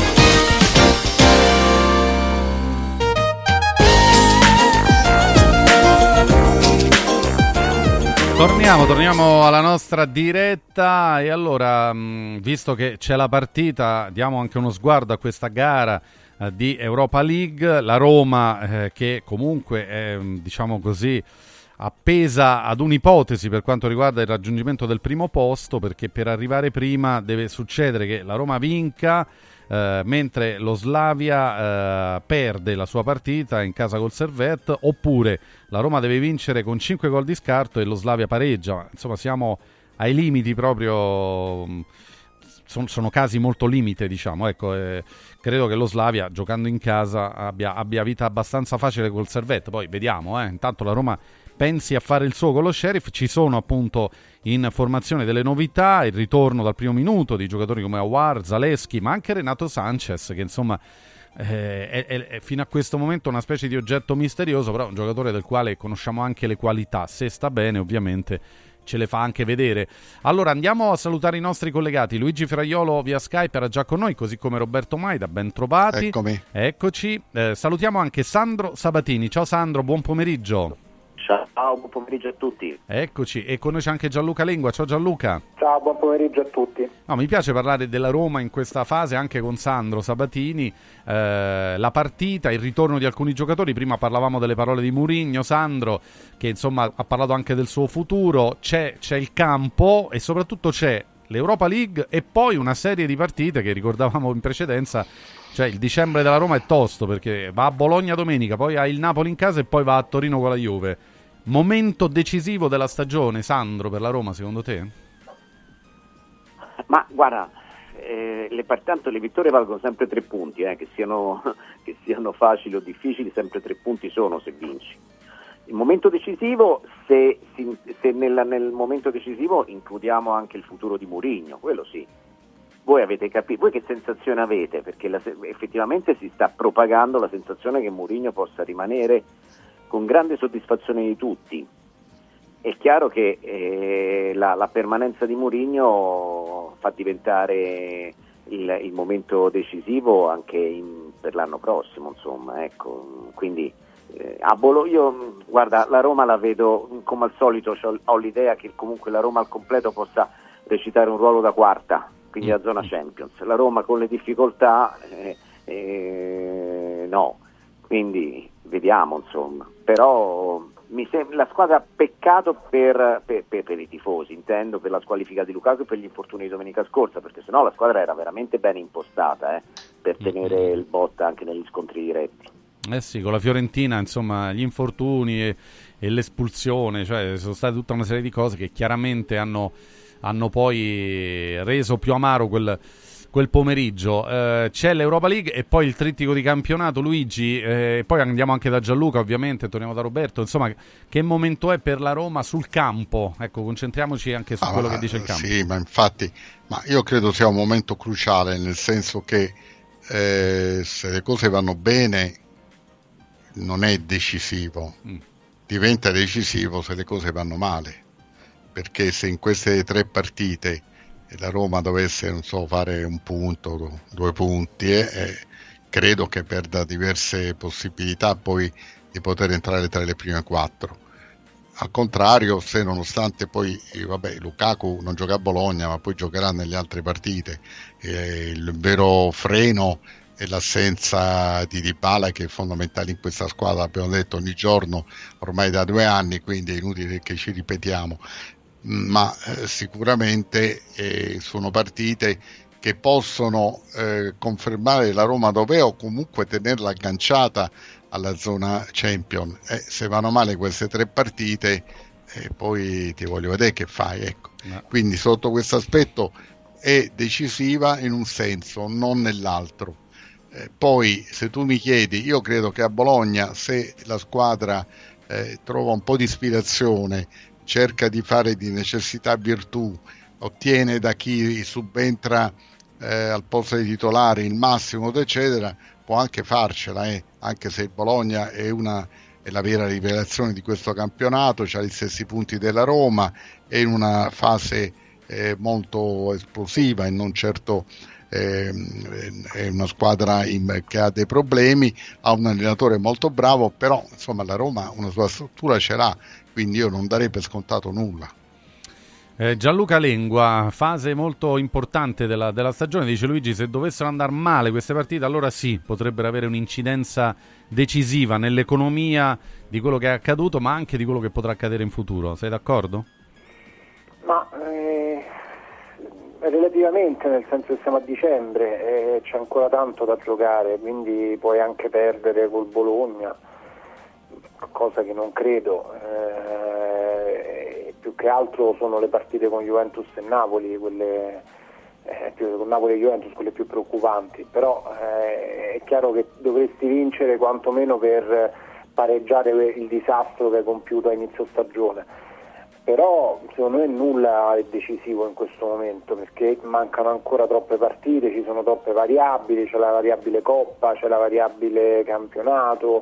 Torniamo alla nostra diretta e allora, visto che c'è la partita, diamo anche uno sguardo a questa gara di Europa League. La Roma che comunque è, diciamo così, appesa ad un'ipotesi per quanto riguarda il raggiungimento del primo posto, perché per arrivare prima deve succedere che la Roma vinca, mentre lo Slavia perde la sua partita in casa col Servette, oppure la Roma deve vincere con 5 gol di scarto e lo Slavia pareggia. Insomma, siamo ai limiti proprio, sono casi molto limite, diciamo. Ecco, credo che lo Slavia, giocando in casa, abbia vita abbastanza facile col Servette. Poi vediamo, intanto la Roma pensi a fare il suo con lo Sheriff. Ci sono appunto in formazione delle novità, il ritorno dal primo minuto di giocatori come Aouar, Zalewski, ma anche Renato Sanchez, che insomma è fino a questo momento una specie di oggetto misterioso, però è un giocatore del quale conosciamo anche le qualità. Se sta bene, ovviamente ce le fa anche vedere. Allora andiamo a salutare i nostri collegati. Luigi Fraiolo via Skype era già con noi, così come Roberto Maida, ben trovati. Eccoci. Salutiamo anche Sandro Sabatini. Ciao Sandro, buon pomeriggio. Ciao, buon pomeriggio a tutti. Eccoci, e con noi c'è anche Gianluca Lengua. Ciao Gianluca. Ciao, buon pomeriggio a tutti. No, mi piace parlare della Roma in questa fase anche con Sandro Sabatini. La partita, il ritorno di alcuni giocatori. Prima parlavamo delle parole di Mourinho, Sandro, che insomma ha parlato anche del suo futuro. C'è il campo e soprattutto c'è l'Europa League e poi una serie di partite che ricordavamo in precedenza. Cioè il dicembre della Roma è tosto, perché va a Bologna domenica, poi ha il Napoli in casa e poi va a Torino con la Juve. Momento decisivo della stagione, Sandro, per la Roma, secondo te? Ma guarda, tanto le vittorie valgono sempre 3 punti, che siano facili o difficili, sempre 3 punti sono se vinci. Il momento decisivo, se nel momento decisivo includiamo anche il futuro di Mourinho, quello sì. Voi avete capito, voi che sensazione avete? Perché effettivamente si sta propagando la sensazione che Mourinho possa rimanere con grande soddisfazione di tutti. È chiaro che la permanenza di Mourinho fa diventare il momento decisivo anche per l'anno prossimo, insomma, ecco. Quindi io guarda, la Roma la vedo come al solito, ho l'idea che comunque la Roma al completo possa recitare un ruolo da quarta, quindi la zona Champions. La Roma con le difficoltà no, quindi vediamo, insomma. Però mi sembra la squadra, peccato per i tifosi, intendo, per la squalifica di Lukaku e per gli infortuni di domenica scorsa, perché sennò la squadra era veramente ben impostata per tenere il botta anche negli scontri diretti. Sì, con la Fiorentina, insomma, gli infortuni e l'espulsione, cioè sono state tutta una serie di cose che chiaramente hanno poi reso più amaro quel pomeriggio. C'è l'Europa League e poi il trittico di campionato, Luigi, poi andiamo anche da Gianluca, ovviamente, torniamo da Roberto. Insomma, che momento è per la Roma sul campo? Ecco, concentriamoci anche su quello che dice il campo. Sì, ma infatti, io credo sia un momento cruciale, nel senso che se le cose vanno bene non è decisivo, diventa decisivo se le cose vanno male, perché se in queste 3 partite la Roma dovesse, non so, fare un punto, 2 punti, credo che perda diverse possibilità poi di poter entrare tra le prime 4. Al contrario, se nonostante poi Lukaku non gioca a Bologna, ma poi giocherà nelle altre partite, il vero freno è l'assenza di Dybala, che è fondamentale in questa squadra, abbiamo detto ogni giorno ormai da 2 anni, quindi è inutile che ci ripetiamo, ma sicuramente sono partite che possono confermare la Roma dov'è o comunque tenerla agganciata alla zona Champion. Se vanno male queste 3 partite, poi ti voglio vedere che fai, ecco. No. Quindi sotto questo aspetto è decisiva in un senso, non nell'altro. Poi se tu mi chiedi, io credo che a Bologna, se la squadra trova un po' di ispirazione, cerca di fare di necessità virtù, ottiene da chi subentra al posto dei titolari il massimo, eccetera, può anche farcela, anche se il Bologna è la vera rivelazione di questo campionato, ha gli stessi punti della Roma, è in una fase molto esplosiva e non certo è una squadra che ha dei problemi, ha un allenatore molto bravo, però insomma la Roma una sua struttura ce l'ha, quindi io non darei per scontato nulla. Gianluca Lengua, fase molto importante della stagione, dice Luigi, se dovessero andare male queste partite allora sì, potrebbero avere un'incidenza decisiva nell'economia di quello che è accaduto, ma anche di quello che potrà accadere in futuro. Sei d'accordo? Ma relativamente, nel senso che siamo a dicembre e c'è ancora tanto da giocare, quindi puoi anche perdere col Bologna, cosa che non credo. Più che altro sono le partite con Juventus e Napoli, quelle con Napoli e Juventus quelle più preoccupanti, però è chiaro che dovresti vincere quantomeno per pareggiare il disastro che hai compiuto a inizio stagione, però secondo me nulla è decisivo in questo momento, perché mancano ancora troppe partite, ci sono troppe variabili, c'è la variabile Coppa, c'è la variabile campionato,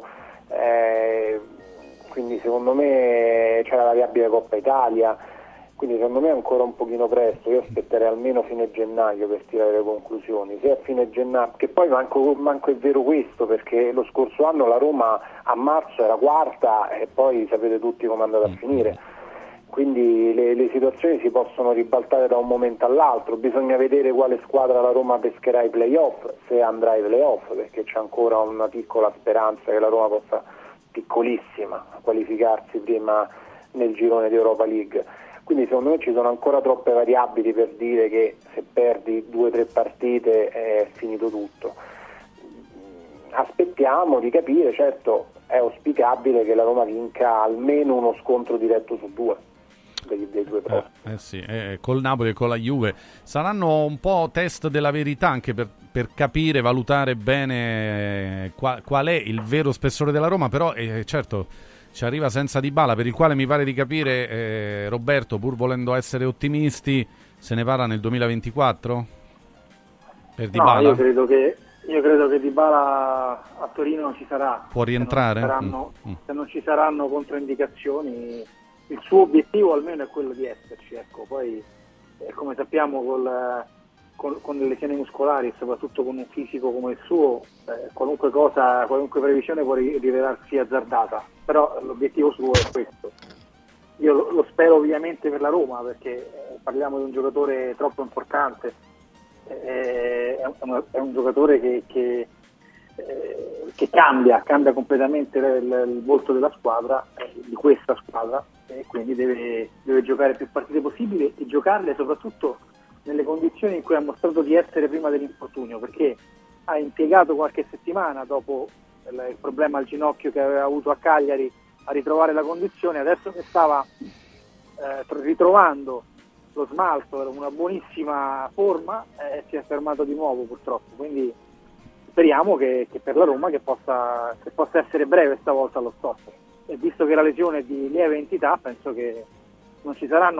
quindi secondo me c'è la variabile Coppa Italia, quindi secondo me è ancora un pochino presto. Io aspetterei almeno fine gennaio per tirare le conclusioni, se a fine gennaio, che poi manco è vero questo, perché lo scorso anno la Roma a marzo era quarta e poi sapete tutti come è andata a finire, quindi le situazioni si possono ribaltare da un momento all'altro, bisogna vedere quale squadra la Roma pescherà ai playoff, se andrà ai playoff, perché c'è ancora una piccola speranza che la Roma possa, piccolissima, qualificarsi prima nel girone di Europa League. Quindi secondo me ci sono ancora troppe variabili per dire che se perdi 2 o 3 partite è finito tutto. Aspettiamo di capire, certo è auspicabile che la Roma vinca almeno uno scontro diretto su 2 dei 2 prossimi. Sì, col Napoli e con la Juve saranno un po' test della verità anche per capire, valutare bene qual è il vero spessore della Roma, però certo ci arriva senza Dybala, per il quale mi pare di capire, Roberto, pur volendo essere ottimisti, se ne parla nel 2024 per Dybala? No, io credo che Dybala a Torino ci sarà. Può rientrare? Se non ci saranno controindicazioni, il suo obiettivo almeno è quello di esserci, ecco. Poi come sappiamo con le lesioni muscolari e soprattutto con un fisico come il suo, qualunque previsione può rivelarsi azzardata, però l'obiettivo suo è questo. Io lo spero ovviamente per la Roma, perché parliamo di un giocatore troppo importante, è un giocatore che cambia completamente il volto della squadra, di questa squadra, e quindi deve giocare più partite possibili e giocarle soprattutto nelle condizioni in cui ha mostrato di essere prima dell'infortunio, perché ha impiegato qualche settimana dopo il problema al ginocchio che aveva avuto a Cagliari a ritrovare la condizione. Adesso che stava ritrovando lo smalto, era una buonissima forma, si è fermato di nuovo purtroppo, quindi speriamo che per la Roma che possa essere breve stavolta allo stop, e visto che la lesione è di lieve entità, penso che non ci sarà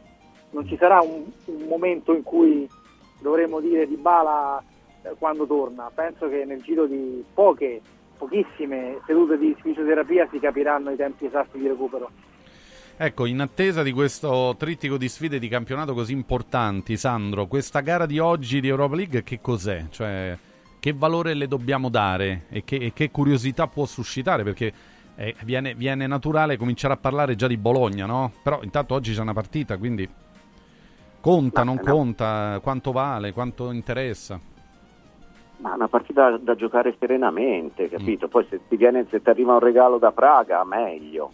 un momento in cui dovremo dire Dybala quando torna. Penso che nel giro di pochissime sedute di fisioterapia si capiranno i tempi esatti di recupero. Ecco, in attesa di questo trittico di sfide di campionato così importanti, Sandro, questa gara di oggi di Europa League che cos'è? Cioè, che valore le dobbiamo dare e che curiosità può suscitare? Perché viene naturale cominciare a parlare già di Bologna, no? Però intanto oggi c'è una partita, quindi conta, non conta, quanto vale, quanto interessa? Ma una partita da giocare serenamente, capito? Poi se ti arriva un regalo da Praga, meglio.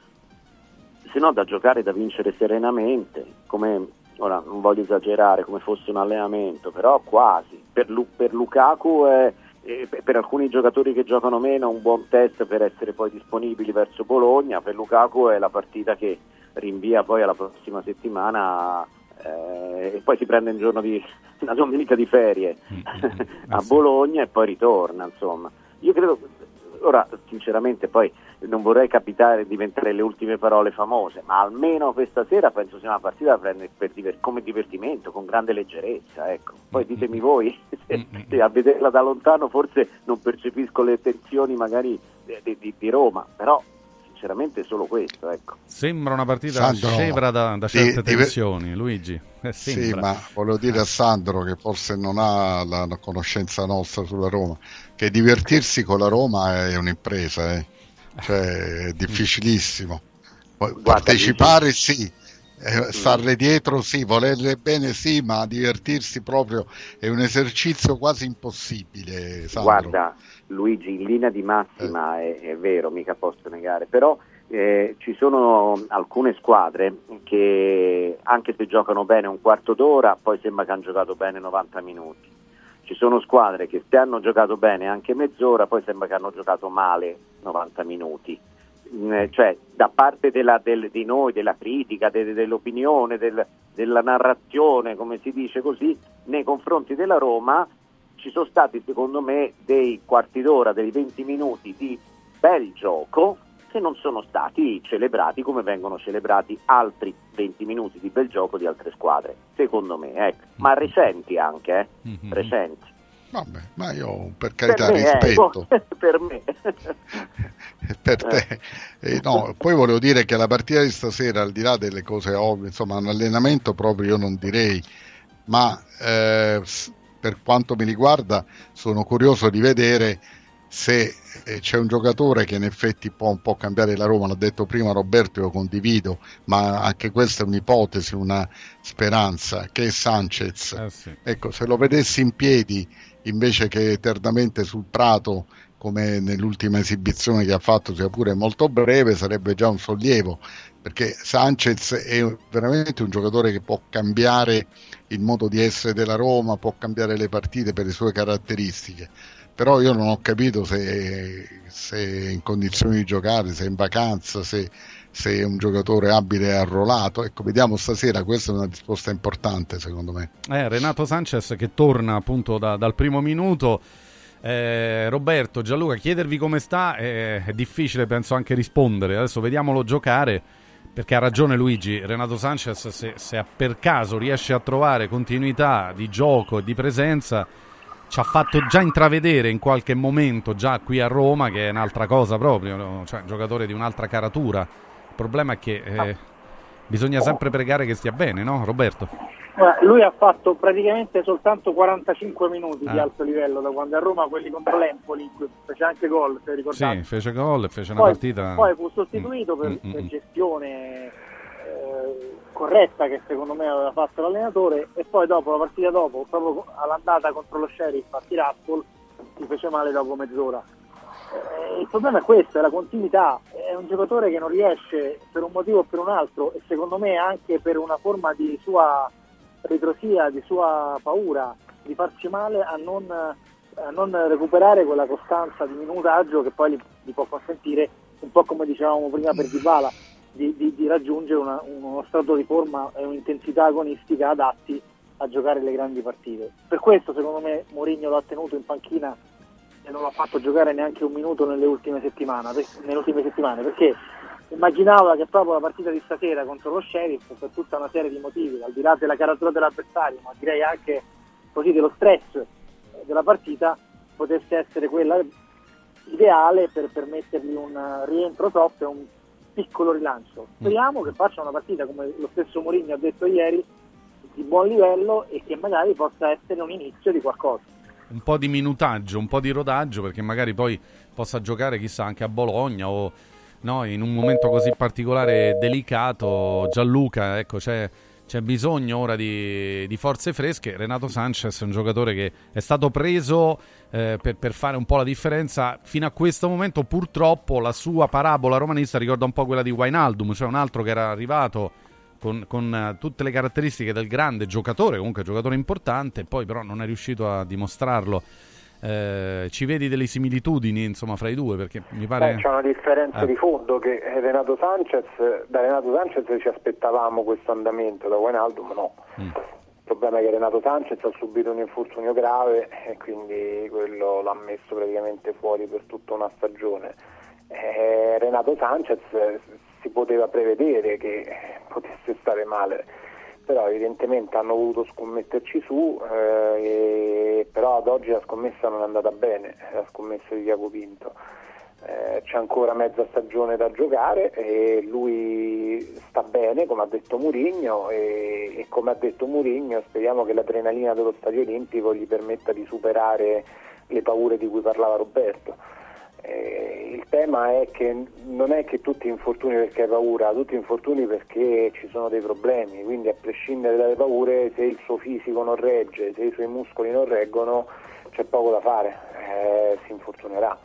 Se no da giocare, da vincere serenamente, come ora non voglio esagerare, come fosse un allenamento, però quasi. Per Lukaku e per alcuni giocatori che giocano meno un buon test per essere poi disponibili verso Bologna. Per Lukaku è la partita che rinvia poi alla prossima settimana e poi si prende un giorno una domenica di ferie a Bologna e poi ritorna, insomma. Io credo, ora sinceramente poi non vorrei diventare le ultime parole famose, ma almeno questa sera penso sia una partita da prendere come divertimento, con grande leggerezza, ecco. Poi ditemi voi, se a vederla da lontano forse non percepisco le tensioni magari di Roma, però sinceramente è solo questo, ecco. Sembra una partita scevra da certe tensioni, Luigi. Sì, ma volevo dire a Sandro, che forse non ha la conoscenza nostra sulla Roma, che divertirsi con la Roma è un'impresa, cioè è difficilissimo. Partecipare sì, starle dietro sì, volerle bene sì, ma divertirsi proprio è un esercizio quasi impossibile, Sandro. Guarda Luigi, in linea di massima è vero, mica posso negare, però ci sono alcune squadre che anche se giocano bene un quarto d'ora poi sembra che hanno giocato bene 90 minuti. Ci sono squadre che se hanno giocato bene anche mezz'ora poi sembra che hanno giocato male 90 minuti. Cioè da parte di noi, della critica, dell'opinione, della narrazione, come si dice così, nei confronti della Roma ci sono stati secondo me dei quarti d'ora, dei 20 minuti di bel gioco che non sono stati celebrati come vengono celebrati altri 20 minuti di bel gioco di altre squadre, secondo me, ecco. Ma recenti anche, recenti. Vabbè, ma io per carità rispetto. Per me. Per te. No, poi volevo dire che la partita di stasera, al di là delle cose ovvie, insomma, un allenamento proprio io non direi, ma per quanto mi riguarda sono curioso di vedere se c'è un giocatore che in effetti può un po' cambiare la Roma. L'ha detto prima Roberto, io condivido, ma anche questa è un'ipotesi, una speranza, che è Sanchez. Sì. Ecco, se lo vedessi in piedi invece che eternamente sul prato, come nell'ultima esibizione che ha fatto, sia pure molto breve, sarebbe già un sollievo, perché Sanchez è veramente un giocatore che può cambiare il modo di essere della Roma, può cambiare le partite per le sue caratteristiche. Però io non ho capito se è in condizioni di giocare, se è in vacanza, se è un giocatore abile e arruolato. Ecco, vediamo stasera, questa è una risposta importante secondo me. Renato Sanchez che torna appunto dal primo minuto. Roberto, Gianluca, chiedervi come sta è difficile, penso anche rispondere. Adesso vediamolo giocare, perché ha ragione Luigi. Renato Sanchez, se per caso riesce a trovare continuità di gioco e di presenza, ci ha fatto già intravedere in qualche momento già qui a Roma che è un'altra cosa proprio, no? Cioè un giocatore di un'altra caratura. Il problema è che bisogna sempre pregare che stia bene, no Roberto? Lui ha fatto praticamente soltanto 45 minuti di alto livello da quando è a Roma, quelli contro l'Empoli, fece anche gol, se ricordate. Sì, fece gol e fece una partita. Poi fu sostituito per gestione corretta che secondo me aveva fatto l'allenatore, e poi dopo la partita dopo, proprio all'andata contro lo Sheriff a Tiraspol, si fece male dopo mezz'ora. Il problema è questo, è la continuità. È un giocatore che non riesce per un motivo o per un altro, e secondo me anche per una forma di sua ritrosia, di sua paura di farci male, a non recuperare quella costanza di minutaggio che poi gli può consentire, un po' come dicevamo prima per Dybala, di raggiungere uno stato di forma e un'intensità agonistica adatti a giocare le grandi partite. Per questo secondo me Mourinho lo ha tenuto in panchina e non l'ha fatto giocare neanche un minuto nelle ultime settimane, perché immaginava che proprio la partita di stasera contro lo Sheriff, per tutta una serie di motivi, al di là della caratura dell'avversario, ma direi anche così dello stress della partita, potesse essere quella ideale per permettergli un rientro soft e un piccolo rilancio. Speriamo che faccia una partita, come lo stesso Mourinho ha detto ieri, di buon livello e che magari possa essere un inizio di qualcosa. Un po' di minutaggio, un po' di rodaggio, perché magari poi possa giocare chissà anche a Bologna o no, in un momento così particolare e delicato. Gianluca, ecco, c'è bisogno ora di forze fresche. Renato Sanchez è un giocatore che è stato preso per fare un po' la differenza fino a questo momento. Purtroppo la sua parabola romanista ricorda un po' quella di Wijnaldum, cioè un altro che era arrivato con tutte le caratteristiche del grande giocatore, comunque giocatore importante, poi però non è riuscito a dimostrarlo. Ci vedi delle similitudini insomma fra i due? Perché mi pare c'è una differenza di fondo, che da Renato Sanchez ci aspettavamo questo andamento, da Wijnaldum no. Il problema è che Renato Sanchez ha subito un infortunio grave e quindi quello l'ha messo praticamente fuori per tutta una stagione. Renato Sanchez si poteva prevedere che potesse stare male, però evidentemente hanno voluto scommetterci su, però ad oggi la scommessa non è andata bene, la scommessa di Tiago Pinto. C'è ancora mezza stagione da giocare e lui sta bene, come ha detto Mourinho, e come ha detto Mourinho speriamo che l'adrenalina dello Stadio Olimpico gli permetta di superare le paure di cui parlava Roberto. Il tema è che non è che tutti infortuni perché hai paura, tutti infortuni perché ci sono dei problemi, quindi a prescindere dalle paure, se il suo fisico non regge, se i suoi muscoli non reggono, c'è poco da fare, si infortunerà.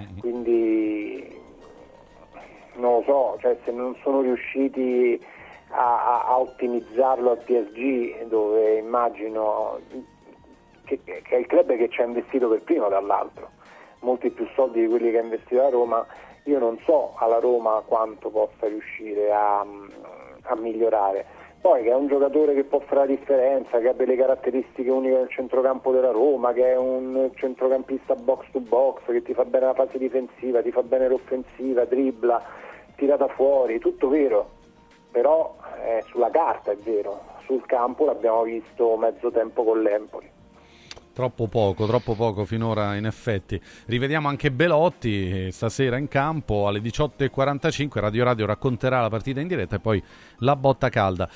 Quindi non lo so, cioè se non sono riusciti a ottimizzarlo al PSG, dove immagino che è il club che ci ha investito per primo, dall'altro molti più soldi di quelli che ha investito la Roma, io non so alla Roma quanto possa riuscire a migliorare. Poi che è un giocatore che può fare la differenza, che ha delle caratteristiche uniche nel centrocampo della Roma, che è un centrocampista box to box, che ti fa bene la fase difensiva, ti fa bene l'offensiva, dribbla, tirata fuori, tutto vero, però sulla carta è vero, sul campo l'abbiamo visto mezzo tempo con l'Empoli. Troppo poco finora in effetti. Rivediamo anche Belotti stasera in campo alle 18:45, Radio racconterà la partita in diretta e poi la botta calda.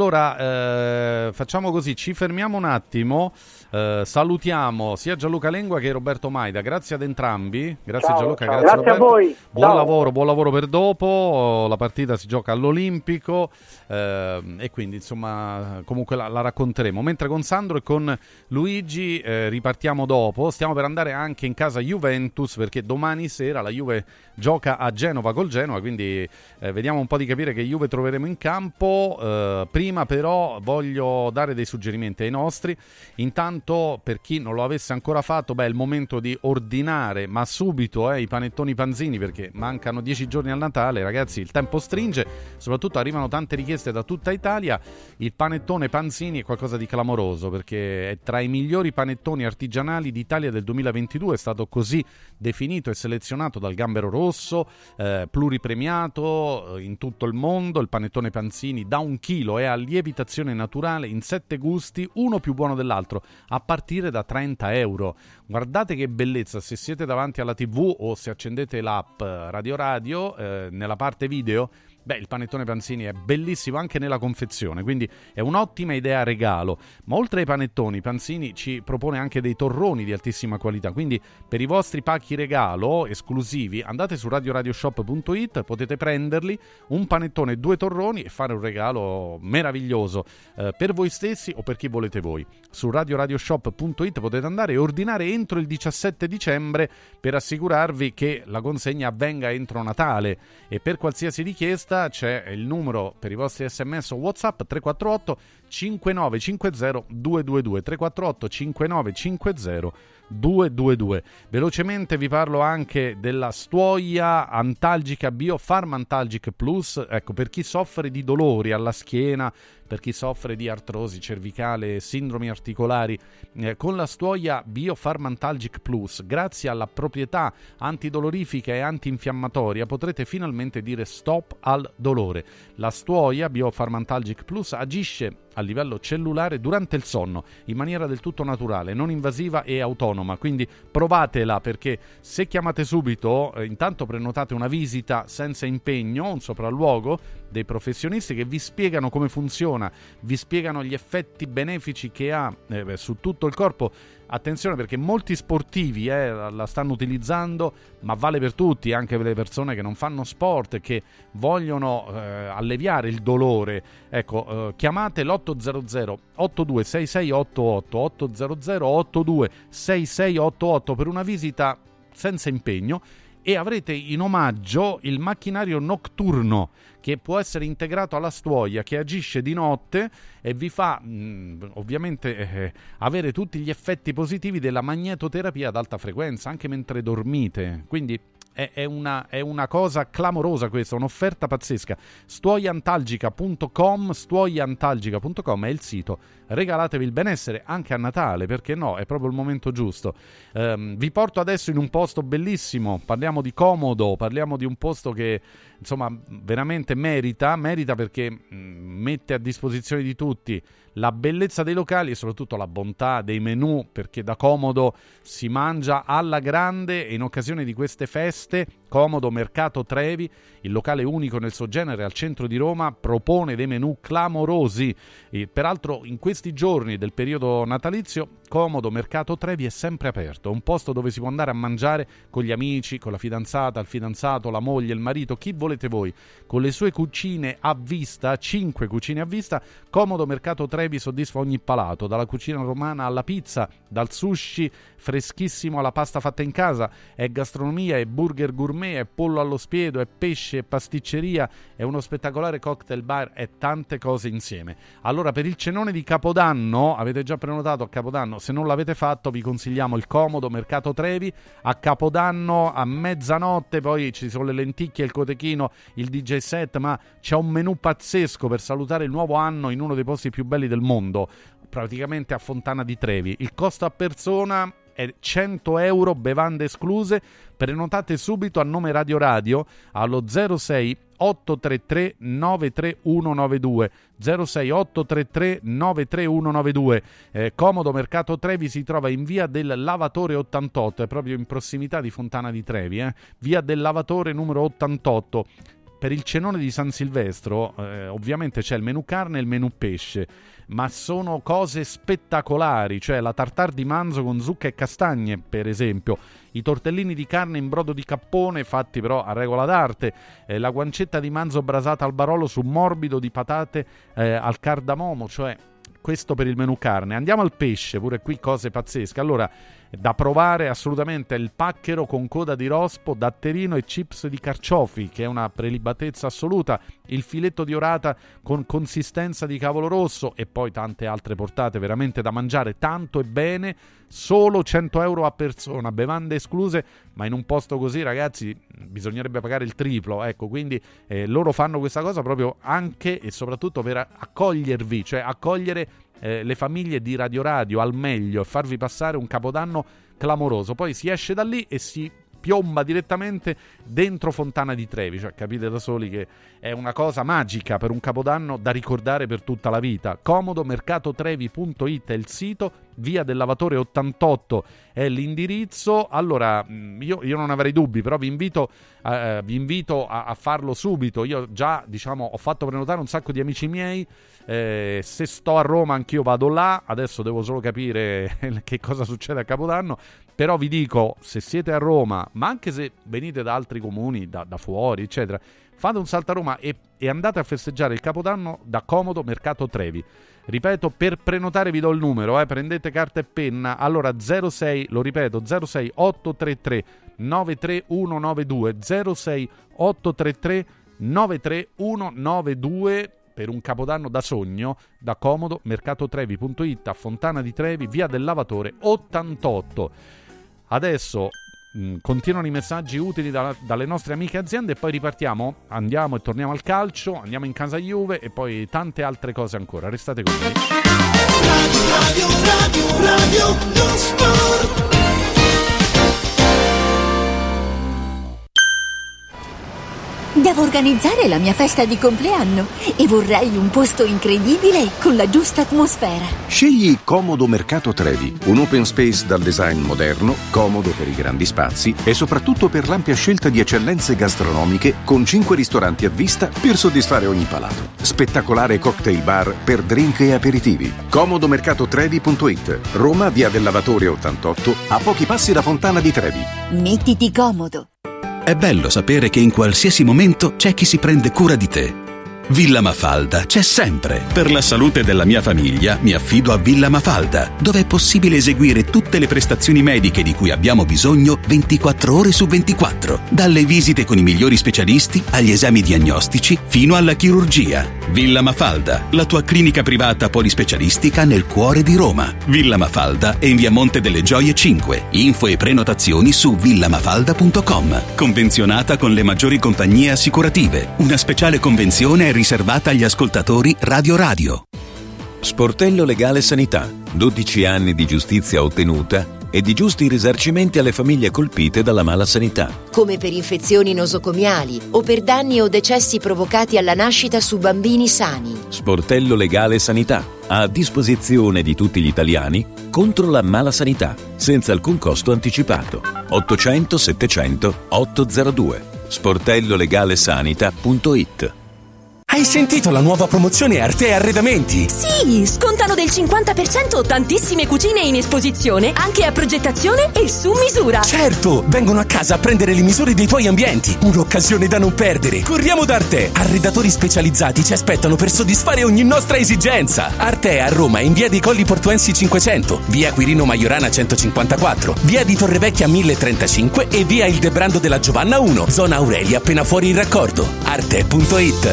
Allora facciamo così, ci fermiamo un attimo, salutiamo sia Gianluca Lengua che Roberto Maida, grazie ad entrambi, grazie ciao, Gianluca, ciao. grazie Roberto. a voi. Buon Ciao. lavoro per dopo, la partita si gioca all'Olimpico e quindi insomma comunque la racconteremo, mentre con Sandro e con Luigi ripartiamo dopo. Stiamo per andare anche in casa Juventus perché domani sera la Juve gioca a Genova col Genoa, quindi vediamo un po' di capire che Juve troveremo in campo. Prima però voglio dare dei suggerimenti ai nostri. Intanto, per chi non lo avesse ancora fatto, è il momento di ordinare ma subito i panettoni Panzini, perché mancano 10 giorni al Natale, ragazzi, il tempo stringe, soprattutto arrivano tante richieste da tutta Italia. Il panettone Panzini è qualcosa di clamoroso perché è tra i migliori panettoni artigianali d'Italia del 2022, è stato così definito e selezionato dal Gambero Rosso, pluripremiato in tutto il mondo. Il panettone Panzini da 1 chilo è a lievitazione naturale in 7 gusti, uno più buono dell'altro, a partire da €30. Guardate che bellezza, se siete davanti alla TV o se accendete l'app Radio nella parte video, il panettone Panzini è bellissimo anche nella confezione, quindi è un'ottima idea regalo. Ma oltre ai panettoni, Panzini ci propone anche dei torroni di altissima qualità, quindi per i vostri pacchi regalo esclusivi andate su radioradioshop.it, potete prenderli, un panettone e 2 torroni, e fare un regalo meraviglioso per voi stessi o per chi volete voi. Su radioradioshop.it potete andare e ordinare entro il 17 dicembre per assicurarvi che la consegna avvenga entro Natale, e per qualsiasi richiesta c'è il numero per i vostri SMS o WhatsApp 348 5950 222 348 5950 222. Velocemente vi parlo anche della stuoia antalgica Biofarm Antalgic Plus, ecco, per chi soffre di dolori alla schiena, per chi soffre di artrosi cervicale, sindromi articolari, con la stuoia Biofarm Antalgic Plus, grazie alla proprietà antidolorifica e antinfiammatoria, potrete finalmente dire stop al dolore. La stuoia Biofarm Antalgic Plus agisce a livello cellulare durante il sonno, in maniera del tutto naturale, non invasiva e autonoma. Quindi provatela, perché se chiamate subito, intanto prenotate una visita senza impegno, un sopralluogo dei professionisti che vi spiegano come funziona, vi spiegano gli effetti benefici che ha su tutto il corpo. Attenzione, perché molti sportivi la stanno utilizzando, ma vale per tutti, anche per le persone che non fanno sport e che vogliono alleviare il dolore. Ecco, chiamate l'800 826688 800 826688 per una visita senza impegno, e avrete in omaggio il macchinario notturno, che può essere integrato alla stuoia, che agisce di notte e vi fa ovviamente avere tutti gli effetti positivi della magnetoterapia ad alta frequenza anche mentre dormite. Quindi è una cosa clamorosa questa, un'offerta pazzesca. Stuoiantalgica.com è il sito. Regalatevi il benessere anche a Natale, perché no, è proprio il momento giusto. Vi porto adesso in un posto bellissimo, parliamo di Comodo, parliamo di un posto che insomma veramente merita perché mette a disposizione di tutti la bellezza dei locali e soprattutto la bontà dei menù, perché da Comodo si mangia alla grande, e in occasione di queste feste Comodo Mercato Trevi, il locale unico nel suo genere al centro di Roma, propone dei menù clamorosi. E peraltro in questi giorni del periodo natalizio Comodo Mercato Trevi è sempre aperto, è un posto dove si può andare a mangiare con gli amici, con la fidanzata, il fidanzato, la moglie, il marito, chi volete voi, con le sue cucine a vista, 5 cucine a vista. Comodo Mercato Trevi soddisfa ogni palato, dalla cucina romana alla pizza, dal sushi freschissimo alla pasta fatta in casa, è gastronomia, è burger gourmet, è pollo allo spiedo, è pesce, è pasticceria, è uno spettacolare cocktail bar, è tante cose insieme. Allora, per il cenone di Capodanno, avete già prenotato a Capodanno? Se non l'avete fatto, vi consigliamo il Comodo Mercato Trevi a Capodanno a mezzanotte. Poi ci sono le lenticchie, il cotechino, il DJ set, ma c'è un menù pazzesco per salutare il nuovo anno in uno dei posti più belli del mondo, praticamente a Fontana di Trevi. Il costo a persona è 100 euro, bevande escluse. Prenotate subito a nome Radio allo 06 833 93192 06 833 93192. Comodo Mercato Trevi si trova in via del Lavatore 88, è proprio in prossimità di Fontana di Trevi, via del Lavatore numero 88. Per il cenone di San Silvestro ovviamente c'è il menù carne e il menù pesce, ma sono cose spettacolari, cioè la tartare di manzo con zucca e castagne, per esempio, i tortellini di carne in brodo di cappone fatti però a regola d'arte, la guancetta di manzo brasata al barolo su morbido di patate al cardamomo, cioè questo per il menù carne. Andiamo al pesce, pure qui cose pazzesche. Allora, da provare assolutamente il pacchero con coda di rospo, datterino e chips di carciofi, che è una prelibatezza assoluta, il filetto di orata con consistenza di cavolo rosso, e poi tante altre portate veramente da mangiare tanto e bene. Solo 100 euro a persona, bevande escluse, ma in un posto così, ragazzi, bisognerebbe pagare il triplo, ecco. Quindi loro fanno questa cosa proprio anche e soprattutto per accogliervi, cioè accogliere le famiglie di Radio al meglio e farvi passare un Capodanno clamoroso. Poi si esce da lì e si piomba direttamente dentro Fontana di Trevi, cioè capite da soli che è una cosa magica per un Capodanno da ricordare per tutta la vita. Comodomercatotrevi.it è il sito, via del Lavatore 88 è l'indirizzo. Allora, io non avrei dubbi, però vi invito a farlo subito. Io già, ho fatto prenotare un sacco di amici miei. Se sto a Roma anch'io vado là, adesso devo solo capire che cosa succede a Capodanno. Però vi dico, se siete a Roma, ma anche se venite da altri comuni, da fuori, eccetera, fate un salto a Roma e andate a festeggiare il Capodanno da Comodo Mercato Trevi. Ripeto, per prenotare vi do il numero, prendete carta e penna. Allora 06 833 93192 06 833 93192 per un Capodanno da sogno da Comodo Mercatotrevi.it a Fontana di Trevi, via del Lavatore 88. Adesso continuano i messaggi utili dalle nostre amiche aziende e poi ripartiamo, andiamo e torniamo al calcio, andiamo in casa Juve e poi tante altre cose ancora. Restate con noi. Radio lo sport. Devo Devo organizzare la mia festa di compleanno e vorrei un posto incredibile con la giusta atmosfera. Scegli Comodo Mercato Trevi, un open space dal design moderno, comodo per i grandi spazi e soprattutto per l'ampia scelta di eccellenze gastronomiche con 5 ristoranti a vista per soddisfare ogni palato. Spettacolare cocktail bar per drink e aperitivi. Comodomercatotrevi.it, Roma, via del Lavatore 88, a pochi passi da Fontana di Trevi. Mettiti comodo. È bello sapere che in qualsiasi momento c'è chi si prende cura di te. Villa Mafalda c'è sempre. Per la salute della mia famiglia mi affido a Villa Mafalda, dove è possibile eseguire tutte le prestazioni mediche di cui abbiamo bisogno 24 ore su 24. Dalle visite con i migliori specialisti agli esami diagnostici fino alla chirurgia. Villa Mafalda, la tua clinica privata polispecialistica nel cuore di Roma. Villa Mafalda è in via Monte delle Gioie 5. Info e prenotazioni su villamafalda.com. Convenzionata con le maggiori compagnie assicurative. Una speciale convenzione è riservata agli ascoltatori Radio. Sportello Legale Sanità. 12 anni di giustizia ottenuta e di giusti risarcimenti alle famiglie colpite dalla mala sanità. Come per infezioni nosocomiali o per danni o decessi provocati alla nascita su bambini sani. Sportello Legale Sanità. A disposizione di tutti gli italiani contro la mala sanità, senza alcun costo anticipato. 800 700 802. sportellolegalesanita.it. Hai sentito la nuova promozione Arte Arredamenti? Sì, scontano del 50% tantissime cucine in esposizione, anche a progettazione e su misura. Certo, vengono a casa a prendere le misure dei tuoi ambienti. Un'occasione da non perdere. Corriamo da Arte. Arredatori specializzati ci aspettano per soddisfare ogni nostra esigenza. Arte a Roma in via dei Colli Portuensi 500, via Quirino Maiorana 154, via di Torrevecchia 1035 e via Ildebrando della Giovanna 1, zona Aurelia appena fuori il raccordo. Arte.it.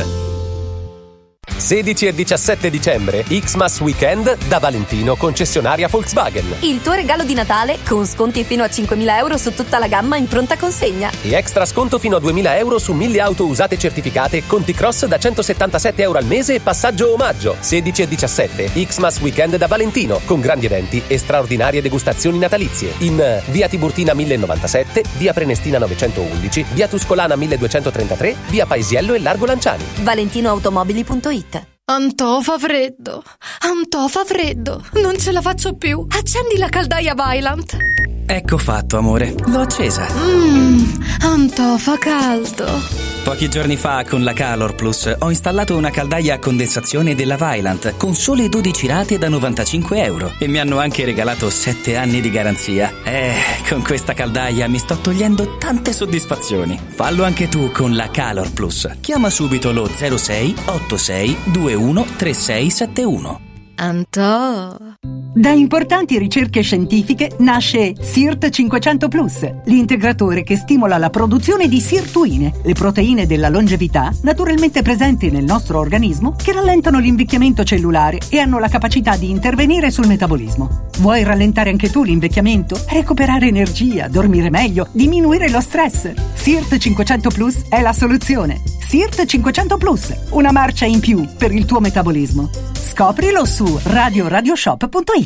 16 e 17 dicembre, Xmas Weekend da Valentino, concessionaria Volkswagen. Il tuo regalo di Natale con sconti fino a 5.000 euro su tutta la gamma in pronta consegna. E extra sconto fino a 2.000 euro su 1.000 auto usate certificate con T-Cross da 177 euro al mese e passaggio omaggio. 16 e 17, Xmas Weekend da Valentino, con grandi eventi e straordinarie degustazioni natalizie. In via Tiburtina 1097, via Prenestina 911, via Tuscolana 1233, via Paesiello e Largo Lanciani. ValentinoAutomobili.it. Antò fa freddo, non ce la faccio più. Accendi la caldaia Vaillant. Ecco fatto, amore, l'ho accesa. Antò fa caldo. Pochi giorni fa con la Calor Plus ho installato una caldaia a condensazione della Vaillant con sole 12 rate da 95 euro e mi hanno anche regalato 7 anni di garanzia. Con questa caldaia mi sto togliendo tante soddisfazioni. Fallo anche tu con la Calor Plus. Chiama subito lo 06 86 21 3671. Antò. Da importanti ricerche scientifiche nasce SIRT 500 Plus, l'integratore che stimola la produzione di sirtuine, le proteine della longevità naturalmente presenti nel nostro organismo che rallentano l'invecchiamento cellulare e hanno la capacità di intervenire sul metabolismo. Vuoi rallentare anche tu l'invecchiamento? Recuperare energia, dormire meglio, diminuire lo stress? SIRT 500 Plus è la soluzione. SIRT 500 Plus, una marcia in più per il tuo metabolismo. Scoprilo su radioshop.it.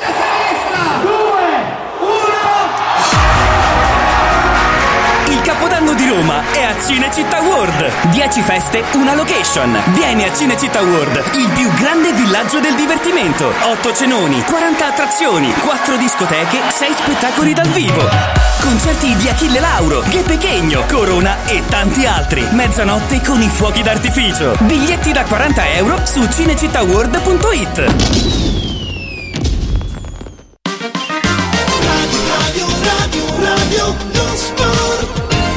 Il Capodanno di Roma è a Cinecittà World. 10 feste, una location. Vieni a Cinecittà World, il più grande villaggio del divertimento. 8 cenoni, 40 attrazioni, 4 discoteche, 6 spettacoli dal vivo. Concerti di Achille Lauro, Ghe Pechegno, Corona e tanti altri. Mezzanotte con i fuochi d'artificio. Biglietti da 40 euro su cinecittàworld.it. Radio lo sport.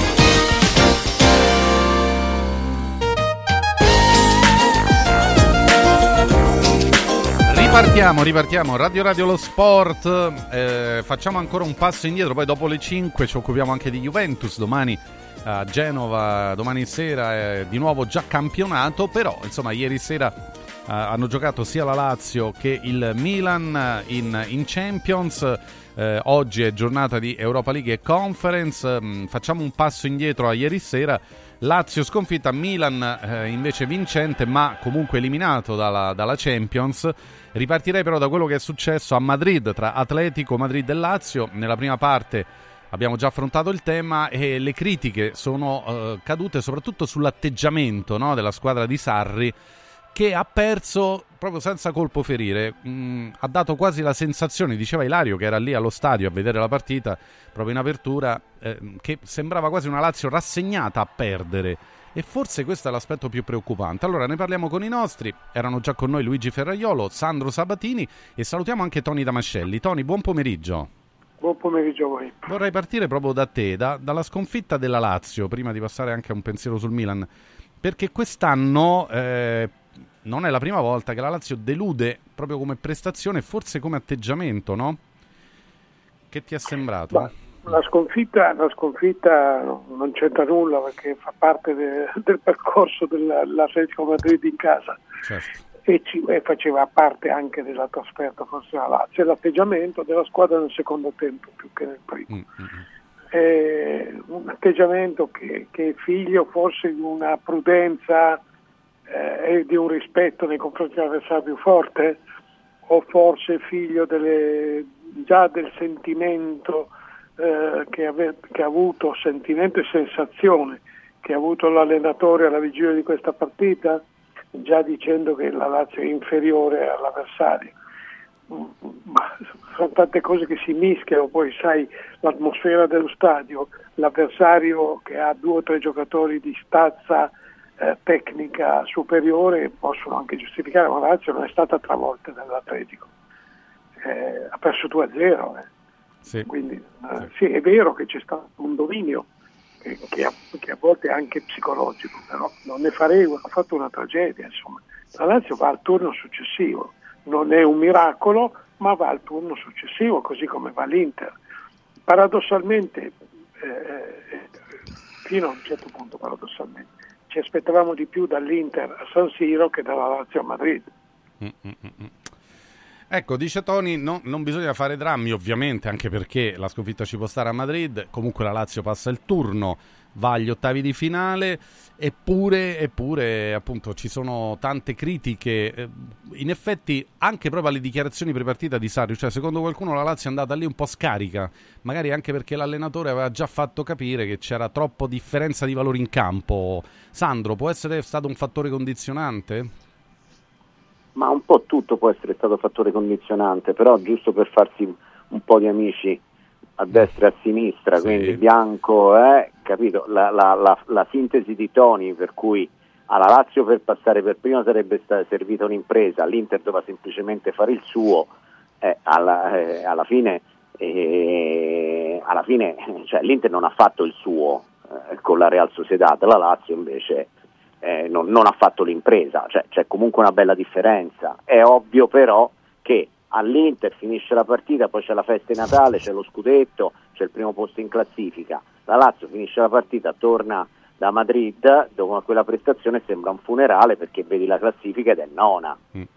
Ripartiamo, Radio lo sport, facciamo ancora un passo indietro, poi dopo le 5 ci occupiamo anche di Juventus, domani a Genova, domani sera è di nuovo già campionato, però insomma ieri sera hanno giocato sia la Lazio che il Milan in Champions, oggi è giornata di Europa League e Conference, facciamo un passo indietro a ieri sera. Lazio sconfitta, Milan invece vincente ma comunque eliminato dalla Champions. Ripartirei però da quello che è successo a Madrid tra Atletico Madrid e Lazio. Nella prima parte abbiamo già affrontato il tema e le critiche sono cadute soprattutto sull'atteggiamento, no, della squadra di Sarri, che ha perso proprio senza colpo ferire. Ha dato quasi la sensazione, diceva Ilario che era lì allo stadio a vedere la partita proprio in apertura, che sembrava quasi una Lazio rassegnata a perdere, e forse questo è l'aspetto più preoccupante. Allora ne parliamo con i nostri, erano già con noi Luigi Ferraiolo, Sandro Sabatini e salutiamo anche Tony Damascelli. Tony, buon pomeriggio. Buon pomeriggio a voi. Vorrei partire proprio da te, dalla sconfitta della Lazio, prima di passare anche a un pensiero sul Milan, perché quest'anno non è la prima volta che la Lazio delude proprio come prestazione e forse come atteggiamento, no? Che ti è sembrato? La sconfitta non c'entra nulla, perché fa parte del percorso dell'Atletico Madrid in casa. Certo. E faceva parte anche della trasferta forse alla Lazio, e l'atteggiamento della squadra nel secondo tempo più che nel primo. Un atteggiamento che è figlio forse di una prudenza e di un rispetto nei confronti dell'avversario più forte, o forse figlio già del sentimento che ha avuto, sentimento e sensazione che ha avuto l'allenatore alla vigilia di questa partita, già dicendo che la Lazio è inferiore all'avversario. Sono tante cose che si mischiano, poi sai, l'atmosfera dello stadio, l'avversario che ha 2 o 3 giocatori di stazza tecnica superiore possono anche giustificare, ma la Lazio non è stata travolta dall'Atletico, ha perso 2-0, Sì. Quindi sì, è vero che c'è stato un dominio che a volte è anche psicologico, però non ne ha fatto una tragedia, insomma. La Lazio va al turno successivo, non è un miracolo, ma va al turno successivo, così come va l'Inter. Paradossalmente, fino a un certo punto paradossalmente, ci aspettavamo di più dall'Inter a San Siro che dalla Lazio a Madrid. Ecco, dice Tony, non bisogna fare drammi ovviamente, anche perché la sconfitta ci può stare a Madrid, comunque la Lazio passa il turno, va agli ottavi di finale, eppure appunto ci sono tante critiche, in effetti anche proprio alle dichiarazioni pre-partita di Sarri, cioè secondo qualcuno la Lazio è andata lì un po' scarica, magari anche perché l'allenatore aveva già fatto capire che c'era troppo differenza di valori in campo. Sandro, può essere stato un fattore condizionante? Ma un po' tutto può essere stato fattore condizionante, però giusto per farsi un po' di amici a destra e a sinistra, sì. Quindi Bianco, capito, la sintesi di Tony, per cui alla Lazio per passare per prima sarebbe servita un'impresa, l'Inter doveva semplicemente fare il suo, alla fine cioè, l'Inter non ha fatto il suo con la Real Sociedad, la Lazio invece non ha fatto l'impresa, cioè c'è comunque una bella differenza. È ovvio però che all'Inter finisce la partita, poi c'è la festa di Natale, c'è lo scudetto, c'è il primo posto in classifica, la Lazio finisce la partita, torna da Madrid dopo quella prestazione, sembra un funerale perché vedi la classifica ed è nona.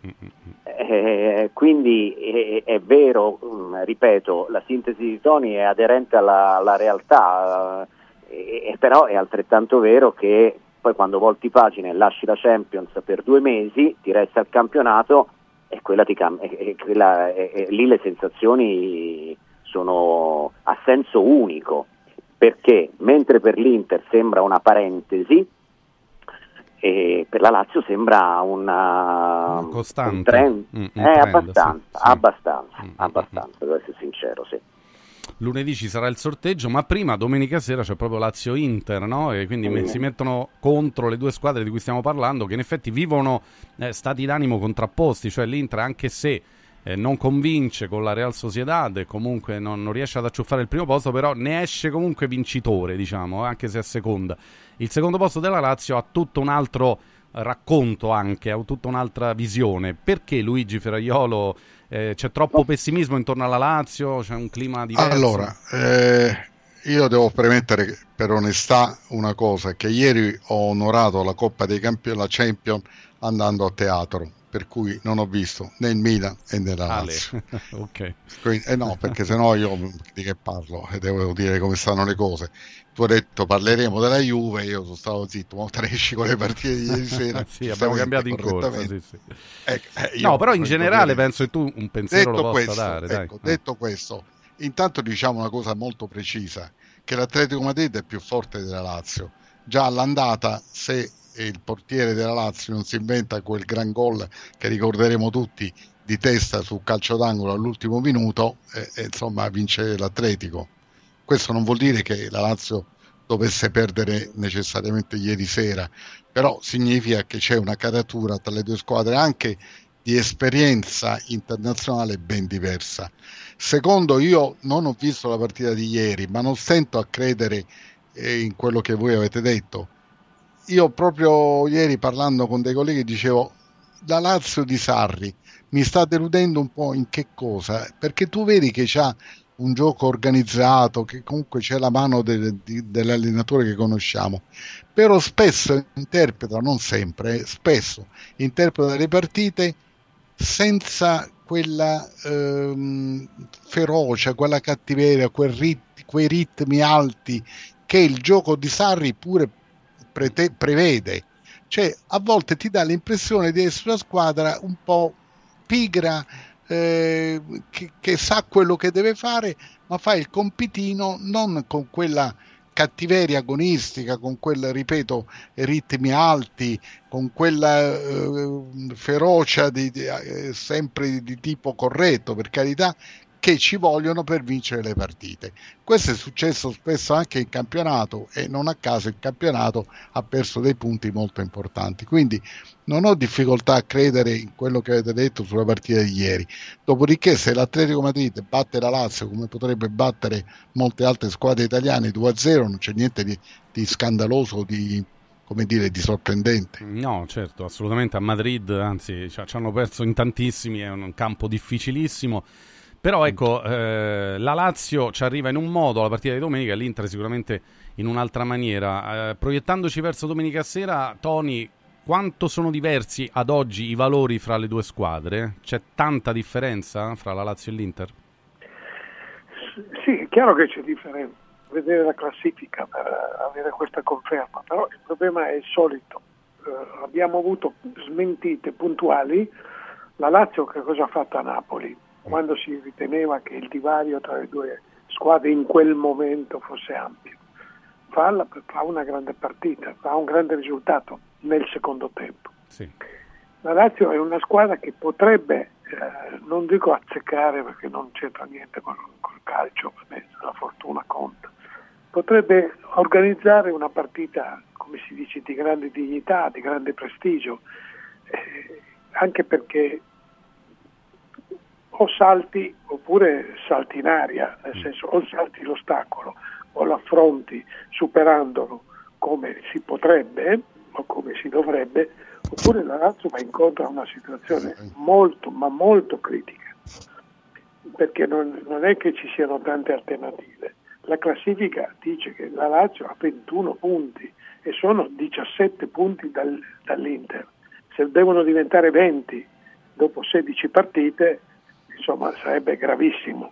Quindi è vero, ripeto, la sintesi di Tony è aderente alla realtà, però è altrettanto vero che poi quando volti pagina e lasci la Champions per 2 mesi, ti resta il campionato e lì le sensazioni sono a senso unico, perché mentre per l'Inter sembra una parentesi, per la Lazio sembra una costante, un trend. Abbastanza, devo essere sincero, sì. Lunedì ci sarà il sorteggio, ma prima domenica sera c'è proprio Lazio-Inter, no? E quindi si mettono contro le 2 squadre di cui stiamo parlando, che in effetti vivono stati d'animo contrapposti, cioè l'Inter, anche se non convince con la Real Sociedad e comunque non riesce ad acciuffare il primo posto, però ne esce comunque vincitore, diciamo, anche se è seconda. Il secondo posto della Lazio ha tutto un altro racconto, anche ha tutta un'altra visione. Perché, Luigi Ferraiolo, c'è troppo pessimismo intorno alla Lazio, c'è un clima diverso? Allora, io devo premettere per onestà una cosa, che ieri ho onorato la Coppa dei Campioni, la Champions, andando a teatro, per cui non ho visto né il Milan né la Lazio. Ok. Quindi, no, perché sennò io di che parlo? Devo dire come stanno le cose. Tu hai detto parleremo della Juve, io sono stato zitto, ma te ne esci con le partite di ieri sera. Sì, abbiamo cambiato in corsa. Sì. No, però in generale penso che tu un pensiero lo possa dare. Ecco, detto questo, Intanto diciamo una cosa molto precisa, che l'Atletico Madrid è più forte della Lazio. Già all'andata, se il portiere della Lazio non si inventa quel gran gol che ricorderemo tutti di testa su calcio d'angolo all'ultimo minuto, insomma vince l'Atletico. Questo non vuol dire che la Lazio dovesse perdere necessariamente ieri sera, però significa che c'è una caratura tra le due squadre anche di esperienza internazionale ben diversa. Secondo, io non ho visto la partita di ieri, ma non stento a credere in quello che voi avete detto. Io proprio ieri, parlando con dei colleghi, dicevo: la Lazio di Sarri mi sta deludendo un po'. In che cosa? Perché tu vedi che c'ha un gioco organizzato, che comunque c'è la mano dell'allenatore che conosciamo, però spesso interpreta, non sempre, spesso interpreta le partite senza quella ferocia, quella cattiveria, quei ritmi alti che il gioco di Sarri pure prevede. Cioè, a volte ti dà l'impressione di essere una squadra un po' pigra, che sa quello che deve fare, ma fa il compitino non con quella cattiveria agonistica, con quel, ripeto, ritmi alti, con quella ferocia sempre di tipo corretto, per carità, che ci vogliono per vincere le partite. Questo è successo spesso anche in campionato, e non a caso il campionato ha perso dei punti molto importanti. Quindi non ho difficoltà a credere in quello che avete detto sulla partita di ieri. Dopodiché, se l'Atletico Madrid batte la Lazio, come potrebbe battere molte altre squadre italiane, 2-0, non c'è niente di scandaloso, di sorprendente. No, certo, assolutamente. A Madrid, anzi, ci hanno perso in tantissimi, è un campo difficilissimo. Però ecco, la Lazio ci arriva in un modo alla partita di domenica, l'Inter sicuramente in un'altra maniera. Proiettandoci verso domenica sera, Tony, quanto sono diversi ad oggi i valori fra le due squadre? C'è tanta differenza fra la Lazio e l'Inter? Sì, è chiaro che c'è differenza. Vedere la classifica per avere questa conferma, però il problema è il solito. Abbiamo avuto smentite puntuali. La Lazio che cosa ha fatto a Napoli? Quando si riteneva che il divario tra le due squadre in quel momento fosse ampio. Fa una grande partita, fa un grande risultato nel secondo tempo. Sì. La Lazio è una squadra che potrebbe, non dico azzeccare perché non c'entra niente col calcio, la fortuna conta, potrebbe organizzare una partita, come si dice, di grande dignità, di grande prestigio, anche perché o salti oppure salti in aria, nel senso o salti l'ostacolo o l'affronti superandolo come si potrebbe o come si dovrebbe, oppure la Lazio va incontro a una situazione molto ma molto critica, perché non è che ci siano tante alternative. La classifica dice che la Lazio ha 21 punti e sono 17 punti dall'Inter. Se devono diventare 20 dopo 16 partite, insomma, sarebbe gravissimo.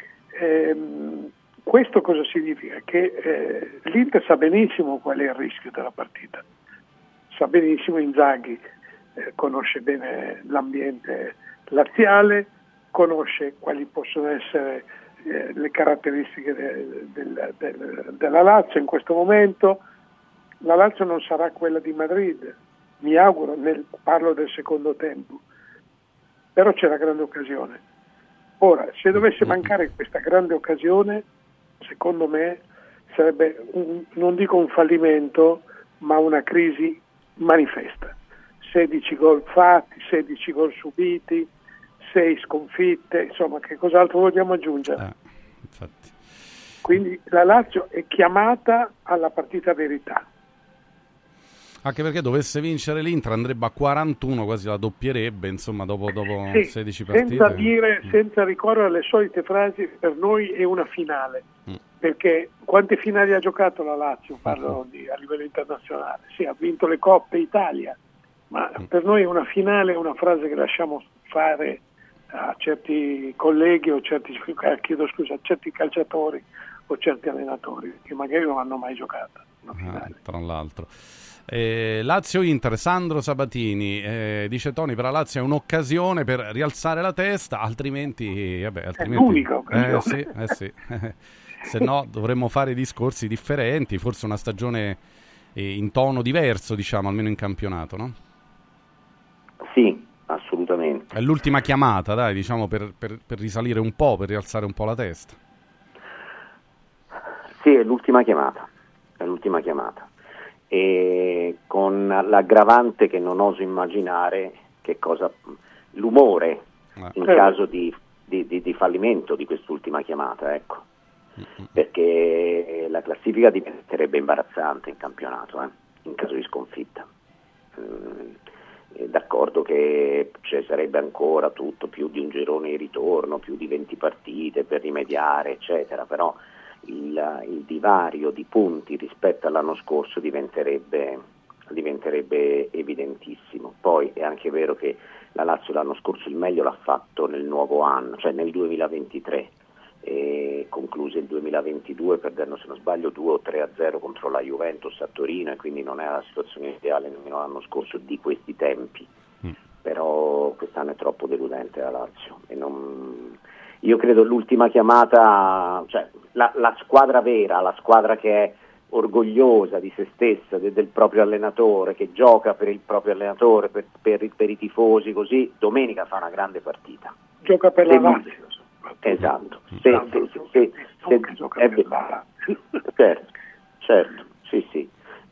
Questo cosa significa? Che l'Inter sa benissimo qual è il rischio della partita, sa benissimo Inzaghi, conosce bene l'ambiente laziale, conosce quali possono essere le caratteristiche della Lazio in questo momento. La Lazio non sarà quella di Madrid, mi auguro, parlo del secondo tempo, però c'è la grande occasione. Ora, se dovesse mancare questa grande occasione, secondo me sarebbe non dico un fallimento, ma una crisi manifesta. 16 gol fatti, 16 gol subiti, 6 sconfitte, insomma, che cos'altro vogliamo aggiungere? Infatti. Quindi la Lazio è chiamata alla partita verità. Anche perché dovesse vincere l'Inter andrebbe a 41, quasi la doppierebbe, insomma, dopo sì, 16 partite. Senza ricorrere alle solite frasi, per noi è una finale. Perché quante finali ha giocato la Lazio? Parlo a livello internazionale. Sì, ha vinto le Coppe Italia, ma per noi è una finale, è una frase che lasciamo fare a certi colleghi o a certi calciatori o certi allenatori che magari non hanno mai giocato una finale. Tra l'altro. Lazio-Inter, Sandro Sabatini, dice Tony, per la Lazio è un'occasione per rialzare la testa, altrimenti è l'unica occasione. Sì. Se no dovremmo fare discorsi differenti, forse una stagione in tono diverso, diciamo, almeno in campionato, no? Sì, assolutamente. È l'ultima chiamata, dai, diciamo, per risalire un po', per rialzare un po' la testa. Sì, è l'ultima chiamata. E con l'aggravante che non oso immaginare l'umore in caso di fallimento di quest'ultima chiamata, ecco. Perché la classifica diventerebbe imbarazzante in campionato, in caso di sconfitta. D'accordo che ci sarebbe ancora tutto, più di un girone di ritorno, più di 20 partite per rimediare, eccetera, però il divario di punti rispetto all'anno scorso diventerebbe evidentissimo. Poi è anche vero che la Lazio l'anno scorso il meglio l'ha fatto nel nuovo anno, cioè nel 2023, e concluse il 2022 perdendo, se non sbaglio, 2-3-0 contro la Juventus a Torino, e quindi non è la situazione ideale nemmeno l'anno scorso di questi tempi. Però quest'anno è troppo deludente la Lazio e io credo l'ultima chiamata, cioè la squadra vera, la squadra che è orgogliosa di se stessa, del proprio allenatore, che gioca per il proprio allenatore, per i tifosi, così domenica fa una grande partita. Gioca per la Lazio. Esatto. Certo, sì.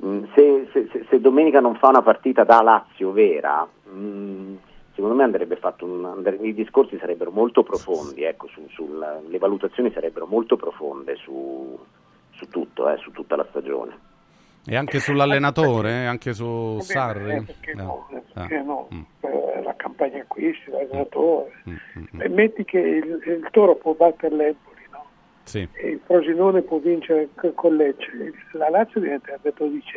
Se domenica non fa una partita da Lazio vera, secondo me andrebbe fatto i discorsi sarebbero molto profondi, ecco, le valutazioni sarebbero molto profonde su tutto, su tutta la stagione. E anche sull'allenatore, anche su Sarri? Perché no? La campagna acquisti, l'allenatore. E metti che il Toro può battere l'Empoli, no? Sì. E il Frosinone può vincere con Lecce. La Lazio diventerebbe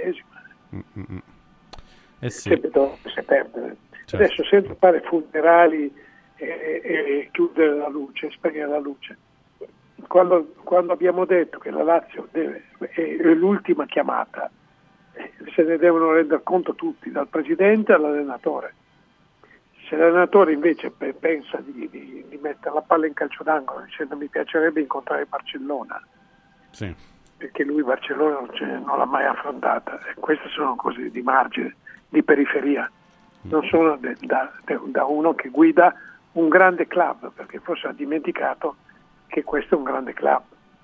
12ª. Sì. Se perde. Certo. Adesso, senza fare funerali e chiudere la luce, spegnere la luce. Quando abbiamo detto che la Lazio è l'ultima chiamata, se ne devono rendere conto tutti, dal presidente all'allenatore. Se l'allenatore invece pensa di mettere la palla in calcio d'angolo dicendo mi piacerebbe incontrare Barcellona, sì, perché lui Barcellona non l'ha mai affrontata, e queste sono cose di margine, di periferia, non sono da uno che guida un grande club, perché forse ha dimenticato che questo è un grande club.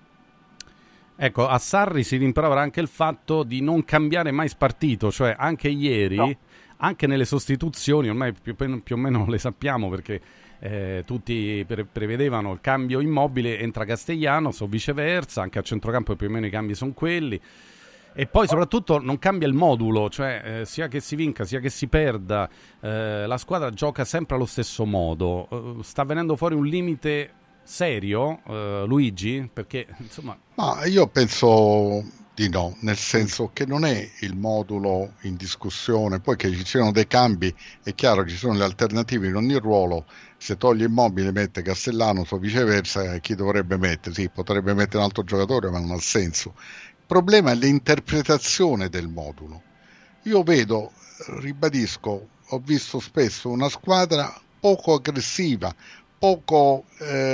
Ecco, a Sarri si rimprovera anche il fatto di non cambiare mai spartito, cioè anche ieri, anche nelle sostituzioni, ormai più o meno le sappiamo, perché tutti prevedevano il cambio Immobile, entra Castellanos o viceversa, anche a centrocampo più o meno i cambi sono quelli. E poi soprattutto non cambia il modulo, cioè sia che si vinca sia che si perda, la squadra gioca sempre allo stesso modo. Sta venendo fuori un limite serio, Luigi? Perché insomma... Ma io penso di no, nel senso che non è il modulo in discussione, poi che ci siano dei cambi, è chiaro, ci sono le alternative in ogni ruolo. Se toglie Immobile mette Castellanos o viceversa, chi dovrebbe mettere? Sì, potrebbe mettere un altro giocatore, ma non ha senso. Il problema è l'interpretazione del modulo. Io vedo, ribadisco, ho visto spesso una squadra poco aggressiva, poco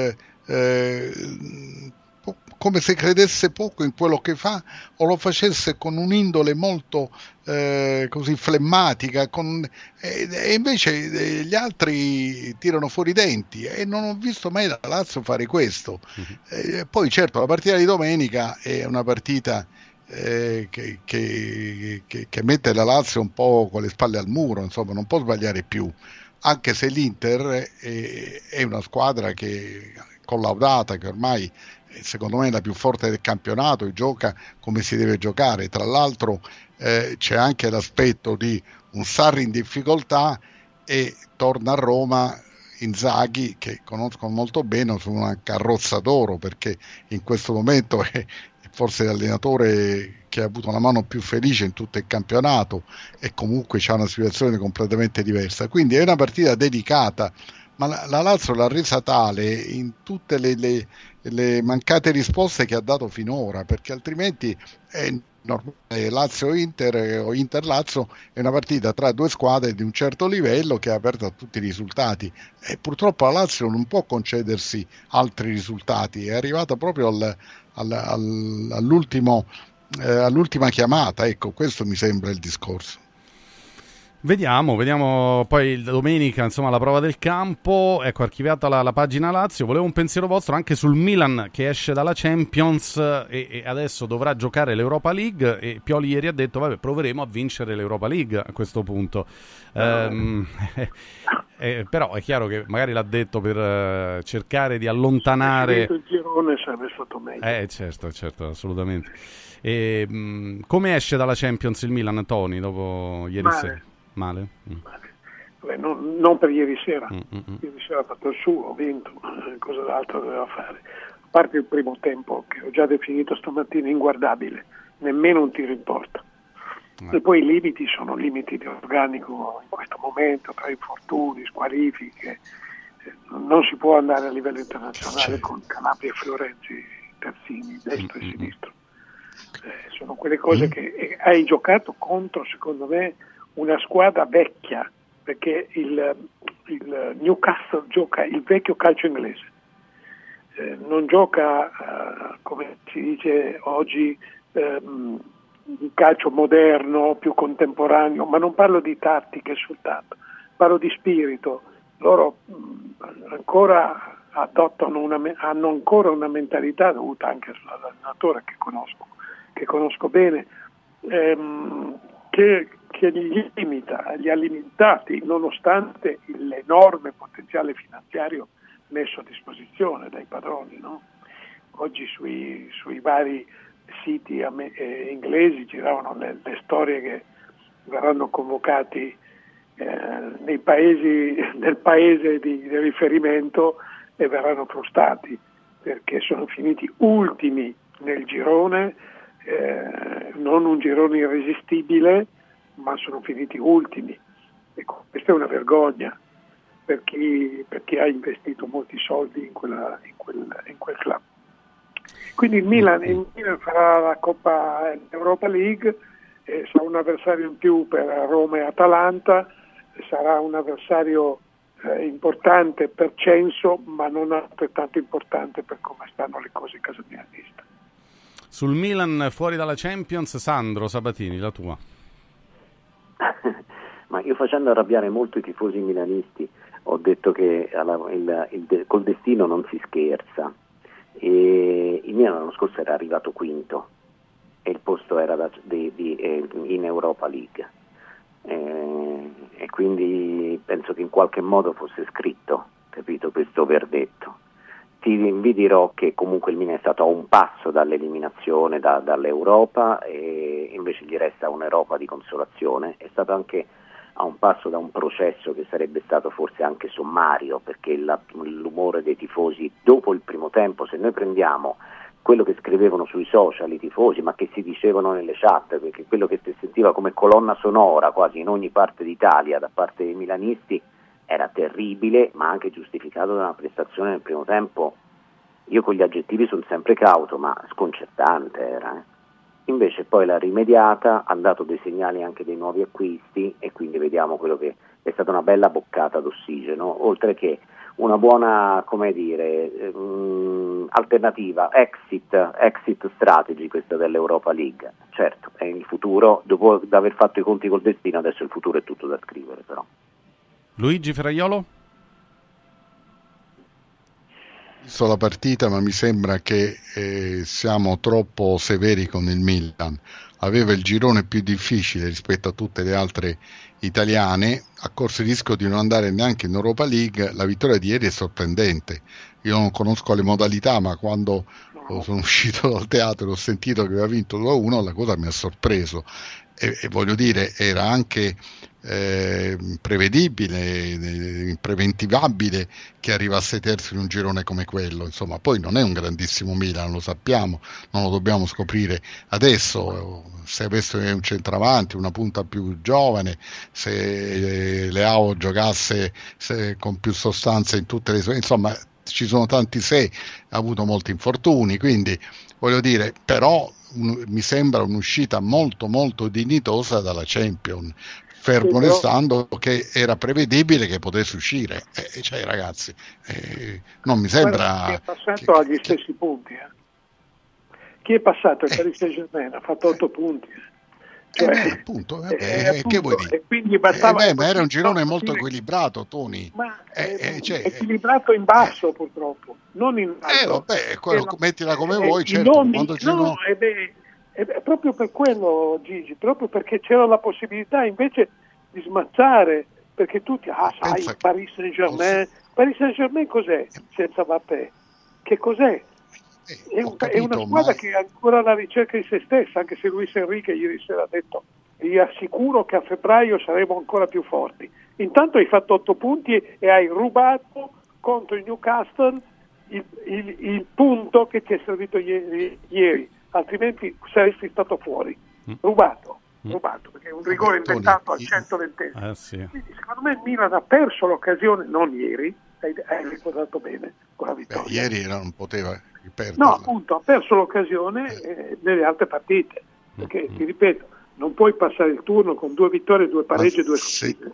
come se credesse poco in quello che fa, o lo facesse con un'indole molto così flemmatica, e invece gli altri tirano fuori i denti, e non ho visto mai la Lazio fare questo. Poi certo la partita di domenica è una partita che mette la Lazio un po' con le spalle al muro, insomma non può sbagliare più, anche se l'Inter è una squadra che collaudata, che ormai secondo me è la più forte del campionato e gioca come si deve giocare. Tra l'altro c'è anche l'aspetto di un Sarri in difficoltà, e torna a Roma Inzaghi, che conosco molto bene, su una carrozza d'oro, perché in questo momento è forse l'allenatore che ha avuto una mano più felice in tutto il campionato, e comunque c'è una situazione completamente diversa, quindi è una partita dedicata, ma la Lazio l'ha resa tale in tutte le mancate risposte che ha dato finora, perché altrimenti Lazio-Inter o Inter-Lazio è una partita tra due squadre di un certo livello che è aperta a tutti i risultati, e purtroppo la Lazio non può concedersi altri risultati, è arrivata proprio all'ultima chiamata, ecco, questo mi sembra il discorso. Vediamo poi domenica, insomma, la prova del campo. Ecco, archiviata la pagina Lazio. Volevo un pensiero vostro anche sul Milan che esce dalla Champions e adesso dovrà giocare l'Europa League, e Pioli ieri ha detto vabbè, proveremo a vincere l'Europa League a questo punto. Però è chiaro che magari l'ha detto per cercare di allontanare il girone, sarebbe stato meglio. Certo, assolutamente. Come esce dalla Champions il Milan, Tony, dopo ieri sera? Male? Vabbè, non per ieri sera. Ieri sera ha fatto il suo, ha vinto, cosa d'altro doveva fare. A parte il primo tempo, che ho già definito stamattina inguardabile, nemmeno un tiro in porta. E poi i limiti sono limiti di organico in questo momento, tra infortuni, squalifiche. Non si può andare a livello internazionale con Calabria e Fiorenzi terzini, destro e sinistro. Sono quelle cose che hai giocato contro, secondo me, una squadra vecchia, perché il Newcastle gioca il vecchio calcio inglese, non gioca come si dice oggi un calcio moderno, più contemporaneo, ma non parlo di tattiche soltanto, parlo di spirito. Loro ancora hanno ancora una mentalità dovuta anche all'allenatore che conosco bene, che li ha limitati nonostante l'enorme potenziale finanziario messo a disposizione dai padroni, no? Oggi sui vari siti inglesi giravano le storie che verranno convocati nel paese di riferimento e verranno frustati perché sono finiti ultimi nel girone, non un girone irresistibile, ma sono finiti ultimi. Ecco, questa è una vergogna per chi ha investito molti soldi in quel club. Quindi il Milan farà la Coppa Europa League, sarà un avversario in più per Roma e Atalanta, sarà un avversario importante per censo, ma non altrettanto importante per come stanno le cose in casa milanista. Sul Milan fuori dalla Champions, Sandro Sabatini, la tua. Ma io, facendo arrabbiare molto i tifosi milanisti, ho detto che col destino non si scherza, e il Milan l'anno scorso era arrivato quinto e il posto era in Europa League, e quindi penso che in qualche modo fosse scritto, capito, questo verdetto. Vi dirò che comunque il Milan è stato a un passo dall'eliminazione dall'Europa, e invece gli resta un'Europa di consolazione. È stato anche a un passo da un processo che sarebbe stato forse anche sommario, perché l'umore dei tifosi dopo il primo tempo, se noi prendiamo quello che scrivevano sui social i tifosi, ma che si dicevano nelle chat, perché quello che si sentiva come colonna sonora quasi in ogni parte d'Italia da parte dei milanisti era terribile, ma anche giustificato da una prestazione nel primo tempo, io con gli aggettivi sono sempre cauto, ma sconcertante era. Invece poi l'ha rimediata, ha dato dei segnali anche dei nuovi acquisti, e quindi vediamo quello che è stata una bella boccata d'ossigeno, oltre che una buona, come dire, alternativa, exit strategy questa dell'Europa League. Certo, è il futuro, dopo aver fatto i conti col destino, adesso il futuro è tutto da scrivere però. Luigi Ferraiolo? Ho visto la partita, ma mi sembra che siamo troppo severi con il Milan. Aveva il girone più difficile rispetto a tutte le altre italiane, ha corso il rischio di non andare neanche in Europa League. La vittoria di ieri è sorprendente. Io non conosco le modalità, ma quando sono uscito dal teatro e ho sentito che aveva vinto 2-1, la cosa mi ha sorpreso, e voglio dire, era anche prevedibile, preventivabile che arrivasse terzo in un girone come quello. Insomma, poi non è un grandissimo Milan, lo sappiamo, non lo dobbiamo scoprire adesso. Se avesse un centravanti, una punta più giovane, se Leao giocasse con più sostanza in tutte le sue, insomma ci sono tanti se, ha avuto molti infortuni, quindi voglio dire, però mi sembra un'uscita molto molto dignitosa dalla Champions, fermo restando che era prevedibile che potesse uscire, cioè ragazzi, non mi sembra chi è passato agli stessi punti, chi è passato il Paris Saint-Germain ha fatto 8 punti, appunto, che vuoi dire? E quindi bastava ma era un girone molto equilibrato, Tony, equilibrato in basso purtroppo, non in alto. Mettila come vuoi, certo, è proprio per quello, Gigi, proprio perché c'era la possibilità invece di smazzare, perché tutti, sai, Paris Saint-Germain cos'è senza Mbappé? Che cos'è? È una squadra che è ancora alla ricerca di se stessa, anche se Luis Enrique ieri sera ha detto: vi assicuro che a febbraio saremo ancora più forti. Intanto hai fatto 8 punti e hai rubato contro il Newcastle il punto che ti è servito ieri, altrimenti saresti stato fuori. Rubato, perché è un rigore inventato al 120esimo. Sì. Quindi secondo me il Milan ha perso l'occasione, non ieri, hai ricordato bene, con la vittoria. Ieri non poteva perdere. No, appunto, ha perso l'occasione nelle altre partite, perché ti ripeto, non puoi passare il turno con 2 vittorie, 2 pareggi e 2 sconfitte.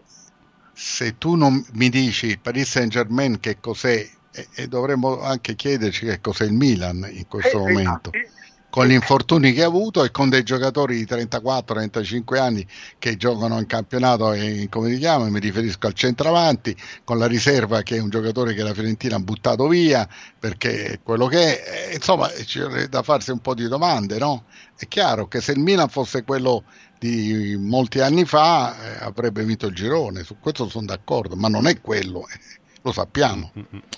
Se tu non mi dici Paris Saint-Germain che cos'è, e dovremmo anche chiederci che cos'è il Milan in questo momento, con gli infortuni che ha avuto e con dei giocatori di 34-35 anni che giocano in campionato, come si chiama, mi riferisco al centravanti, con la riserva che è un giocatore che la Fiorentina ha buttato via perché quello che è, insomma c'è da farsi un po' di domande, no? È chiaro che se il Milan fosse quello di molti anni fa avrebbe vinto il girone, su questo sono d'accordo, ma non è quello, lo sappiamo.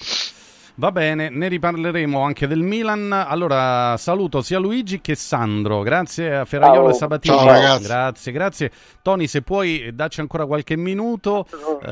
Va bene, ne riparleremo anche del Milan. Allora saluto sia Luigi che Sandro, grazie a Ferraiolo e Sabatini. Ciao ragazzi. Grazie. Tony, se puoi darci ancora qualche minuto,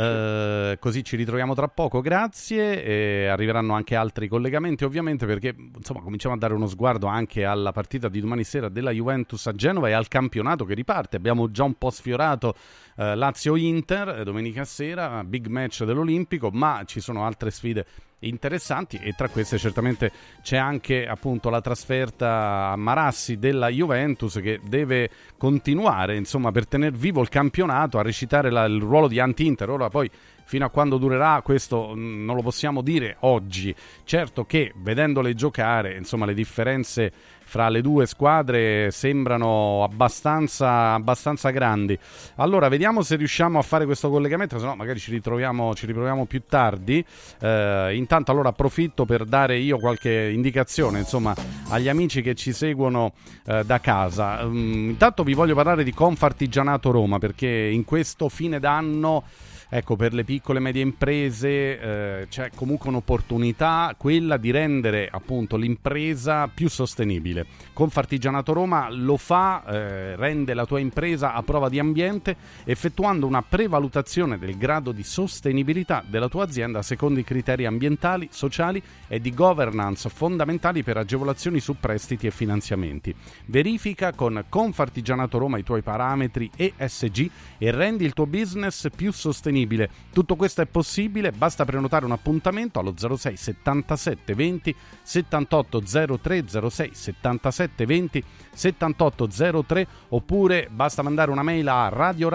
così ci ritroviamo tra poco, grazie. E arriveranno anche altri collegamenti ovviamente, perché insomma cominciamo a dare uno sguardo anche alla partita di domani sera della Juventus a Genova e al campionato che riparte. Abbiamo già un po' sfiorato Lazio-Inter domenica sera, big match dell'Olimpico, ma ci sono altre sfide interessanti e tra queste certamente c'è anche appunto la trasferta a Marassi della Juventus, che deve continuare insomma per tener vivo il campionato a recitare il ruolo di anti-Inter. Ora poi fino a quando durerà questo non lo possiamo dire oggi. Certo che vedendole giocare, insomma, le differenze fra le due squadre sembrano abbastanza grandi. Allora vediamo se riusciamo a fare questo collegamento, se no magari ci riproviamo più tardi. Intanto allora approfitto per dare io qualche indicazione insomma agli amici che ci seguono da casa. Intanto vi voglio parlare di Confartigianato Roma, perché in questo fine d'anno, ecco, per le piccole e medie imprese c'è comunque un'opportunità, quella di rendere appunto l'impresa più sostenibile. Confartigianato Roma lo fa, rende la tua impresa a prova di ambiente, effettuando una prevalutazione del grado di sostenibilità della tua azienda secondo i criteri ambientali, sociali e di governance fondamentali per agevolazioni su prestiti e finanziamenti. Verifica con Confartigianato Roma i tuoi parametri ESG e rendi il tuo business più sostenibile. Tutto questo è possibile, basta prenotare un appuntamento allo 06 77 20 78 03, 06 77 20 78 03, oppure basta mandare una mail a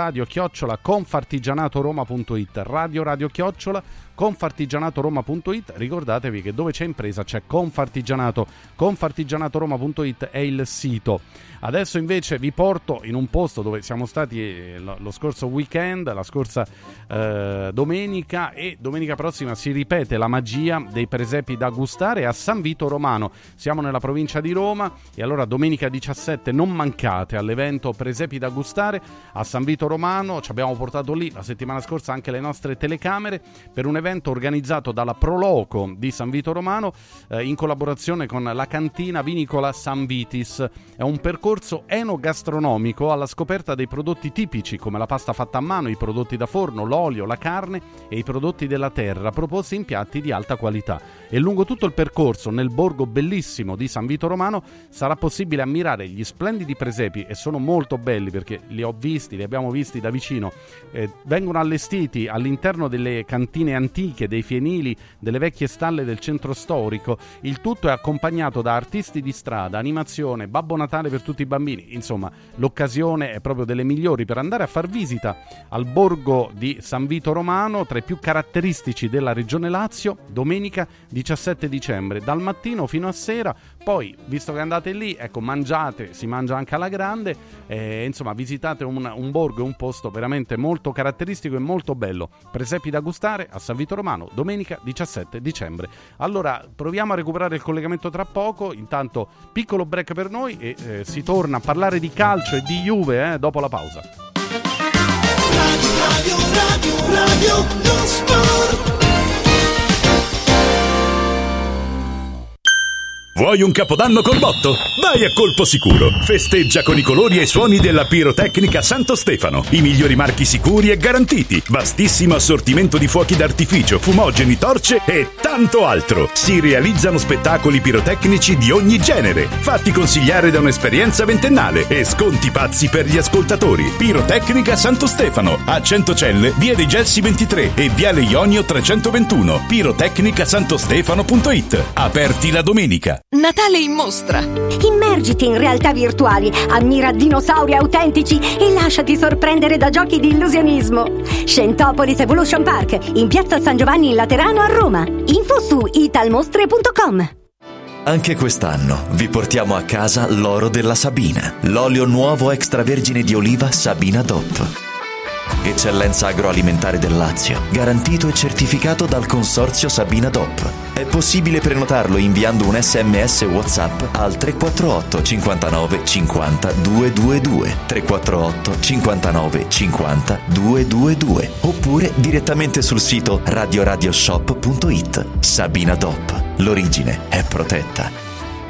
radioradio@confartigianatoroma.it, radioradio@confartigianatoroma.it. Ricordatevi che dove c'è impresa c'è Confartigianato. Confartigianatoroma.it è il sito. Adesso invece vi porto in un posto dove siamo stati lo scorso weekend, la scorsa domenica, e domenica prossima si ripete la magia dei presepi da gustare a San Vito Romano. Siamo nella provincia di Roma e allora domenica 17 non mancate all'evento Presepi da gustare a San Vito Romano. Ci abbiamo portato lì la settimana scorsa anche le nostre telecamere per un evento organizzato dalla Proloco di San Vito Romano in collaborazione con la cantina vinicola San Vitis. È un percorso enogastronomico alla scoperta dei prodotti tipici come la pasta fatta a mano, i prodotti da forno, l'olio, l'olio, la carne e i prodotti della terra proposti in piatti di alta qualità. E lungo tutto il percorso nel borgo bellissimo di San Vito Romano sarà possibile ammirare gli splendidi presepi, e sono molto belli perché li abbiamo visti da vicino. Vengono allestiti all'interno delle cantine antiche, dei fienili, delle vecchie stalle del centro storico. Il tutto è accompagnato da artisti di strada, animazione, Babbo Natale per tutti i bambini. Insomma, l'occasione è proprio delle migliori per andare a far visita al borgo di San Vito Romano, tra i più caratteristici della regione Lazio, domenica 17 dicembre, dal mattino fino a sera. Poi, visto che andate lì, ecco, mangiate, si mangia anche alla grande, insomma, visitate un borgo e un posto veramente molto caratteristico e molto bello. Presepi da gustare a San Vito Romano, domenica 17 dicembre. Allora, proviamo a recuperare il collegamento tra poco, intanto piccolo break per noi e si torna a parlare di calcio e di Juve dopo la pausa. Radio lo sport. Vuoi un capodanno col botto? Vai a Colpo Sicuro. Festeggia con i colori e i suoni della pirotecnica Santo Stefano. I migliori marchi sicuri e garantiti. Vastissimo assortimento di fuochi d'artificio, fumogeni, torce e tanto altro. Si realizzano spettacoli pirotecnici di ogni genere. Fatti consigliare da un'esperienza ventennale e sconti pazzi per gli ascoltatori. Pirotecnica Santo Stefano. A Centocelle, via dei Gelsi 23 e viale Ionio 321. pirotecnicasantostefano.it. Aperti la domenica. Natale in mostra. Immergiti in realtà virtuali, ammira dinosauri autentici e lasciati sorprendere da giochi di illusionismo. Scentopolis Evolution Park, in piazza San Giovanni in Laterano a Roma. Info su italmostre.com. Anche quest'anno vi portiamo a casa l'oro della Sabina, l'olio nuovo extravergine di oliva Sabina DOP. Eccellenza agroalimentare del Lazio, garantito e certificato dal consorzio Sabina DOP. È possibile prenotarlo inviando un SMS WhatsApp al 348 59 50 222, 348 59 50 222, oppure direttamente sul sito radioradioshop.it. Sabina DOP, l'origine è protetta.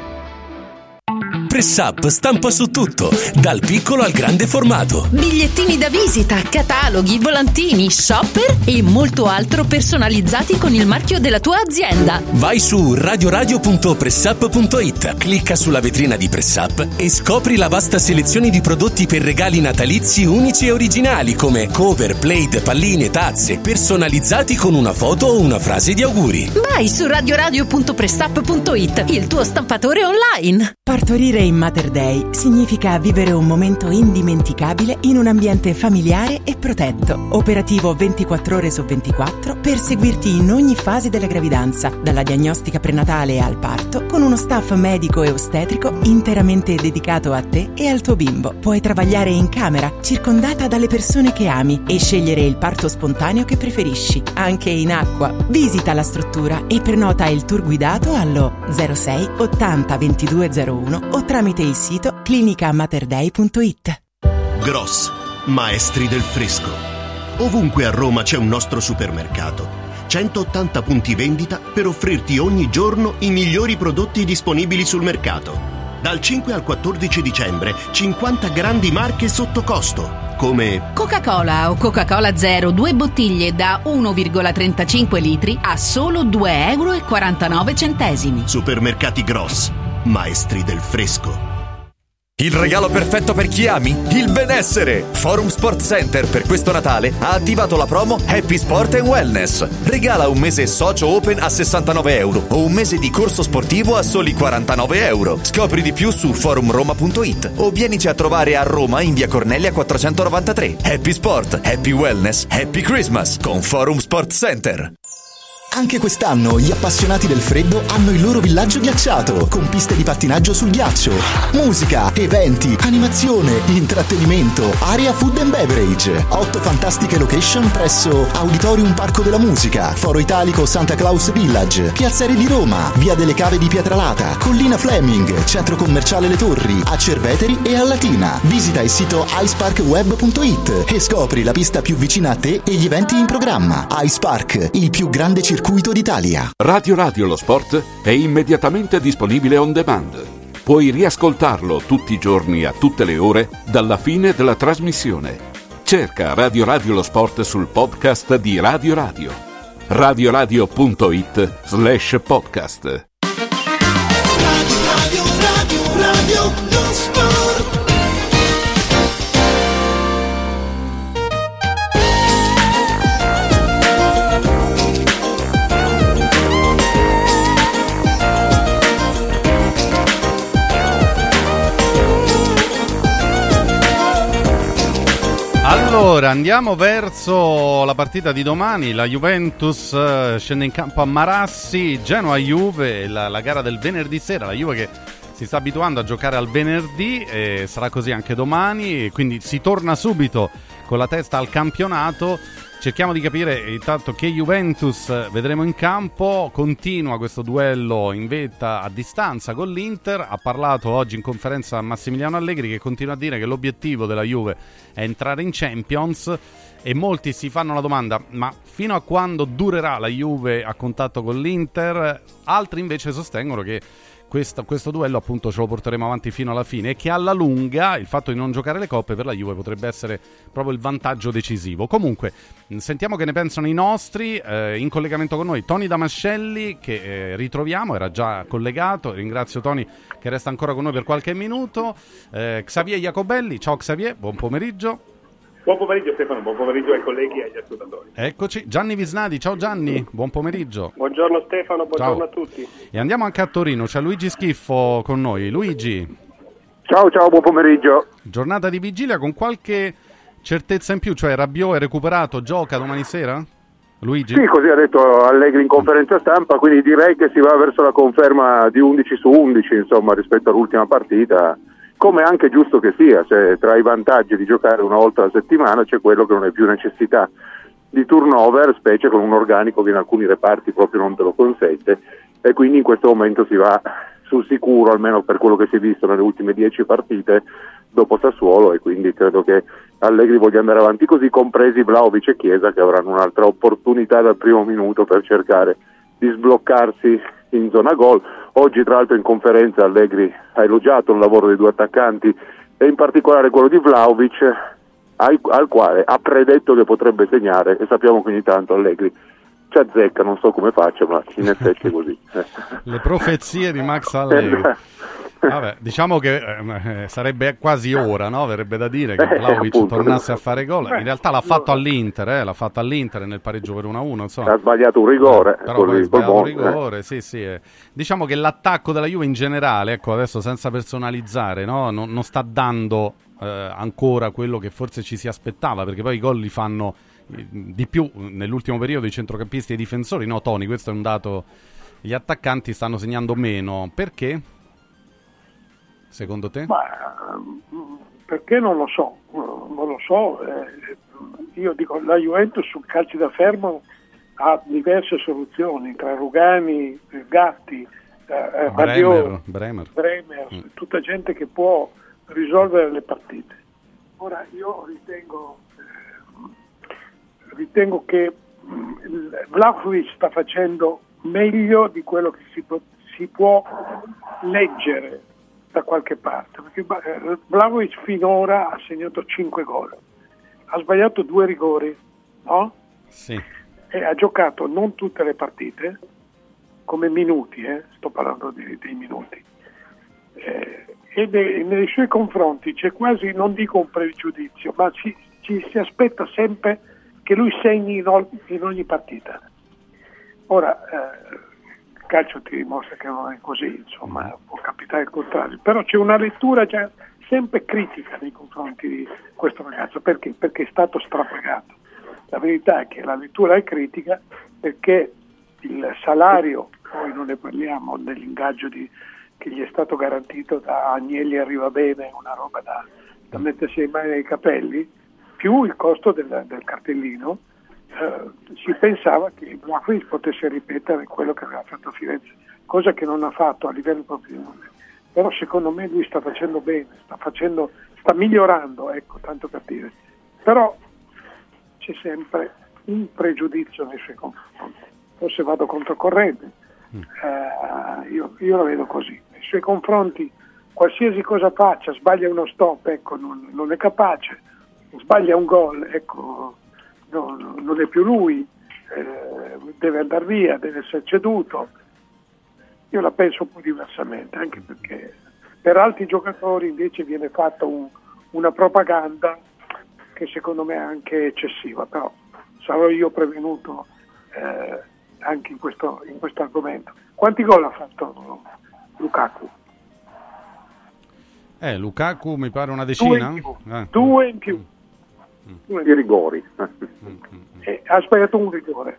Press Up stampa su tutto, dal piccolo al grande formato. Bigliettini da visita, cataloghi, volantini, shopper e molto altro personalizzati con il marchio della tua azienda. Vai su radioradio.pressup.it, clicca sulla vetrina di Press Up e scopri la vasta selezione di prodotti per regali natalizi unici e originali come cover, plate, palline, tazze, personalizzati con una foto o una frase di auguri. Vai su radioradio.pressup.it, il tuo stampatore online. Partorire in Mater Dei significa vivere un momento indimenticabile in un ambiente familiare e protetto, operativo 24 ore su 24 per seguirti in ogni fase della gravidanza, dalla diagnostica prenatale al parto, con uno staff medico e ostetrico interamente dedicato a te e al tuo bimbo. Puoi travagliare in camera, circondata dalle persone che ami, e scegliere il parto spontaneo che preferisci, anche in acqua. Visita la struttura e prenota il tour guidato allo 06 80 2201 o tramite il sito clinicamaterdei.it. Gross, maestri del fresco. Ovunque a Roma c'è un nostro supermercato. 180 punti vendita per offrirti ogni giorno i migliori prodotti disponibili sul mercato. Dal 5 al 14 dicembre 50 grandi marche sotto costo, come Coca-Cola o Coca-Cola Zero, 2 bottiglie da 1,35 litri a solo 2,49 €. Supermercati Gross, maestri del fresco. Il regalo perfetto per chi ami? Il benessere! Forum Sport Center per questo Natale ha attivato la promo Happy Sport and Wellness. Regala un mese socio open a 69 € o un mese di corso sportivo a soli 49 €. Scopri di più su forumroma.it o vienici a trovare a Roma in via Cornelia 493. Happy Sport, Happy Wellness, Happy Christmas con Forum Sport Center. Anche quest'anno gli appassionati del freddo hanno il loro villaggio ghiacciato, con piste di pattinaggio sul ghiaccio, musica, eventi, animazione, intrattenimento, area food and beverage, 8 fantastiche location presso Auditorium Parco della Musica, Foro Italico Santa Claus Village, Piazzere di Roma, Via delle Cave di Pietralata, Collina Fleming, Centro Commerciale Le Torri, a Cerveteri e a Latina. Visita il sito iceparkweb.it e scopri la pista più vicina a te e gli eventi in programma. Ice Park, il più grande circuito d'Italia. Radio lo Sport è immediatamente disponibile on demand. Puoi riascoltarlo tutti i giorni a tutte le ore dalla fine della trasmissione. Cerca Radio Radio lo sport sul podcast di Radio Radio. radioradio.it/podcast. Radio lo sport. Allora, andiamo verso la partita di domani. La Juventus scende in campo a Marassi, Genoa-Juve, la gara del venerdì sera. La Juve che si sta abituando a giocare al venerdì e sarà così anche domani, quindi si torna subito con la testa al campionato. Cerchiamo di capire intanto che Juventus vedremo in campo. Continua questo duello in vetta a distanza con l'Inter. Ha parlato oggi in conferenza Massimiliano Allegri, che continua a dire che l'obiettivo della Juve è entrare in Champions, e molti si fanno la domanda: ma fino a quando durerà la Juve a contatto con l'Inter? Altri invece sostengono che questo duello appunto ce lo porteremo avanti fino alla fine, e che alla lunga il fatto di non giocare le coppe per la Juve potrebbe essere proprio il vantaggio decisivo. Comunque sentiamo che ne pensano i nostri. In collegamento con noi Tony Damascelli, che ritroviamo, era già collegato. Ringrazio Tony che resta ancora con noi per qualche minuto. Xavier Jacobelli, ciao Xavier, buon pomeriggio. Buon pomeriggio Stefano, buon pomeriggio ai colleghi e agli ascoltatori. Eccoci, Gianni Visnadi, ciao Gianni, buon pomeriggio. Buongiorno Stefano, buongiorno ciao a tutti. E andiamo anche a Torino, c'è Luigi Schiffo con noi. Luigi. Ciao, buon pomeriggio. Giornata di vigilia con qualche certezza in più, cioè Rabiot è recuperato, gioca domani sera? Luigi? Sì, così ha detto Allegri in conferenza stampa, quindi direi che si va verso la conferma di 11 su 11, insomma, rispetto all'ultima partita. Come anche giusto che sia, se tra i vantaggi di giocare una volta alla settimana c'è quello che non hai più necessità di turnover, specie con un organico che in alcuni reparti proprio non te lo consente, e quindi in questo momento si va sul sicuro, almeno per quello che si è visto nelle ultime 10 partite dopo Sassuolo, e quindi credo che Allegri voglia andare avanti così, compresi Vlahovic e Chiesa, che avranno un'altra opportunità dal primo minuto per cercare di sbloccarsi in zona gol. Oggi tra l'altro in conferenza Allegri ha elogiato il lavoro dei due attaccanti e in particolare quello di Vlahovic, al quale ha predetto che potrebbe segnare, e sappiamo che ogni tanto Allegri ci azzecca, non so come faccia, ma in effetti è così. Le profezie di Max Allegri. Vabbè, diciamo che sarebbe quasi ora, no? Verrebbe da dire che Vlahovic tornasse a fare gol. In realtà l'ha fatto all'Inter, nel pareggio per 1-1, insomma. Ha sbagliato un rigore, però poi ha sbagliato un rigore, sì. Diciamo che l'attacco della Juve in generale, ecco, adesso senza personalizzare, no? Non sta dando ancora quello che forse ci si aspettava, perché poi i gol li fanno di più nell'ultimo periodo i centrocampisti e i difensori, no Tony? Questo è un dato. Gli attaccanti stanno segnando meno. Perché? Secondo te? Perché non lo so. Io dico, la Juventus sul calci da fermo ha diverse soluzioni, tra Rugani, Gatti, Bremer, tutta gente che può risolvere le partite. Ora io ritengo che Vlahovic sta facendo meglio di quello che si può leggere da qualche parte, perché Vlahovic finora ha segnato 5 gol, ha sbagliato 2 rigori, no? Sì. E ha giocato non tutte le partite, come minuti, sto parlando dei minuti, e nei suoi confronti c'è quasi, non dico un pregiudizio, ma ci si aspetta sempre che lui segni in ogni partita. Ora il calcio ti dimostra che non è così, insomma, può capitare il contrario, però c'è una lettura già sempre critica nei confronti di questo ragazzo. Perché? Perché è stato strapagato. La verità è che la lettura è critica perché il salario, poi non ne parliamo dell'ingaggio che gli è stato garantito da Agnelli, arriva bene, una roba da mettersi le mani nei capelli, più il costo del cartellino. Si pensava che Vlahovic potesse ripetere quello che aveva fatto a Firenze, cosa che non ha fatto a livello professionale, però secondo me lui sta facendo bene, sta migliorando, ecco, tanto per dire. Però c'è sempre un pregiudizio nei suoi confronti, forse vado controcorrente, io la vedo così, nei suoi confronti qualsiasi cosa faccia, sbaglia uno stop, ecco, non è capace, sbaglia un gol, ecco, non è più lui, deve andare via, deve essere ceduto. Io la penso un po' diversamente, anche perché per altri giocatori invece viene fatta una propaganda che secondo me è anche eccessiva, però sarò io prevenuto anche in questo argomento. Quanti gol ha fatto Lukaku? Lukaku mi pare una decina? 2 in più. I rigori. Ha sbagliato un rigore.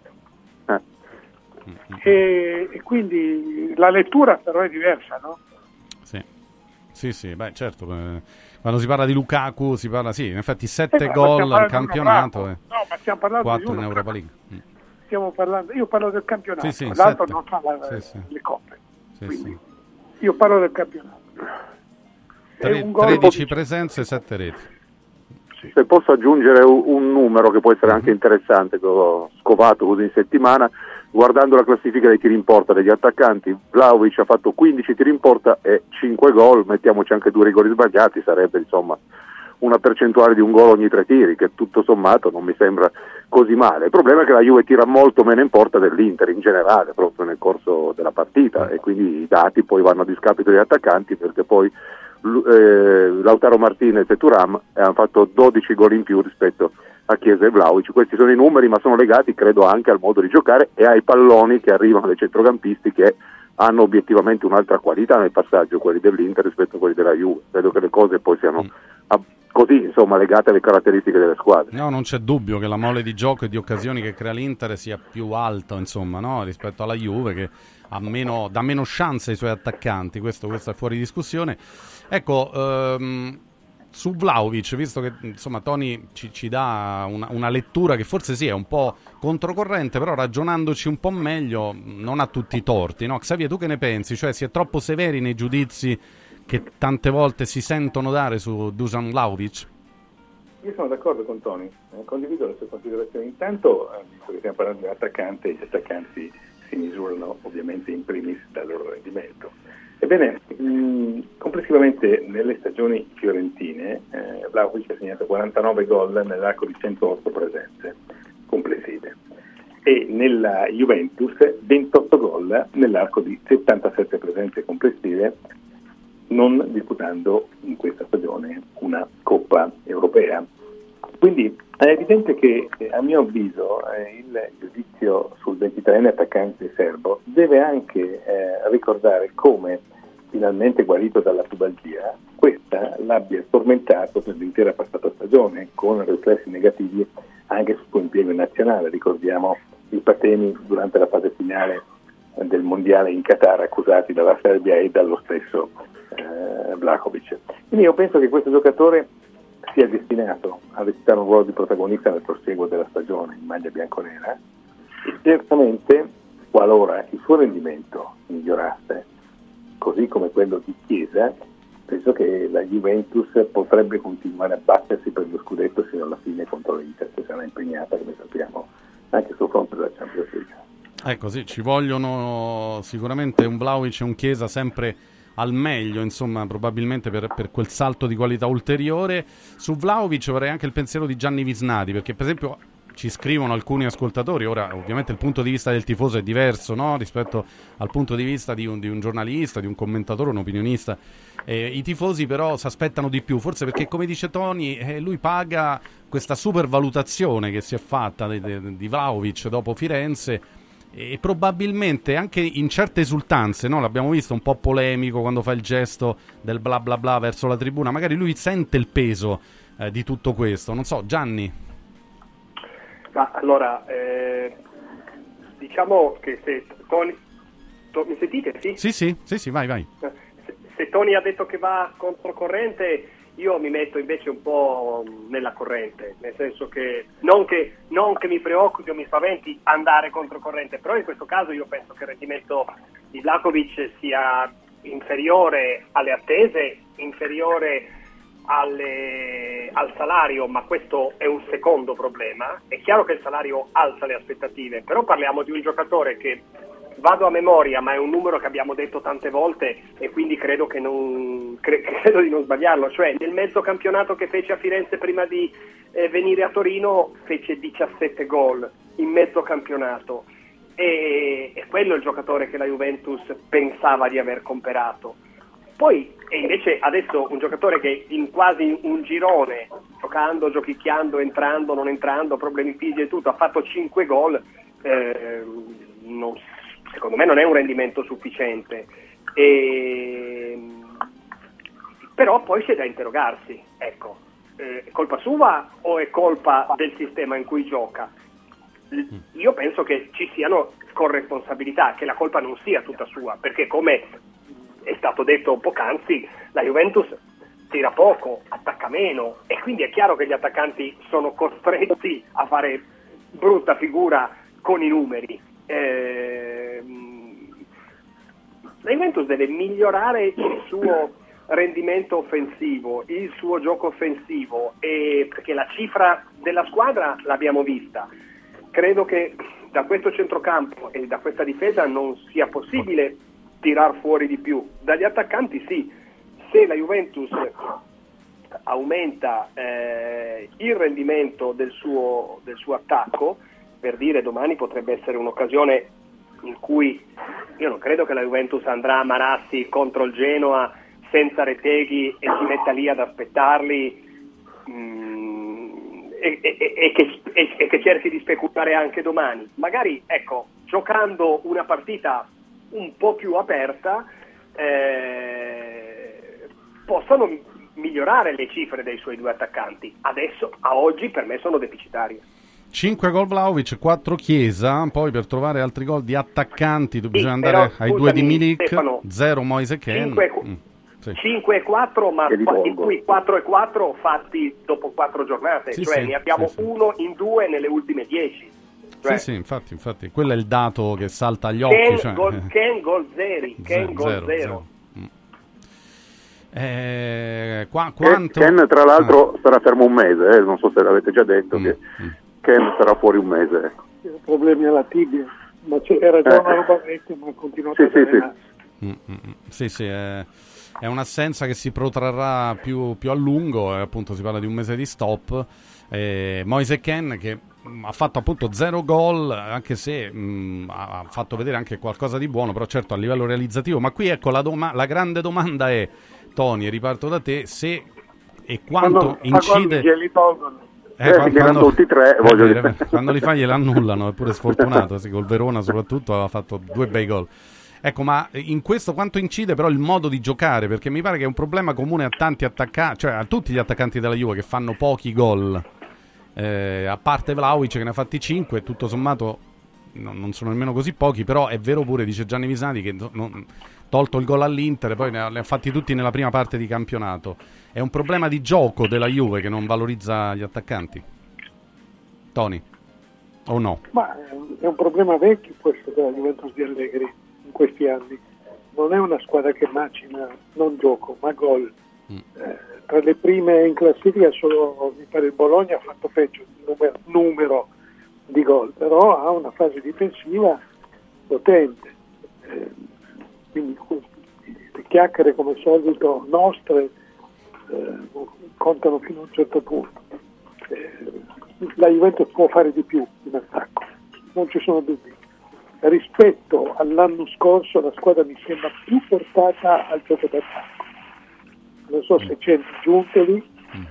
E quindi la lettura però è diversa, no? Sì, beh, certo. Quando si parla di Lukaku si parla, in effetti 7 gol in campionato e ma stiamo parlando 4 di in Europa League. Io parlo del campionato, sì, l'altro 7. non fa le coppe. Sì. Io parlo del campionato. 13 presenze, 7 reti. Se posso aggiungere un numero che può essere anche interessante, che ho scovato così in settimana, guardando la classifica dei tiri in porta degli attaccanti, Vlahovic ha fatto 15 tiri in porta e 5 gol, mettiamoci anche 2 rigori sbagliati, sarebbe insomma una percentuale di un gol ogni 3 tiri, che tutto sommato non mi sembra così male. Il problema è che la Juve tira molto meno in porta dell'Inter in generale, proprio nel corso della partita, e quindi i dati poi vanno a discapito degli attaccanti, perché poi Lautaro Martinez e Thuram hanno fatto 12 gol in più rispetto a Chiesa e Vlahovic. Questi sono i numeri, ma sono legati credo anche al modo di giocare e ai palloni che arrivano dai centrocampisti, che hanno obiettivamente un'altra qualità nel passaggio, quelli dell'Inter rispetto a quelli della Juve. Credo che le cose poi siano così, insomma, legate alle caratteristiche delle squadre. No, non c'è dubbio che la mole di gioco e di occasioni che crea l'Inter sia più alta, insomma, no? Rispetto alla Juve, che dà meno chance ai suoi attaccanti. Questo è fuori discussione. Ecco, su Vlahovic, visto che insomma Tony ci dà una lettura che forse è un po' controcorrente, però ragionandoci un po' meglio non ha tutti i torti, no? Xavier, tu che ne pensi? Cioè, si è troppo severi nei giudizi che tante volte si sentono dare su Dusan Vlahovic? Io sono d'accordo con Tony, condivido le sue considerazioni. Intanto, perché stiamo parlando di un attaccante, e gli attaccanti si misurano ovviamente in primis dal loro rendimento. Ebbene, complessivamente nelle stagioni fiorentine Vlahovic ha segnato 49 gol nell'arco di 108 presenze complessive e nella Juventus 28 gol nell'arco di 77 presenze complessive, non disputando in questa stagione una Coppa Europea. Quindi è evidente che a mio avviso il giudizio sul 23enne attaccante serbo deve anche ricordare come, finalmente guarito dalla pubalgia, questa l'abbia tormentato per l'intera passata stagione, con riflessi negativi anche sul suo impiego in nazionale. Ricordiamo i patemi durante la fase finale del mondiale in Qatar, accusati dalla Serbia e dallo stesso Vlahovic. Quindi io penso che questo giocatore sia destinato a recitare un ruolo di protagonista nel proseguo della stagione in maglia bianconera, e certamente, qualora il suo rendimento migliorasse così come quello di Chiesa, penso che la Juventus potrebbe continuare a battersi per lo scudetto fino alla fine contro l'Inter, che sarà impegnata, come sappiamo, anche sul fronte della Champions League. Ecco, sì, ci vogliono sicuramente un Vlahovic e un Chiesa sempre al meglio, insomma, probabilmente per quel salto di qualità ulteriore. Su Vlahovic vorrei anche il pensiero di Gianni Visnati, perché per esempio ci scrivono alcuni ascoltatori, ora ovviamente il punto di vista del tifoso è diverso, no? Rispetto al punto di vista di un giornalista, di un commentatore, un opinionista. I tifosi però si aspettano di più, forse perché, come dice Tony, lui paga questa supervalutazione che si è fatta di Vlahovic dopo Firenze, e probabilmente anche in certe esultanze, no? L'abbiamo visto un po' polemico quando fa il gesto del bla bla bla verso la tribuna, magari lui sente il peso di tutto questo. Non so, Gianni. Ma allora, diciamo che se Tony... mi sentite? Sì, vai. Se Tony ha detto che va controcorrente, io mi metto invece un po' nella corrente, nel senso che non che mi preoccupi o mi spaventi andare controcorrente, però in questo caso io penso che il rendimento di Vlahovic sia inferiore alle attese, inferiore al salario, ma questo è un secondo problema. È chiaro che il salario alza le aspettative, però parliamo di un giocatore che vado a memoria, ma è un numero che abbiamo detto tante volte e quindi credo di non sbagliarlo, cioè nel mezzo campionato che fece a Firenze prima di venire a Torino fece 17 gol in mezzo campionato, e quello è il giocatore che la Juventus pensava di aver comperato. Poi e invece adesso un giocatore che in quasi un girone, giocando, giochicchiando, entrando, non entrando, problemi fisici e tutto, ha fatto 5 gol, secondo me non è un rendimento sufficiente, però poi c'è da interrogarsi, ecco, è colpa sua o è colpa del sistema in cui gioca? Io penso che ci siano corresponsabilità, che la colpa non sia tutta sua, perché come è stato detto poc'anzi, la Juventus tira poco, attacca meno, e quindi è chiaro che gli attaccanti sono costretti a fare brutta figura con i numeri. La Juventus deve migliorare il suo rendimento offensivo, il suo gioco offensivo, perché la cifra della squadra l'abbiamo vista. Credo che da questo centrocampo e da questa difesa non sia possibile tirar fuori di più. Dagli attaccanti sì, se la Juventus aumenta il rendimento del suo attacco, per dire, domani potrebbe essere un'occasione in cui io non credo che la Juventus andrà a Marassi contro il Genoa senza Retegui e si metta lì ad aspettarli e che cerchi di speculare anche domani. Magari, ecco, giocando una partita un po' più aperta possano migliorare le cifre dei suoi due attaccanti. Adesso, a oggi, per me sono deficitarie. 5 gol Vlahovic, 4 Chiesa, poi per trovare altri gol di attaccanti bisogna andare ai 2 di Milik, Stefano, 0 Moise Kean. 5 e 4, ma in cui 4 e 4 fatti dopo 4 giornate, ne abbiamo uno in 2 nelle ultime 10. Sì, infatti, quello è il dato che salta agli occhi. Kean gol zero. Quanto? Kean tra l'altro sarà fermo un mese, non so se l'avete già detto, che Kean sarà fuori un mese. Problemi alla tibia, ma era già una roba vecchia, ma ha continuato a allenarsi. Sì, è un'assenza che si protrarrà più a lungo, appunto si parla di un mese di stop. Moise Kean che ha fatto appunto 0 gol, anche se ha fatto vedere anche qualcosa di buono, però certo a livello realizzativo. Ma qui ecco la grande domanda è, Tony, riparto da te, se e quanto incide... Tutti e tre, voglio dire. Quando li fa glieli annullano, è pure sfortunato, col Verona soprattutto aveva fatto 2 bei gol. Ecco, ma in questo quanto incide però il modo di giocare? Perché mi pare che è un problema comune a tanti attaccanti, cioè a tutti gli attaccanti della Juve che fanno pochi gol, a parte Vlahovic che ne ha fatti 5, tutto sommato non sono nemmeno così pochi, però è vero pure, dice Gianni Visati, che tolto il gol all'Inter, poi ne ha fatti tutti nella prima parte di campionato. È un problema di gioco della Juve che non valorizza gli attaccanti? Tony, o no? Ma è un problema vecchio questo della Juventus di Allegri in questi anni. Non è una squadra che macina non gioco, ma gol. Tra le prime in classifica solo, mi pare, il Bologna ha fatto peggio numero di gol, però ha una fase difensiva potente. Quindi le chiacchiere, come al solito, nostre contano fino a un certo punto. La Juventus può fare di più in attacco, non ci sono dubbi. Rispetto all'anno scorso la squadra mi sembra più portata al gioco d'attacco. Non so se c'entra Giuntoli,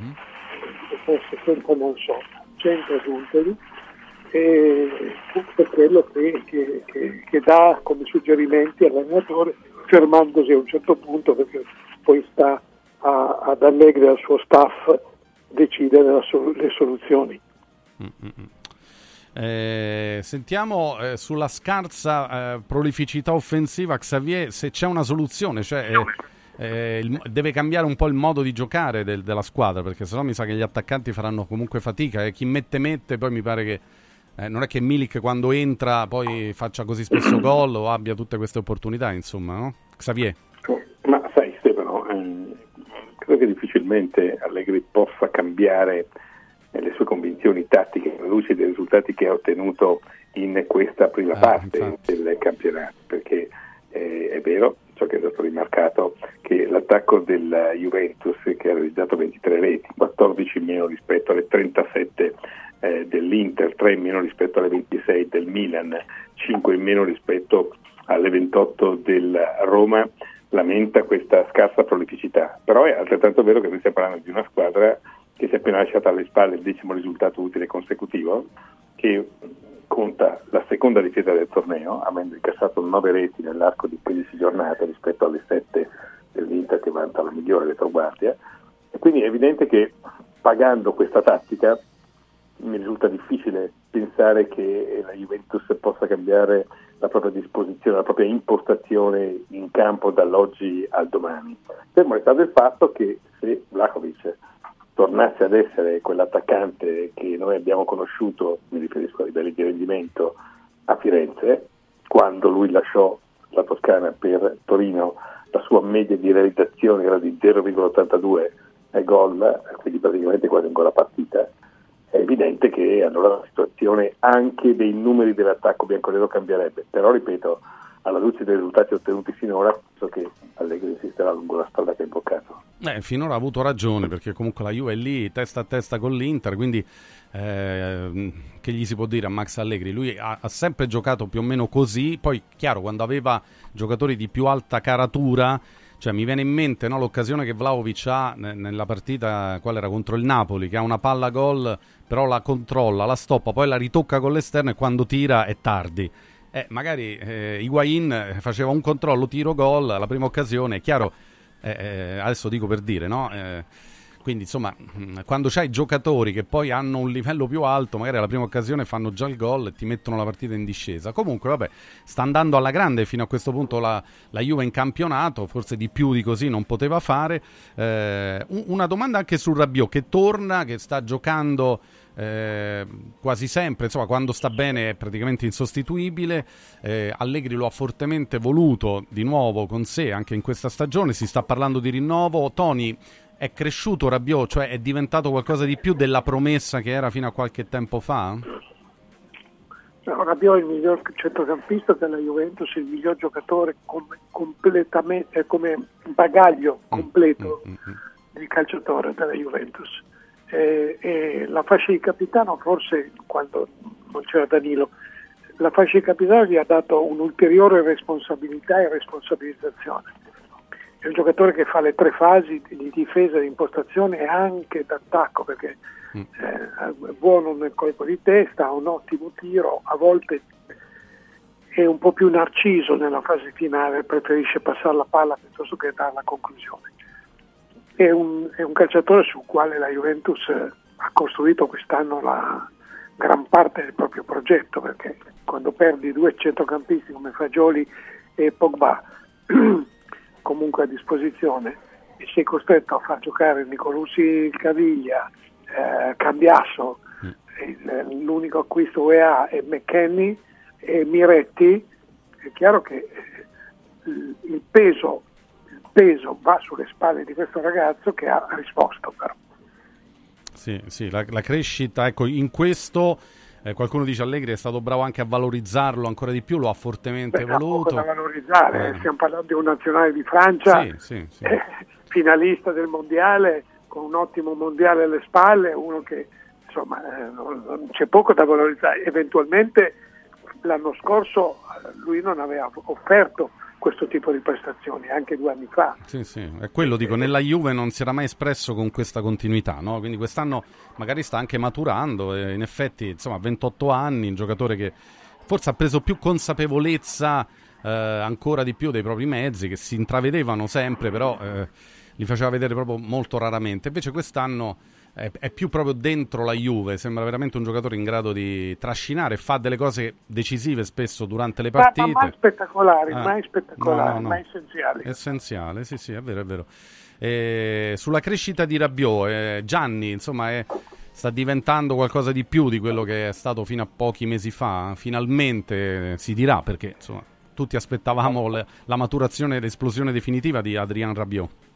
forse sempre non so, c'entra Giuntoli, e tutto quello che dà come suggerimenti all'allenatore, fermandosi a un certo punto, perché poi sta ad Allegri e al suo staff decidere le soluzioni. Sentiamo sulla scarsa prolificità offensiva, Xavier, se c'è una soluzione, cioè deve cambiare un po' il modo di giocare della squadra, perché sennò mi sa che gli attaccanti faranno comunque fatica, e chi mette, poi mi pare che non è che Milik quando entra poi faccia così spesso gol o abbia tutte queste opportunità, insomma, no? Xavier? Ma sai, Stefano, credo che difficilmente Allegri possa cambiare le sue convinzioni tattiche alla luce dei risultati che ha ottenuto in questa prima parte del campionato, perché è vero ciò che è stato rimarcato, che l'attacco del Juventus, che ha realizzato 23 reti, 14 in meno rispetto alle 37 dell'Inter, 3 in meno rispetto alle 26 del Milan, 5 in meno rispetto alle 28 del Roma, lamenta questa scarsa prolificità. Però è altrettanto vero che noi stiamo parlando di una squadra che si è appena lasciata alle spalle il 10° risultato utile consecutivo, che conta la seconda difesa del torneo, avendo incassato 9 reti nell'arco di 15 giornate rispetto alle 7 dell'Inter, che vanta la migliore retroguardia, e quindi è evidente che pagando questa tattica mi risulta difficile pensare che la Juventus possa cambiare la propria disposizione, la propria impostazione in campo dall'oggi al domani. Fermo restando il fatto che se Vlahovic tornasse ad essere quell'attaccante che noi abbiamo conosciuto, mi riferisco a livelli di rendimento, a Firenze, quando lui lasciò la Toscana per Torino, la sua media di realizzazione era di 0,82 gol, quindi praticamente quasi un gol a partita. È evidente che allora la situazione anche dei numeri dell'attacco bianconero cambierebbe, però ripeto, alla luce dei risultati ottenuti finora, so che Allegri insisterà lungo la strada che ha imboccato. Finora ha avuto ragione, perché comunque la Juve è lì testa a testa con l'Inter, quindi che gli si può dire a Max Allegri? Lui ha sempre giocato più o meno così, poi chiaro, quando aveva giocatori di più alta caratura, cioè mi viene in mente, no, l'occasione che Vlahovic ha nella partita, qual era, contro il Napoli, che ha una palla gol, però la controlla, la stoppa, poi la ritocca con l'esterno e quando tira è tardi. Magari Higuain faceva un controllo, tiro, gol, la prima occasione, è chiaro, adesso dico per dire, no? Quindi insomma, quando c'hai giocatori che poi hanno un livello più alto, magari alla prima occasione fanno già il gol e ti mettono la partita in discesa. Comunque vabbè, sta andando alla grande fino a questo punto la Juve in campionato, forse di più di così non poteva fare. Una domanda anche su Rabiot, che torna, che sta giocando quasi sempre, insomma quando sta bene è praticamente insostituibile. Allegri lo ha fortemente voluto di nuovo con sé anche in questa stagione, si sta parlando di rinnovo. Tony, è cresciuto Rabiot, cioè è diventato qualcosa di più della promessa che era fino a qualche tempo fa? No, Rabiot è il miglior centrocampista della Juventus, il miglior giocatore completamente, come bagaglio completo di calciatore della Juventus. E la fascia di capitano, forse quando non c'era Danilo, la fascia di capitano gli ha dato un'ulteriore responsabilità e responsabilizzazione. È un giocatore che fa le 3 fasi di difesa, di impostazione e anche d'attacco, perché è buono nel colpo di testa, ha un ottimo tiro, a volte è un po' più narciso nella fase finale, preferisce passare la palla piuttosto che dare la conclusione. È un calciatore sul quale la Juventus ha costruito quest'anno la gran parte del proprio progetto, perché quando perdi 2 centrocampisti come Fagioli e Pogba comunque a disposizione e sei costretto a far giocare Nicolussi, Caviglia, Cambiasso, l'unico acquisto UEA è McKennie e Miretti, è chiaro che il peso va sulle spalle di questo ragazzo che ha risposto però. Sì, la crescita, ecco, in questo qualcuno dice Allegri è stato bravo anche a valorizzarlo ancora di più, lo ha fortemente voluto. Da valorizzare, stiamo parlando di un nazionale di Francia, sì. Finalista del mondiale, con un ottimo mondiale alle spalle, uno che insomma non c'è poco da valorizzare. Eventualmente l'anno scorso lui non aveva offerto questo tipo di prestazioni anche 2 anni fa. Sì, è quello, dico, nella Juve non si era mai espresso con questa continuità, no? Quindi quest'anno magari sta anche maturando e in effetti, insomma, a 28 anni, un giocatore che forse ha preso più consapevolezza ancora di più dei propri mezzi, che si intravedevano sempre, però li faceva vedere proprio molto raramente. Invece quest'anno è più proprio dentro la Juve, sembra veramente un giocatore in grado di trascinare, fa delle cose decisive spesso durante le partite. Ma mai spettacolari, mai essenziali. Essenziale, sì, è vero. Sulla crescita di Rabiot, Gianni, insomma, sta diventando qualcosa di più di quello che è stato fino a pochi mesi fa, finalmente si dirà, perché insomma tutti aspettavamo la maturazione e l'esplosione definitiva di Adrien Rabiot.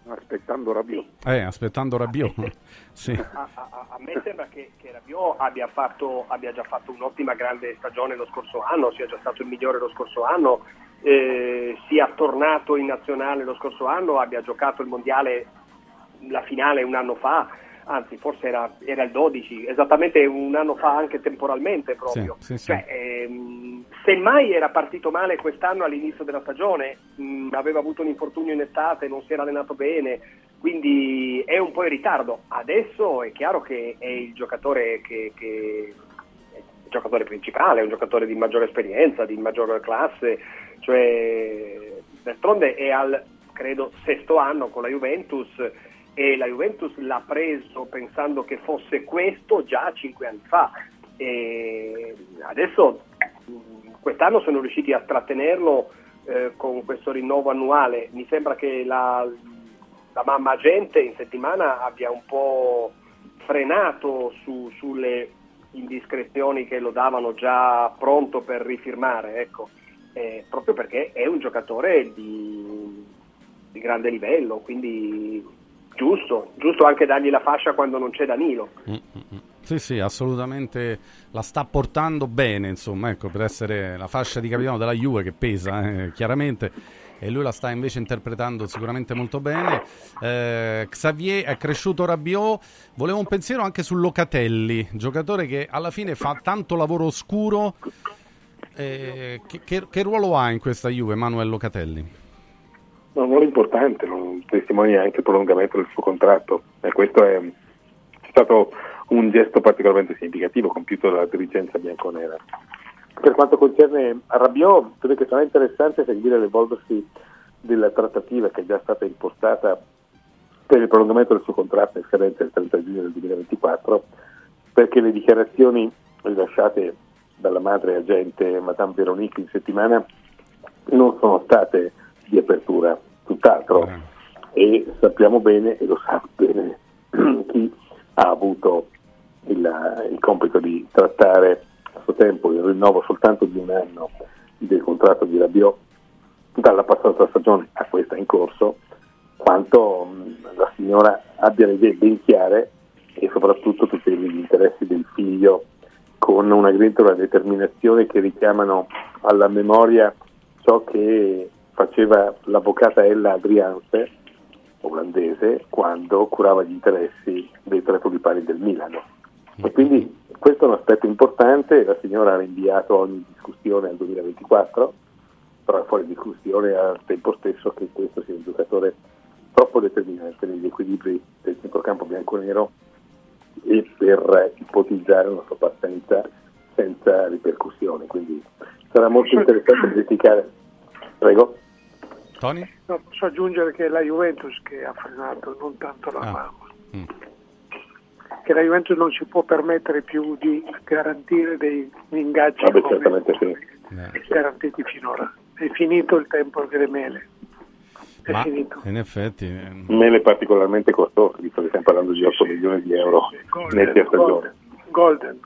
Aspettando Rabiot. Aspettando Rabiot. Sì. A me sembra che Rabiot abbia già fatto un'ottima grande stagione lo scorso anno, sia già stato il migliore lo scorso anno, sia tornato in nazionale lo scorso anno, abbia giocato il mondiale, la finale un anno fa, anzi forse era il 12, esattamente un anno fa anche temporalmente proprio. Sì. Cioè, semmai era partito male quest'anno all'inizio della stagione, aveva avuto un infortunio in estate, non si era allenato bene, quindi è un po' in ritardo. Adesso è chiaro che è il giocatore che è il giocatore principale, è un giocatore di maggiore esperienza, di maggior classe, cioè d'altronde è al, credo, 6º anno con la Juventus, e la Juventus l'ha preso pensando che fosse questo già 5 anni fa, e adesso quest'anno sono riusciti a trattenerlo con questo rinnovo annuale. Mi sembra che la mamma agente in settimana abbia un po' frenato sulle indiscrezioni che lo davano già pronto per rifirmare, ecco, proprio perché è un giocatore di grande livello, quindi giusto anche dargli la fascia quando non c'è Danilo. Sì, assolutamente la sta portando bene, insomma, ecco, per essere la fascia di capitano della Juve, che pesa chiaramente, e lui la sta invece interpretando sicuramente molto bene. Xavier, è cresciuto Rabiot. Volevo un pensiero anche su Locatelli, giocatore che alla fine fa tanto lavoro oscuro. Che ruolo ha in questa Juve Manuel Locatelli? Un ruolo importante, lo testimonia anche il prolungamento del suo contratto, e questo è stato un gesto particolarmente significativo compiuto dalla dirigenza bianconera. Per quanto concerne Rabiot, credo che sarà interessante seguire l'evolversi della trattativa che è già stata impostata per il prolungamento del suo contratto in scadenza il 30 giugno del 2024, perché le dichiarazioni rilasciate dalla madre agente Madame Veronique in settimana non sono state di apertura, tutt'altro, e sappiamo bene, e lo sa bene chi ha avuto il compito di trattare a suo tempo il rinnovo soltanto di un anno del contratto di Rabiot dalla passata stagione a questa in corso, quanto la signora abbia le idee ben chiare e soprattutto tuteli gli interessi del figlio con una grinta e una determinazione che richiamano alla memoria ciò che faceva l'avvocata Ella Adrianse, olandese, quando curava gli interessi dei tre tulipani del Milano. E quindi questo è un aspetto importante. La signora ha rinviato ogni discussione al 2024, però è fuori discussione al tempo stesso che questo sia un giocatore troppo determinante negli equilibri del centrocampo bianconero e per ipotizzare una sua partenza senza ripercussioni. Quindi sarà molto interessante verificare. Prego. Tony? No, posso aggiungere che è la Juventus che ha frenato, non tanto la mamma. Che la Juventus non si può permettere più di garantire dei ingaggi garantiti finora. È finito il tempo delle mele. È finito. In effetti mele particolarmente costose, visto che stiamo parlando di 8 milioni di euro netti a stagione. Golden.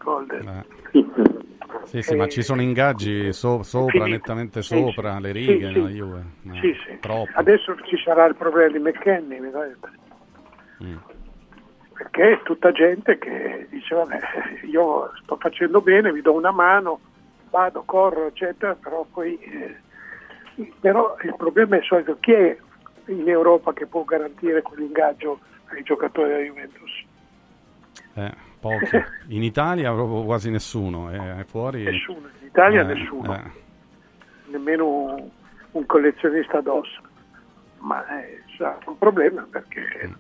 Sì, ma ci sono ingaggi sopra, nettamente sopra le righe, sì. No, Juve. No, sì. Troppo. Adesso ci sarà il problema di McKennie, mi dite. Perché è tutta gente che dice vabbè, io sto facendo bene, vi do una mano, vado, corro, eccetera, però poi però il problema è solito: chi è in Europa che può garantire quell'ingaggio ai giocatori della Juventus? Pochi. In Italia proprio quasi nessuno, fuori nessuno, in Italia nessuno, nemmeno un collezionista addosso, ma è un problema perché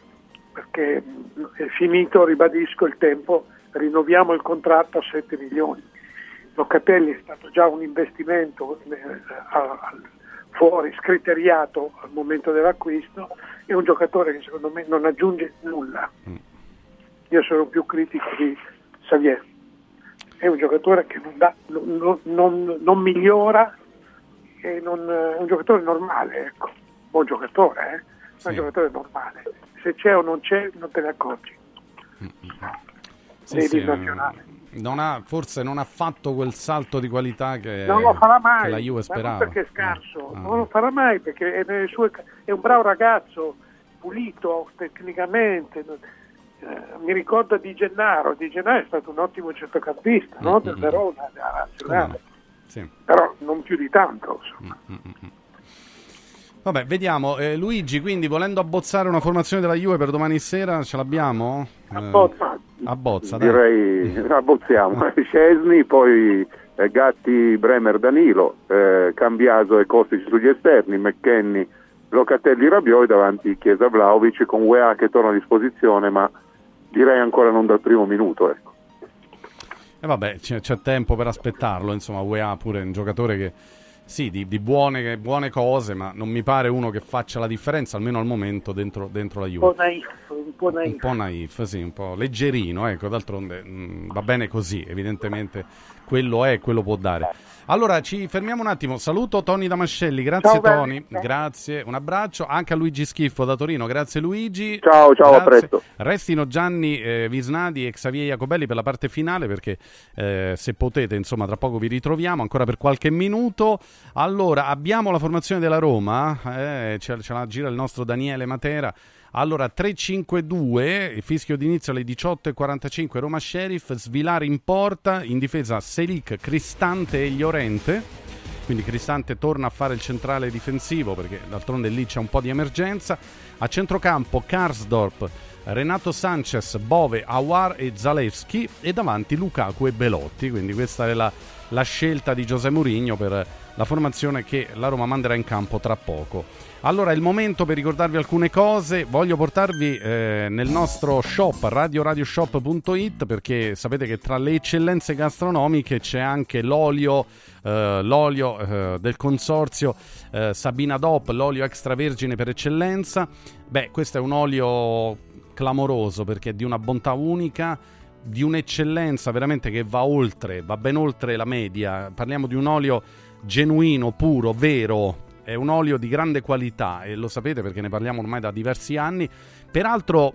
è finito, ribadisco, il tempo, rinnoviamo il contratto a 7 milioni. Locatelli è stato già un investimento fuori, scriteriato al momento dell'acquisto, è un giocatore che secondo me non aggiunge nulla. Io sono più critico di Xavier, è un giocatore che non migliora, è un giocatore normale, ecco, buon giocatore, è un giocatore normale, se c'è o non c'è non te ne accorgi. Nazionale. Forse non ha fatto quel salto di qualità che non lo farà mai, che la Juve sperava. Non perché è scarso, non lo farà mai perché è un bravo ragazzo, pulito tecnicamente. Mi ricordo Di Gennaro è stato un ottimo centrocampista, no? Del Verona, della nazionale, sì. Però non più di tanto. Vabbè, vediamo. Luigi, quindi volendo abbozzare una formazione della Juve per domani sera, ce l'abbiamo? Abbozza, dai. Direi abbozziamo. Szczesny, poi Gatti, Bremer, Danilo, Cambiaso e Kostić sugli esterni, McKennie, Locatelli, Rabiot, davanti Chiesa, Vlahovic, con UEA che torna a disposizione, ma direi ancora non dal primo minuto, ecco. E vabbè, c'è tempo per aspettarlo, insomma. UEA pure è un giocatore che sì, di buone cose, ma non mi pare uno che faccia la differenza, almeno al momento, dentro la Juve. Un po' naif, sì, un po' leggerino, ecco, d'altronde va bene così, evidentemente quello può dare. Allora, ci fermiamo un attimo, saluto Tony Damascelli, grazie. Ciao, Tony, grazie, un abbraccio, anche a Luigi Schiffo da Torino, grazie Luigi. Ciao, a presto. Restino Gianni Visnadi e Xavier Jacobelli per la parte finale, perché se potete, insomma, tra poco vi ritroviamo, ancora per qualche minuto. Allora, abbiamo la formazione della Roma, ce la gira il nostro Daniele Matera. Allora, 3-5-2, il fischio d'inizio alle 18:45, Roma Sheriff, Svilari in porta, in difesa Selic, Cristante e Llorente, quindi Cristante torna a fare il centrale difensivo perché d'altronde lì c'è un po' di emergenza. A centrocampo Karsdorp, Renato Sanchez, Bove, Aouar e Zalewski, e davanti Lukaku e Belotti, quindi questa è la scelta di José Mourinho per la formazione che la Roma manderà in campo tra poco. Allora è il momento per ricordarvi alcune cose. Voglio portarvi nel nostro shop radioshop.it, perché sapete che tra le eccellenze gastronomiche c'è anche l'olio del consorzio Sabina DOP, l'olio extravergine per eccellenza. Beh, questo è un olio clamoroso perché è di una bontà unica, di un'eccellenza veramente che va ben oltre la media. Parliamo di un olio genuino, puro, vero. È un olio di grande qualità e lo sapete perché ne parliamo ormai da diversi anni. Peraltro,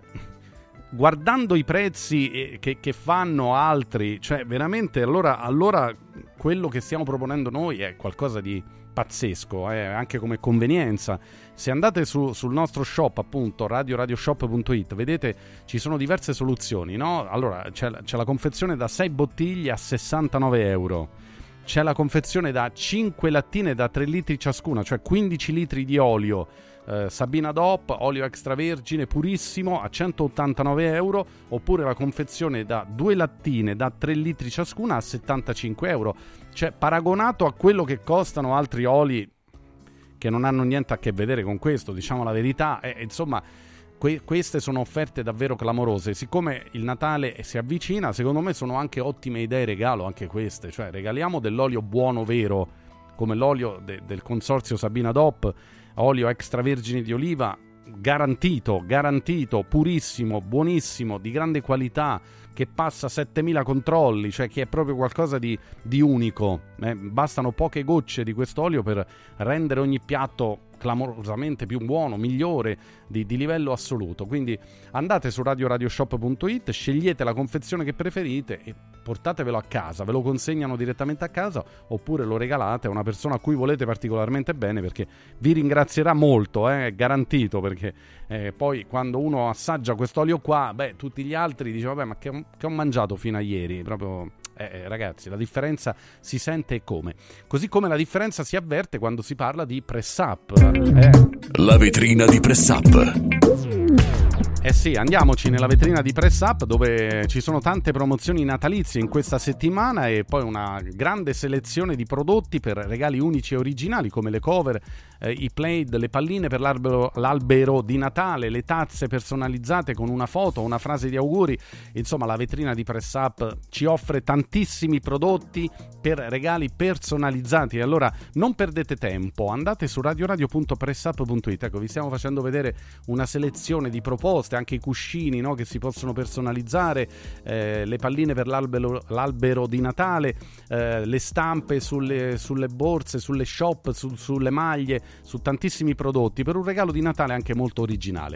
guardando i prezzi che fanno altri, cioè veramente allora quello che stiamo proponendo noi è qualcosa di pazzesco, anche come convenienza. Se andate sul nostro shop, appunto radioshop.it, vedete ci sono diverse soluzioni, no? Allora c'è la confezione da 6 bottiglie a 69 euro. C'è la confezione da 5 lattine da 3 litri ciascuna, cioè 15 litri di olio Sabina DOP, olio extravergine purissimo a 189 euro, oppure la confezione da 2 lattine da 3 litri ciascuna a 75 euro. Cioè, paragonato a quello che costano altri oli che non hanno niente a che vedere con questo, diciamo la verità, insomma, queste sono offerte davvero clamorose. Siccome il Natale si avvicina, secondo me sono anche ottime idee regalo anche queste, cioè regaliamo dell'olio buono vero, come l'olio del consorzio Sabina DOP, olio extravergine di oliva, garantito, purissimo, buonissimo, di grande qualità, che passa 7000 controlli, cioè che è proprio qualcosa di unico. Bastano poche gocce di quest'olio per rendere ogni piatto clamorosamente più buono, migliore, di livello assoluto. Quindi andate su radioshop.it, scegliete la confezione che preferite e portatevelo a casa, ve lo consegnano direttamente a casa oppure lo regalate a una persona a cui volete particolarmente bene, perché vi ringrazierà molto, è garantito, perché poi quando uno assaggia quest'olio qua, tutti gli altri dicono vabbè, ma che ho mangiato fino a ieri, proprio ragazzi, la differenza si sente e come. Così come la differenza si avverte quando si parla di Press Up. La vetrina di Press Up. Sì, andiamoci nella vetrina di Press Up, dove ci sono tante promozioni natalizie in questa settimana e poi una grande selezione di prodotti per regali unici e originali, come le cover, i plaid, le palline per l'albero di Natale, le tazze personalizzate con una foto, una frase di auguri. Insomma, la vetrina di Press Up ci offre tantissimi prodotti per regali personalizzati. Allora non perdete tempo, andate su radioradio.pressup.it. Ecco, vi stiamo facendo vedere una selezione di proposte, anche i cuscini, no, che si possono personalizzare, le palline per l'albero di Natale, le stampe sulle borse, sulle shop, sulle maglie, su tantissimi prodotti per un regalo di Natale anche molto originale.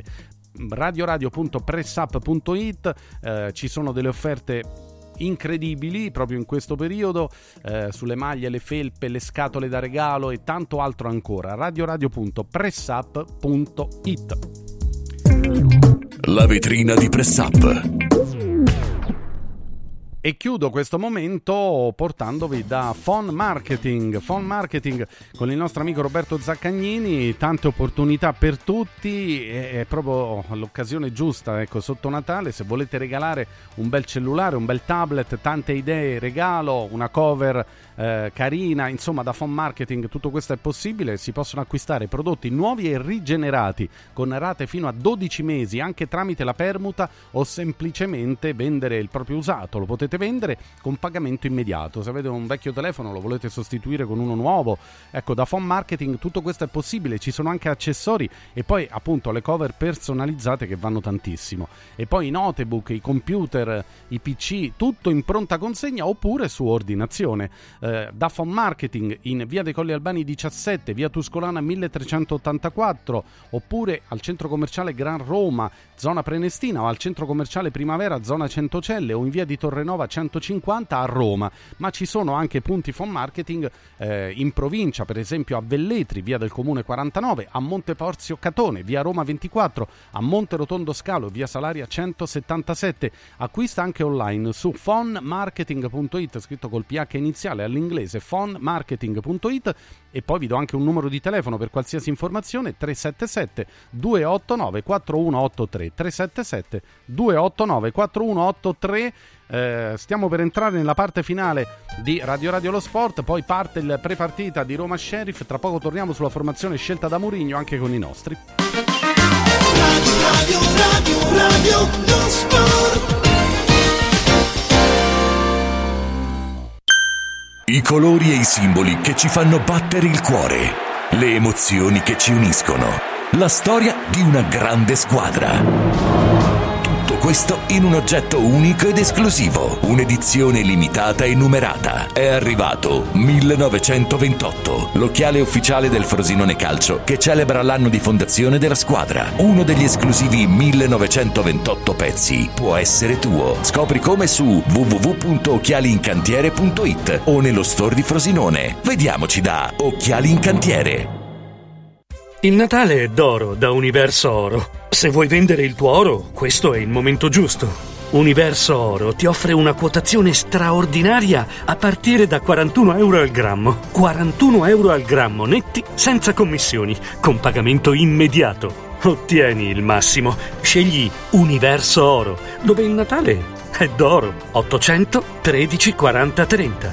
radioradio.pressup.it, ci sono delle offerte incredibili proprio in questo periodo, sulle maglie, le felpe, le scatole da regalo e tanto altro ancora. radioradio.pressup.it. La vetrina di Press Up. E chiudo questo momento portandovi da Phone Marketing con il nostro amico Roberto Zaccagnini. Tante opportunità per tutti, è proprio l'occasione giusta, ecco, sotto Natale, se volete regalare un bel cellulare, un bel tablet, tante idee, regalo, una cover carina, insomma da Phone Marketing tutto questo è possibile. Si possono acquistare prodotti nuovi e rigenerati con rate fino a 12 mesi anche tramite la permuta, o semplicemente vendere il proprio usato. Lo potete vendere con pagamento immediato. Se avete un vecchio telefono, lo volete sostituire con uno nuovo, ecco, da Phone Marketing tutto questo è possibile. Ci sono anche accessori e poi appunto le cover personalizzate che vanno tantissimo, e poi i notebook, i computer, i PC, tutto in pronta consegna oppure su ordinazione. Da Phone Marketing in via dei Colli Albani 17, via Tuscolana 1384, oppure al centro commerciale Gran Roma, zona Prenestina, o al centro commerciale Primavera, zona Centocelle, o in via di Torrenova 150 a Roma. Ma ci sono anche punti Phone Marketing in provincia, per esempio a Velletri, via del Comune 49, a Monteporzio Catone, via Roma 24, a Monte Rotondo Scalo, via Salaria 177. Acquista anche online su phonemarketing.it, scritto col PH iniziale all'inglese, phonemarketing.it. E poi vi do anche un numero di telefono per qualsiasi informazione: 377 289 4183, 377 289 4183. Stiamo per entrare nella parte finale di Radio lo Sport, poi parte il prepartita di Roma Sheriff. Tra poco torniamo sulla formazione scelta da Mourinho anche con i nostri. Radio lo Sport. I colori e i simboli che ci fanno battere il cuore, le emozioni che ci uniscono, la storia di una grande squadra. Tutto questo in un oggetto unico ed esclusivo, un'edizione limitata e numerata. È arrivato 1928, l'occhiale ufficiale del Frosinone Calcio che celebra l'anno di fondazione della squadra. Uno degli esclusivi 1928 pezzi può essere tuo. Scopri come su www.occhialiincantiere.it o nello store di Frosinone. Vediamoci da Occhiali in Cantiere. Il Natale è d'oro da Universo Oro. Se vuoi vendere il tuo oro, questo è il momento giusto. Universo Oro ti offre una quotazione straordinaria a partire da 41 euro al grammo. 41 euro al grammo netti, senza commissioni, con pagamento immediato. Ottieni il massimo. Scegli Universo Oro, dove il Natale è d'oro. 800 13 40 30.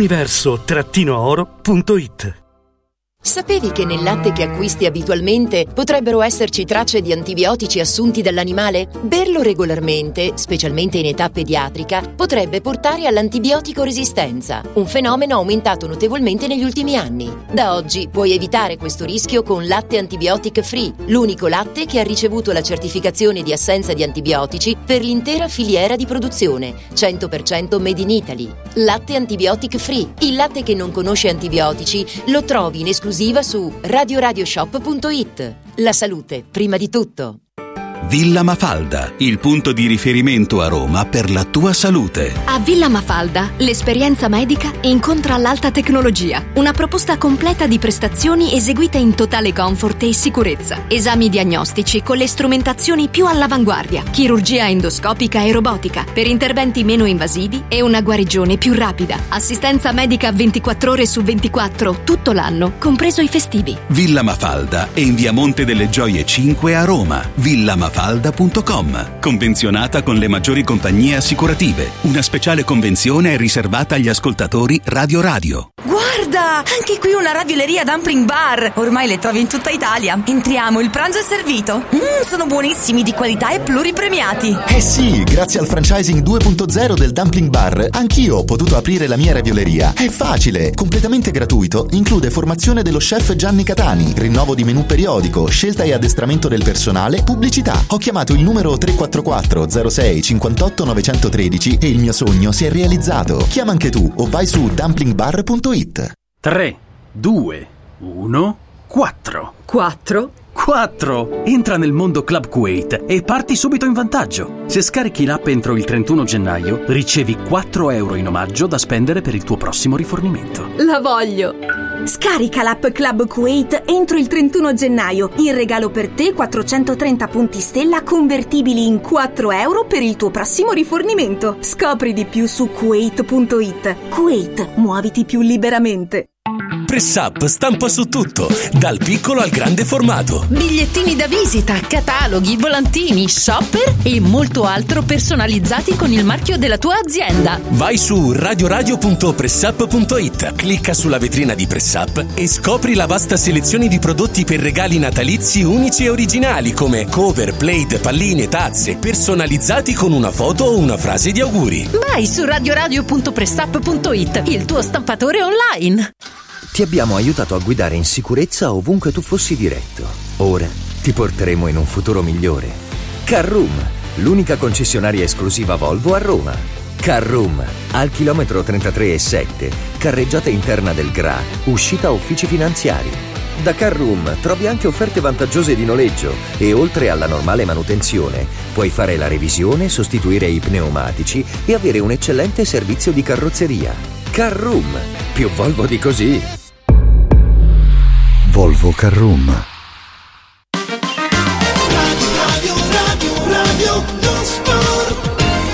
universo-oro.it. Sapevi che nel latte che acquisti abitualmente potrebbero esserci tracce di antibiotici assunti dall'animale? Berlo regolarmente, specialmente in età pediatrica, potrebbe portare all'antibiotico resistenza, un fenomeno aumentato notevolmente negli ultimi anni. Da oggi puoi evitare questo rischio con Latte Antibiotic Free, l'unico latte che ha ricevuto la certificazione di assenza di antibiotici per l'intera filiera di produzione, 100% made in Italy. Latte Antibiotic Free, il latte che non conosce antibiotici, lo trovi in esclusiva su radioradioshop.it. La salute, prima di tutto. Villa Mafalda, il punto di riferimento a Roma per la tua salute. A Villa Mafalda l'esperienza medica incontra l'alta tecnologia. Una proposta completa di prestazioni eseguite in totale comfort e sicurezza. Esami diagnostici con le strumentazioni più all'avanguardia. Chirurgia endoscopica e robotica per interventi meno invasivi e una guarigione più rapida. Assistenza medica 24 ore su 24 tutto l'anno, compreso i festivi. Villa Mafalda è in via Monte delle Gioie 5 a Roma. villamafalda.com. Convenzionata con le maggiori compagnie assicurative. Una speciale convenzione è riservata agli ascoltatori Radio. Guarda, anche qui una ravioleria Dumpling Bar. Ormai le trovi in tutta Italia. Entriamo, il pranzo è servito. Sono buonissimi, di qualità e pluripremiati. Eh sì, grazie al franchising 2.0 del Dumpling Bar, anch'io ho potuto aprire la mia ravioleria. È facile, completamente gratuito, include formazione dello chef Gianni Catani, rinnovo di menù periodico, scelta e addestramento del personale, pubblicità. Ho chiamato il numero 344 06 58 913 e il mio sogno si è realizzato. Chiama anche tu o vai su dumplingbar.it. 3, 2, 1, 4. 4? 4! Entra nel mondo Club Kuwait e parti subito in vantaggio. Se scarichi l'app entro il 31 gennaio, ricevi 4 euro in omaggio da spendere per il tuo prossimo rifornimento. La voglio! Scarica l'app Club Kuwait entro il 31 gennaio. In regalo per te 430 punti stella convertibili in 4 euro per il tuo prossimo rifornimento. Scopri di più su kuwait.it. Kuwait, muoviti più liberamente. Pressup stampa su tutto, dal piccolo al grande formato. Bigliettini da visita, cataloghi, volantini, shopper e molto altro personalizzati con il marchio della tua azienda. Vai su radioradio.pressup.it, clicca sulla vetrina di Pressup e scopri la vasta selezione di prodotti per regali natalizi unici e originali come cover, plate, palline, tazze, personalizzati con una foto o una frase di auguri. Vai su radioradio.pressup.it, il tuo stampatore online. Ti abbiamo aiutato a guidare in sicurezza ovunque tu fossi diretto. Ora ti porteremo in un futuro migliore. Carroom, l'unica concessionaria esclusiva Volvo a Roma. Carroom, al chilometro 33,7, carreggiata interna del GRA, uscita uffici finanziari. Da Carroom trovi anche offerte vantaggiose di noleggio e oltre alla normale manutenzione puoi fare la revisione, sostituire i pneumatici e avere un eccellente servizio di carrozzeria. Carroom, più Volvo di così. Volvo Carroom. Radio lo sport.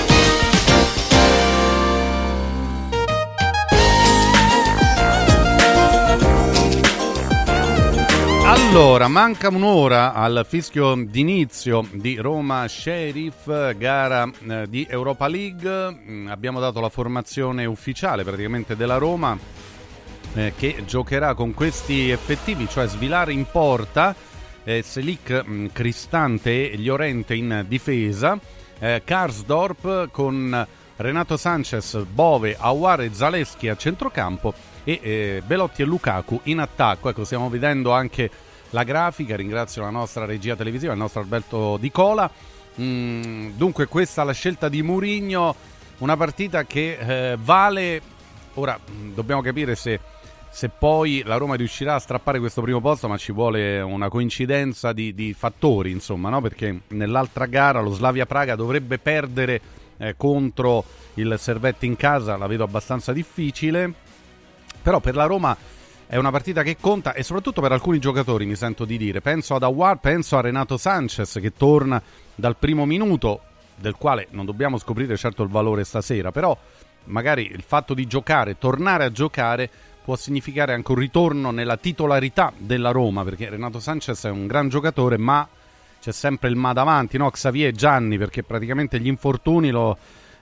Allora, manca un'ora al fischio d'inizio di Roma Sheriff, gara di Europa League. Abbiamo dato la formazione ufficiale praticamente della Roma, che giocherà con questi effettivi, cioè Svilare in porta, Selic, Cristante e Llorente in difesa, Karsdorp con Renato Sanchez, Bove, Aouar e Zaleschi a centrocampo e Belotti e Lukaku in attacco. Ecco, stiamo vedendo anche la grafica, ringrazio la nostra regia televisiva, il nostro Alberto Di Cola. Dunque questa è la scelta di Mourinho, una partita che vale, ora dobbiamo capire se poi la Roma riuscirà a strappare questo primo posto, ma ci vuole una coincidenza di fattori, insomma, no? Perché nell'altra gara lo Slavia Praga dovrebbe perdere contro il Servette in casa, la vedo abbastanza difficile, però per la Roma è una partita che conta e soprattutto per alcuni giocatori, mi sento di dire. Penso ad Aouar, penso a Renato Sanchez che torna dal primo minuto, del quale non dobbiamo scoprire certo il valore stasera, però magari il fatto di giocare, tornare a giocare, può significare anche un ritorno nella titolarità della Roma, perché Renato Sanchez è un gran giocatore, ma c'è sempre il ma davanti, no? Xavier e Gianni, perché praticamente gli infortuni lo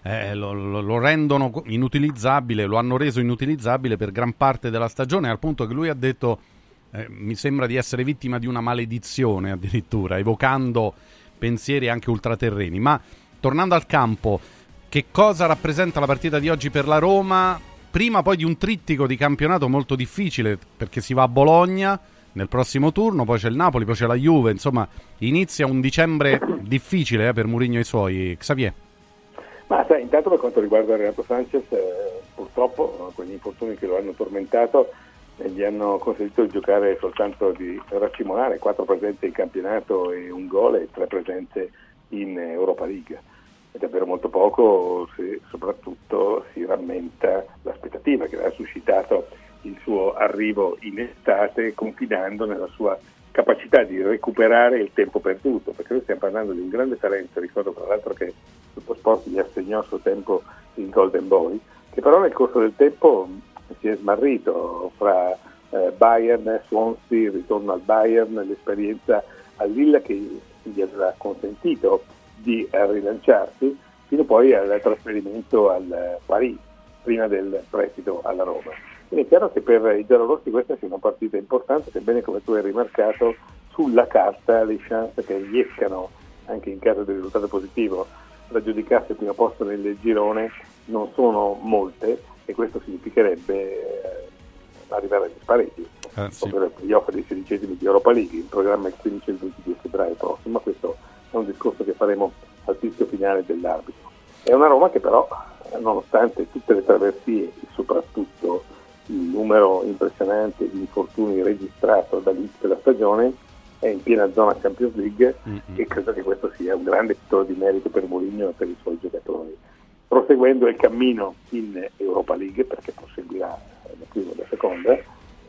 rendono inutilizzabile, lo hanno reso inutilizzabile per gran parte della stagione, al punto che lui ha detto mi sembra di essere vittima di una maledizione addirittura, evocando pensieri anche ultraterreni. Ma tornando al campo, che cosa rappresenta la partita di oggi per la Roma? Prima poi di un trittico di campionato molto difficile, perché si va a Bologna nel prossimo turno, poi c'è il Napoli, poi c'è la Juve, insomma inizia un dicembre difficile per Mourinho e i suoi. Xavier? Ma sai, intanto per quanto riguarda Renato Sanchez, purtroppo quegli infortuni che lo hanno tormentato gli hanno consentito di giocare soltanto, di raccimolare 4 presenze in campionato e un gol e 3 presenze in Europa League. È davvero molto poco, se soprattutto si rammenta l'aspettativa che aveva suscitato il suo arrivo in estate, confidando nella sua capacità di recuperare il tempo perduto, perché noi stiamo parlando di un grande talento. Ricordo tra l'altro che Supersport gli assegnò a suo tempo il Golden Boy, che però nel corso del tempo si è smarrito fra Bayern, Swansea, il ritorno al Bayern, l'esperienza al Lille che gli aveva consentito di rilanciarsi, fino poi al trasferimento al Paris, prima del prestito alla Roma. Quindi è chiaro che per i giallorossi questa sia una partita importante, sebbene, come tu hai rimarcato, sulla carta le chance che riescano, anche in caso di risultato positivo, ad aggiudicarsi il primo posto nel girone non sono molte, e questo significherebbe arrivare agli spareggi, ovvero gli offre dei 16esimi di Europa League. Il programma è il 15 e il 22 febbraio prossimo, ma questo è un discorso che faremo al fischio finale dell'arbitro. È una Roma che però, nonostante tutte le traversie e soprattutto il numero impressionante di infortuni registrato dall'inizio della stagione, è in piena zona Champions League, e credo che questo sia un grande titolo di merito per Mourinho e per i suoi giocatori. Proseguendo il cammino in Europa League, perché proseguirà la prima e la seconda,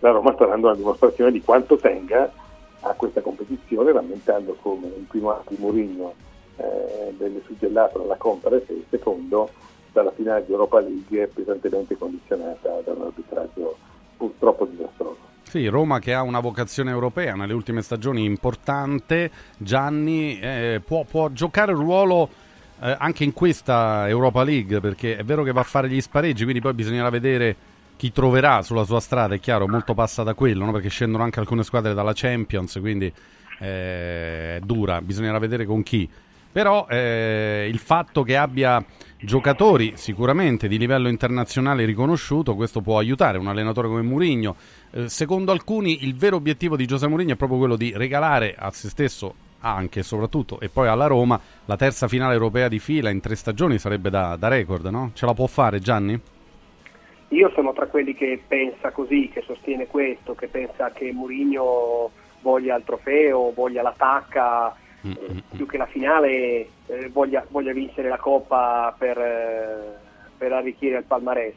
la Roma sta dando una dimostrazione di quanto tenga a questa competizione, rammentando come il primo anno di Mourinho venne suggellato dalla Conference e il secondo dalla finale di Europa League pesantemente condizionata da un arbitraggio purtroppo disastroso. Sì, Roma che ha una vocazione europea nelle ultime stagioni importante. Gianni può giocare un ruolo anche in questa Europa League, perché è vero che va a fare gli spareggi, quindi poi bisognerà vedere chi troverà sulla sua strada. È chiaro, molto passa da quello, no? Perché scendono anche alcune squadre dalla Champions, quindi è dura, bisognerà vedere con chi. Però il fatto che abbia giocatori sicuramente di livello internazionale riconosciuto, questo può aiutare un allenatore come Mourinho. Secondo alcuni il vero obiettivo di José Mourinho è proprio quello di regalare a se stesso, anche e soprattutto, e poi alla Roma, la terza finale europea di fila in 3 stagioni. Sarebbe da record, no? Ce la può fare, Gianni? Io sono tra quelli che pensa così, che sostiene questo, che pensa che Mourinho voglia il trofeo, voglia la tacca, più che la finale, voglia vincere la Coppa per arricchire il palmarès,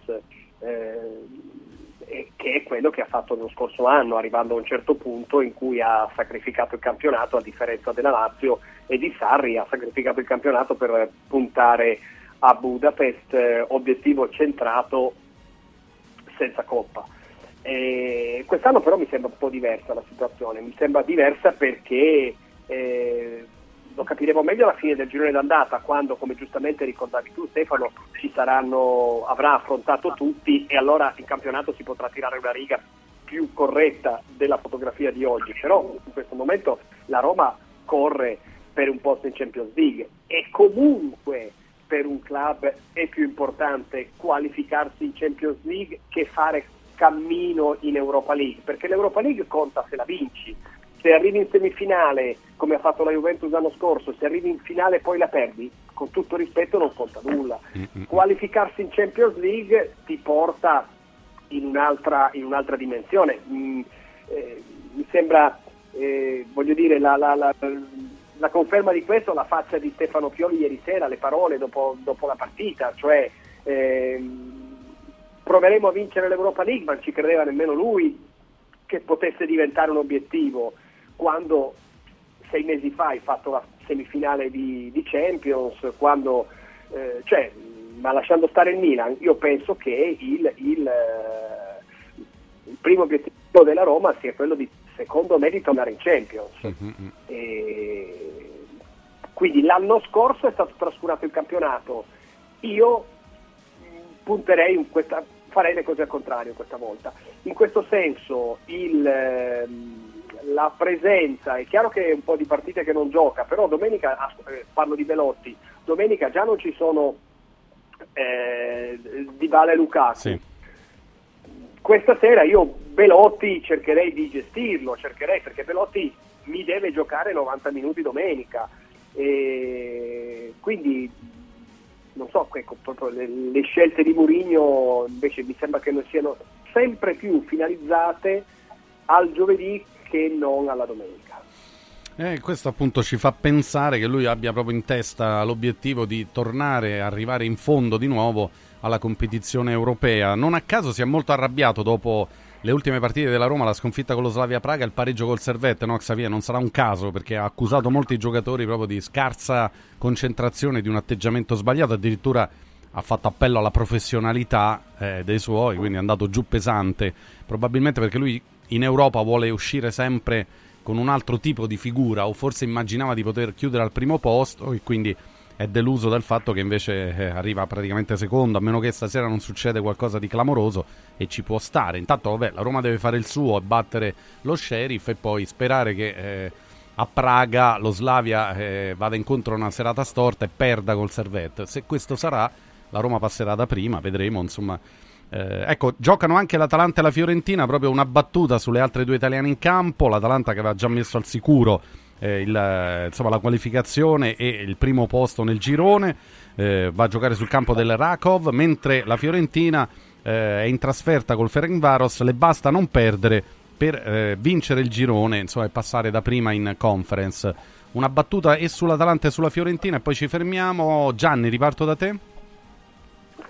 che è quello che ha fatto lo scorso anno, arrivando a un certo punto in cui ha sacrificato il campionato, a differenza della Lazio e di Sarri. Ha sacrificato il campionato per puntare a Budapest, obiettivo centrato, senza Coppa. Quest'anno però mi sembra un po' diversa la situazione, mi sembra diversa perché lo capiremo meglio alla fine del girone d'andata, quando, come giustamente ricordavi tu Stefano, avrà affrontato tutti, e allora il campionato si potrà tirare una riga più corretta della fotografia di oggi. Però in questo momento la Roma corre per un posto in Champions League, e comunque per un club è più importante qualificarsi in Champions League che fare cammino in Europa League, perché l'Europa League conta se la vinci. Se arrivi in semifinale, come ha fatto la Juventus l'anno scorso, se arrivi in finale e poi la perdi, con tutto rispetto non conta nulla. Qualificarsi in Champions League ti porta in un'altra dimensione. Mi sembra, voglio dire, la conferma di questo, la faccia di Stefano Pioli ieri sera, le parole dopo la partita, cioè proveremo a vincere l'Europa League, ma non ci credeva nemmeno lui che potesse diventare un obiettivo, quando 6 mesi fa hai fatto la semifinale di Champions, quando ma lasciando stare il Milan, io penso che il primo obiettivo della Roma sia quello di, secondo me, di tornare in Champions. Quindi l'anno scorso è stato trascurato il campionato, io punterei farei le cose al contrario questa volta. In questo senso la presenza, è chiaro che è un po' di partite che non gioca, però domenica, parlo di Belotti, domenica già non ci sono Dybala e Lukaku. Sì. Questa sera io Belotti cercherei di gestirlo, perché Belotti mi deve giocare 90 minuti domenica, e quindi non so, ecco, proprio le scelte di Mourinho invece mi sembra che non siano sempre più finalizzate al giovedì che non alla domenica. Questo appunto ci fa pensare che lui abbia proprio in testa l'obiettivo di tornare, arrivare in fondo di nuovo alla competizione europea. Non a caso si è molto arrabbiato dopo le ultime partite della Roma, la sconfitta con lo Slavia Praga, il pareggio col Servette, no Xavier? Non sarà un caso, perché ha accusato molti giocatori proprio di scarsa concentrazione, di un atteggiamento sbagliato, addirittura ha fatto appello alla professionalità dei suoi, quindi è andato giù pesante, probabilmente perché lui in Europa vuole uscire sempre con un altro tipo di figura, o forse immaginava di poter chiudere al primo posto e quindi è deluso dal fatto che invece arriva praticamente secondo, a meno che stasera non succede qualcosa di clamoroso, e ci può stare. Intanto vabbè, la Roma deve fare il suo e battere lo Sheriff, e poi sperare che a Praga lo Slavia vada incontro a una serata storta e perda col Servette. Se questo sarà, la Roma passerà da prima, vedremo, insomma. Ecco, giocano anche l'Atalanta e la Fiorentina, proprio una battuta sulle altre 2 italiane in campo. L'Atalanta che aveva già messo al sicuro la qualificazione e il primo posto nel girone, va a giocare sul campo del Rakov, mentre la Fiorentina è in trasferta col Ferencváros, le basta non perdere per vincere il girone, insomma, e passare da prima in Conference. Una battuta e sull'Atalanta e sulla Fiorentina e poi ci fermiamo. Gianni, riparto da te.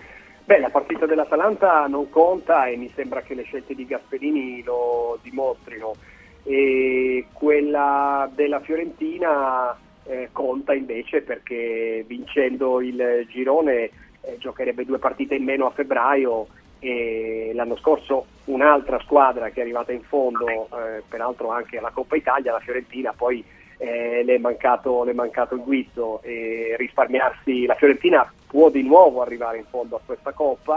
Beh, la partita dell'Atalanta non conta e mi sembra che le scelte di Gasperini lo dimostrino, e quella della Fiorentina conta invece perché vincendo il girone giocherebbe 2 partite in meno a febbraio, e l'anno scorso un'altra squadra che è arrivata in fondo, peraltro anche alla Coppa Italia, la Fiorentina, poi le è mancato il guizzo, e risparmiarsi, la Fiorentina può di nuovo arrivare in fondo a questa Coppa,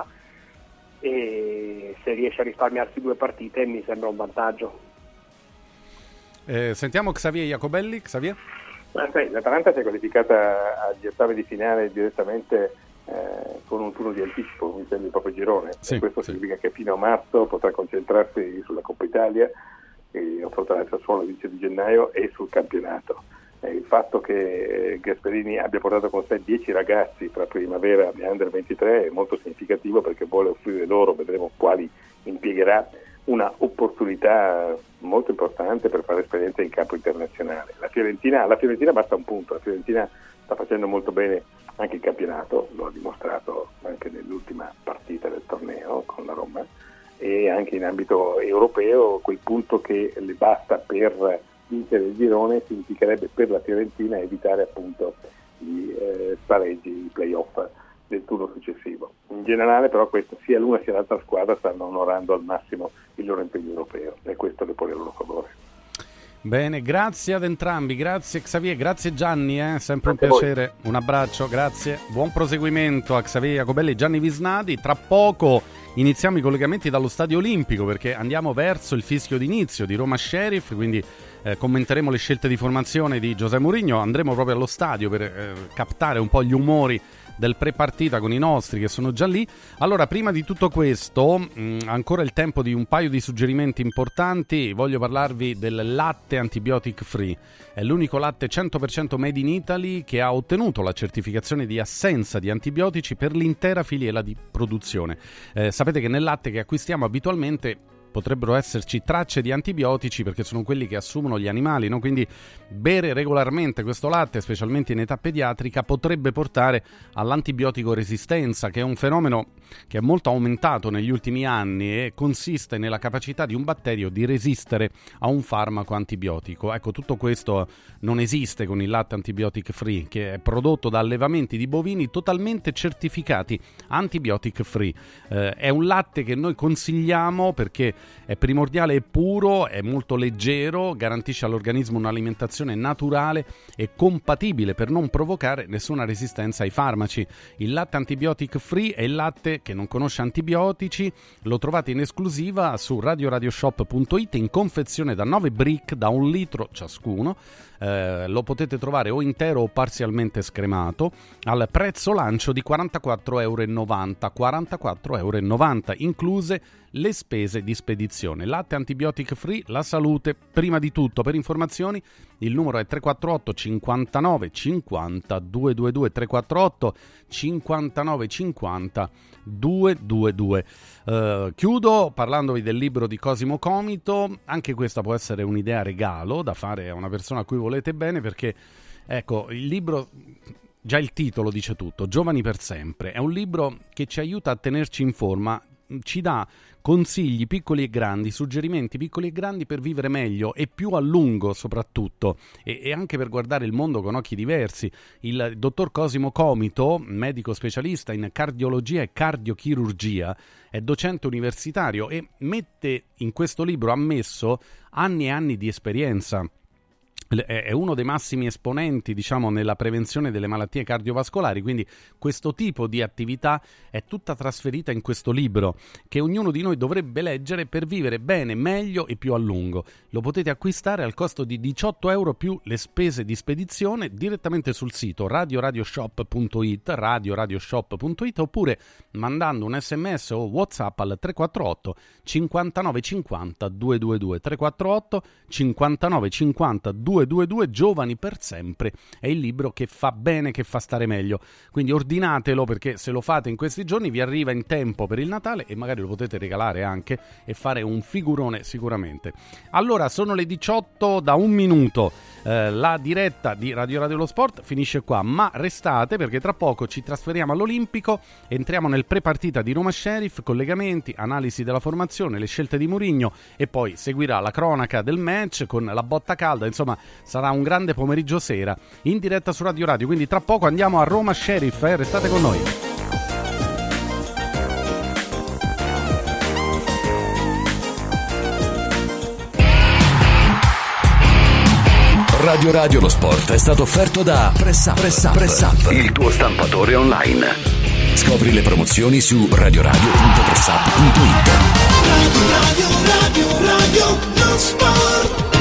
e se riesce a risparmiarsi 2 partite mi sembra un vantaggio. Sentiamo Xavier Jacobelli. Xavier? L'Atalanta si è qualificata agli ottavi di finale direttamente con un turno di anticipo, quindi il proprio girone, e questo significa che fino a marzo potrà concentrarsi sulla Coppa Italia, che affronterà il Sassuolo all'inizio di gennaio, e sul campionato. Il fatto che Gasperini abbia portato con sé 10 ragazzi tra primavera e Under 23 è molto significativo, perché vuole offrire loro, vedremo quali impiegherà, una opportunità molto importante per fare esperienza in campo internazionale. La Fiorentina basta un punto, la Fiorentina sta facendo molto bene anche il campionato, lo ha dimostrato anche nell'ultima partita del torneo con la Roma, e anche in ambito europeo quel punto che le basta per vincere il girone significherebbe per la Fiorentina evitare appunto i pareggi, i play-off del turno successivo. In generale però sia l'una sia l'altra squadra stanno onorando al massimo il loro impegno europeo, e questo le pone a loro favore. Bene, grazie ad entrambi, grazie Xavier, grazie Gianni, sempre un piacere, un abbraccio, grazie, buon proseguimento a Xavier Jacobelli e Gianni Visnadi. Tra poco iniziamo i collegamenti dallo Stadio Olimpico, perché andiamo verso il fischio d'inizio di Roma Sheriff, quindi commenteremo le scelte di formazione di José Mourinho, andremo proprio allo stadio per captare un po' gli umori del pre-partita con i nostri che sono già lì. Allora, prima di tutto questo, ancora il tempo di un paio di suggerimenti importanti. Voglio parlarvi del latte antibiotic free. È l'unico latte 100% made in Italy che ha ottenuto la certificazione di assenza di antibiotici per l'intera filiera di produzione. Sapete che nel latte che acquistiamo abitualmente potrebbero esserci tracce di antibiotici, perché sono quelli che assumono gli animali, no? Quindi bere regolarmente questo latte, specialmente in età pediatrica, potrebbe portare all'antibiotico resistenza, che è un fenomeno che è molto aumentato negli ultimi anni e consiste nella capacità di un batterio di resistere a un farmaco antibiotico. Ecco, tutto questo non esiste con il latte antibiotic free, che è prodotto da allevamenti di bovini totalmente certificati antibiotic free. È un latte che noi consigliamo perché è primordiale e puro, è molto leggero, garantisce all'organismo un'alimentazione naturale e compatibile per non provocare nessuna resistenza ai farmaci. Il latte antibiotic free è il latte che non conosce antibiotici, lo trovate in esclusiva su radioradioshop.it in confezione da 9 brick da 1 litro ciascuno. Lo potete trovare o intero o parzialmente scremato al prezzo lancio di €44,90, €44,90, incluse le spese di spedizione. Latte antibiotic free, la salute prima di tutto. Per informazioni il numero è 348 59 50 222, 348 59 50 222. Chiudo parlandovi del libro di Cosimo Comito. Anche questa può essere un'idea regalo da fare a una persona a cui volete bene, perché ecco, il libro, già il titolo dice tutto, Giovani per sempre. È un libro che ci aiuta a tenerci in forma, ci dà consigli piccoli e grandi, suggerimenti piccoli e grandi per vivere meglio e più a lungo soprattutto, e anche per guardare il mondo con occhi diversi. Il dottor Cosimo Comito, medico specialista in cardiologia e cardiochirurgia, è docente universitario e mette in questo libro, ammesso, anni e anni di esperienza. È uno dei massimi esponenti, diciamo, nella prevenzione delle malattie cardiovascolari, quindi questo tipo di attività è tutta trasferita in questo libro che ognuno di noi dovrebbe leggere per vivere bene, meglio e più a lungo. Lo potete acquistare al costo di €18 più le spese di spedizione direttamente sul sito radioradioshop.it, oppure mandando un SMS o WhatsApp al 348 59 50 222, 348 59 50 222. 2222, Giovani per sempre, è il libro che fa bene, che fa stare meglio, quindi ordinatelo, perché se lo fate in questi giorni vi arriva in tempo per il Natale e magari lo potete regalare anche e fare un figurone sicuramente. Allora, sono le 18 da un minuto, la diretta di Radio Lo Sport finisce qua, ma restate perché tra poco ci trasferiamo all'Olimpico, entriamo nel pre-partita di Roma Sheriff, collegamenti, analisi della formazione, le scelte di Mourinho e poi seguirà la cronaca del match con la botta calda, insomma sarà un grande pomeriggio sera in diretta su Radio, quindi tra poco andiamo a Roma Sheriff, restate con noi. Radio Lo Sport è stato offerto da Press Up, il tuo stampatore online. Scopri le promozioni su radioradio.pressup.it. Radio Lo Sport.